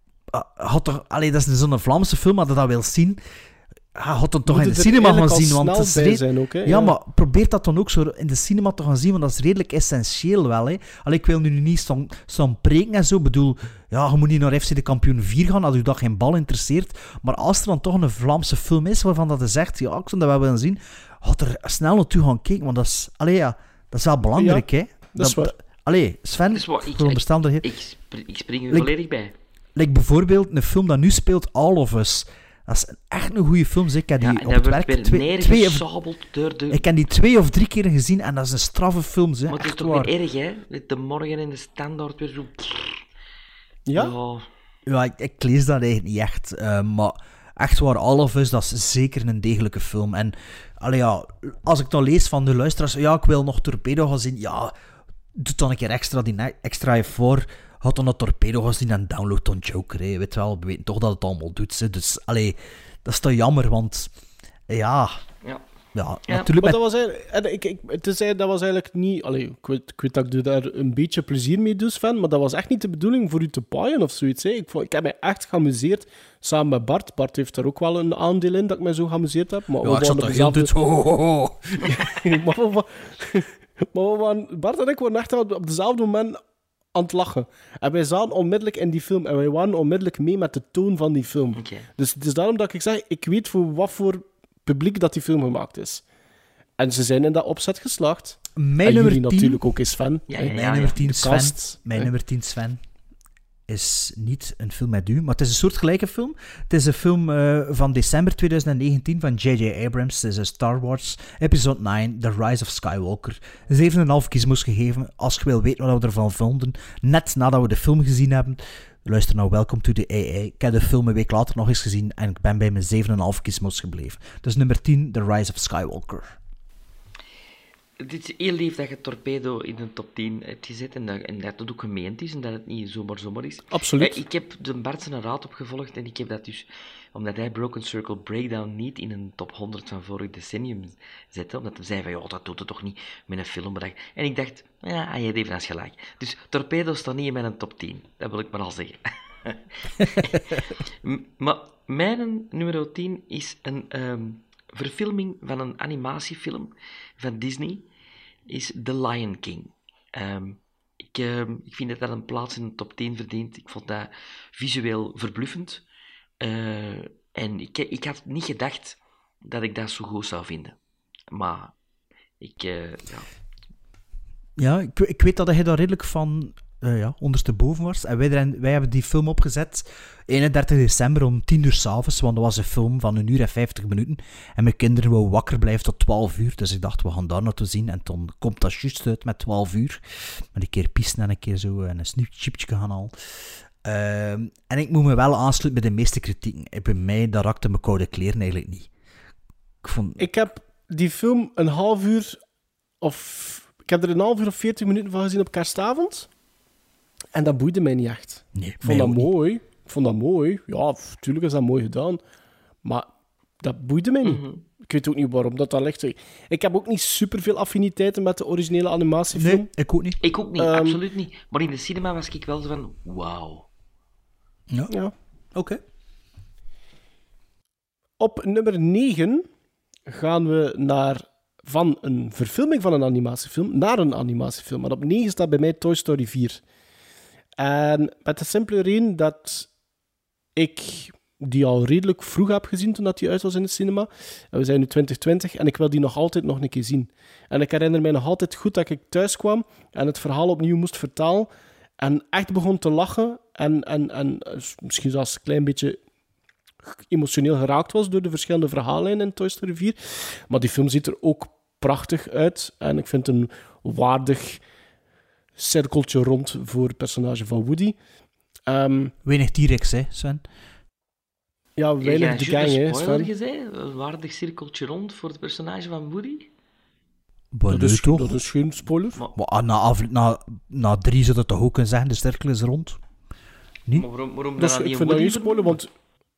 Had toch, allee, dat is zo'n Vlaamse film, maar dat dat wil zien. Had dan toch in de cinema gaan zien. Want dat is red... zijn ook, hè? Ja, ja, maar probeer dat dan ook zo in de cinema te gaan zien, want dat is redelijk essentieel wel. Hè. Allee, ik wil nu niet staan, staan preken en zo. Ik bedoel, ja, je moet niet naar F C de Kampioen vier gaan als je dat geen bal interesseert. Maar als er dan toch een Vlaamse film is waarvan dat je zegt, ja, ik zou dat wel willen zien, had er snel naartoe gaan kijken, want dat is, allee, ja, dat is wel belangrijk. Ja, hè. Dat is waar. Allee, Sven, dat is wat, ik, ik, ik, ik, spring, ik spring er like, volledig bij. Like bijvoorbeeld een film dat nu speelt, All of Us. Dat is echt een goede film. Ik heb die ja, op het werk twee, twee of, door de... Ik heb die twee of drie keer gezien en dat is een straffe film. Zeg. Maar het is echt toch waar. weer erg, hè? Met de morgen in de standaard weer zo... Ja? Ja, ja ik, ik lees dat eigenlijk niet echt. Uh, maar echt waar, All of Us, dat is zeker een degelijke film. En allee, ja, als ik dan lees van de luisteraars, ja, ik wil nog Torpedo gaan zien. Ja, doe dan een keer extra die extra voor... Had dan een Torpedo gezien en download dan Joker. Hè. Weet wel, we weten toch dat het allemaal doet. Hè. Dus, allee, dat is toch jammer, want... Ja... Ja, ja, ja. natuurlijk... Maar dat was eigenlijk... Ik, ik, het is, dat was eigenlijk niet... Allee, ik weet, ik weet dat ik daar een beetje plezier mee doe, Sven, maar dat was echt niet de bedoeling voor u te paaien of zoiets. Hè. Ik, ik heb mij echt geamuseerd samen met Bart. Bart heeft daar ook wel een aandeel in dat ik mij zo geamuseerd heb. Maar ja, we ik zat toch heel doet... maar, maar, maar we waren, Bart en ik waren echt op dezelfde moment... aan het lachen. En wij zaten onmiddellijk in die film en wij waren onmiddellijk mee met de toon van die film. Okay. Dus het is daarom dat ik zeg, ik weet voor wat voor publiek dat die film gemaakt is. En ze zijn in dat opzet geslaagd. Mijn en nummer jullie tien... natuurlijk ook is Sven. Ja, ja, ja, mijn ja. nummer tien, Sven. Kast, mijn hè? nummer tien, Sven, is niet een film met u, maar het is een soortgelijke film. Het is een film uh, van december twintig negentien van J J Abrams. Het is een Star Wars Episode nine, The Rise of Skywalker. zeven komma vijf kiesmoes gegeven, als je wil weten wat we ervan vonden. Net nadat we de film gezien hebben. Luister naar Welcome to the A I. Ik heb de film een week later nog eens gezien en ik ben bij mijn zeven komma vijf gizmos gebleven. Dus nummer tien, The Rise of Skywalker. Het is heel lief dat je Torpedo in de top tien hebt gezet en dat, en dat het ook gemeend is en dat het niet zomaar zomaar is. Absoluut. Eh, ik heb de Bart zijn raad opgevolgd en ik heb dat dus, omdat hij Broken Circle Breakdown niet in een top honderd van vorig decennium zette, omdat hij zei van, ja, dat doet het toch niet met een film. En ik dacht, ja, hij heeft even als gelijk. Dus Torpedo staat niet in mijn top tien, dat wil ik maar al zeggen. Maar mijn nummer tien is een um, verfilming van een animatiefilm van Disney, is The Lion King. Um, ik, um, ik vind dat dat een plaats in de top tien verdient. Ik vond dat visueel verbluffend. Uh, en ik, ik had niet gedacht dat ik dat zo goed zou vinden. Maar ik, uh, ja... Ja, ik, ik weet dat hij daar redelijk van uh, ja, ondersteboven was. En wij, erin, wij hebben die film opgezet eenendertig december om tien uur 's avonds, want dat was een film van een uur en vijftig minuten. En mijn kinderen wouden wakker blijven tot twaalf uur. Dus ik dacht, we gaan daar naartoe zien. En toen komt dat juist uit met twaalf uur. Met een keer pissen en een keer zo en een snoepchipje gaan halen. Uh, en ik moet me wel aansluiten bij de meeste kritieken. Bij mij, dat raakte mijn koude kleren eigenlijk niet. Ik, vond... ik heb die film een half uur of... Ik heb er een half uur of veertig minuten van gezien op kerstavond. En dat boeide mij niet echt. Nee, ik vond dat mooi. Niet. Ik vond dat mooi. Ja, natuurlijk is dat mooi gedaan. Maar dat boeide mij niet. Mm-hmm. Ik weet ook niet waarom dat dat ligt. Ik heb ook niet superveel affiniteiten met de originele animatiefilm. Nee, ik ook niet. Ik ook niet, um, absoluut niet. Maar in de cinema was ik wel zo van, wauw. Ja, ja. Oké. Okay. Op nummer negen gaan we naar... van een verfilming van een animatiefilm naar een animatiefilm. Maar op negen staat bij mij Toy Story vier. En met de simpele reden dat ik die al redelijk vroeg heb gezien toen dat die uit was in de cinema. En we zijn nu twintig twintig en ik wil die nog altijd nog een keer zien. En ik herinner mij nog altijd goed dat ik thuis kwam en het verhaal opnieuw moest vertalen en echt begon te lachen en, en, en misschien zelfs een klein beetje emotioneel geraakt was door de verschillende verhaallijnen in Toy Story vier. Maar die film ziet er ook prachtig uit. En ik vind een waardig cirkeltje rond voor het personage van Woody. Um, weinig T-Rex, hè, Sven? Ja, weinig de gang, hè, Sven. Gezegd? Een waardig cirkeltje rond voor het personage van Woody? Dat is, dat is geen spoiler. Maar, maar na, af, na, na drie zou dat toch ook kunnen zeggen, de cirkel is rond? Niet? Maar waarom, waarom dus dan ik niet vind Woody dat geen spoiler, want...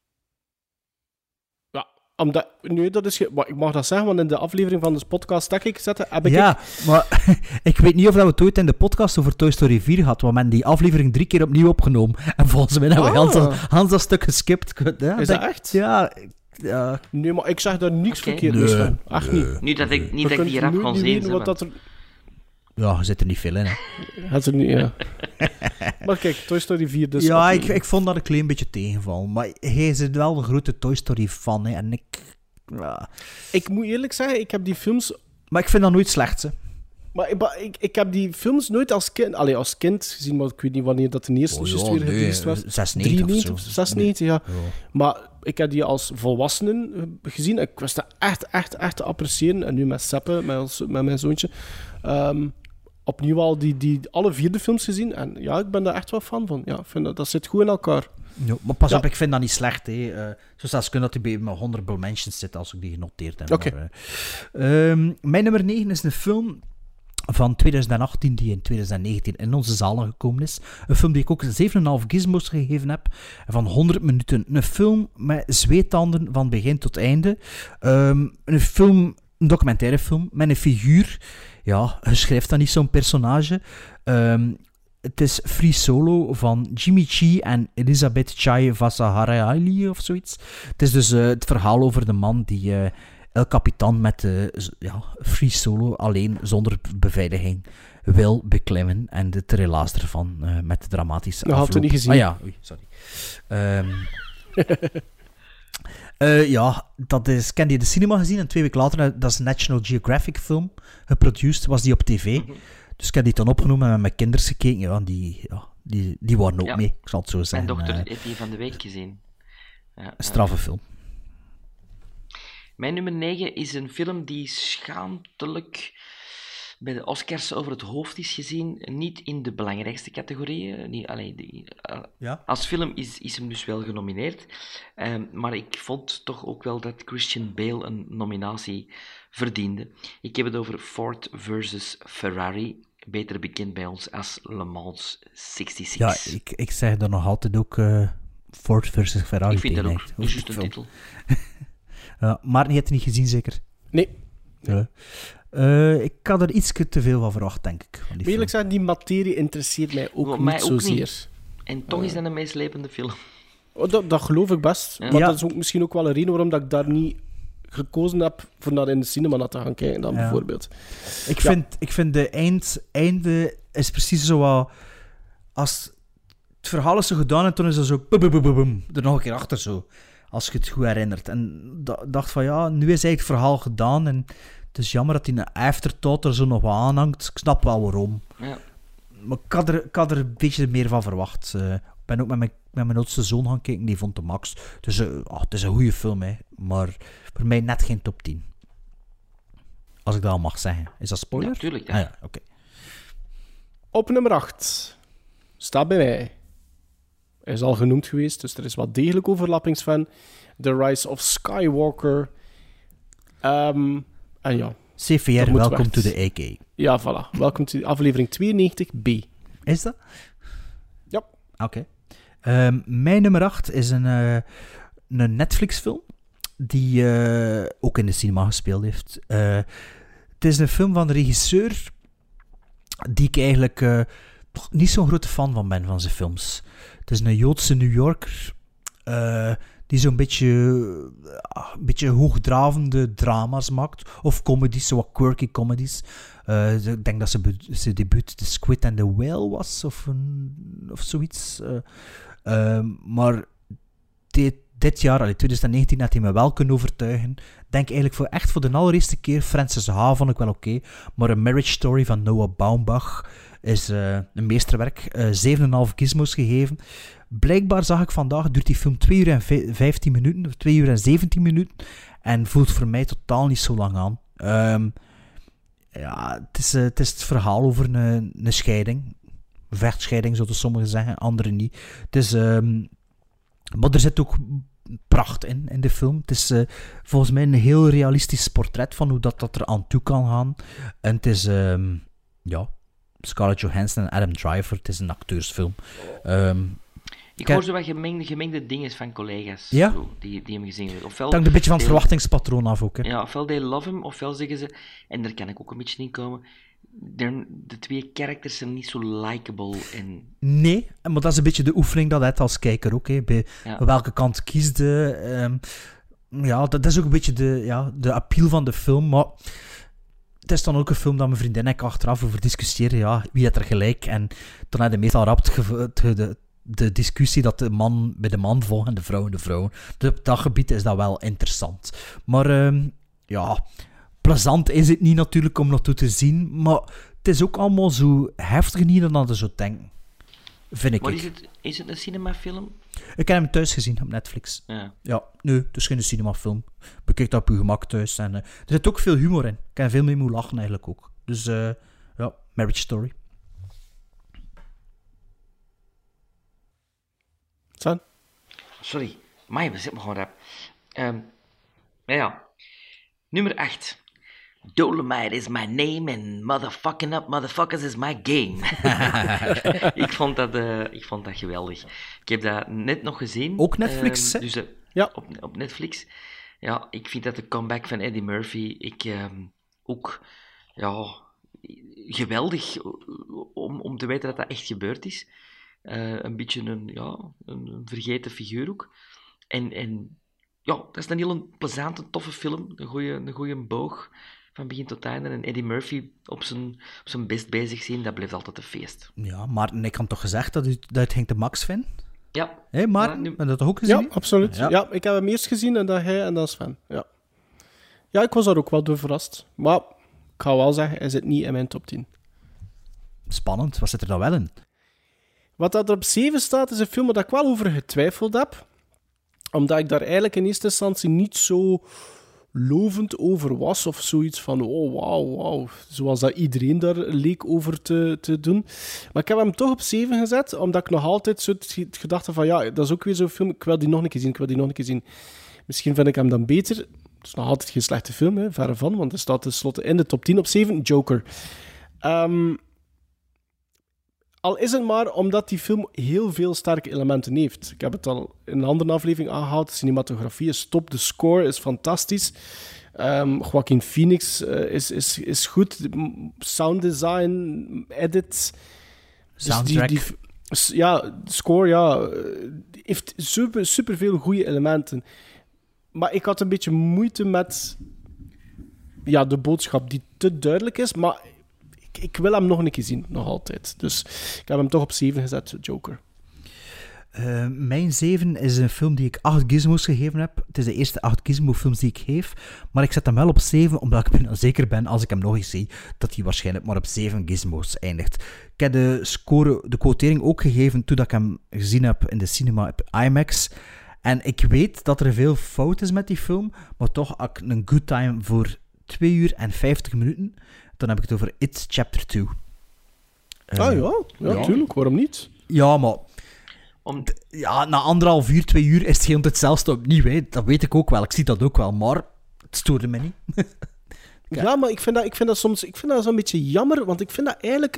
Omdat, nee, dat is ge... maar ik mag dat zeggen, want in de aflevering van de podcast dat ik zette, heb ik... Ja, ik... maar ik weet niet of dat we het ooit in de podcast over Toy Story vier hadden, want we hebben die aflevering drie keer opnieuw opgenomen. En volgens mij hebben we ah. Hans dat stuk geskipt. Ja, is dat, dat echt? Ja, ja. Nee, maar ik zeg daar niks okay. verkeerd nee, van. Echt nee. niet. Nu dat ik, niet dat ik die rap gewoon zien, wat dat er... Ja, je zit er niet veel in, hè. Had er niet, ja. Maar kijk, Toy Story vier dus... Ja, ik, ik vond dat een klein beetje tegenval. Maar hij is wel een grote Toy Story fan, hè. En ik... Ja. Ik moet eerlijk zeggen, ik heb die films... Maar ik vind dat nooit slecht, hè. Maar ik, ik, ik heb die films nooit als kind... Allee, als kind gezien, maar ik weet niet wanneer dat de eerste oh, juist ja, weer nee, geweest was. zesennegentig of zo. zesennegentig, ja. ja. Maar ik heb die als volwassenen gezien. Ik was dat echt, echt, echt te appreciëren. En nu met Seppe, met, ons, met mijn zoontje... Um, opnieuw al die, die, alle vier de films gezien. En ja, ik ben daar echt wel fan van. Ja, ik vind dat, dat zit goed in elkaar. Ja, maar pas ja. op, ik vind dat niet slecht. Hè. Uh, zo zelfs kunnen dat hij bij mijn honorable mentions zit, als ik die genoteerd heb. Okay. Maar, uh, um, mijn nummer negen is een film van twintig achttien die in twintig negentien in onze zalen gekomen is. Een film die ik ook zeven komma vijf gizmos gegeven heb. Van honderd minuten. Een film met zweetanden van begin tot einde. Um, een film... Een documentaire film met een figuur. Ja, je schrijft dan niet zo'n personage. Um, het is Free Solo van Jimmy Chi en Elisabeth Chai Vasarhelyi of zoiets. Het is dus uh, het verhaal over de man die uh, El Capitan met uh, ja, Free Solo alleen zonder beveiliging wil beklimmen. En het relaas ervan uh, met de dramatische afloop. Dat had je niet gezien. Ah ja, oei, sorry. Um, Uh, ja, dat is, ik heb die in de cinema gezien en twee weken later, dat is een National Geographic film, geproduced, was die op tv. Mm-hmm. Dus ik heb die dan opgenomen en met mijn kinderen gekeken. Ja, die, ja, die, die waren ook ja. mee, ik zal het zo zeggen. Mijn dochter uh, heeft die van de week gezien. Ja, een straffe uh, film. Mijn nummer negen is een film die schaamtelijk bij de Oscars over het hoofd is gezien. Niet in de belangrijkste categorieën. Niet, allee, die, uh, Ja? Als film is, is hem dus wel genomineerd. Um, maar ik vond toch ook wel dat Christian Bale een nominatie verdiende. Ik heb het over Ford versus Ferrari. Beter bekend bij ons als Le Mans zesenzestig. Ja, ik, ik zeg er nog altijd ook uh, Ford versus Ferrari. Ik vind dat ook. Echt. Dat is juist een film. titel. Ja, maar je hebt het niet gezien, zeker? Nee. Ja. Uh, ik had er iets te veel van verwacht, denk ik. Moet eerlijk zeggen, die materie interesseert mij ook Maar niet mij ook zozeer. niet. En toch is dat een meeslepende film. Oh, dat, dat geloof ik best. Ja. Maar Ja. dat is ook misschien ook wel een reden waarom dat ik daar niet gekozen heb voor naar in de cinema naar te gaan kijken dan Ja. bijvoorbeeld. Ik, Ja. vind, ik vind de eind, einde is precies zo wat... Als het verhaal is zo gedaan en toen is dat zo... Bum, bum, bum, bum, bum, er nog een keer achter zo. Als je het goed herinnert. En da- dacht van ja, nu is eigenlijk het verhaal gedaan en het is jammer dat die een afterthought er zo nog wat aanhangt. Ik snap wel waarom. Ja. Maar ik had er, ik had er een beetje meer van verwacht. Uh, ik ben ook met mijn, met mijn oudste zoon gaan kijken, die vond de max. Dus uh, oh, het is een goede film, hè. Maar voor mij net geen top tien. Als ik dat al mag zeggen. Is dat spoiler? Ja, tuurlijk, ja. Ah, ja, oké. Op nummer acht staat bij mij. Hij is al genoemd geweest, dus er is wat degelijk overlappingsvan. The Rise of Skywalker. Um, en ja. C V R, welcome to the A K. Ja, voilà. Welkom to aflevering tweeënnegentig B. Is dat? Ja. Oké. Okay. Um, mijn nummer acht is een, uh, een Netflix-film die uh, ook in de cinema gespeeld heeft. Uh, het is een film van de regisseur die ik eigenlijk uh, niet zo'n grote fan van ben van zijn films. Het is een Joodse New Yorker uh, die zo'n beetje, uh, een beetje hoogdravende drama's maakt. Of comedies, zo wat quirky comedies. Uh, ik denk dat ze, ze debuut The Squid and the Whale was, of, een, of zoiets. Uh, uh, maar dit, dit jaar, allee, twintig negentien, had hij me wel kunnen overtuigen. Ik denk eigenlijk voor, echt voor de allereerste keer, Frances Ha vond ik wel oké. Okay, maar A Marriage Story van Noah Baumbach is uh, een meesterwerk. Uh, zeven komma vijf gizmos gegeven. Blijkbaar zag ik vandaag, duurt die film twee uur en vijftien minuten, of twee uur en zeventien minuten. En voelt voor mij totaal niet zo lang aan. Um, ja, het is, uh, het is het verhaal over een, een scheiding. Vechtscheiding, zouden sommigen zeggen, anderen niet. Het is... Um, maar er zit ook pracht in, in de film. Het is uh, volgens mij een heel realistisch portret van hoe dat, dat er aan toe kan gaan. En het is... Um, ja... Scarlett Johansson en Adam Driver. Het is een acteursfilm. Um, ik hoor zo wat gemengde, gemengde dingen van collega's ja? zo, die, die hem gezien hebben. Ofwel, het hangt een beetje van het they, verwachtingspatroon af ook. Hè? Ja, ofwel they love him, ofwel zeggen ze... En daar kan ik ook een beetje in komen. De, de twee characters zijn niet zo likable. En... Nee, maar dat is een beetje de oefening dat het als kijker ook. Hè, bij ja. welke kant kiesde. Um, ja, dat is ook een beetje de, ja, de appeal van de film. Maar... Het is dan ook een film dat mijn vriendin en ik achteraf over discussiëren. Ja, wie had er gelijk? En dan had je meestal rap de, de discussie dat de man bij de man volgt en de vrouw en de vrouw. Dus op dat gebied is dat wel interessant. Maar um, ja, plezant is het niet natuurlijk om naartoe te zien. Maar het is ook allemaal zo heftig niet dan je zo denkt. Vind ik. Maar is het, is het een cinemafilm? Ik heb hem thuis gezien op Netflix. Ja. Ja, nee, het is geen cinemafilm. Bekijk dat op je gemak thuis. En, uh, er zit ook veel humor in. Ik kan veel mee moeten lachen eigenlijk ook. Dus uh, ja, Marriage Story. San? Sorry. Amai, we zitten gewoon rap. Um, ja. Nummer acht. Dolomite is my name and motherfucking up motherfuckers is my game. ik, vond dat, uh, ik vond dat geweldig. Ik heb dat net nog gezien. Ook Netflix, um, dus, uh, ja. Op, op Netflix. Ja, ik vind dat de comeback van Eddie Murphy ik um, ook ja, geweldig om, om te weten dat dat echt gebeurd is. Uh, een beetje een, ja, een, een vergeten figuur ook. En, en ja, dat is een heel plezante, toffe film. Een goede, een goede boog. Van begin tot einde. En Eddie Murphy op zijn, op zijn best bezig zien, dat blijft altijd een feest. Ja, maar ik had toch gezegd dat u dat het Henk de Max vindt? Ja. Hé, hey, maar, ja, nu... heb je dat ook gezien? Ja, absoluut. Ja. Ja. ja, ik heb hem eerst gezien en dan hij en dan Sven. Ja. ja, ik was daar ook wel door verrast. Maar ik ga wel zeggen, hij zit niet in mijn top tien. Spannend, wat zit er dan wel in? Wat dat er op zeven staat, is een film waar ik wel over getwijfeld heb. Omdat ik daar eigenlijk in eerste instantie niet zo lovend over was, of zoiets van, oh, wauw, wauw. Zoals dat iedereen daar leek over te, te doen. Maar ik heb hem toch op zeven gezet, omdat ik nog altijd zo het gedacht heb van, ja, dat is ook weer zo'n film, ik wil die nog een keer zien, ik wil die nog een keer zien. Misschien vind ik hem dan beter. Het is nog altijd geen slechte film, hè, verre van, want er staat tenslotte in de top tien op zeven, Joker. Um, al is het maar omdat die film heel veel sterke elementen heeft. Ik heb het al in een andere aflevering aangehaald. De cinematografie is top, de score is fantastisch. Um, Joaquin Phoenix uh, is, is, is goed. Sound design, edit. Soundtrack. Dus die, die, ja, score, ja, heeft super, super veel goede elementen. Maar ik had een beetje moeite met ja, de boodschap die te duidelijk is, maar ik, ik wil hem nog een keer zien, nog altijd. Dus ik heb hem toch op zeven gezet, Joker. Uh, mijn zeven is een film die ik acht gizmos gegeven heb. Het is de eerste acht gizmo-films die ik geef, maar ik zet hem wel op zeven, omdat ik bijna zeker ben, als ik hem nog eens zie, dat hij waarschijnlijk maar op zeven gizmos eindigt. Ik heb de score, de quotering ook gegeven toen ik hem gezien heb in de cinema op IMAX. En ik weet dat er veel fout is met die film, maar toch had ik een good time voor twee uur en vijftig minuten. Dan heb ik het over It Chapter twee. Uh, ah ja, ja, ja, tuurlijk, waarom niet? Ja, maar Om... ja, na anderhalf uur, twee uur is het heel hetzelfde opnieuw. Hè. Dat weet ik ook wel, ik zie dat ook wel, maar het stoorde me niet. Ja, maar ik vind dat, ik vind dat soms ik vind dat zo'n beetje jammer, want ik vind dat eigenlijk...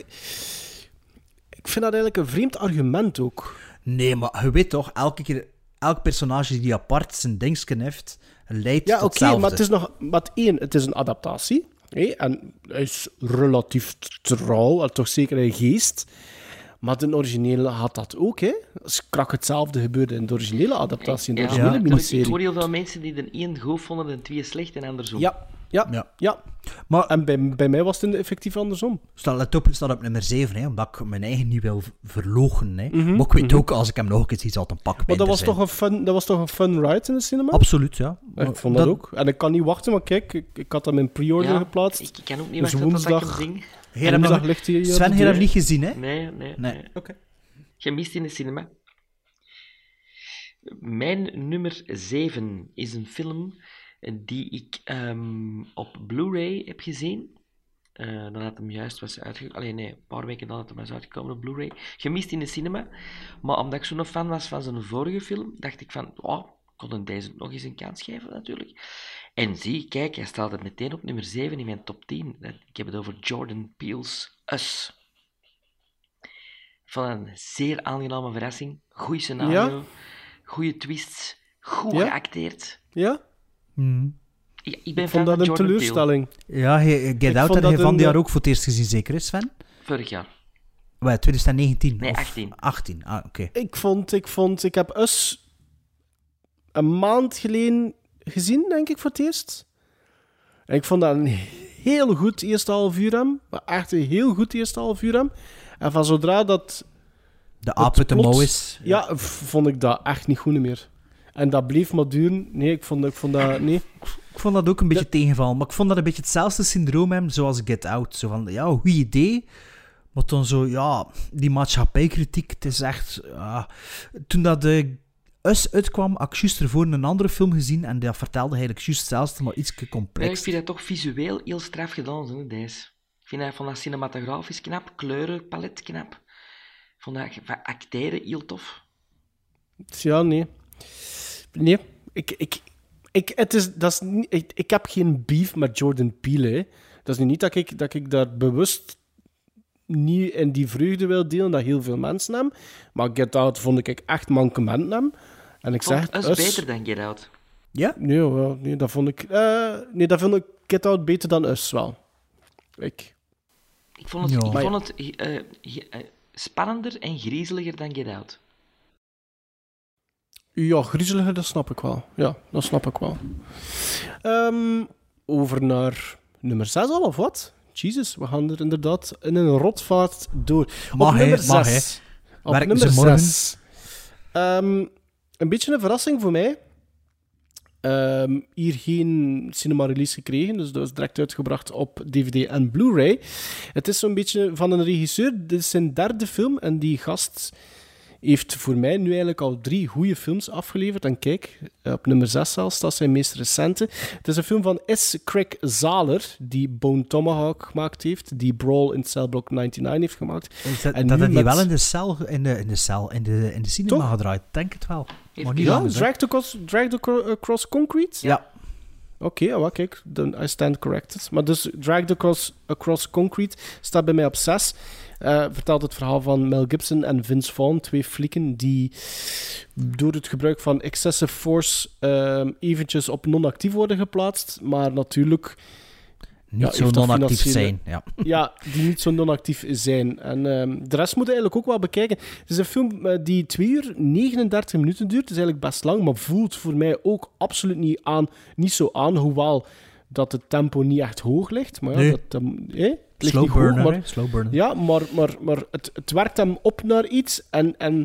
Ik vind dat eigenlijk een vreemd argument ook. Nee, maar je weet toch, elke keer... Elk personage die apart zijn dingetje heeft, leidt ja, tot oké, okay, maar het is nog... Maar één, het is een adaptatie. Hé, en hij is relatief trouw, toch zeker in geest. Maar de originele had dat ook, hè. Als krak hetzelfde gebeurde in de originele adaptatie, in de ja, originele ja. miniserie. Ik hoor heel veel mensen die de één goed vonden en de twee slecht en andersom. Ja, ja, ja. ja. Maar, en bij, bij mij was het effectief andersom. Staat, let op, staat op nummer zeven, hè, omdat ik mijn eigen niet wil verloochenen. Hè. Mm-hmm, maar ik weet mm-hmm. ook, als ik hem nog een keer zie, zal het een pak Maar dat was, zijn. toch een fun, dat was toch een fun ride in de cinema? Absoluut, ja. Ik maar vond dat, dat ook. En ik kan niet wachten, maar kijk, ik, ik had hem in pre-order ja, geplaatst. Ik, ik kan ook niet dus wachten woensdag, tot ik hem zing. Heer hem nog, ligt hier Sven heeft hem niet gezien, hè? Nee, nee. nee. nee. Oké. Okay. Gemist in de cinema. Mijn nummer zeven is een film die ik um, op Blu-ray heb gezien. Uh, nadat hem juist was uitgekomen. Alleen nee, een paar weken nadat hem was uitgekomen op Blu-ray. Gemist in de cinema. Maar omdat ik zo'n fan was van zijn vorige film, dacht ik van, oh, ik kon deze nog eens een kans geven natuurlijk. En zie, kijk, hij staat er meteen op nummer zeven in mijn top tien. Ik heb het over Jordan Peele's Us. Van een zeer aangename verrassing. Goeie scenario. Ja? Goeie twists. Goed ja? geacteerd. Ja? Mm. Ja, ik ben ik vond dat een Jordan teleurstelling. Peele. Ja, he, Get Out heb je van die jaar ook voor het eerst gezien, zeker, Sven? Vorig jaar. Wat, twintig negentien? Nee, of achttien. achttien, ah, oké. Okay. Ik vond, ik vond, ik heb Us een maand geleden gezien, denk ik, voor het eerst. En ik vond dat een heel goed eerste half uur hem. Maar echt een heel goed eerste half uur hem. En van zodra dat... De aap uit de mouw is. Ja, ja, vond ik dat echt niet goed meer. En dat bleef maar duren. Nee, ik vond, ik vond dat... Nee. Ik vond dat ook een beetje ja. tegenvallen. Maar ik vond dat een beetje hetzelfde syndroom hebben zoals Get Out. Zo van, ja, goed idee. Maar dan zo, ja, die maatschappijkritiek. Het is echt... Uh, toen dat de Us uitkwam, had ik juist ervoor een andere film gezien. En dat vertelde eigenlijk juist hetzelfde, maar iets complex. Ja, ik vind dat toch visueel heel straf gedaan, hè, deze. Ik vind dat, vond dat cinematografisch knap. Kleurenpalet knap. Ik vond dat van acteren heel tof. Ja, nee. Nee, ik... ik Ik, het is, dat is niet, ik, ik heb geen beef met Jordan Peele. Hè. Dat is nu niet dat ik, dat ik daar bewust niet in die vreugde wil delen dat heel veel mensen hebben. Maar Get Out vond ik echt mankementen hebben. En ik zeg, Us is beter dan Get Out. Ja? Nee, wel, nee, dat vond ik... Uh, nee, dat vond ik Get Out beter dan Us wel. Ik... Ik vond het, ja. ik vond het uh, uh, spannender en griezeliger dan Get Out. Ja, griezeliger, dat snap ik wel. Ja, dat snap ik wel. Um, over naar nummer zes al, of wat? Jezus, we gaan er inderdaad in een rotvaart door. Mag op hij, nummer mag zes. Hij. Op nummer zes. Um, een beetje een verrassing voor mij. Um, hier geen cinema-release gekregen, dus dat is direct uitgebracht op D V D en Blu-ray. Het is zo'n beetje van een regisseur. Dit is zijn derde film en die gast... heeft voor mij nu eigenlijk al drie goede films afgeleverd. En kijk, op nummer zes zelfs, dat is zijn meest recente. Het is een film van S. Craig Zahler, die Bone Tomahawk gemaakt heeft, die Brawl in Cellblock negenennegentig heeft gemaakt. Dat, en dat nu heb je met... wel in de cel, in de, in de, cel, in de, in de cinema Toch? gedraaid. Denk het wel. Maar niet ja, lang, Dragged Across, Dragged Across Concrete? Ja. Oké, okay, well, kijk, dan I stand corrected. Maar dus Dragged Across, Across Concrete staat bij mij op zes. Uh, vertelt het verhaal van Mel Gibson en Vince Vaughn, twee flieken die door het gebruik van excessive force uh, eventjes op non-actief worden geplaatst, maar natuurlijk niet ja, zo non-actief zijn. Ja. ja, die niet zo non-actief zijn. En uh, de rest moet je eigenlijk ook wel bekijken. Het is een film uh, die twee uur negenendertig minuten duurt. Het is eigenlijk best lang, maar voelt voor mij ook absoluut niet, aan, niet zo aan, hoewel dat het tempo niet echt hoog ligt. Maar ja, nee. dat... Um, eh? Slow niet burner, hoog, maar, Slow burner. Ja, maar, maar, maar het, het werkt hem op naar iets. En, en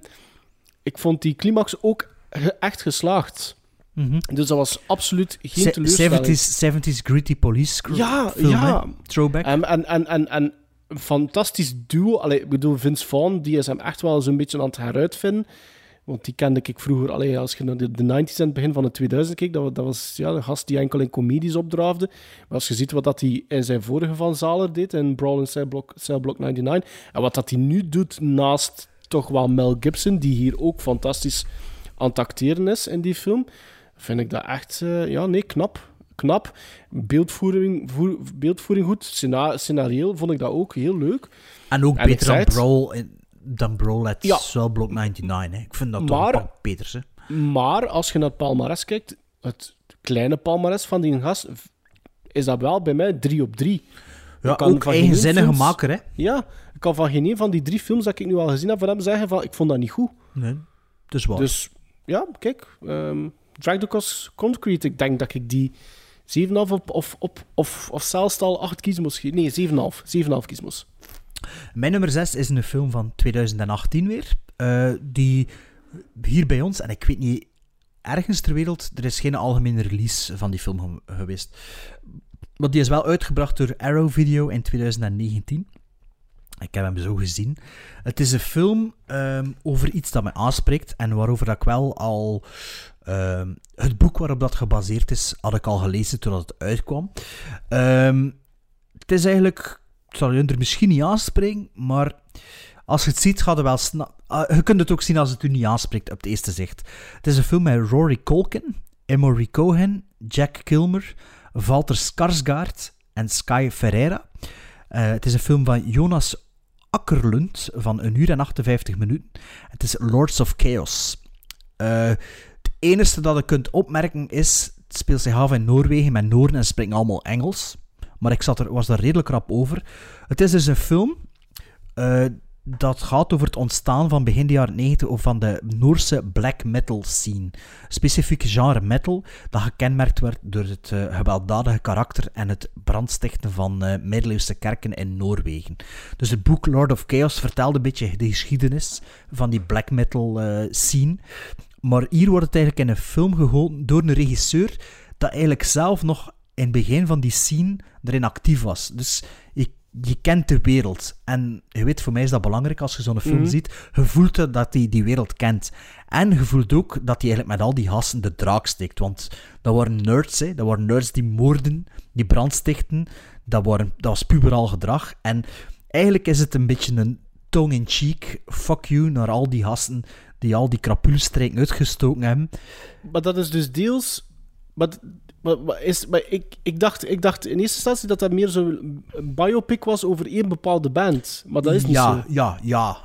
ik vond die climax ook echt geslaagd. Mm-hmm. Dus dat was absoluut geen Se- teleurstelling. seventies gritty police crew ja, film, ja. Hè? Throwback. En, en, en, en, en een fantastisch duo. Allee, ik bedoel, Vince Vaughn, die is hem echt wel zo'n beetje aan het heruitvinden. Want die kende ik vroeger, allee, als je naar de, de negentig's en het begin van de tweeduizend keek, dat, dat was ja, een gast die enkel in comedies opdraafde. Maar als je ziet wat dat hij in zijn vorige Van Zahler deed, in Brawl in Cellblock, Cellblock negenennegentig, en wat dat hij nu doet naar toch wel Mel Gibson, die hier ook fantastisch aan het acteren is in die film, vind ik dat echt, uh, ja, nee, knap. Knap. Beeldvoering, voer, beeldvoering goed. Scena- scenarioel vond ik dat ook heel leuk. En ook en beter dan Brawl... In... dan Brawl at ja. Cellblock negenennegentig. Hè. Ik vind dat toch maar, een pak beters. Hè. Maar als je naar het palmares kijkt, het kleine palmares van die gast, is dat wel bij mij drie op drie. Ja, ook eigenzinnige films, maker, hè? Ja, ik kan van geen een van die drie films dat ik nu al gezien heb van hem zeggen van, ik vond dat niet goed. Nee, dat is waar. Dus ja, kijk, um, Dragged Across Concrete, ik denk dat ik die zeven komma vijf op, of, op, of, of zelfs al acht kiezen moest. Nee, zeven komma vijf. zeven komma vijf kiezen moest. Mijn nummer zes is een film van twintig achttien weer. Uh, die hier bij ons, en ik weet niet, ergens ter wereld, er is geen algemene release van die film geweest. Maar die is wel uitgebracht door Arrow Video in twintig negentien. Ik heb hem zo gezien. Het is een film um, over iets dat mij aanspreekt en waarover dat ik wel al... Um, het boek waarop dat gebaseerd is, had ik al gelezen toen het uitkwam. Um, het is eigenlijk... Het zal je er misschien niet aanspreken, maar als je het ziet, gaat het wel snel... Uh, je kunt het ook zien als het u niet aanspreekt op het eerste zicht. Het is een film met Rory Culkin, Emory Cohen, Jack Kilmer, Walter Skarsgård en Sky Ferreira. Uh, het is een film van Jonas Akkerlund van een uur en achtenvijftig minuten. Het is Lords of Chaos. Uh, het enige dat je kunt opmerken is... Het speelt zich af in Noorwegen met Noorden en spreken allemaal Engels. Maar ik zat er, was daar redelijk rap over. Het is dus een film uh, dat gaat over het ontstaan van begin de jaren negentig of van de Noorse black metal scene. Specifieke genre metal dat gekenmerkt werd door het uh, gewelddadige karakter en het brandstichten van uh, middeleeuwse kerken in Noorwegen. Dus het boek Lord of Chaos vertelt een beetje de geschiedenis van die black metal uh, scene. Maar hier wordt het eigenlijk in een film gegoten door een regisseur dat eigenlijk zelf nog in het begin van die scene erin actief was. Dus je, je kent de wereld. En je weet, voor mij is dat belangrijk als je zo'n film Mm-hmm. ziet. Je voelt dat hij die, die wereld kent. En je voelt ook dat hij eigenlijk met al die gasten de draak steekt. Want dat waren nerds, hè. Dat waren nerds die moorden, die brandstichten. Dat, waren, dat was puberaal gedrag. En eigenlijk is het een beetje een tongue-in-cheek fuck you naar al die gasten die al die krapulstrijken uitgestoken hebben. Maar dat is dus deels... Maar, maar, maar, is, maar ik, ik, dacht, ik dacht in eerste instantie dat dat meer zo'n biopic was over één bepaalde band. Maar dat is niet ja, zo. Ja, ja.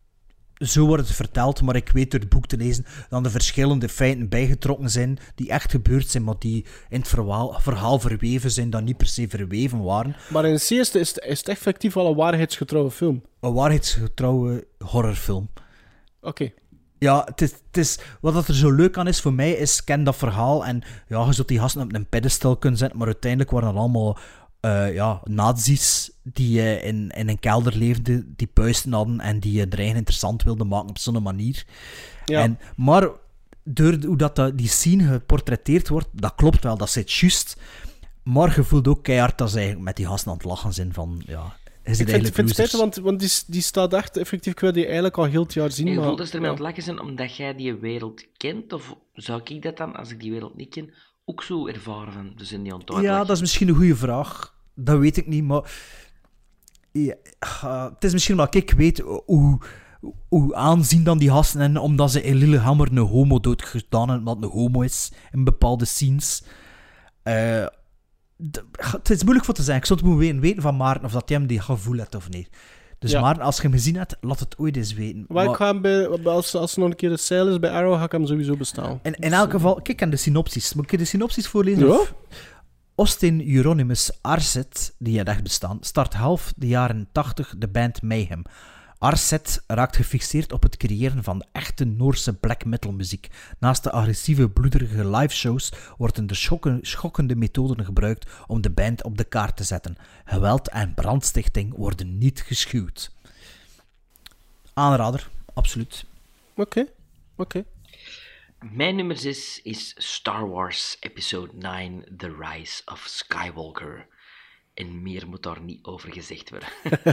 Zo wordt het verteld, maar ik weet door het boek te lezen dat er verschillende feiten bijgetrokken zijn die echt gebeurd zijn, maar die in het verhaal, verhaal verweven zijn, dat niet per se verweven waren. Maar in C is het, is het, is het effectief wel een waarheidsgetrouwe film. Een waarheidsgetrouwe horrorfilm. Oké. Okay. Ja, het is, het is, wat dat er zo leuk aan is voor mij, is ken dat verhaal en ja, je zult die gasten op een pedestal kunnen zetten, maar uiteindelijk waren dat allemaal uh, ja, nazi's die uh, in, in een kelder leefden, die puisten hadden en die uh, er eigen interessant wilden maken op zo'n manier. Ja. En, maar door hoe dat, uh, die scene geportretteerd wordt, dat klopt wel, dat zit juist. Maar je voelt ook keihard dat ze eigenlijk met die gasten aan het lachen zijn van, ja... Is Ik vind, ik vind het spijtig, want, want die, die staat echt effectief... Ik wil die eigenlijk al heel het jaar zien. En je maar, voelt dat ze ermee ja. aan het lachen zijn omdat jij die wereld kent? Of zou ik dat dan, als ik die wereld niet ken, ook zo ervaren van? Dus in die aan het Ja, uitlachen? dat is misschien een goede vraag. Dat weet ik niet, maar... Ja, uh, het is misschien omdat ik weet hoe, hoe aanzien dan die gasten en omdat ze in Lillehammer een homo doodgedaan hebben, wat een homo is in bepaalde scenes. Uh, d- het is moeilijk voor te zeggen. Ik zou het moeten weten van Maarten of dat hij hem die gevoel heeft of niet. Dus Ja. Maarten, als je hem gezien hebt, laat het ooit eens weten. Maar ik ga hem bij, als, als er nog een keer een zeil is bij Arrow, ga ik hem sowieso bestellen. In, in elk geval, kijk aan de synopsis. Moet ik je de synopsis voorlezen? Ja. Of? Austin Euronymous Arset, die had echt bestaan, start half de jaren tachtig de band Mayhem. Arset raakt gefixeerd op het creëren van de echte Noorse black metal muziek. Naast de agressieve, bloederige liveshows worden de schokken, schokkende methoden gebruikt om de band op de kaart te zetten. Geweld en brandstichting worden niet geschuwd. Aanrader, absoluut. Oké, okay. oké. Okay. Mijn nummer zes is Star Wars Episode nine, The Rise of Skywalker. En meer moet daar niet over gezegd worden.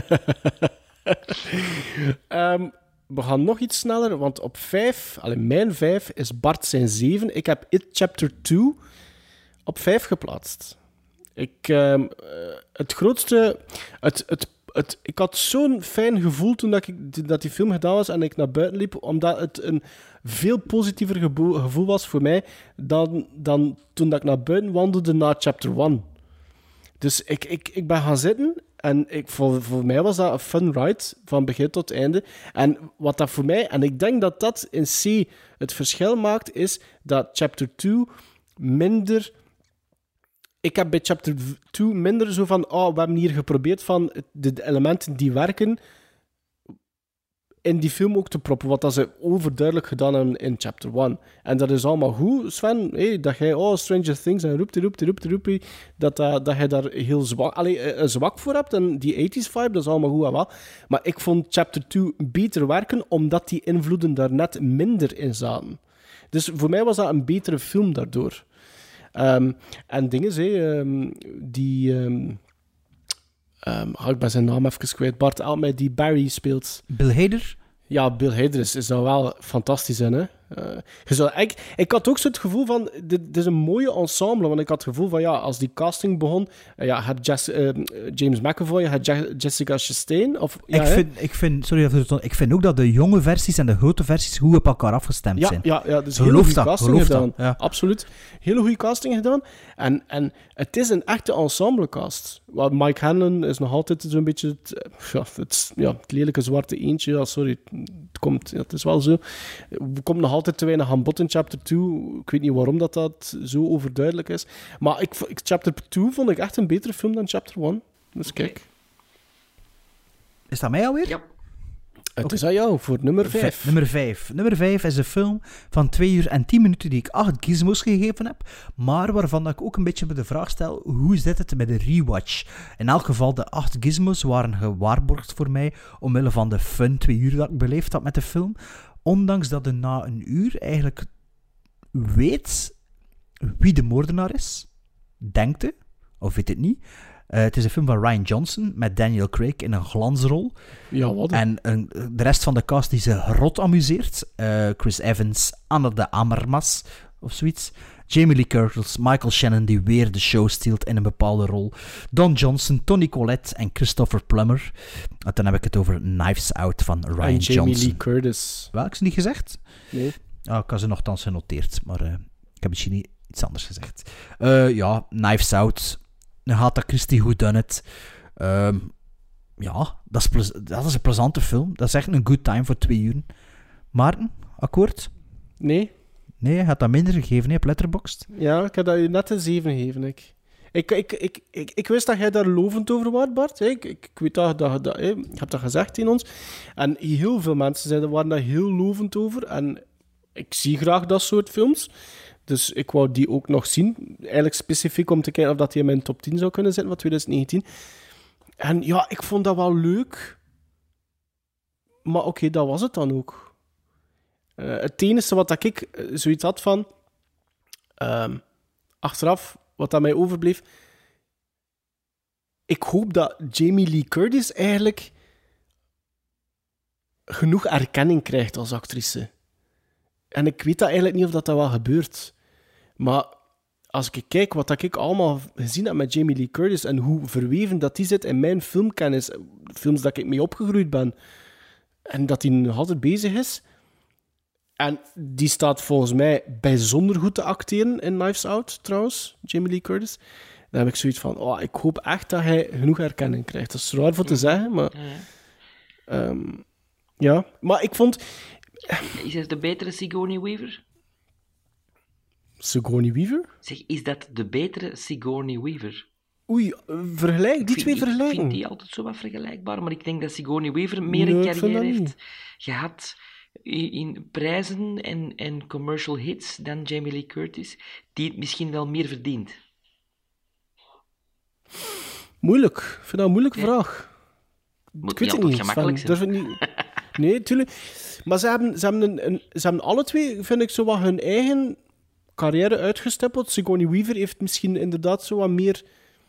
um, we gaan nog iets sneller, want op vijf, alleen mijn vijf, is Bart zijn zeven. Ik heb It Chapter two op vijf geplaatst. Ik, um, uh, het grootste... Het, het, het, ik had zo'n fijn gevoel toen dat, ik, dat die film gedaan was en ik naar buiten liep, omdat het een veel positiever gebo- gevoel was voor mij dan, dan toen dat ik naar buiten wandelde na Chapter one. Dus ik, ik, ik ben gaan zitten en ik, voor, voor mij was dat een fun ride van begin tot einde. En wat dat voor mij, en ik denk dat dat in C het verschil maakt, is dat Chapter two minder... Ik heb bij Chapter two minder zo van, oh, we hebben hier geprobeerd van de, de elementen die werken in die film ook te proppen, wat dat ze overduidelijk gedaan hebben in Chapter one. En dat is allemaal goed, Sven, hey, dat jij, oh, Stranger Things en roept, roept, roept, roept, dat, dat, dat jij daar heel zwak, allee, een zwak voor hebt en die eighties vibe, dat is allemaal goed en wel. Maar ik vond Chapter two beter werken, omdat die invloeden daar net minder in zaten. Dus voor mij was dat een betere film daardoor. Um, en dingen, hey, um, die... Um, um, oh, ik ben zijn naam even kwijt. Bart, help mij, die Barry speelt. Bill Hader? Ja, Bill Hader is, is daar wel fantastisch in, hè. Uh, je zou, ik, ik had ook zo het gevoel van, dit, dit is een mooie ensemble, want ik had het gevoel van, ja, als die casting begon, uh, ja, had Jess, uh, James McAvoy, had Je- Jessica Chastain, of... Ja, ik, vind, ik, vind, sorry, ik vind ook dat de jonge versies en de grote versies goed op elkaar afgestemd ja, zijn. Ja, ja, dus geloof hele goede dat, casting gedaan. Dat, ja. Absoluut. Hele goede casting gedaan. En, en het is een echte ensemblecast. Well, Mike Hanlon is nog altijd zo'n beetje het, ja, het, ja, het lelijke zwarte eentje. Ja, sorry, het, komt, ja, het is wel zo. Er komt nog altijd te weinig aan bod in Chapter two. Ik weet niet waarom dat, dat zo overduidelijk is. Maar ik, ik, Chapter two vond ik echt een betere film dan Chapter one. Dus okay. Kijk. Is dat mij alweer? Ja. Het okay. is aan jou, voor nummer vijf. Vijf, nummer vijf. Nummer vijf is een film van twee uur en tien minuten die ik acht gizmos gegeven heb, maar waarvan ik ook een beetje bij de vraag stel, hoe zit het met de rewatch? In elk geval, de acht gizmos waren gewaarborgd voor mij, omwille van de fun twee uur dat ik beleefd had met de film, ondanks dat je na een uur eigenlijk weet wie de moordenaar is, denkt je, of weet het niet. Uh, het is een film van Rian Johnson met Daniel Craig in een glansrol. Ja, wat? En een, de rest van de cast die zich rot amuseert. Uh, Chris Evans, Anna de Amarmas of zoiets. Jamie Lee Curtis, Michael Shannon die weer de show steelt in een bepaalde rol. Don Johnson, Toni Collette en Christopher Plummer. En dan heb ik het over Knives Out van Rian en Johnson. Jamie Lee Curtis. Wel, ik ze niet gezegd? Nee. Oh, ik had ze nogthans genoteerd, maar uh, ik heb misschien niet iets anders gezegd. Uh, ja, Knives Out. Een Agatha Christie whodunit. Um, ja, dat is, plez- dat is een plezante film. Dat is echt een good time voor twee uur. Maarten, akkoord? Nee. Nee, je had dat minder gegeven, hè, op Letterboxd? Ja, ik heb dat net een zeven gegeven. Ik. Ik, ik, ik, ik, ik wist dat jij daar lovend over was, Bart. Ik, ik, ik weet dat, dat, dat je hebt dat gezegd in ons. En heel veel mensen zijn, waren daar heel lovend over. En ik zie graag dat soort films. Dus ik wou die ook nog zien. Eigenlijk specifiek om te kijken of dat die in mijn top tien zou kunnen zitten van twintig negentien. En ja, ik vond dat wel leuk. Maar oké, okay, dat was het dan ook. Uh, het enige wat dat ik uh, zoiets had van... Um, achteraf, wat dat mij overbleef... ik hoop dat Jamie Lee Curtis eigenlijk genoeg erkenning krijgt als actrice. En ik weet dat eigenlijk niet of dat, dat wel gebeurt. Maar als ik kijk wat ik allemaal gezien heb met Jamie Lee Curtis en hoe verweven dat die zit in mijn filmkennis, films dat ik mee opgegroeid ben, en dat hij nog altijd bezig is. En die staat volgens mij bijzonder goed te acteren in Knives Out, trouwens, Jamie Lee Curtis. Dan heb ik zoiets van, oh, ik hoop echt dat hij genoeg erkenning krijgt. Dat is raar voor te zeggen, maar... Um, ja, maar ik vond... Is het de betere Sigourney Weaver? Sigourney Weaver? Zeg, is dat de betere Sigourney Weaver? Oei, vergelijk, die twee vergelijken. Ik vind die altijd zo wat vergelijkbaar, maar ik denk dat Sigourney Weaver meer een nee, carrière heeft gehad in prijzen en, en commercial hits dan Jamie Lee Curtis, die het misschien wel meer verdient. Moeilijk. Ik vind dat een moeilijke ja. vraag. Moet ik weet niet het niet. gemakkelijk Van, zijn. Niet... Nee, tuurlijk. Maar ze hebben, ze, hebben een, een, ze hebben alle twee, vind ik, zo wat hun eigen carrière uitgestippeld. Sigourney Weaver heeft misschien inderdaad zo wat meer,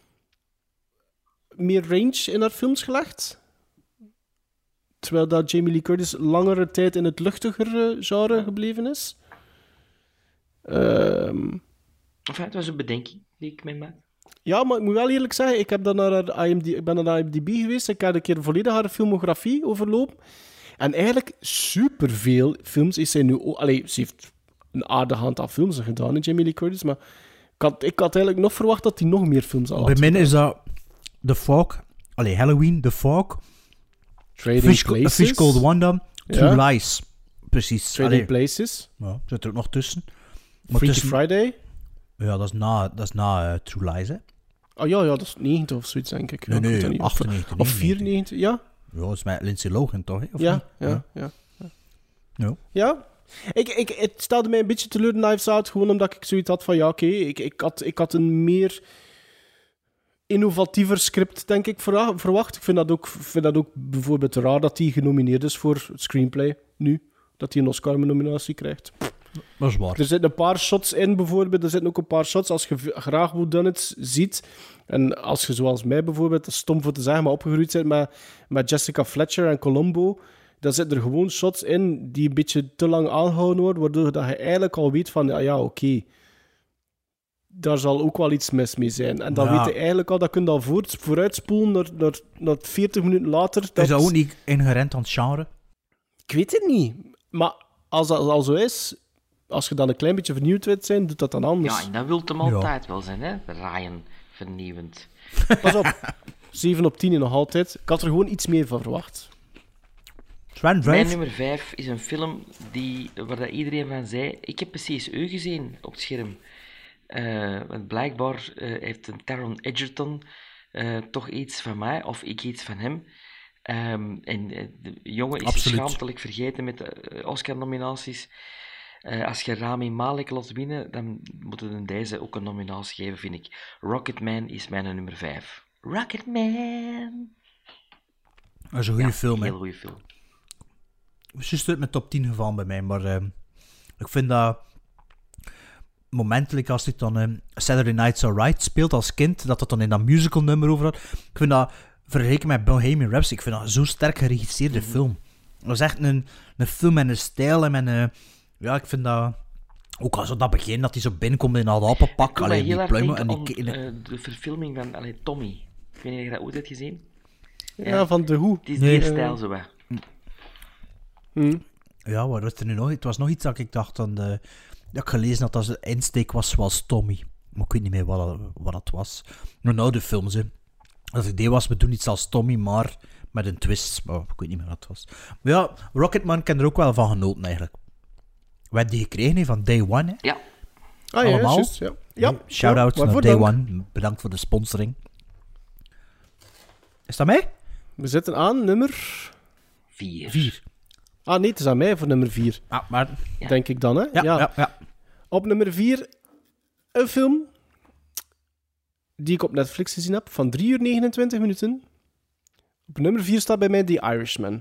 meer range in haar films gelegd. Terwijl dat Jamie Lee Curtis langere tijd in het luchtigere genre gebleven is. Um... Enfin, het was een bedenking die ik mee maak. Ja, maar ik moet wel eerlijk zeggen, ik, heb dan naar haar I M D, ik ben naar I M D B geweest, ik heb een keer volledig haar filmografie overlopen. En eigenlijk superveel films is zij nu... Allee, ze heeft een aardig aantal films gedaan, Jamie Lee Curtis, maar ik had, ik had eigenlijk nog verwacht dat hij nog meer films al had. Bij mij is dat The Fog, allee, Halloween, The Fog, Fish, A Fish Called Wanda, True ja. Lies. Precies. Trading allee. Places. Ja, zit er ook nog tussen. Maar Freaky tussen... Friday. Ja, dat is na, dat is na uh, True Lies, hè. Oh ja, ja, dat is negentig of zoiets, denk ik. Nee, ja, nee, ik achtennegentig. Of vierennegentig, ja. Ja, dat is met Lindsay Lohan, toch? Hè? Of ja, niet? Ja, ja, ja, ja. Ja. Ja. Ik, ik, het stelde mij een beetje teleur, Knives Out, gewoon omdat ik zoiets had van, ja, oké, okay, ik, ik, had, ik had een meer innovatiever script, denk ik, verwacht. Ik vind dat ook, vind dat ook bijvoorbeeld raar dat hij genomineerd is voor het screenplay, nu. Dat hij een Oscar-nominatie krijgt. Dat is waar. Er zitten een paar shots in, bijvoorbeeld. Er zitten ook een paar shots als je graag whodunits ziet. En als je, zoals mij bijvoorbeeld, dat is stom voor te zeggen, maar opgegroeid bent met, met Jessica Fletcher en Columbo, dan zitten er gewoon shots in die een beetje te lang aangehouden worden, waardoor dat je eigenlijk al weet van, ja, ja oké, okay, daar zal ook wel iets mis mee zijn. En dan ja. weet je eigenlijk al, dat kun je al voor, vooruitspoelen naar, naar, naar veertig minuten later. Dat is dat ook niet inherent aan het genre? Ik weet het niet. Maar als dat al zo is, als je dan een klein beetje vernieuwd wilt zijn, doet dat dan anders. Ja, en dat wil hem altijd ja. wel zijn, hè? Ryan, vernieuwend. Pas op, zeven op tien nog altijd. Ik had er gewoon iets meer van verwacht. Sven, Mijn nummer vijf is een film die, waar dat iedereen van zei... Ik heb precies u gezien op het scherm. Uh, want blijkbaar uh, heeft een Taron Egerton uh, toch iets van mij, of ik iets van hem. Um, en uh, de jongen is Absoluut. schaamtelijk vergeten met de uh, Oscar-nominaties. Uh, als je Rami Malek laat winnen, dan moeten we deze ook een nominatie geven, vind ik. Rocketman is mijn nummer vijf. Rocketman! Dat is een goede ja, film, hè? Een heel goede film. Het is juist met top tien gevallen bij mij, maar uh, ik vind dat momentelijk, als ik dan uh, Saturday Night's Alright speelt als kind, dat dat dan in dat musical nummer over had. Ik vind dat, vergeleken met Bohemian Rhapsody, ik vind dat zo'n sterk geregisseerde mm-hmm. film. Dat is echt een, een film met een stijl en met een... Ja, ik vind dat... Ook als dat begin, dat hij zo binnenkomt in dat appenpak. Allee, die pluimen en die... On, uh, de verfilming van allee, Tommy. Ik weet niet of je dat ooit hebt gezien. Ja, ja, van de hoe. Het is nee, die uh, stijl zo weg. Hmm. Ja, wat was er nu nog? Het was nog iets dat ik dacht aan de... Dat ik gelezen had dat de insteek was zoals Tommy. Maar ik weet niet meer wat dat, wat dat was. Een oude films, hè. Het idee was, we doen iets als Tommy, maar met een twist. Maar ik weet niet meer wat het was. Maar ja, Rocketman kan er ook wel van genoten, eigenlijk. We hebben die gekregen he, van Day One, hè. Ja. Ah, allemaal. Ja, just, ja. Ja. Shout-out ja, naar Day dank. One. Bedankt voor de sponsoring. Is dat mij? We zitten aan nummer... Vier. Vier. Ah, nee, het is aan mij voor nummer vier. Ah, maar... Ja. Denk ik dan, hè? Ja, ja. ja, ja. Op nummer vier, een film die ik op Netflix gezien heb, van drie uur negenentwintig minuten. Op nummer vier staat bij mij The Irishman.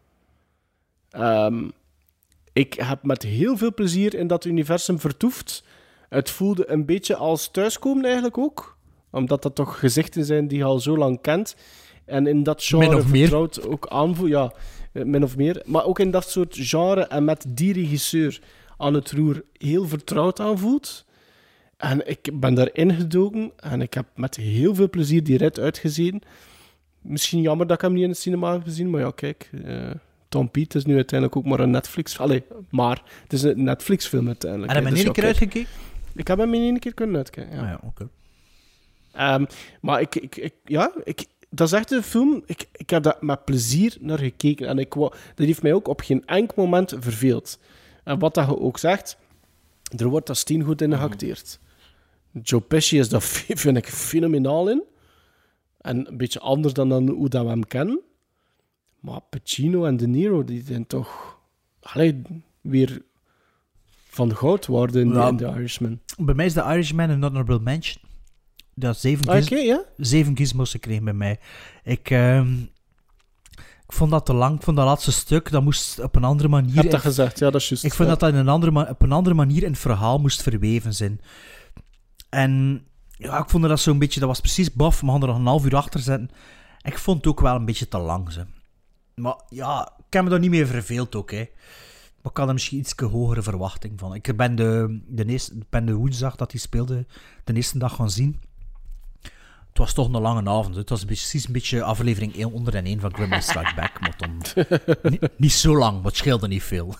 Um, ik heb met heel veel plezier in dat universum vertoefd. Het voelde een beetje als thuiskomen eigenlijk ook. Omdat dat toch gezichten zijn die je al zo lang kent. En in dat Min genre of meer. vertrouwd ook aanvoelt. Ja, eh, min of meer. Maar ook in dat soort genre en met die regisseur aan het roer heel vertrouwd aanvoelt. En ik ben daar ingedoken en ik heb met heel veel plezier die rit uitgezien. Misschien jammer dat ik hem niet in het cinema heb gezien, maar ja, kijk... Uh, Tom Piet is nu uiteindelijk ook maar een Netflix... Allee, maar het is een Netflix-film uiteindelijk. En heb je hem dus in één ja, keer kijk. uitgekeken? Ik heb hem in één keer kunnen uitkijken, ja. Ah, ja, oké. Um, maar ik, ik, ik, ja, ik, dat is echt een film... Ik, ik heb daar met plezier naar gekeken. En ik, dat heeft mij ook op geen enkel moment verveeld. En wat dat je ook zegt, er wordt dat steengoed in geacteerd. Joe Pesci is daar, vind ik, fenomenaal in. En een beetje anders dan, dan hoe dat we hem kennen. Maar Pacino en De Niro, die zijn toch... Allee, weer van goud worden in, Ja, in The Irishman. Bij mij is The Irishman een honorable mention. Dat zeven, Ah, giz- oké, ja? zeven gizmos gekregen bij mij. Ik, ehm, ik vond dat te lang. Ik vond dat laatste stuk, dat moest op een andere manier... Je hebt dat in- gezegd, ja, dat is juist. Ik vond ja. dat dat in een andere ma- op een andere manier in het verhaal moest verweven zijn. En ja, ik vond dat zo'n beetje... Dat was precies baf, we gaan er nog een half uur achter zetten. En ik vond het ook wel een beetje te lang, ze. Maar ja, ik heb me daar niet meer verveeld ook, hè. Maar ik had er misschien iets hogere verwachting van. Ik ben de, de, eerste, ben de woensdag dat hij speelde, de eerste dag gaan zien. Het was toch een lange avond. Het was precies een beetje aflevering honderd één van Gremlin Strike Back. Maar dan, niet, niet zo lang, maar het scheelde niet veel.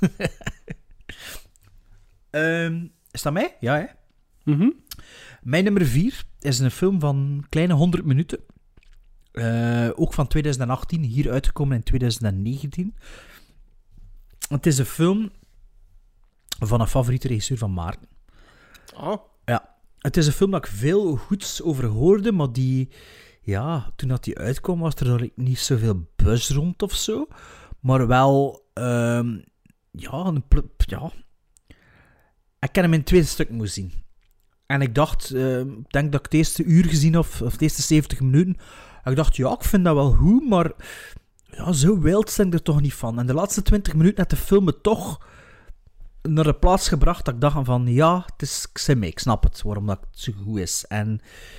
um, is dat mij? Ja, hè? Mm-hmm. Mijn nummer vier is een film van een kleine honderd minuten. Uh, ook van twintig achttien, hier uitgekomen in twintig negentien. Het is een film van een favoriete regisseur van Maarten. Oh. Ja. Het is een film dat ik veel goeds over hoorde, maar die... Ja, toen dat die uitkwam, was er eigenlijk niet zoveel buzz rond of zo. Maar wel... Um, ja, een... Ja... Ik ken hem in twee stukken moeten zien. En ik dacht... Uh, ik denk dat ik het eerste uur gezien of, of de eerste zeventig minuten... Ik dacht, ja, ik vind dat wel goed, maar... Ja, zo wild ben ik er toch niet van. En de laatste twintig minuten had de film me toch naar de plaats gebracht dat ik dacht van, ja, het is, ik zeg mee, ik snap het, waarom dat het zo goed is. En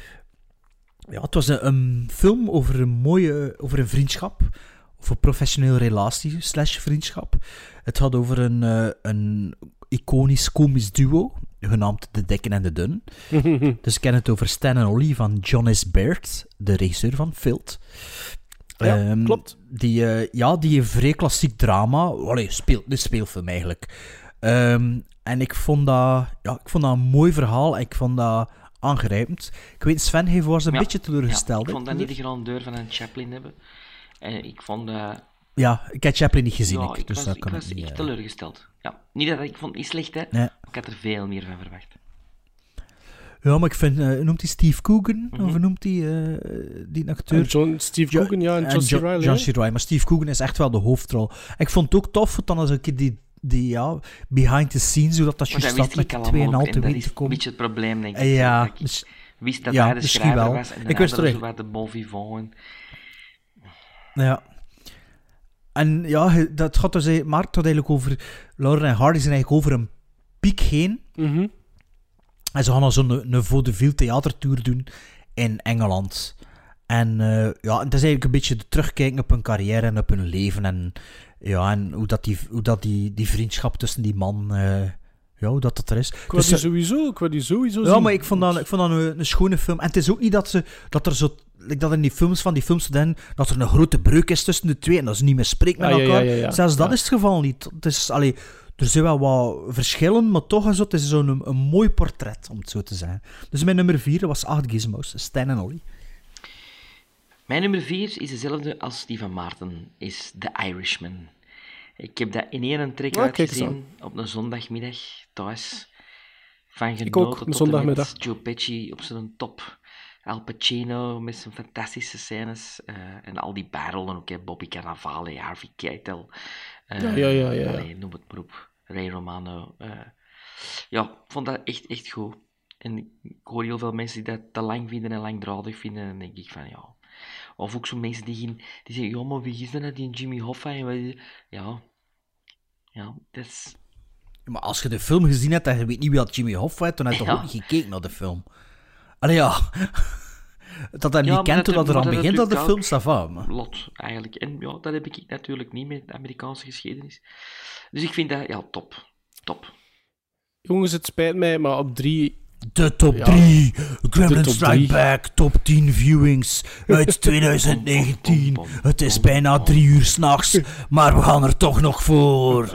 ja, het was een, een film over een mooie, over een vriendschap, over een professionele relatie slash vriendschap. Het had over een, uh, een iconisch komisch duo, genaamd De Dikken en de Dunnen. Dus ik ken het over Stan en Ollie van John S. Baird, de regisseur van Filth. Ja, um, klopt. Die, uh, ja, die een vrij klassiek drama. Allee, speel, de speelfilm eigenlijk. Um, en ik vond, dat, ja, ik vond dat een mooi verhaal. En ik vond dat aangrijpend. Ik weet, Sven heeft was een ja, beetje teleurgesteld. Ja, ik vond dat niet de grandeur van een Chaplin hebben. En ik vond dat... Ja, ik heb Chaplin niet gezien. Ja, ik, ik dus was, dat ik kan was ik niet, echt uh... teleurgesteld. Ja, niet dat ik vond het niet slecht, hè. Nee. Ik had er veel meer van verwacht. Ja, maar ik vind... Uh, noemt hij Steve Coogan? Mm-hmm. Of noemt hij uh, die acteur? En John, Steve jo- Coogan, ja, en John C. Reilly. John C. Reilly, maar Steve Coogan is echt wel de hoofdrol. Ik vond het ook tof, dan als een keer die, die ja, behind the scenes, hoe dat dat juist zat met twee en al te weten te komen. Dat is een beetje het probleem, denk ik. Ja, dat ik dus, wist dat ja, hij de schrijver wel. was en de ik wist andere er zo wat de bon vivant. Ja. En ja, dat gaat dus... Mark had eigenlijk over... Laura en Hardy zijn eigenlijk over een piek heen. Mm-hmm. En ze gaan dan zo'n een vaudeville theatertour doen in Engeland. En uh, ja, het is eigenlijk een beetje de terugkijken op hun carrière en op hun leven. En ja, en hoe dat die, hoe dat die, die vriendschap tussen die man... Uh, ja, hoe dat dat er is. Ik wou die sowieso, ik wou die sowieso ja, zien. maar ik vond dat, ik vond dat een, een schone film. En het is ook niet dat, ze, dat er zo... Like dat in die films van die filmstudenten, dat er een grote breuk is tussen de twee en dat ze niet meer spreken met ah, elkaar. Ja, ja, ja, ja. Zelfs dat ja. is het geval niet. Het is, allee, er zijn wel wat verschillen, maar toch is het, het is zo'n een, een mooi portret, om het zo te zeggen. Dus mijn nummer vier was acht gizmos, Stan en Ollie. Mijn nummer vier is dezelfde als die van Maarten, is The Irishman. Ik heb dat in één trek oh, uitgezien op een zondagmiddag thuis. Van genoten Ik ook, een tot zondagmiddag. Joe Pesci op zijn top. Al Pacino met zijn fantastische scènes. Uh, en al die bijrollen ook, hè. Bobby Cannavale, Harvey Keitel. Uh, ja, ja, ja. ja. Allee, noem het maar op. Ray Romano. Uh, ja, ik vond dat echt, echt goed. En ik hoor heel veel mensen die dat te lang vinden en langdradig vinden. En dan denk ik van, ja... Of ook zo mensen die, gaan, die zeggen, ja, maar wie is dat, die Jimmy Hoffa? Ja... Ja, dat is... Maar als je de film gezien hebt en je weet niet wie dat Jimmy Hoffa is, dan heb je ja. toch ook niet gekeken naar de film. Allee, ja. dat hij Ja, niet maar kent, dat- dat er maar aan dat begint dat de natuurlijk film ook ça va, maar- Lot, eigenlijk. En ja, dat heb ik natuurlijk niet met de Amerikaanse geschiedenis. Dus ik vind dat, ja, top. Top. Jongens, het spijt mij, maar op drie... De top Ja, drie. de Gremlin top Strike drie. Back, top tien viewings uit twintig negentien. Het is bijna drie uur s'nachts, maar we gaan er toch nog voor.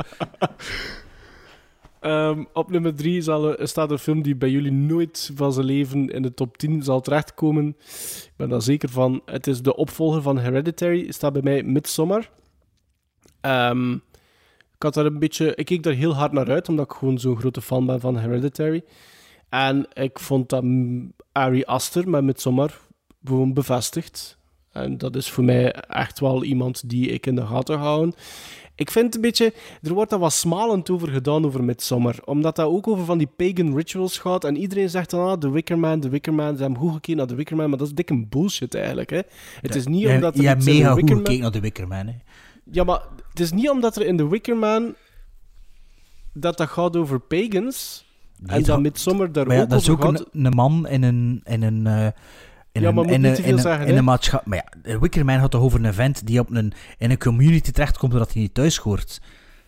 Ehm, op nummer drie zal er, staat een film die bij jullie nooit van zijn leven in de top tien zal terechtkomen. Ik ben daar zeker van. Het is de opvolger van Hereditary. Staat bij mij Midsommar. Ehm, ik had daar een beetje... Ik keek daar heel hard naar uit, omdat ik gewoon zo'n grote fan ben van Hereditary. En ik vond dat mm, Ari Aster met Midsommar gewoon bevestigd. En dat is voor mij echt wel iemand die ik in de gaten ga houden. Ik vind een beetje... Er wordt daar wat smalend over gedaan over Midsommar. Omdat dat ook over van die pagan rituals gaat. En iedereen zegt dan, ah, The Wicker Man, The Wicker Man. Ze hebben goed gekeken naar The Wicker Man, maar dat is dikke bullshit eigenlijk. Hè. Het is niet Jij- omdat er jij iets in mega The goed Wicker Man... gekeken naar The Wicker Man, hè. Ja, maar het is niet omdat er in The Wicker Man... dat dat gaat over pagans... Nee, en het dat gaat- Midsommar daar Maar ja, ook dat is over ook gaat... een, een man in een... In een uh, in Ja, een, maar moet in niet een, te in veel een, zeggen, in hè? een maatschappij... Maar ja, de Wickerman gaat toch over een vent die op een, in een community terechtkomt doordat hij niet thuis hoort.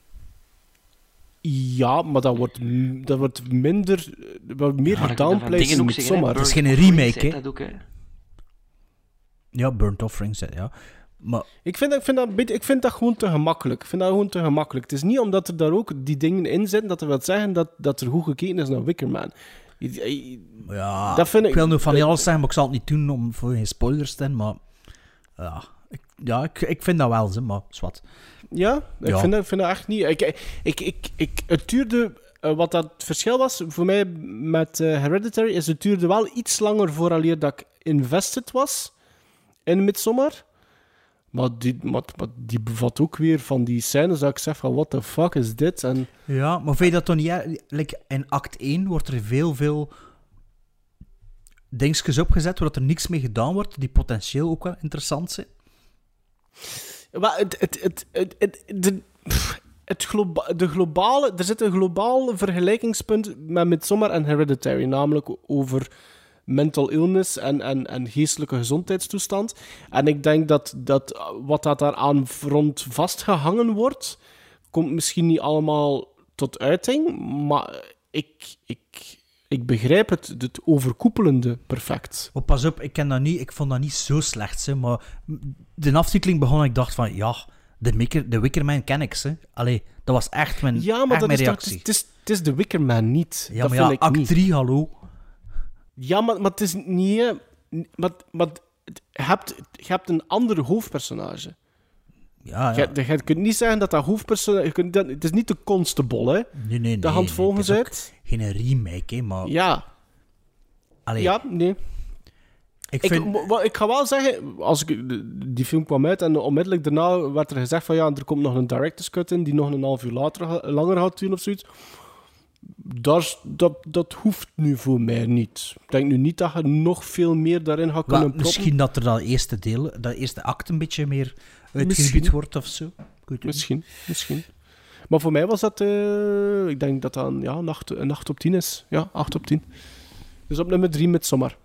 Ja, maar dat wordt, dat wordt minder... Er wordt meer Maar ik kan van gedownplayed dingen in ook zeggen, hè. Midsommar. Het is geen Burnt remake, Offerings, hè. dat ook, hè. Ja, Burnt Offerings, hè, ja. Maar Ik vind, dat, ik, vind dat, een beetje- ik vind dat gewoon te gemakkelijk. Ik vind dat gewoon te gemakkelijk. Het is niet omdat er daar ook die dingen in zitten, dat er wil zeggen dat, dat er goed gekeken is naar Wickerman. ja, Dat vind ik- ik wil nu van niet alles zeggen, maar ik zal het niet doen om voor geen spoilers te zijn, maar... Ja, ik, ja ik, ik vind dat wel, ze, maar zwart. Ja, ik Ja. vind, dat, ik vind dat echt niet... Ik, ik, ik, ik, het duurde... eh, wat dat verschil was voor mij met eh, Hereditary, is het duurde wel iets langer vooraleer dat ik invested was in Midsommar. Maar die, maar, maar die bevat ook weer van die scènes dat ik zeg van, what the fuck is dit? En Ja, maar vind je dat toch niet... ja, like, in act één wordt er veel, veel dingetjes opgezet, waar er niks mee gedaan wordt, die potentieel ook wel interessant zijn. Maar het, het, het, het, het, de, pff, het globa- de globale, er zit een globaal vergelijkingspunt met Midsommar en Hereditary, namelijk over mental illness en, en, en geestelijke gezondheidstoestand. En ik denk dat, dat wat dat daar aan rond vastgehangen wordt, komt misschien niet allemaal tot uiting, maar ik, ik, ik begrijp het, het overkoepelende perfect. Oh, pas op, ik, ken dat niet, ik vond dat niet zo slecht, hè, maar de aftiteling begon en ik dacht van, ja, de, Wicker, de Wickerman ken ik, hè. Allee, dat was echt mijn, Ja, maar echt dat mijn is toch, reactie. het, is, het is de Wickerman niet. Ja, dat maar vind ja, ik act niet. drie, hallo. Ja, maar, maar het is niet... hè, Maar, maar het- je, hebt, je hebt een ander hoofdpersonage. Ja, ja. Je, je kunt niet zeggen dat dat hoofdpersonage... je kunt dat- het is niet de Constable, hè. Nee, nee, De nee, handvolgens nee, het is uit. ook geen remake, hè, maar... Ja. Allee, Ja, nee. ik Ik, vind... mo- wel, ik ga wel zeggen, als ik, de- die film kwam uit en onmiddellijk daarna werd er gezegd van ja, er komt nog een director's cut in die nog een half uur later, ga- langer gaat duren of zoiets. Dat, is- dat, dat hoeft nu voor mij niet. Ik denk nu niet dat je nog veel meer daarin gaat Wel, kunnen proppen. misschien dat er dat eerste deel, dat eerste act een beetje meer uitgebuit Misschien. wordt of zo. Ik weet het niet. Misschien, misschien. Maar voor mij was dat, eh, ik denk dat dat een, ja, een, acht, een acht op tien is. Ja, acht op tien. Dus op nummer drie Midsommar.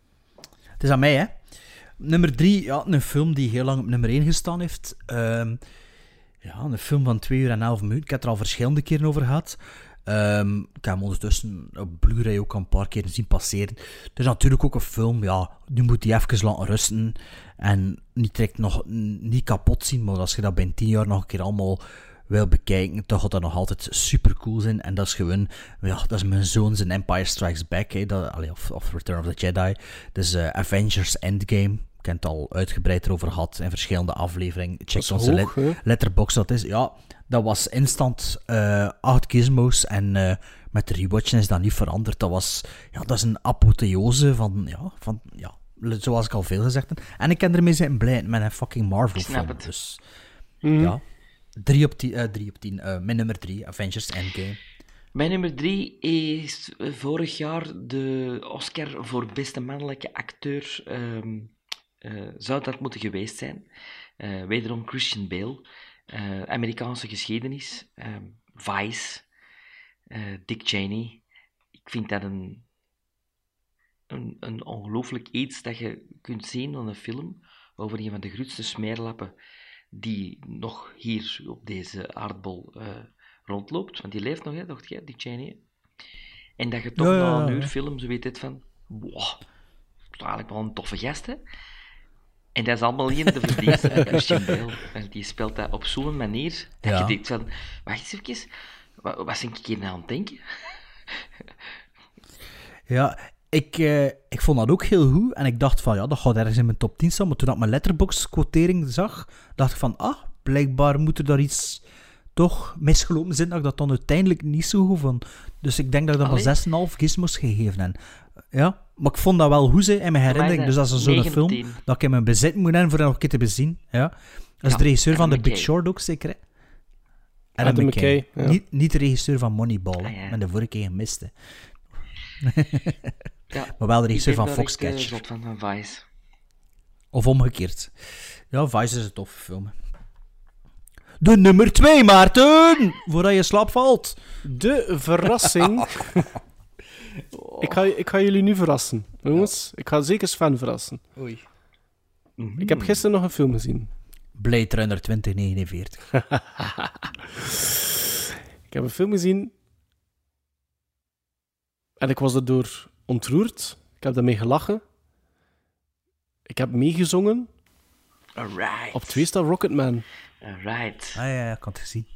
Het is aan mij, hè. Nummer drie, ja, een film die heel lang op nummer één gestaan heeft. Ehm, ja, een film van twee uur en elf minuten. Ik heb het er al verschillende keren over gehad. Ehm, ik heb hem ondertussen op Blu-ray ook al een paar keer zien passeren. Het is natuurlijk ook een film, ja, nu moet die even laten rusten. En niet direct nog niet kapot zien, maar als je dat binnen tien jaar nog een keer allemaal wil bekijken, toch gaat dat nog altijd super cool zijn. En dat is gewoon, ja, dat is mijn zoon zijn Empire Strikes Back, hè, dat, allee, of, of Return of the Jedi. Dus uh, Avengers Endgame. Ik heb het al uitgebreid erover gehad in verschillende afleveringen. Check is onze hoog, let- hè? letterbox, dat is. Ja, dat was instant uh, acht gizmos en uh, met de rewatchen is dat niet veranderd. Dat was, ja, dat is een apotheose van, ja, van, ja, zoals ik al veel gezegd heb. En ik kan ermee zijn blij met een fucking Marvel Snap film. het. Dus, Mhm. ja. Drie op tien, uh, drie op tien. Uh, mijn nummer drie, Avengers Endgame. Mijn nummer drie is eh, vorig jaar de Oscar voor beste mannelijke acteur. ehm, eh, zou dat moeten geweest zijn. Eh, wederom Christian Bale. Eh, Amerikaanse geschiedenis. ehm, Vice. eh, Dick Cheney. Ik vind dat een een, een ongelooflijk iets dat je kunt zien in een film over een van de grootste smeerlappen die nog hier op deze aardbol uh, rondloopt. Want die leeft nog, hè, dacht jij, die Cheney. En dat je toch Ja, ja, na een ja. uur film zo weet het van... Wow, dat is eigenlijk wel een toffe gast, hè. En dat is allemaal niet in de verdienste van Christian Bale. Want die speelt dat op zo'n manier dat Ja. je denkt van... Wacht eens even, wat, wat ben ik hier nou aan het denken? Ja, ik, eh, ik vond dat ook heel goed. En ik dacht van, ja, dat gaat ergens in mijn top tien staan. Maar toen ik mijn Letterboxd-quotering zag, dacht ik van, ah, blijkbaar moet er daar iets toch misgelopen zijn, dat ik dat dan uiteindelijk niet zo goed vond. Dus ik denk dat ik dat maar Allee. zes komma vijf gizmos gegeven heb. Ja, maar ik vond dat wel goed, hè, in mijn herinnering. Dus dat is zo'n film negentien. dat ik in mijn bezit moet hebben voor dat nog een keer te bezien. Ja. Dat is Ja, de regisseur van Adam The Big McKay. Short ook, zeker, hè? Adam McKay, ja. Niet, niet de regisseur van Moneyball, hè. Ah, ja. Met de vorige keer gemist, hè. Ja, Maar wel de regisseur ik van ben daar echt, eh, Foxcatcher. zot van, van Vice. Of omgekeerd. Ja, Vice is een toffe film. De nummer twee, Maarten! Voordat je slaap valt. De verrassing. ik, ga, ik ga jullie nu verrassen. Jongens, ik ga zeker Sven verrassen. Oei. Ik heb gisteren nog een film gezien. Blade Runner twintig negenenveertig. Ik heb een film gezien. En ik was erdoor ontroerd. Ik heb daarmee gelachen. Ik heb meegezongen. Alright. Op twee staat Rocketman. Alright. Ah ja, ja, ik had het gezien.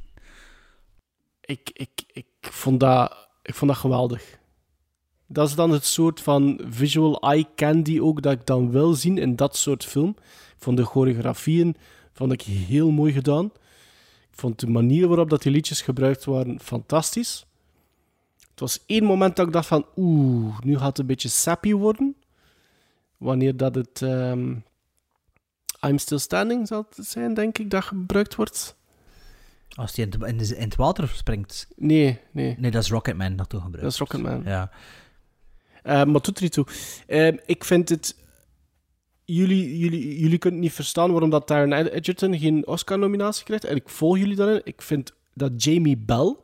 Ik, ik, ik, vond dat, ik vond dat geweldig. Dat is dan het soort van visual eye candy ook dat ik dan wil zien in dat soort film. Ik vond de choreografieën vond ik heel mooi gedaan. Ik vond de manier waarop dat die liedjes gebruikt waren fantastisch. Het was één moment dat ik dacht van oeh, nu gaat het een beetje sappy worden. Wanneer dat het um, I'm Still Standing zal het zijn, denk ik, dat gebruikt wordt. Als die in het, in, de- in het water springt. Nee, nee. Nee, dat is Rocketman dat toen gebruikt. Dat is Rocketman. Ja. Uh, maar het doet er niet toe. Uh, ik vind het... Jullie, jullie, jullie kunnen niet verstaan waarom dat Taron Egerton geen Oscar-nominatie krijgt. En ik volg jullie daarin. Ik vind dat Jamie Bell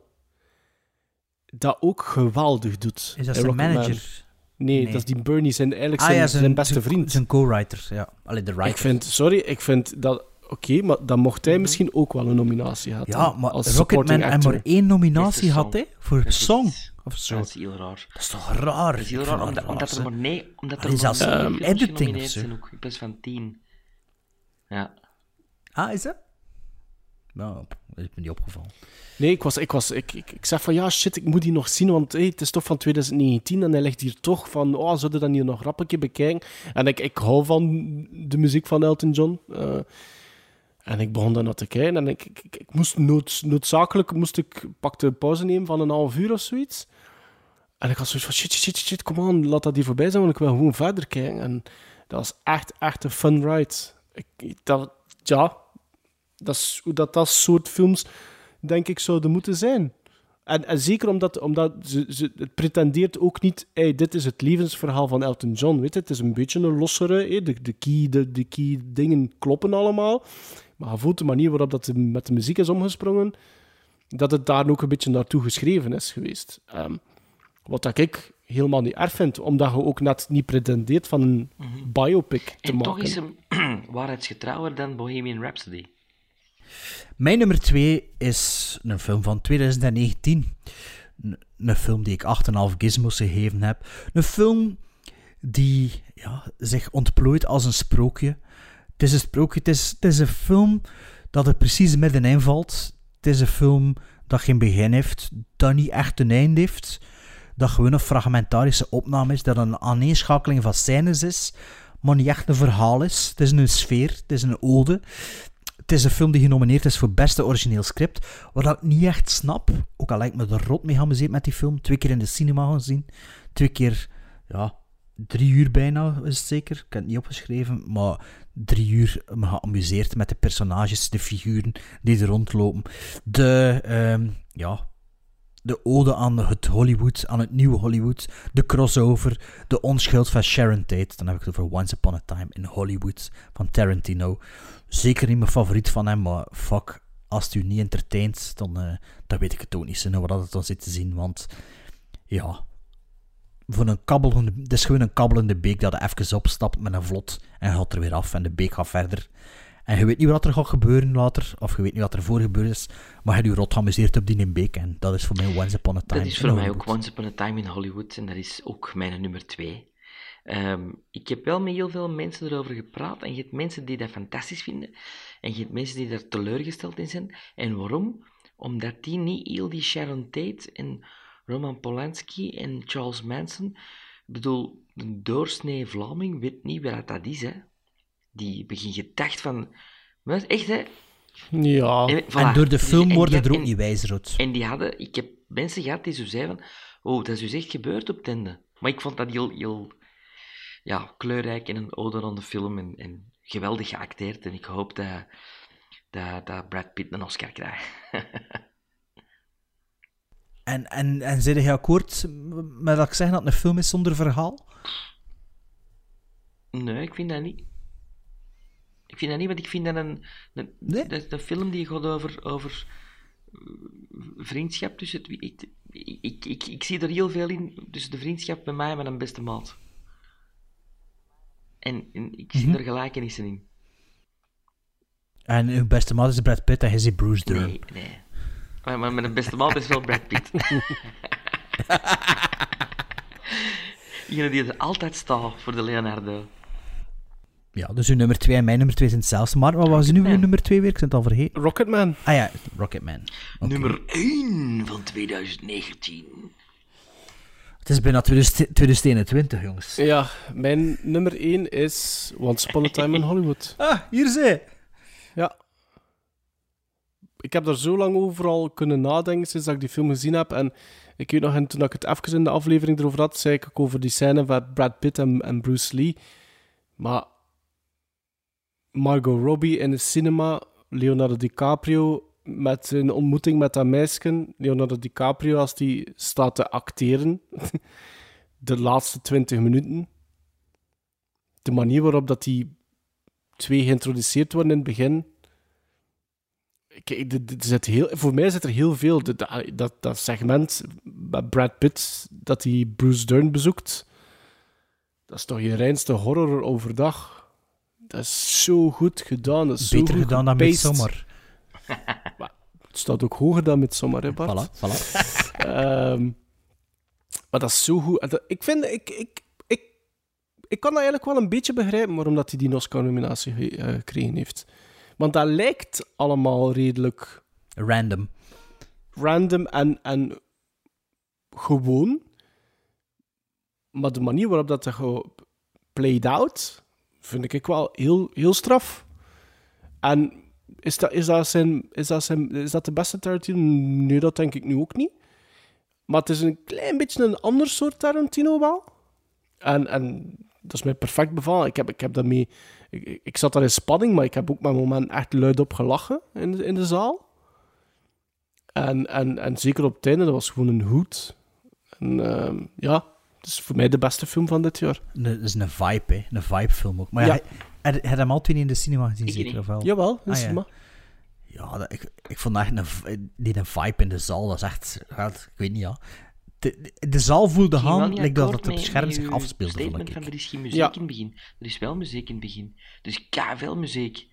dat ook geweldig doet. Is dat in zijn Rocketman. manager? Nee, Nee. dat is die Bernie, zijn, eigenlijk Ah, zijn, ja, zijn, beste zijn, vriend. Zijn co-writer, ja. Allee, de writer. Ik vind, sorry, ik vind dat... Oké, maar dan mocht hij misschien ook wel een nominatie gehad. Ja, hè, maar als Rocketman supporting en actor. maar één nominatie Beste had, song. hè? Voor Dat is- song. Of zo. Dat is heel raar. Dat is toch raar? Dat is heel Ik raar, vind omdat, dat omdat er raar, maar nee, omdat er Allee, maar zelfs negen um, films editing genomineerd of zo. zijn ook, in plaats van tien. Ja. Ah, is dat? Nou, dat is me niet opgevallen. Nee, ik, was, ik, was, ik, ik, ik zeg van ja, shit, ik moet die nog zien, want hey, het is toch van twintig negentien en hij ligt hier toch van, oh, zouden we dat hier nog rappeltje bekijken? En ik, ik hou van de muziek van Elton John. Uh, en ik begon daar naar te kijken en ik, ik, ik, ik moest nood, noodzakelijk, moest ik, pakte een pauze nemen van een half uur of zoiets. En ik had zoiets van, shit, shit, shit, kom on, laat dat hier voorbij zijn, want ik wil gewoon verder kijken. En dat was echt, echt een fun ride. Ik, dat, ja, dat is hoe dat, dat soort films, denk ik, zouden moeten zijn. En, en zeker omdat, omdat ze, ze, het pretendeert ook niet, hey, dit is het levensverhaal van Elton John. Weet je? Het is een beetje een lossere, hey, de, de, key, de, de key dingen kloppen allemaal. Maar je voelt de manier waarop dat de, met de muziek is omgesprongen, dat het daar ook een beetje naartoe geschreven is geweest. Um, wat dat ik helemaal niet erg vind, omdat je ook net niet pretendeert van een mm-hmm. biopic te en maken. En toch is hem waarheidsgetrouwer dan Bohemian Rhapsody. Mijn nummer twee is een film van twintig negentien. N- een film die ik acht komma vijf gizmos gegeven heb. Een film die ja, zich ontplooit als een sprookje. Het is een sprookje, het is, het is een film dat er precies middenin valt. Het is een film dat geen begin heeft, dat niet echt een einde heeft, dat gewoon een fragmentarische opname is, dat een aaneenschakeling van scènes is, maar niet echt een verhaal is. Het is een sfeer, het is een ode. Het is een film die genomineerd is voor beste origineel script, wat ik niet echt snap. Ook al lijkt me er rot mee geamuseerd met die film. Twee keer in de cinema gezien. Twee keer, ja, drie uur bijna is het zeker. Ik heb het niet opgeschreven, maar drie uur me geamuseerd met de personages, de figuren die er rondlopen. De, um, ja, de ode aan het Hollywood, aan het nieuwe Hollywood. De crossover, de onschuld van Sharon Tate. Dan heb ik het over Once Upon a Time in Hollywood van Tarantino. Zeker niet mijn favoriet van hem, maar fuck, als het u niet entertaint, dan, uh, dan weet ik het ook niet zo nou wat het dan zit te zien, want ja, voor een kabbelende... Het is gewoon een kabbelende beek dat je even opstapt met een vlot en gaat er weer af en de beek gaat verder. En je weet niet wat er gaat gebeuren later, of je weet niet wat er voor gebeurd is, maar je hebt je rot geamuseerd op die beek en dat is voor mij Once Upon a Time. Dat is voor mij ook Once Upon a Time in Hollywood en dat is ook mijn nummer twee. Um, ik heb wel met heel veel mensen erover gepraat en je hebt mensen die dat fantastisch vinden en je hebt mensen die daar teleurgesteld in zijn. En waarom? Omdat die niet heel die Sharon Tate en Roman Polanski en Charles Manson, ik bedoel, een doorsnee Vlaming weet niet wat dat is, hè. Die begin gedacht van... Maar echt, hè? Ja. En, voilà. En door de film dus, worden er ook en, niet wijzer uit. En die hadden... Ik heb mensen gehad die zo zeiden van... Oh, dat is dus echt gebeurd op Tende. Maar ik vond dat heel... heel ja, kleurrijk en een ode aan de film. En, en geweldig geacteerd. En ik hoop dat, dat, dat Brad Pitt een Oscar krijgt. en, en, en zijn jij akkoord met dat ik zeg dat het een film is zonder verhaal? Nee, ik vind dat niet. Ik vind dat niet, want ik vind dat een, een, nee? dat is een film die gaat over, over vriendschap tussen... Het, ik, ik, ik, ik, ik zie er heel veel in tussen de vriendschap met mij en mijn beste maat. En, en ik zie mm-hmm. er gelijkenissen in. En uw beste maat is Brad Pitt en hij is Bruce Dern. Nee, nee. Maar, maar mijn beste maat is wel Brad Pitt. Iemand die er altijd staat voor de Leonardo. Ja, dus uw nummer twee en mijn nummer twee zijn hetzelfde. Maar wat was nu uw nummer twee weer? Ik ben het al vergeten. Rocketman. Ah ja, Rocketman. Okay. Nummer één van twintig negentien. Het is bijna twintig eenentwintig, jongens. Ja, mijn nummer één is Once Upon a Time in Hollywood. Ah, hier zie. Ja. Ik heb daar zo lang over al kunnen nadenken sinds dat ik die film gezien heb. En ik weet nog, en toen ik het even in de aflevering erover had, zei ik ook over die scène van Brad Pitt en, en Bruce Lee. Maar Margot Robbie in de cinema, Leonardo DiCaprio met een ontmoeting met dat meisje, Leonardo DiCaprio als die staat te acteren, de laatste twintig minuten. De manier waarop dat die twee geïntroduceerd worden in het begin. Kijk, er zit heel, voor mij zit er heel veel. Dat, dat, dat segment met Brad Pitt, dat hij Bruce Dern bezoekt, dat is toch je reinste horror overdag. Dat is zo goed gedaan. Dat is Beter zo goed gedaan dan Midsommar. Maar het staat ook hoger dan Midsommar, hè Bart? Voilà, voilà. um, maar dat is zo goed. Ik vind... Ik, ik, ik, ik kan dat eigenlijk wel een beetje begrijpen waarom dat hij die Oscar-nominatie uh, gekregen heeft. Want dat lijkt allemaal redelijk... Random. Random en, en gewoon. Maar de manier waarop dat er played out, vind ik wel heel, heel straf. En is dat, is, dat zijn, is, dat zijn, is dat de beste Tarantino? Nee, dat denk ik nu ook niet. Maar het is een klein beetje een ander soort Tarantino wel. En, en dat is mij perfect bevallen. Ik heb, ik heb daarmee... Ik, ik zat daar in spanning, maar ik heb ook met moment echt luid op gelachen in de, in de zaal. En, en, en zeker op het einde, dat was gewoon een hoed. En uh, ja, het is voor mij de beste film van dit jaar. Dat is een vibe, hè. Een vibe-film ook. Maar ja, ja. Heb je hem al twee in de cinema gezien, ik zeker? Of wel? Jawel, in de ah, cinema. Ja, ja dat, ik, ik vond echt een, die een vibe in de zaal, dat is echt... Ja, ik weet niet, ja. De, de zaal voelde aan, lijkt dat het op het scherm zich afspeelde. Statement van, er is geen muziek ja. in het begin. Er is wel muziek in het begin. Dus veel muziek.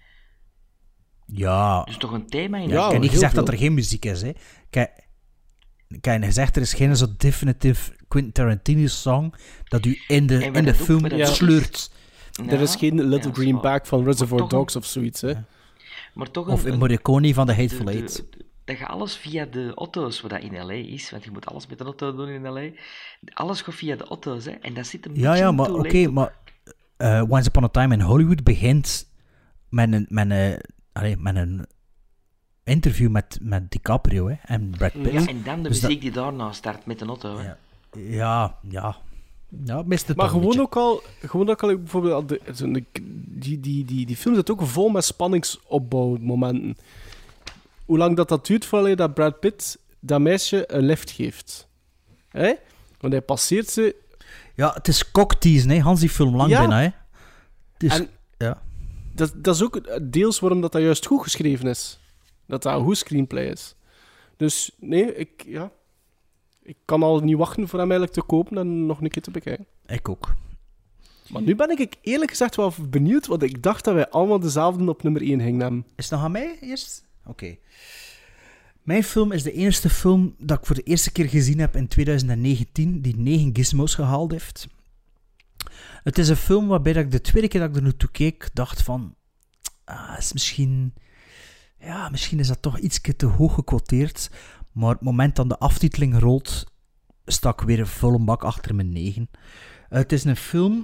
Ja. Dus toch een thema in. Ja, ik heb niet gezegd veel. dat er geen muziek is, hè. Kijk, ik heb gezegd, er is geen zo definitief Quentin Tarantino song dat u in de, in de film ja. sleurt. Ja. Er is geen Little ja, Green Bag van Reservoir Dogs een... of zoiets, hè. Ja. Maar toch of een, in Morricone van The Hateful de, de, Eight. Dat je alles via de auto's, wat dat in L A is, want je moet alles met een auto doen in L A. Alles gaat via de auto's, hè. En dat zit een ja, beetje ja, maar oké, okay, maar uh, Once Upon a Time in Hollywood begint met een, met een, allez, met een interview met, met DiCaprio, hè, en Brad Pitt. Ja, en dan de dus muziek dat... die daarna start met een auto, hè. Ja, ja, ja. Ja, mist het maar gewoon beetje. ook al, gewoon ook al bijvoorbeeld, de, die, die, die, die film zit ook vol met spanningsopbouwmomenten. Hoe lang dat, dat duurt voordat dat Brad Pitt dat meisje een lift geeft. Hè? Want hij passeert ze... Ja, het is cockteasen, hè. Hans die film lang ja. bijna, hè. Dus, en ja. dat, dat is ook deels waarom dat, dat juist goed geschreven is. Dat dat een goed screenplay is. Dus, nee, ik... Ja... Ik kan al niet wachten voor hem eigenlijk te kopen en nog een keer te bekijken. Ik ook. Maar nu ben ik eerlijk gezegd wel benieuwd, want ik dacht dat wij allemaal dezelfde op nummer één gingen hebben. Is het nog aan mij eerst? Oké. Okay. Mijn film is de enige film dat ik voor de eerste keer gezien heb in twintig negentien, die negen gizmos gehaald heeft. Het is een film waarbij ik de tweede keer dat ik er naartoe keek, dacht van... Ah, is misschien... Ja, misschien is dat toch iets te hoog gequoteerd. Maar het moment dat de aftiteling rolt, stak weer een volle bak achter mijn negen. Uh, het is een film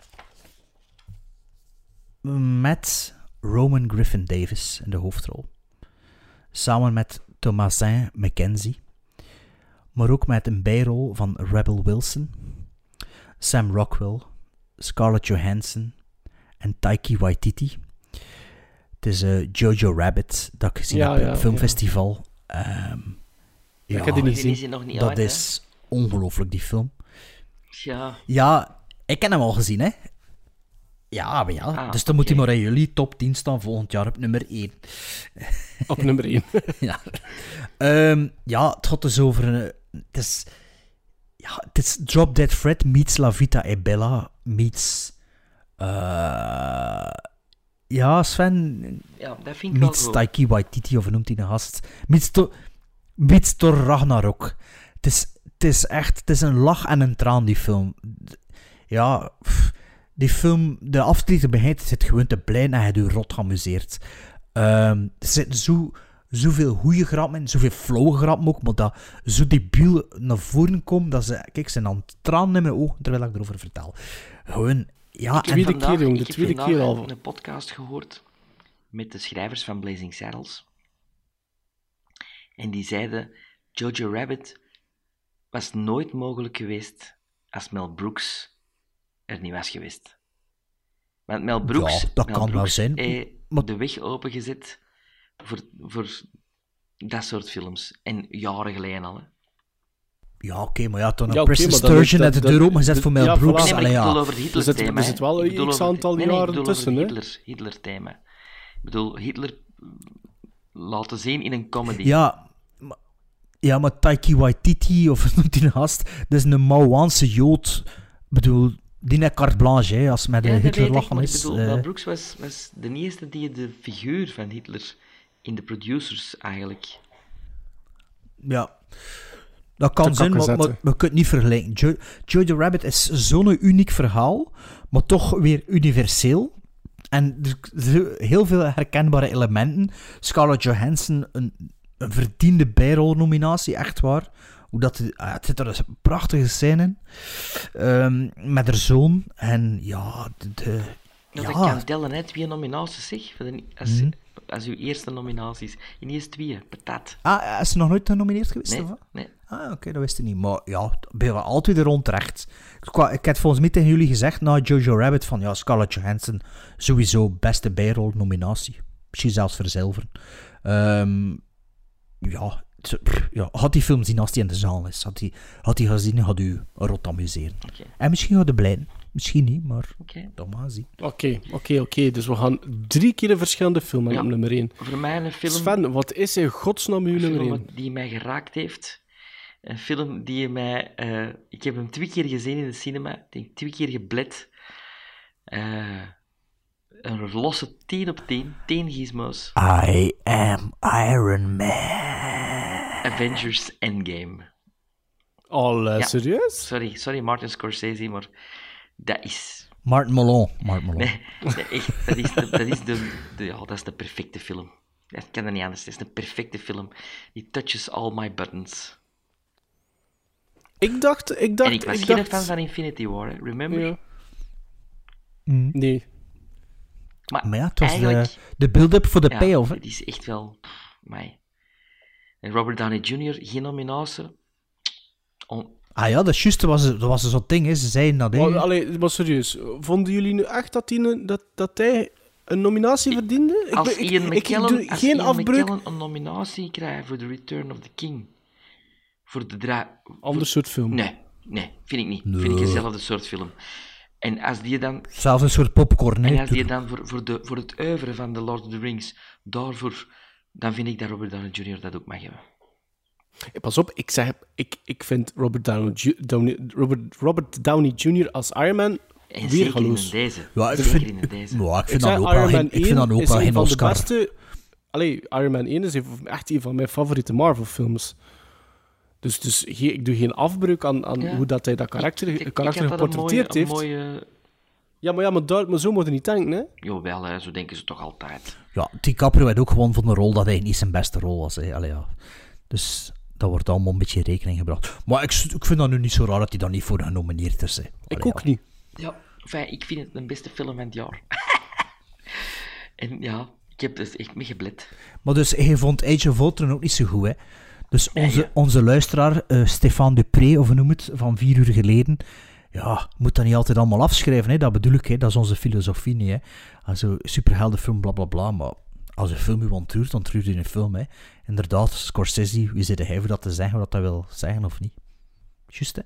met Rowan Griffin Davis in de hoofdrol. Samen met Thomasin McKenzie. Maar ook met een bijrol van Rebel Wilson, Sam Rockwell, Scarlett Johansson en Taika Waititi. Het is uh, Jojo Rabbit, dat ik gezien ja, heb op ja, het filmfestival. Ja. Um, ja, ik heb die niet gezien. Nog niet dat uit, is hè? Ongelooflijk, die film. Ja. Ja, ik heb hem al gezien, hè. Ja, maar ja. Ah, dus dan moet okay. hij maar in jullie top tien staan volgend jaar op nummer één. Op nummer één. ja. Um, ja, het gaat dus over... Een, het is... Ja, het is Drop Dead Fred meets La Vita e Bella meets... Uh, ja, Sven... Ja, dat vind ik meets wel Taika Waititi, of hoe noemt hij een gast? Meets, to, meets Thor Ragnarok. Het is, het is echt... Het is een lach en een traan, die film. Ja... Pff, die film... De aftiteling begint, zit gewoon te blijven en hij doet rot geamuseerd. Um, er zitten zo... Zoveel goede grappen in, zoveel flauwe grappen ook, maar dat zo debiel naar voren komt, dat ze... Kijk, ze zijn aan het tranen in mijn ogen terwijl ik erover vertel. Gewoon, ja... Ik heb tweede vandaag, keer, jongen, de ik heb tweede vandaag keer al. een podcast gehoord met de schrijvers van Blazing Saddles. En die zeiden, Jojo Rabbit was nooit mogelijk geweest als Mel Brooks er niet was geweest. Want Mel Brooks, Ja, dat Mel kan wel Brooks zijn, heeft maar- de weg opengezet voor, voor dat soort films. En jaren geleden al, hè. Ja, oké, okay, maar ja, toen Ja, een oké, Preston maar dan- Sturgeon dat- net de dat- deur opengezet voor Mel ja, Brooks. Nee, maar ik Allee, bedoel ja. over het Er zit- Hitler-thema. er zit wel hè. Ik bedoel x over- aantal nee, nee, jaren ik bedoel tussen, over hè. het Hitler, Hitler-thema. Ik bedoel, Hitler laten zien in een comedy. Ja, maar, ja, maar Taika Waititi, of hoe noemt die een gast, dat is een Mauwaanse Jood. Ik bedoel, die net carte blanche, hè, als het met de Ja, dat Hitler weet ik, lachen maar is. Ik bedoel, eh. Mel Brooks was, was de eerste die de figuur van Hitler in de producers eigenlijk... Ja, dat kan Te zijn, maar, kakken maar zetten. we kunnen het niet vergelijken. Jo- Jojo Rabbit is zo'n uniek verhaal, maar toch weer universeel. En er zijn heel veel herkenbare elementen. Scarlett Johansson, een, een verdiende bijrolnominatie, echt waar. Hoe dat, ah, het zit er een prachtige scène in. Um, met haar zoon. En ja, de... de Ja, ja, dat kan tellen, hè. Twee nominaties, zeg. Voor de, als, Mhm. als uw eerste nominaties. Ineens twee, patat. Ah, is ze nog nooit genomineerd geweest? Nee, of wat? nee. Ah, oké, okay, dat wist ik niet. Maar ja, ben je altijd er rond terecht. Ik, wou- ik heb volgens mij tegen jullie gezegd na Jojo Rabbit van ja, Scarlett Johansson sowieso beste bijrol-nominatie. Misschien zelfs voor zilveren. Ehm, ja, het- pff, ja, had die film zien als die in de zaal is. Had die, had die gezien, had u rot amuseren. Oké. En misschien had u blijven. Misschien niet, maar Oké. dat maar zien. Oké, oké, oké. Dus we gaan drie keer een verschillende film Ja. op nummer één. Voor mij een film... Sven, wat is in godsnaam uw Een nummer film één? wat- die mij geraakt heeft. Een film die mij... eh, ik heb hem twee keer gezien in de cinema. Ik denk twee keer geblet. Eh, een losse tien op tien. tien gizmos. I am Iron Man. Avengers Endgame. Al uh, Ja. serieus? Sorry, sorry Martin Scorsese, maar dat is... Martin Malone. Martin Malone. Nee, nee, echt, dat is, de, dat, is de, de, ja, dat is de perfecte film. Dat kan er niet anders. Het is een perfecte film. Die touches all my buttons. Ik dacht... Ik dacht En ik was ik geen dacht... fan van Infinity War, hè. Remember? Ja. Mm. Nee. Maar, Maar ja, het was eigenlijk... de, de build-up voor de ja, payoff. hè. Het is echt wel... pff, mij. En Robert Downey junior, geen nominatie. On- Ah ja, dat is juist. Dat was, dat was zo'n ding, hè. Ze zeiden dat, hè. Maar, allee, maar serieus. Vonden jullie nu echt dat hij een, dat, dat hij een nominatie verdiende? Ik, als ben- ik, Ian ik, ik McKellen, doe als geen Ian afbreuk. McKellen een nominatie krijgt voor The Return of the King. Voor de dra... Ander soort film. Nee, nee, vind ik niet. Nee. Vind ik eenzelfde soort film. En als die dan... Zelfs een soort popcorn, hè. En als die dan voor, voor, de, voor het oeuvre van The Lord of the Rings daarvoor... Dan vind ik dat Robert Downey junior dat ook mag hebben. Hey, pas op, ik zeg, ik, ik vind Robert Downey, Downey, Robert, Robert Downey junior als Iron Man en weergaloos. Zeker in deze. Ja, ik zeker vind, in deze. Ja, ik vind ik dat ook Iron wel geen, Man ik vind dat ook is wel een geen van Oscar. De beste, allee, Iron Man één is echt een van mijn favoriete Marvel-films. Dus, dus ik doe geen afbreuk aan, aan ja. hoe dat hij dat karakter, ik, ik, karakter ik geportretteerd heeft. Mooie, mooie... Ja, maar, ja, maar, daar, maar zo moet je niet denken, hè? Jawel, hè, zo denken ze toch altijd. Ja, DiCaprio had ook gewoon van de rol dat hij niet zijn beste rol was. Hè. Allee, ja. Dus dat wordt allemaal een beetje in rekening gebracht. Maar ik, ik vind dat nu niet zo raar dat hij daar niet voor genomineerd is. Hè. Allee, ik ook ja. niet. Ja, enfin, ik vind het de beste film van het jaar. En ja, ik heb dus echt mee geblet. Maar dus, hij vond Age of Ultron ook niet zo goed, hè? Dus onze, ja. onze luisteraar, uh, Stefan Dupré, of noem het, van vier uur geleden... Ja, moet dat niet altijd allemaal afschrijven, hè? Dat bedoel ik, hè? Dat is onze filosofie niet. Hè? Also, superheldenfilm, bla bla bla, maar als een film u ontroert, ontroert u een film. Hè? Inderdaad, Scorsese, wie zit hij voor dat te zeggen, wat dat wil zeggen of niet? Juist, hè?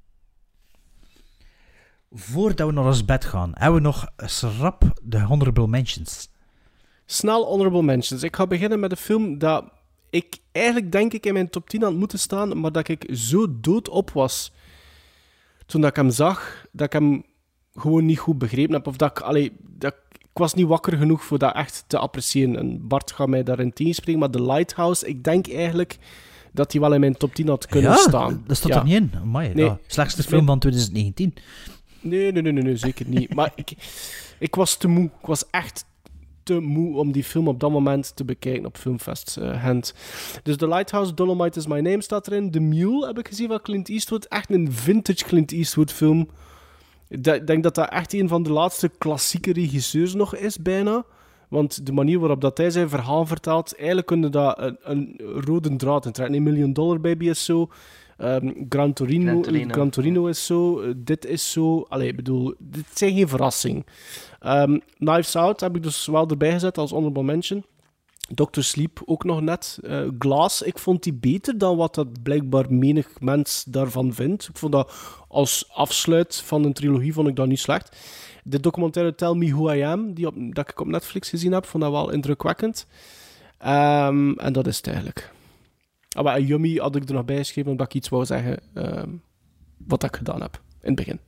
Voordat we naar ons bed gaan, hebben we nog schrap de honorable mentions. Snel honorable mentions. Ik ga beginnen met een film dat ik eigenlijk denk ik in mijn top tien had moeten staan, maar dat ik zo doodop was toen dat ik hem zag, dat ik hem gewoon niet goed begrepen heb. Of dat ik, allee, dat, ik was niet wakker genoeg voor dat echt te appreciëren. En Bart gaat mij daarin tegenspreken, maar The Lighthouse, ik denk eigenlijk dat hij wel in mijn top tien had kunnen ja, staan. Dat staat ja. er niet in. Amai, nee. ja. Slechtste film van twintig negentien. Nee, nee, nee, nee, nee zeker niet. Maar ik, ik was te moe. Ik was echt te moe om die film op dat moment te bekijken op Filmfest uh, Gent. Dus The Lighthouse, Dolomite is My Name staat erin. The Mule heb ik gezien van Clint Eastwood. Echt een vintage Clint Eastwood film. Ik denk dat dat echt een van de laatste klassieke regisseurs nog is, bijna. Want de manier waarop dat hij zijn verhaal vertelt, eigenlijk kunnen dat een, een rode draad in trekken. Een Million Dollar Baby is zo. Um, Gran Torino, Gran Torino. Gran Torino is zo. Uh, dit is zo. Allee, ik bedoel, dit zijn geen verrassing. Um, Knives Out heb ik dus wel erbij gezet als honorable mention. doctor Sleep ook nog net. Uh, Glass, ik vond die beter dan wat dat blijkbaar menig mens daarvan vindt. Ik vond dat als afsluit van een trilogie vond ik dat niet slecht. De documentaire Tell Me Who I Am, die op, dat ik op Netflix gezien heb, vond dat wel indrukwekkend. Um, en dat is het eigenlijk. Ah, maar Yummy had ik er nog bij geschreven omdat ik iets wou zeggen um, wat ik gedaan heb in het begin.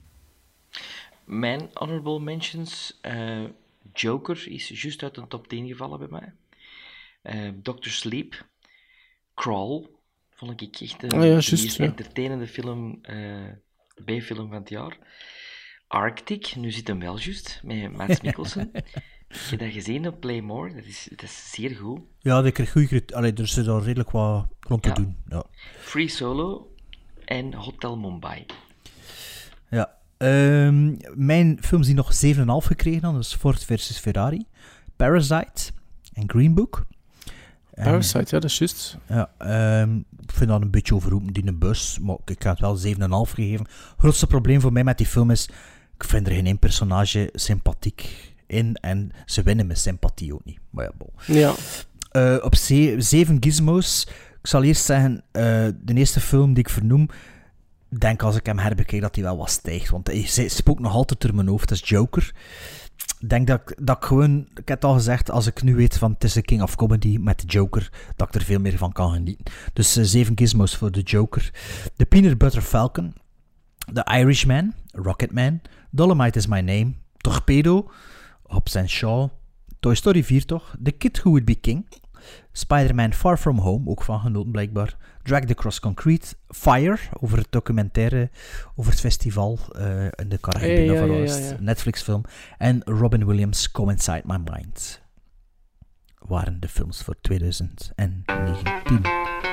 Mijn honorable mentions, uh, Joker is juist uit de top tien gevallen bij mij. Uh, doctor Sleep, Crawl, vond ik echt een oh ja, just, meest ja. entertainende film, uh, B-film van het jaar. Arctic, nu zit hem wel juist, met Mads Mikkelsen. Ik heb dat gezien op Playmore, dat is, dat is zeer goed. Ja, dat kreeg goede. Allee, er zit al redelijk wat rond te ja. doen. Ja. Free Solo en Hotel Mumbai. Ja. Um, mijn films die nog zeven komma vijf gekregen hadden, dus Ford versus Ferrari, Parasite en Green Book. Parasite, en, ja, dat is juist. Ja, um, ik vind dat een beetje overroepen, die een bus, maar ik had het wel zeven komma vijf gegeven. Het grootste probleem voor mij met die film is, ik vind er geen één personage sympathiek in en ze winnen met sympathie ook niet. Maar ja, bon. Ja. Uh, op ze- zeven gizmos, ik zal eerst zeggen, uh, de eerste film die ik vernoem, denk als ik hem herbekijk dat hij wel wat stijgt, want hij spookt nog altijd door mijn hoofd, dat is Joker. Ik denk dat ik, dat ik gewoon, ik heb het al gezegd, als ik nu weet van het is een King of Comedy met de Joker, dat ik er veel meer van kan genieten. Dus uh, zeven gizmos voor de Joker. The Peanut Butter Falcon, The Irishman, Rocketman, Dolomite is My Name, Torpedo, Hobbs and Shaw, Toy Story vier toch, The Kid Who Would Be King, Spider-Man Far From Home, ook van genoten blijkbaar, Dragged Across Concrete, Fire, over het documentaire, over het festival uh, in de Caraïben, hey, ja, ja, ja, ja, ja. Netflix film, en Robin Williams, Come Inside My Mind, waren de films voor twintig negentien.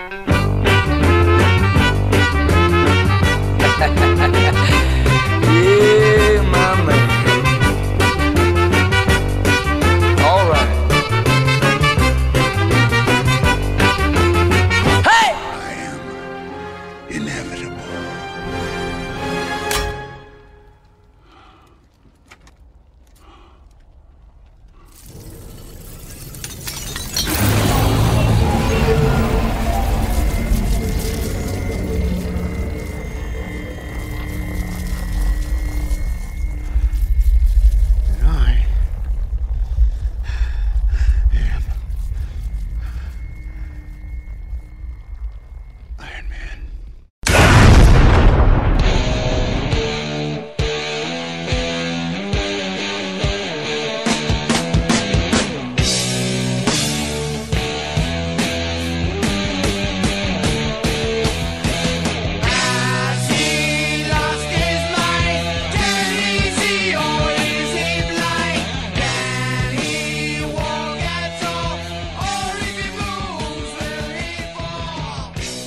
Yeah, my man. All right. Hey! I am inevitable.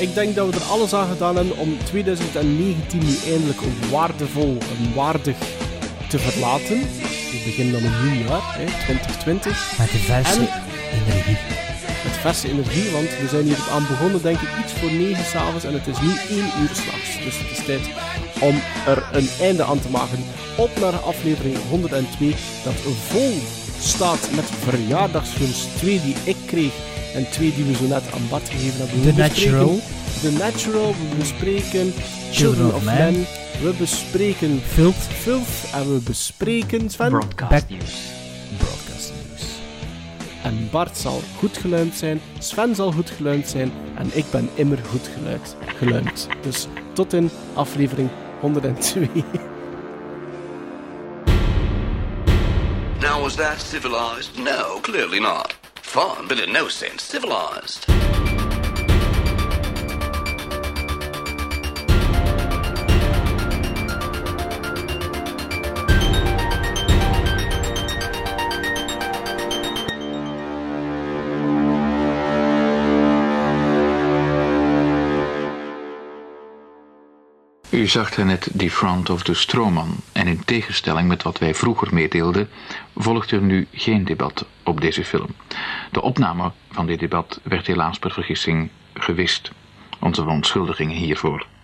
ik denk dat we er alles aan gedaan hebben om twintig negentien nu eindelijk waardevol en waardig te verlaten. We beginnen dan een nieuw jaar, hè, twintig twintig. Met de verse en, energie. Met verse energie, want we zijn hier aan begonnen, denk ik, iets voor negen s'avonds en het is nu één uur s'nachts. Dus het is tijd om er een einde aan te maken. Op naar aflevering honderdtwee, dat vol staat met verjaardagsfilms. Twee die ik kreeg en twee die we zo net aan Bart gegeven hebben. The Natural. The Natural, we bespreken Children, Children of, of Man. Man. We bespreken Filth. Filth. En we bespreken Sven. Broadcast Back- News. Broadcast News. En Bart zal goed geluimd zijn, Sven zal goed geluimd zijn en ik ben immer goed geluid, geluimd. Dus tot in aflevering honderdtwee. Now, was that civilized? No, clearly not. Fun, but in no sense civilized. U zag daarnet die front of de stroomman en in tegenstelling met wat wij vroeger meedeelden, volgt er nu geen debat op deze film. De opname van dit debat werd helaas per vergissing gewist. Onze verontschuldigingen hiervoor.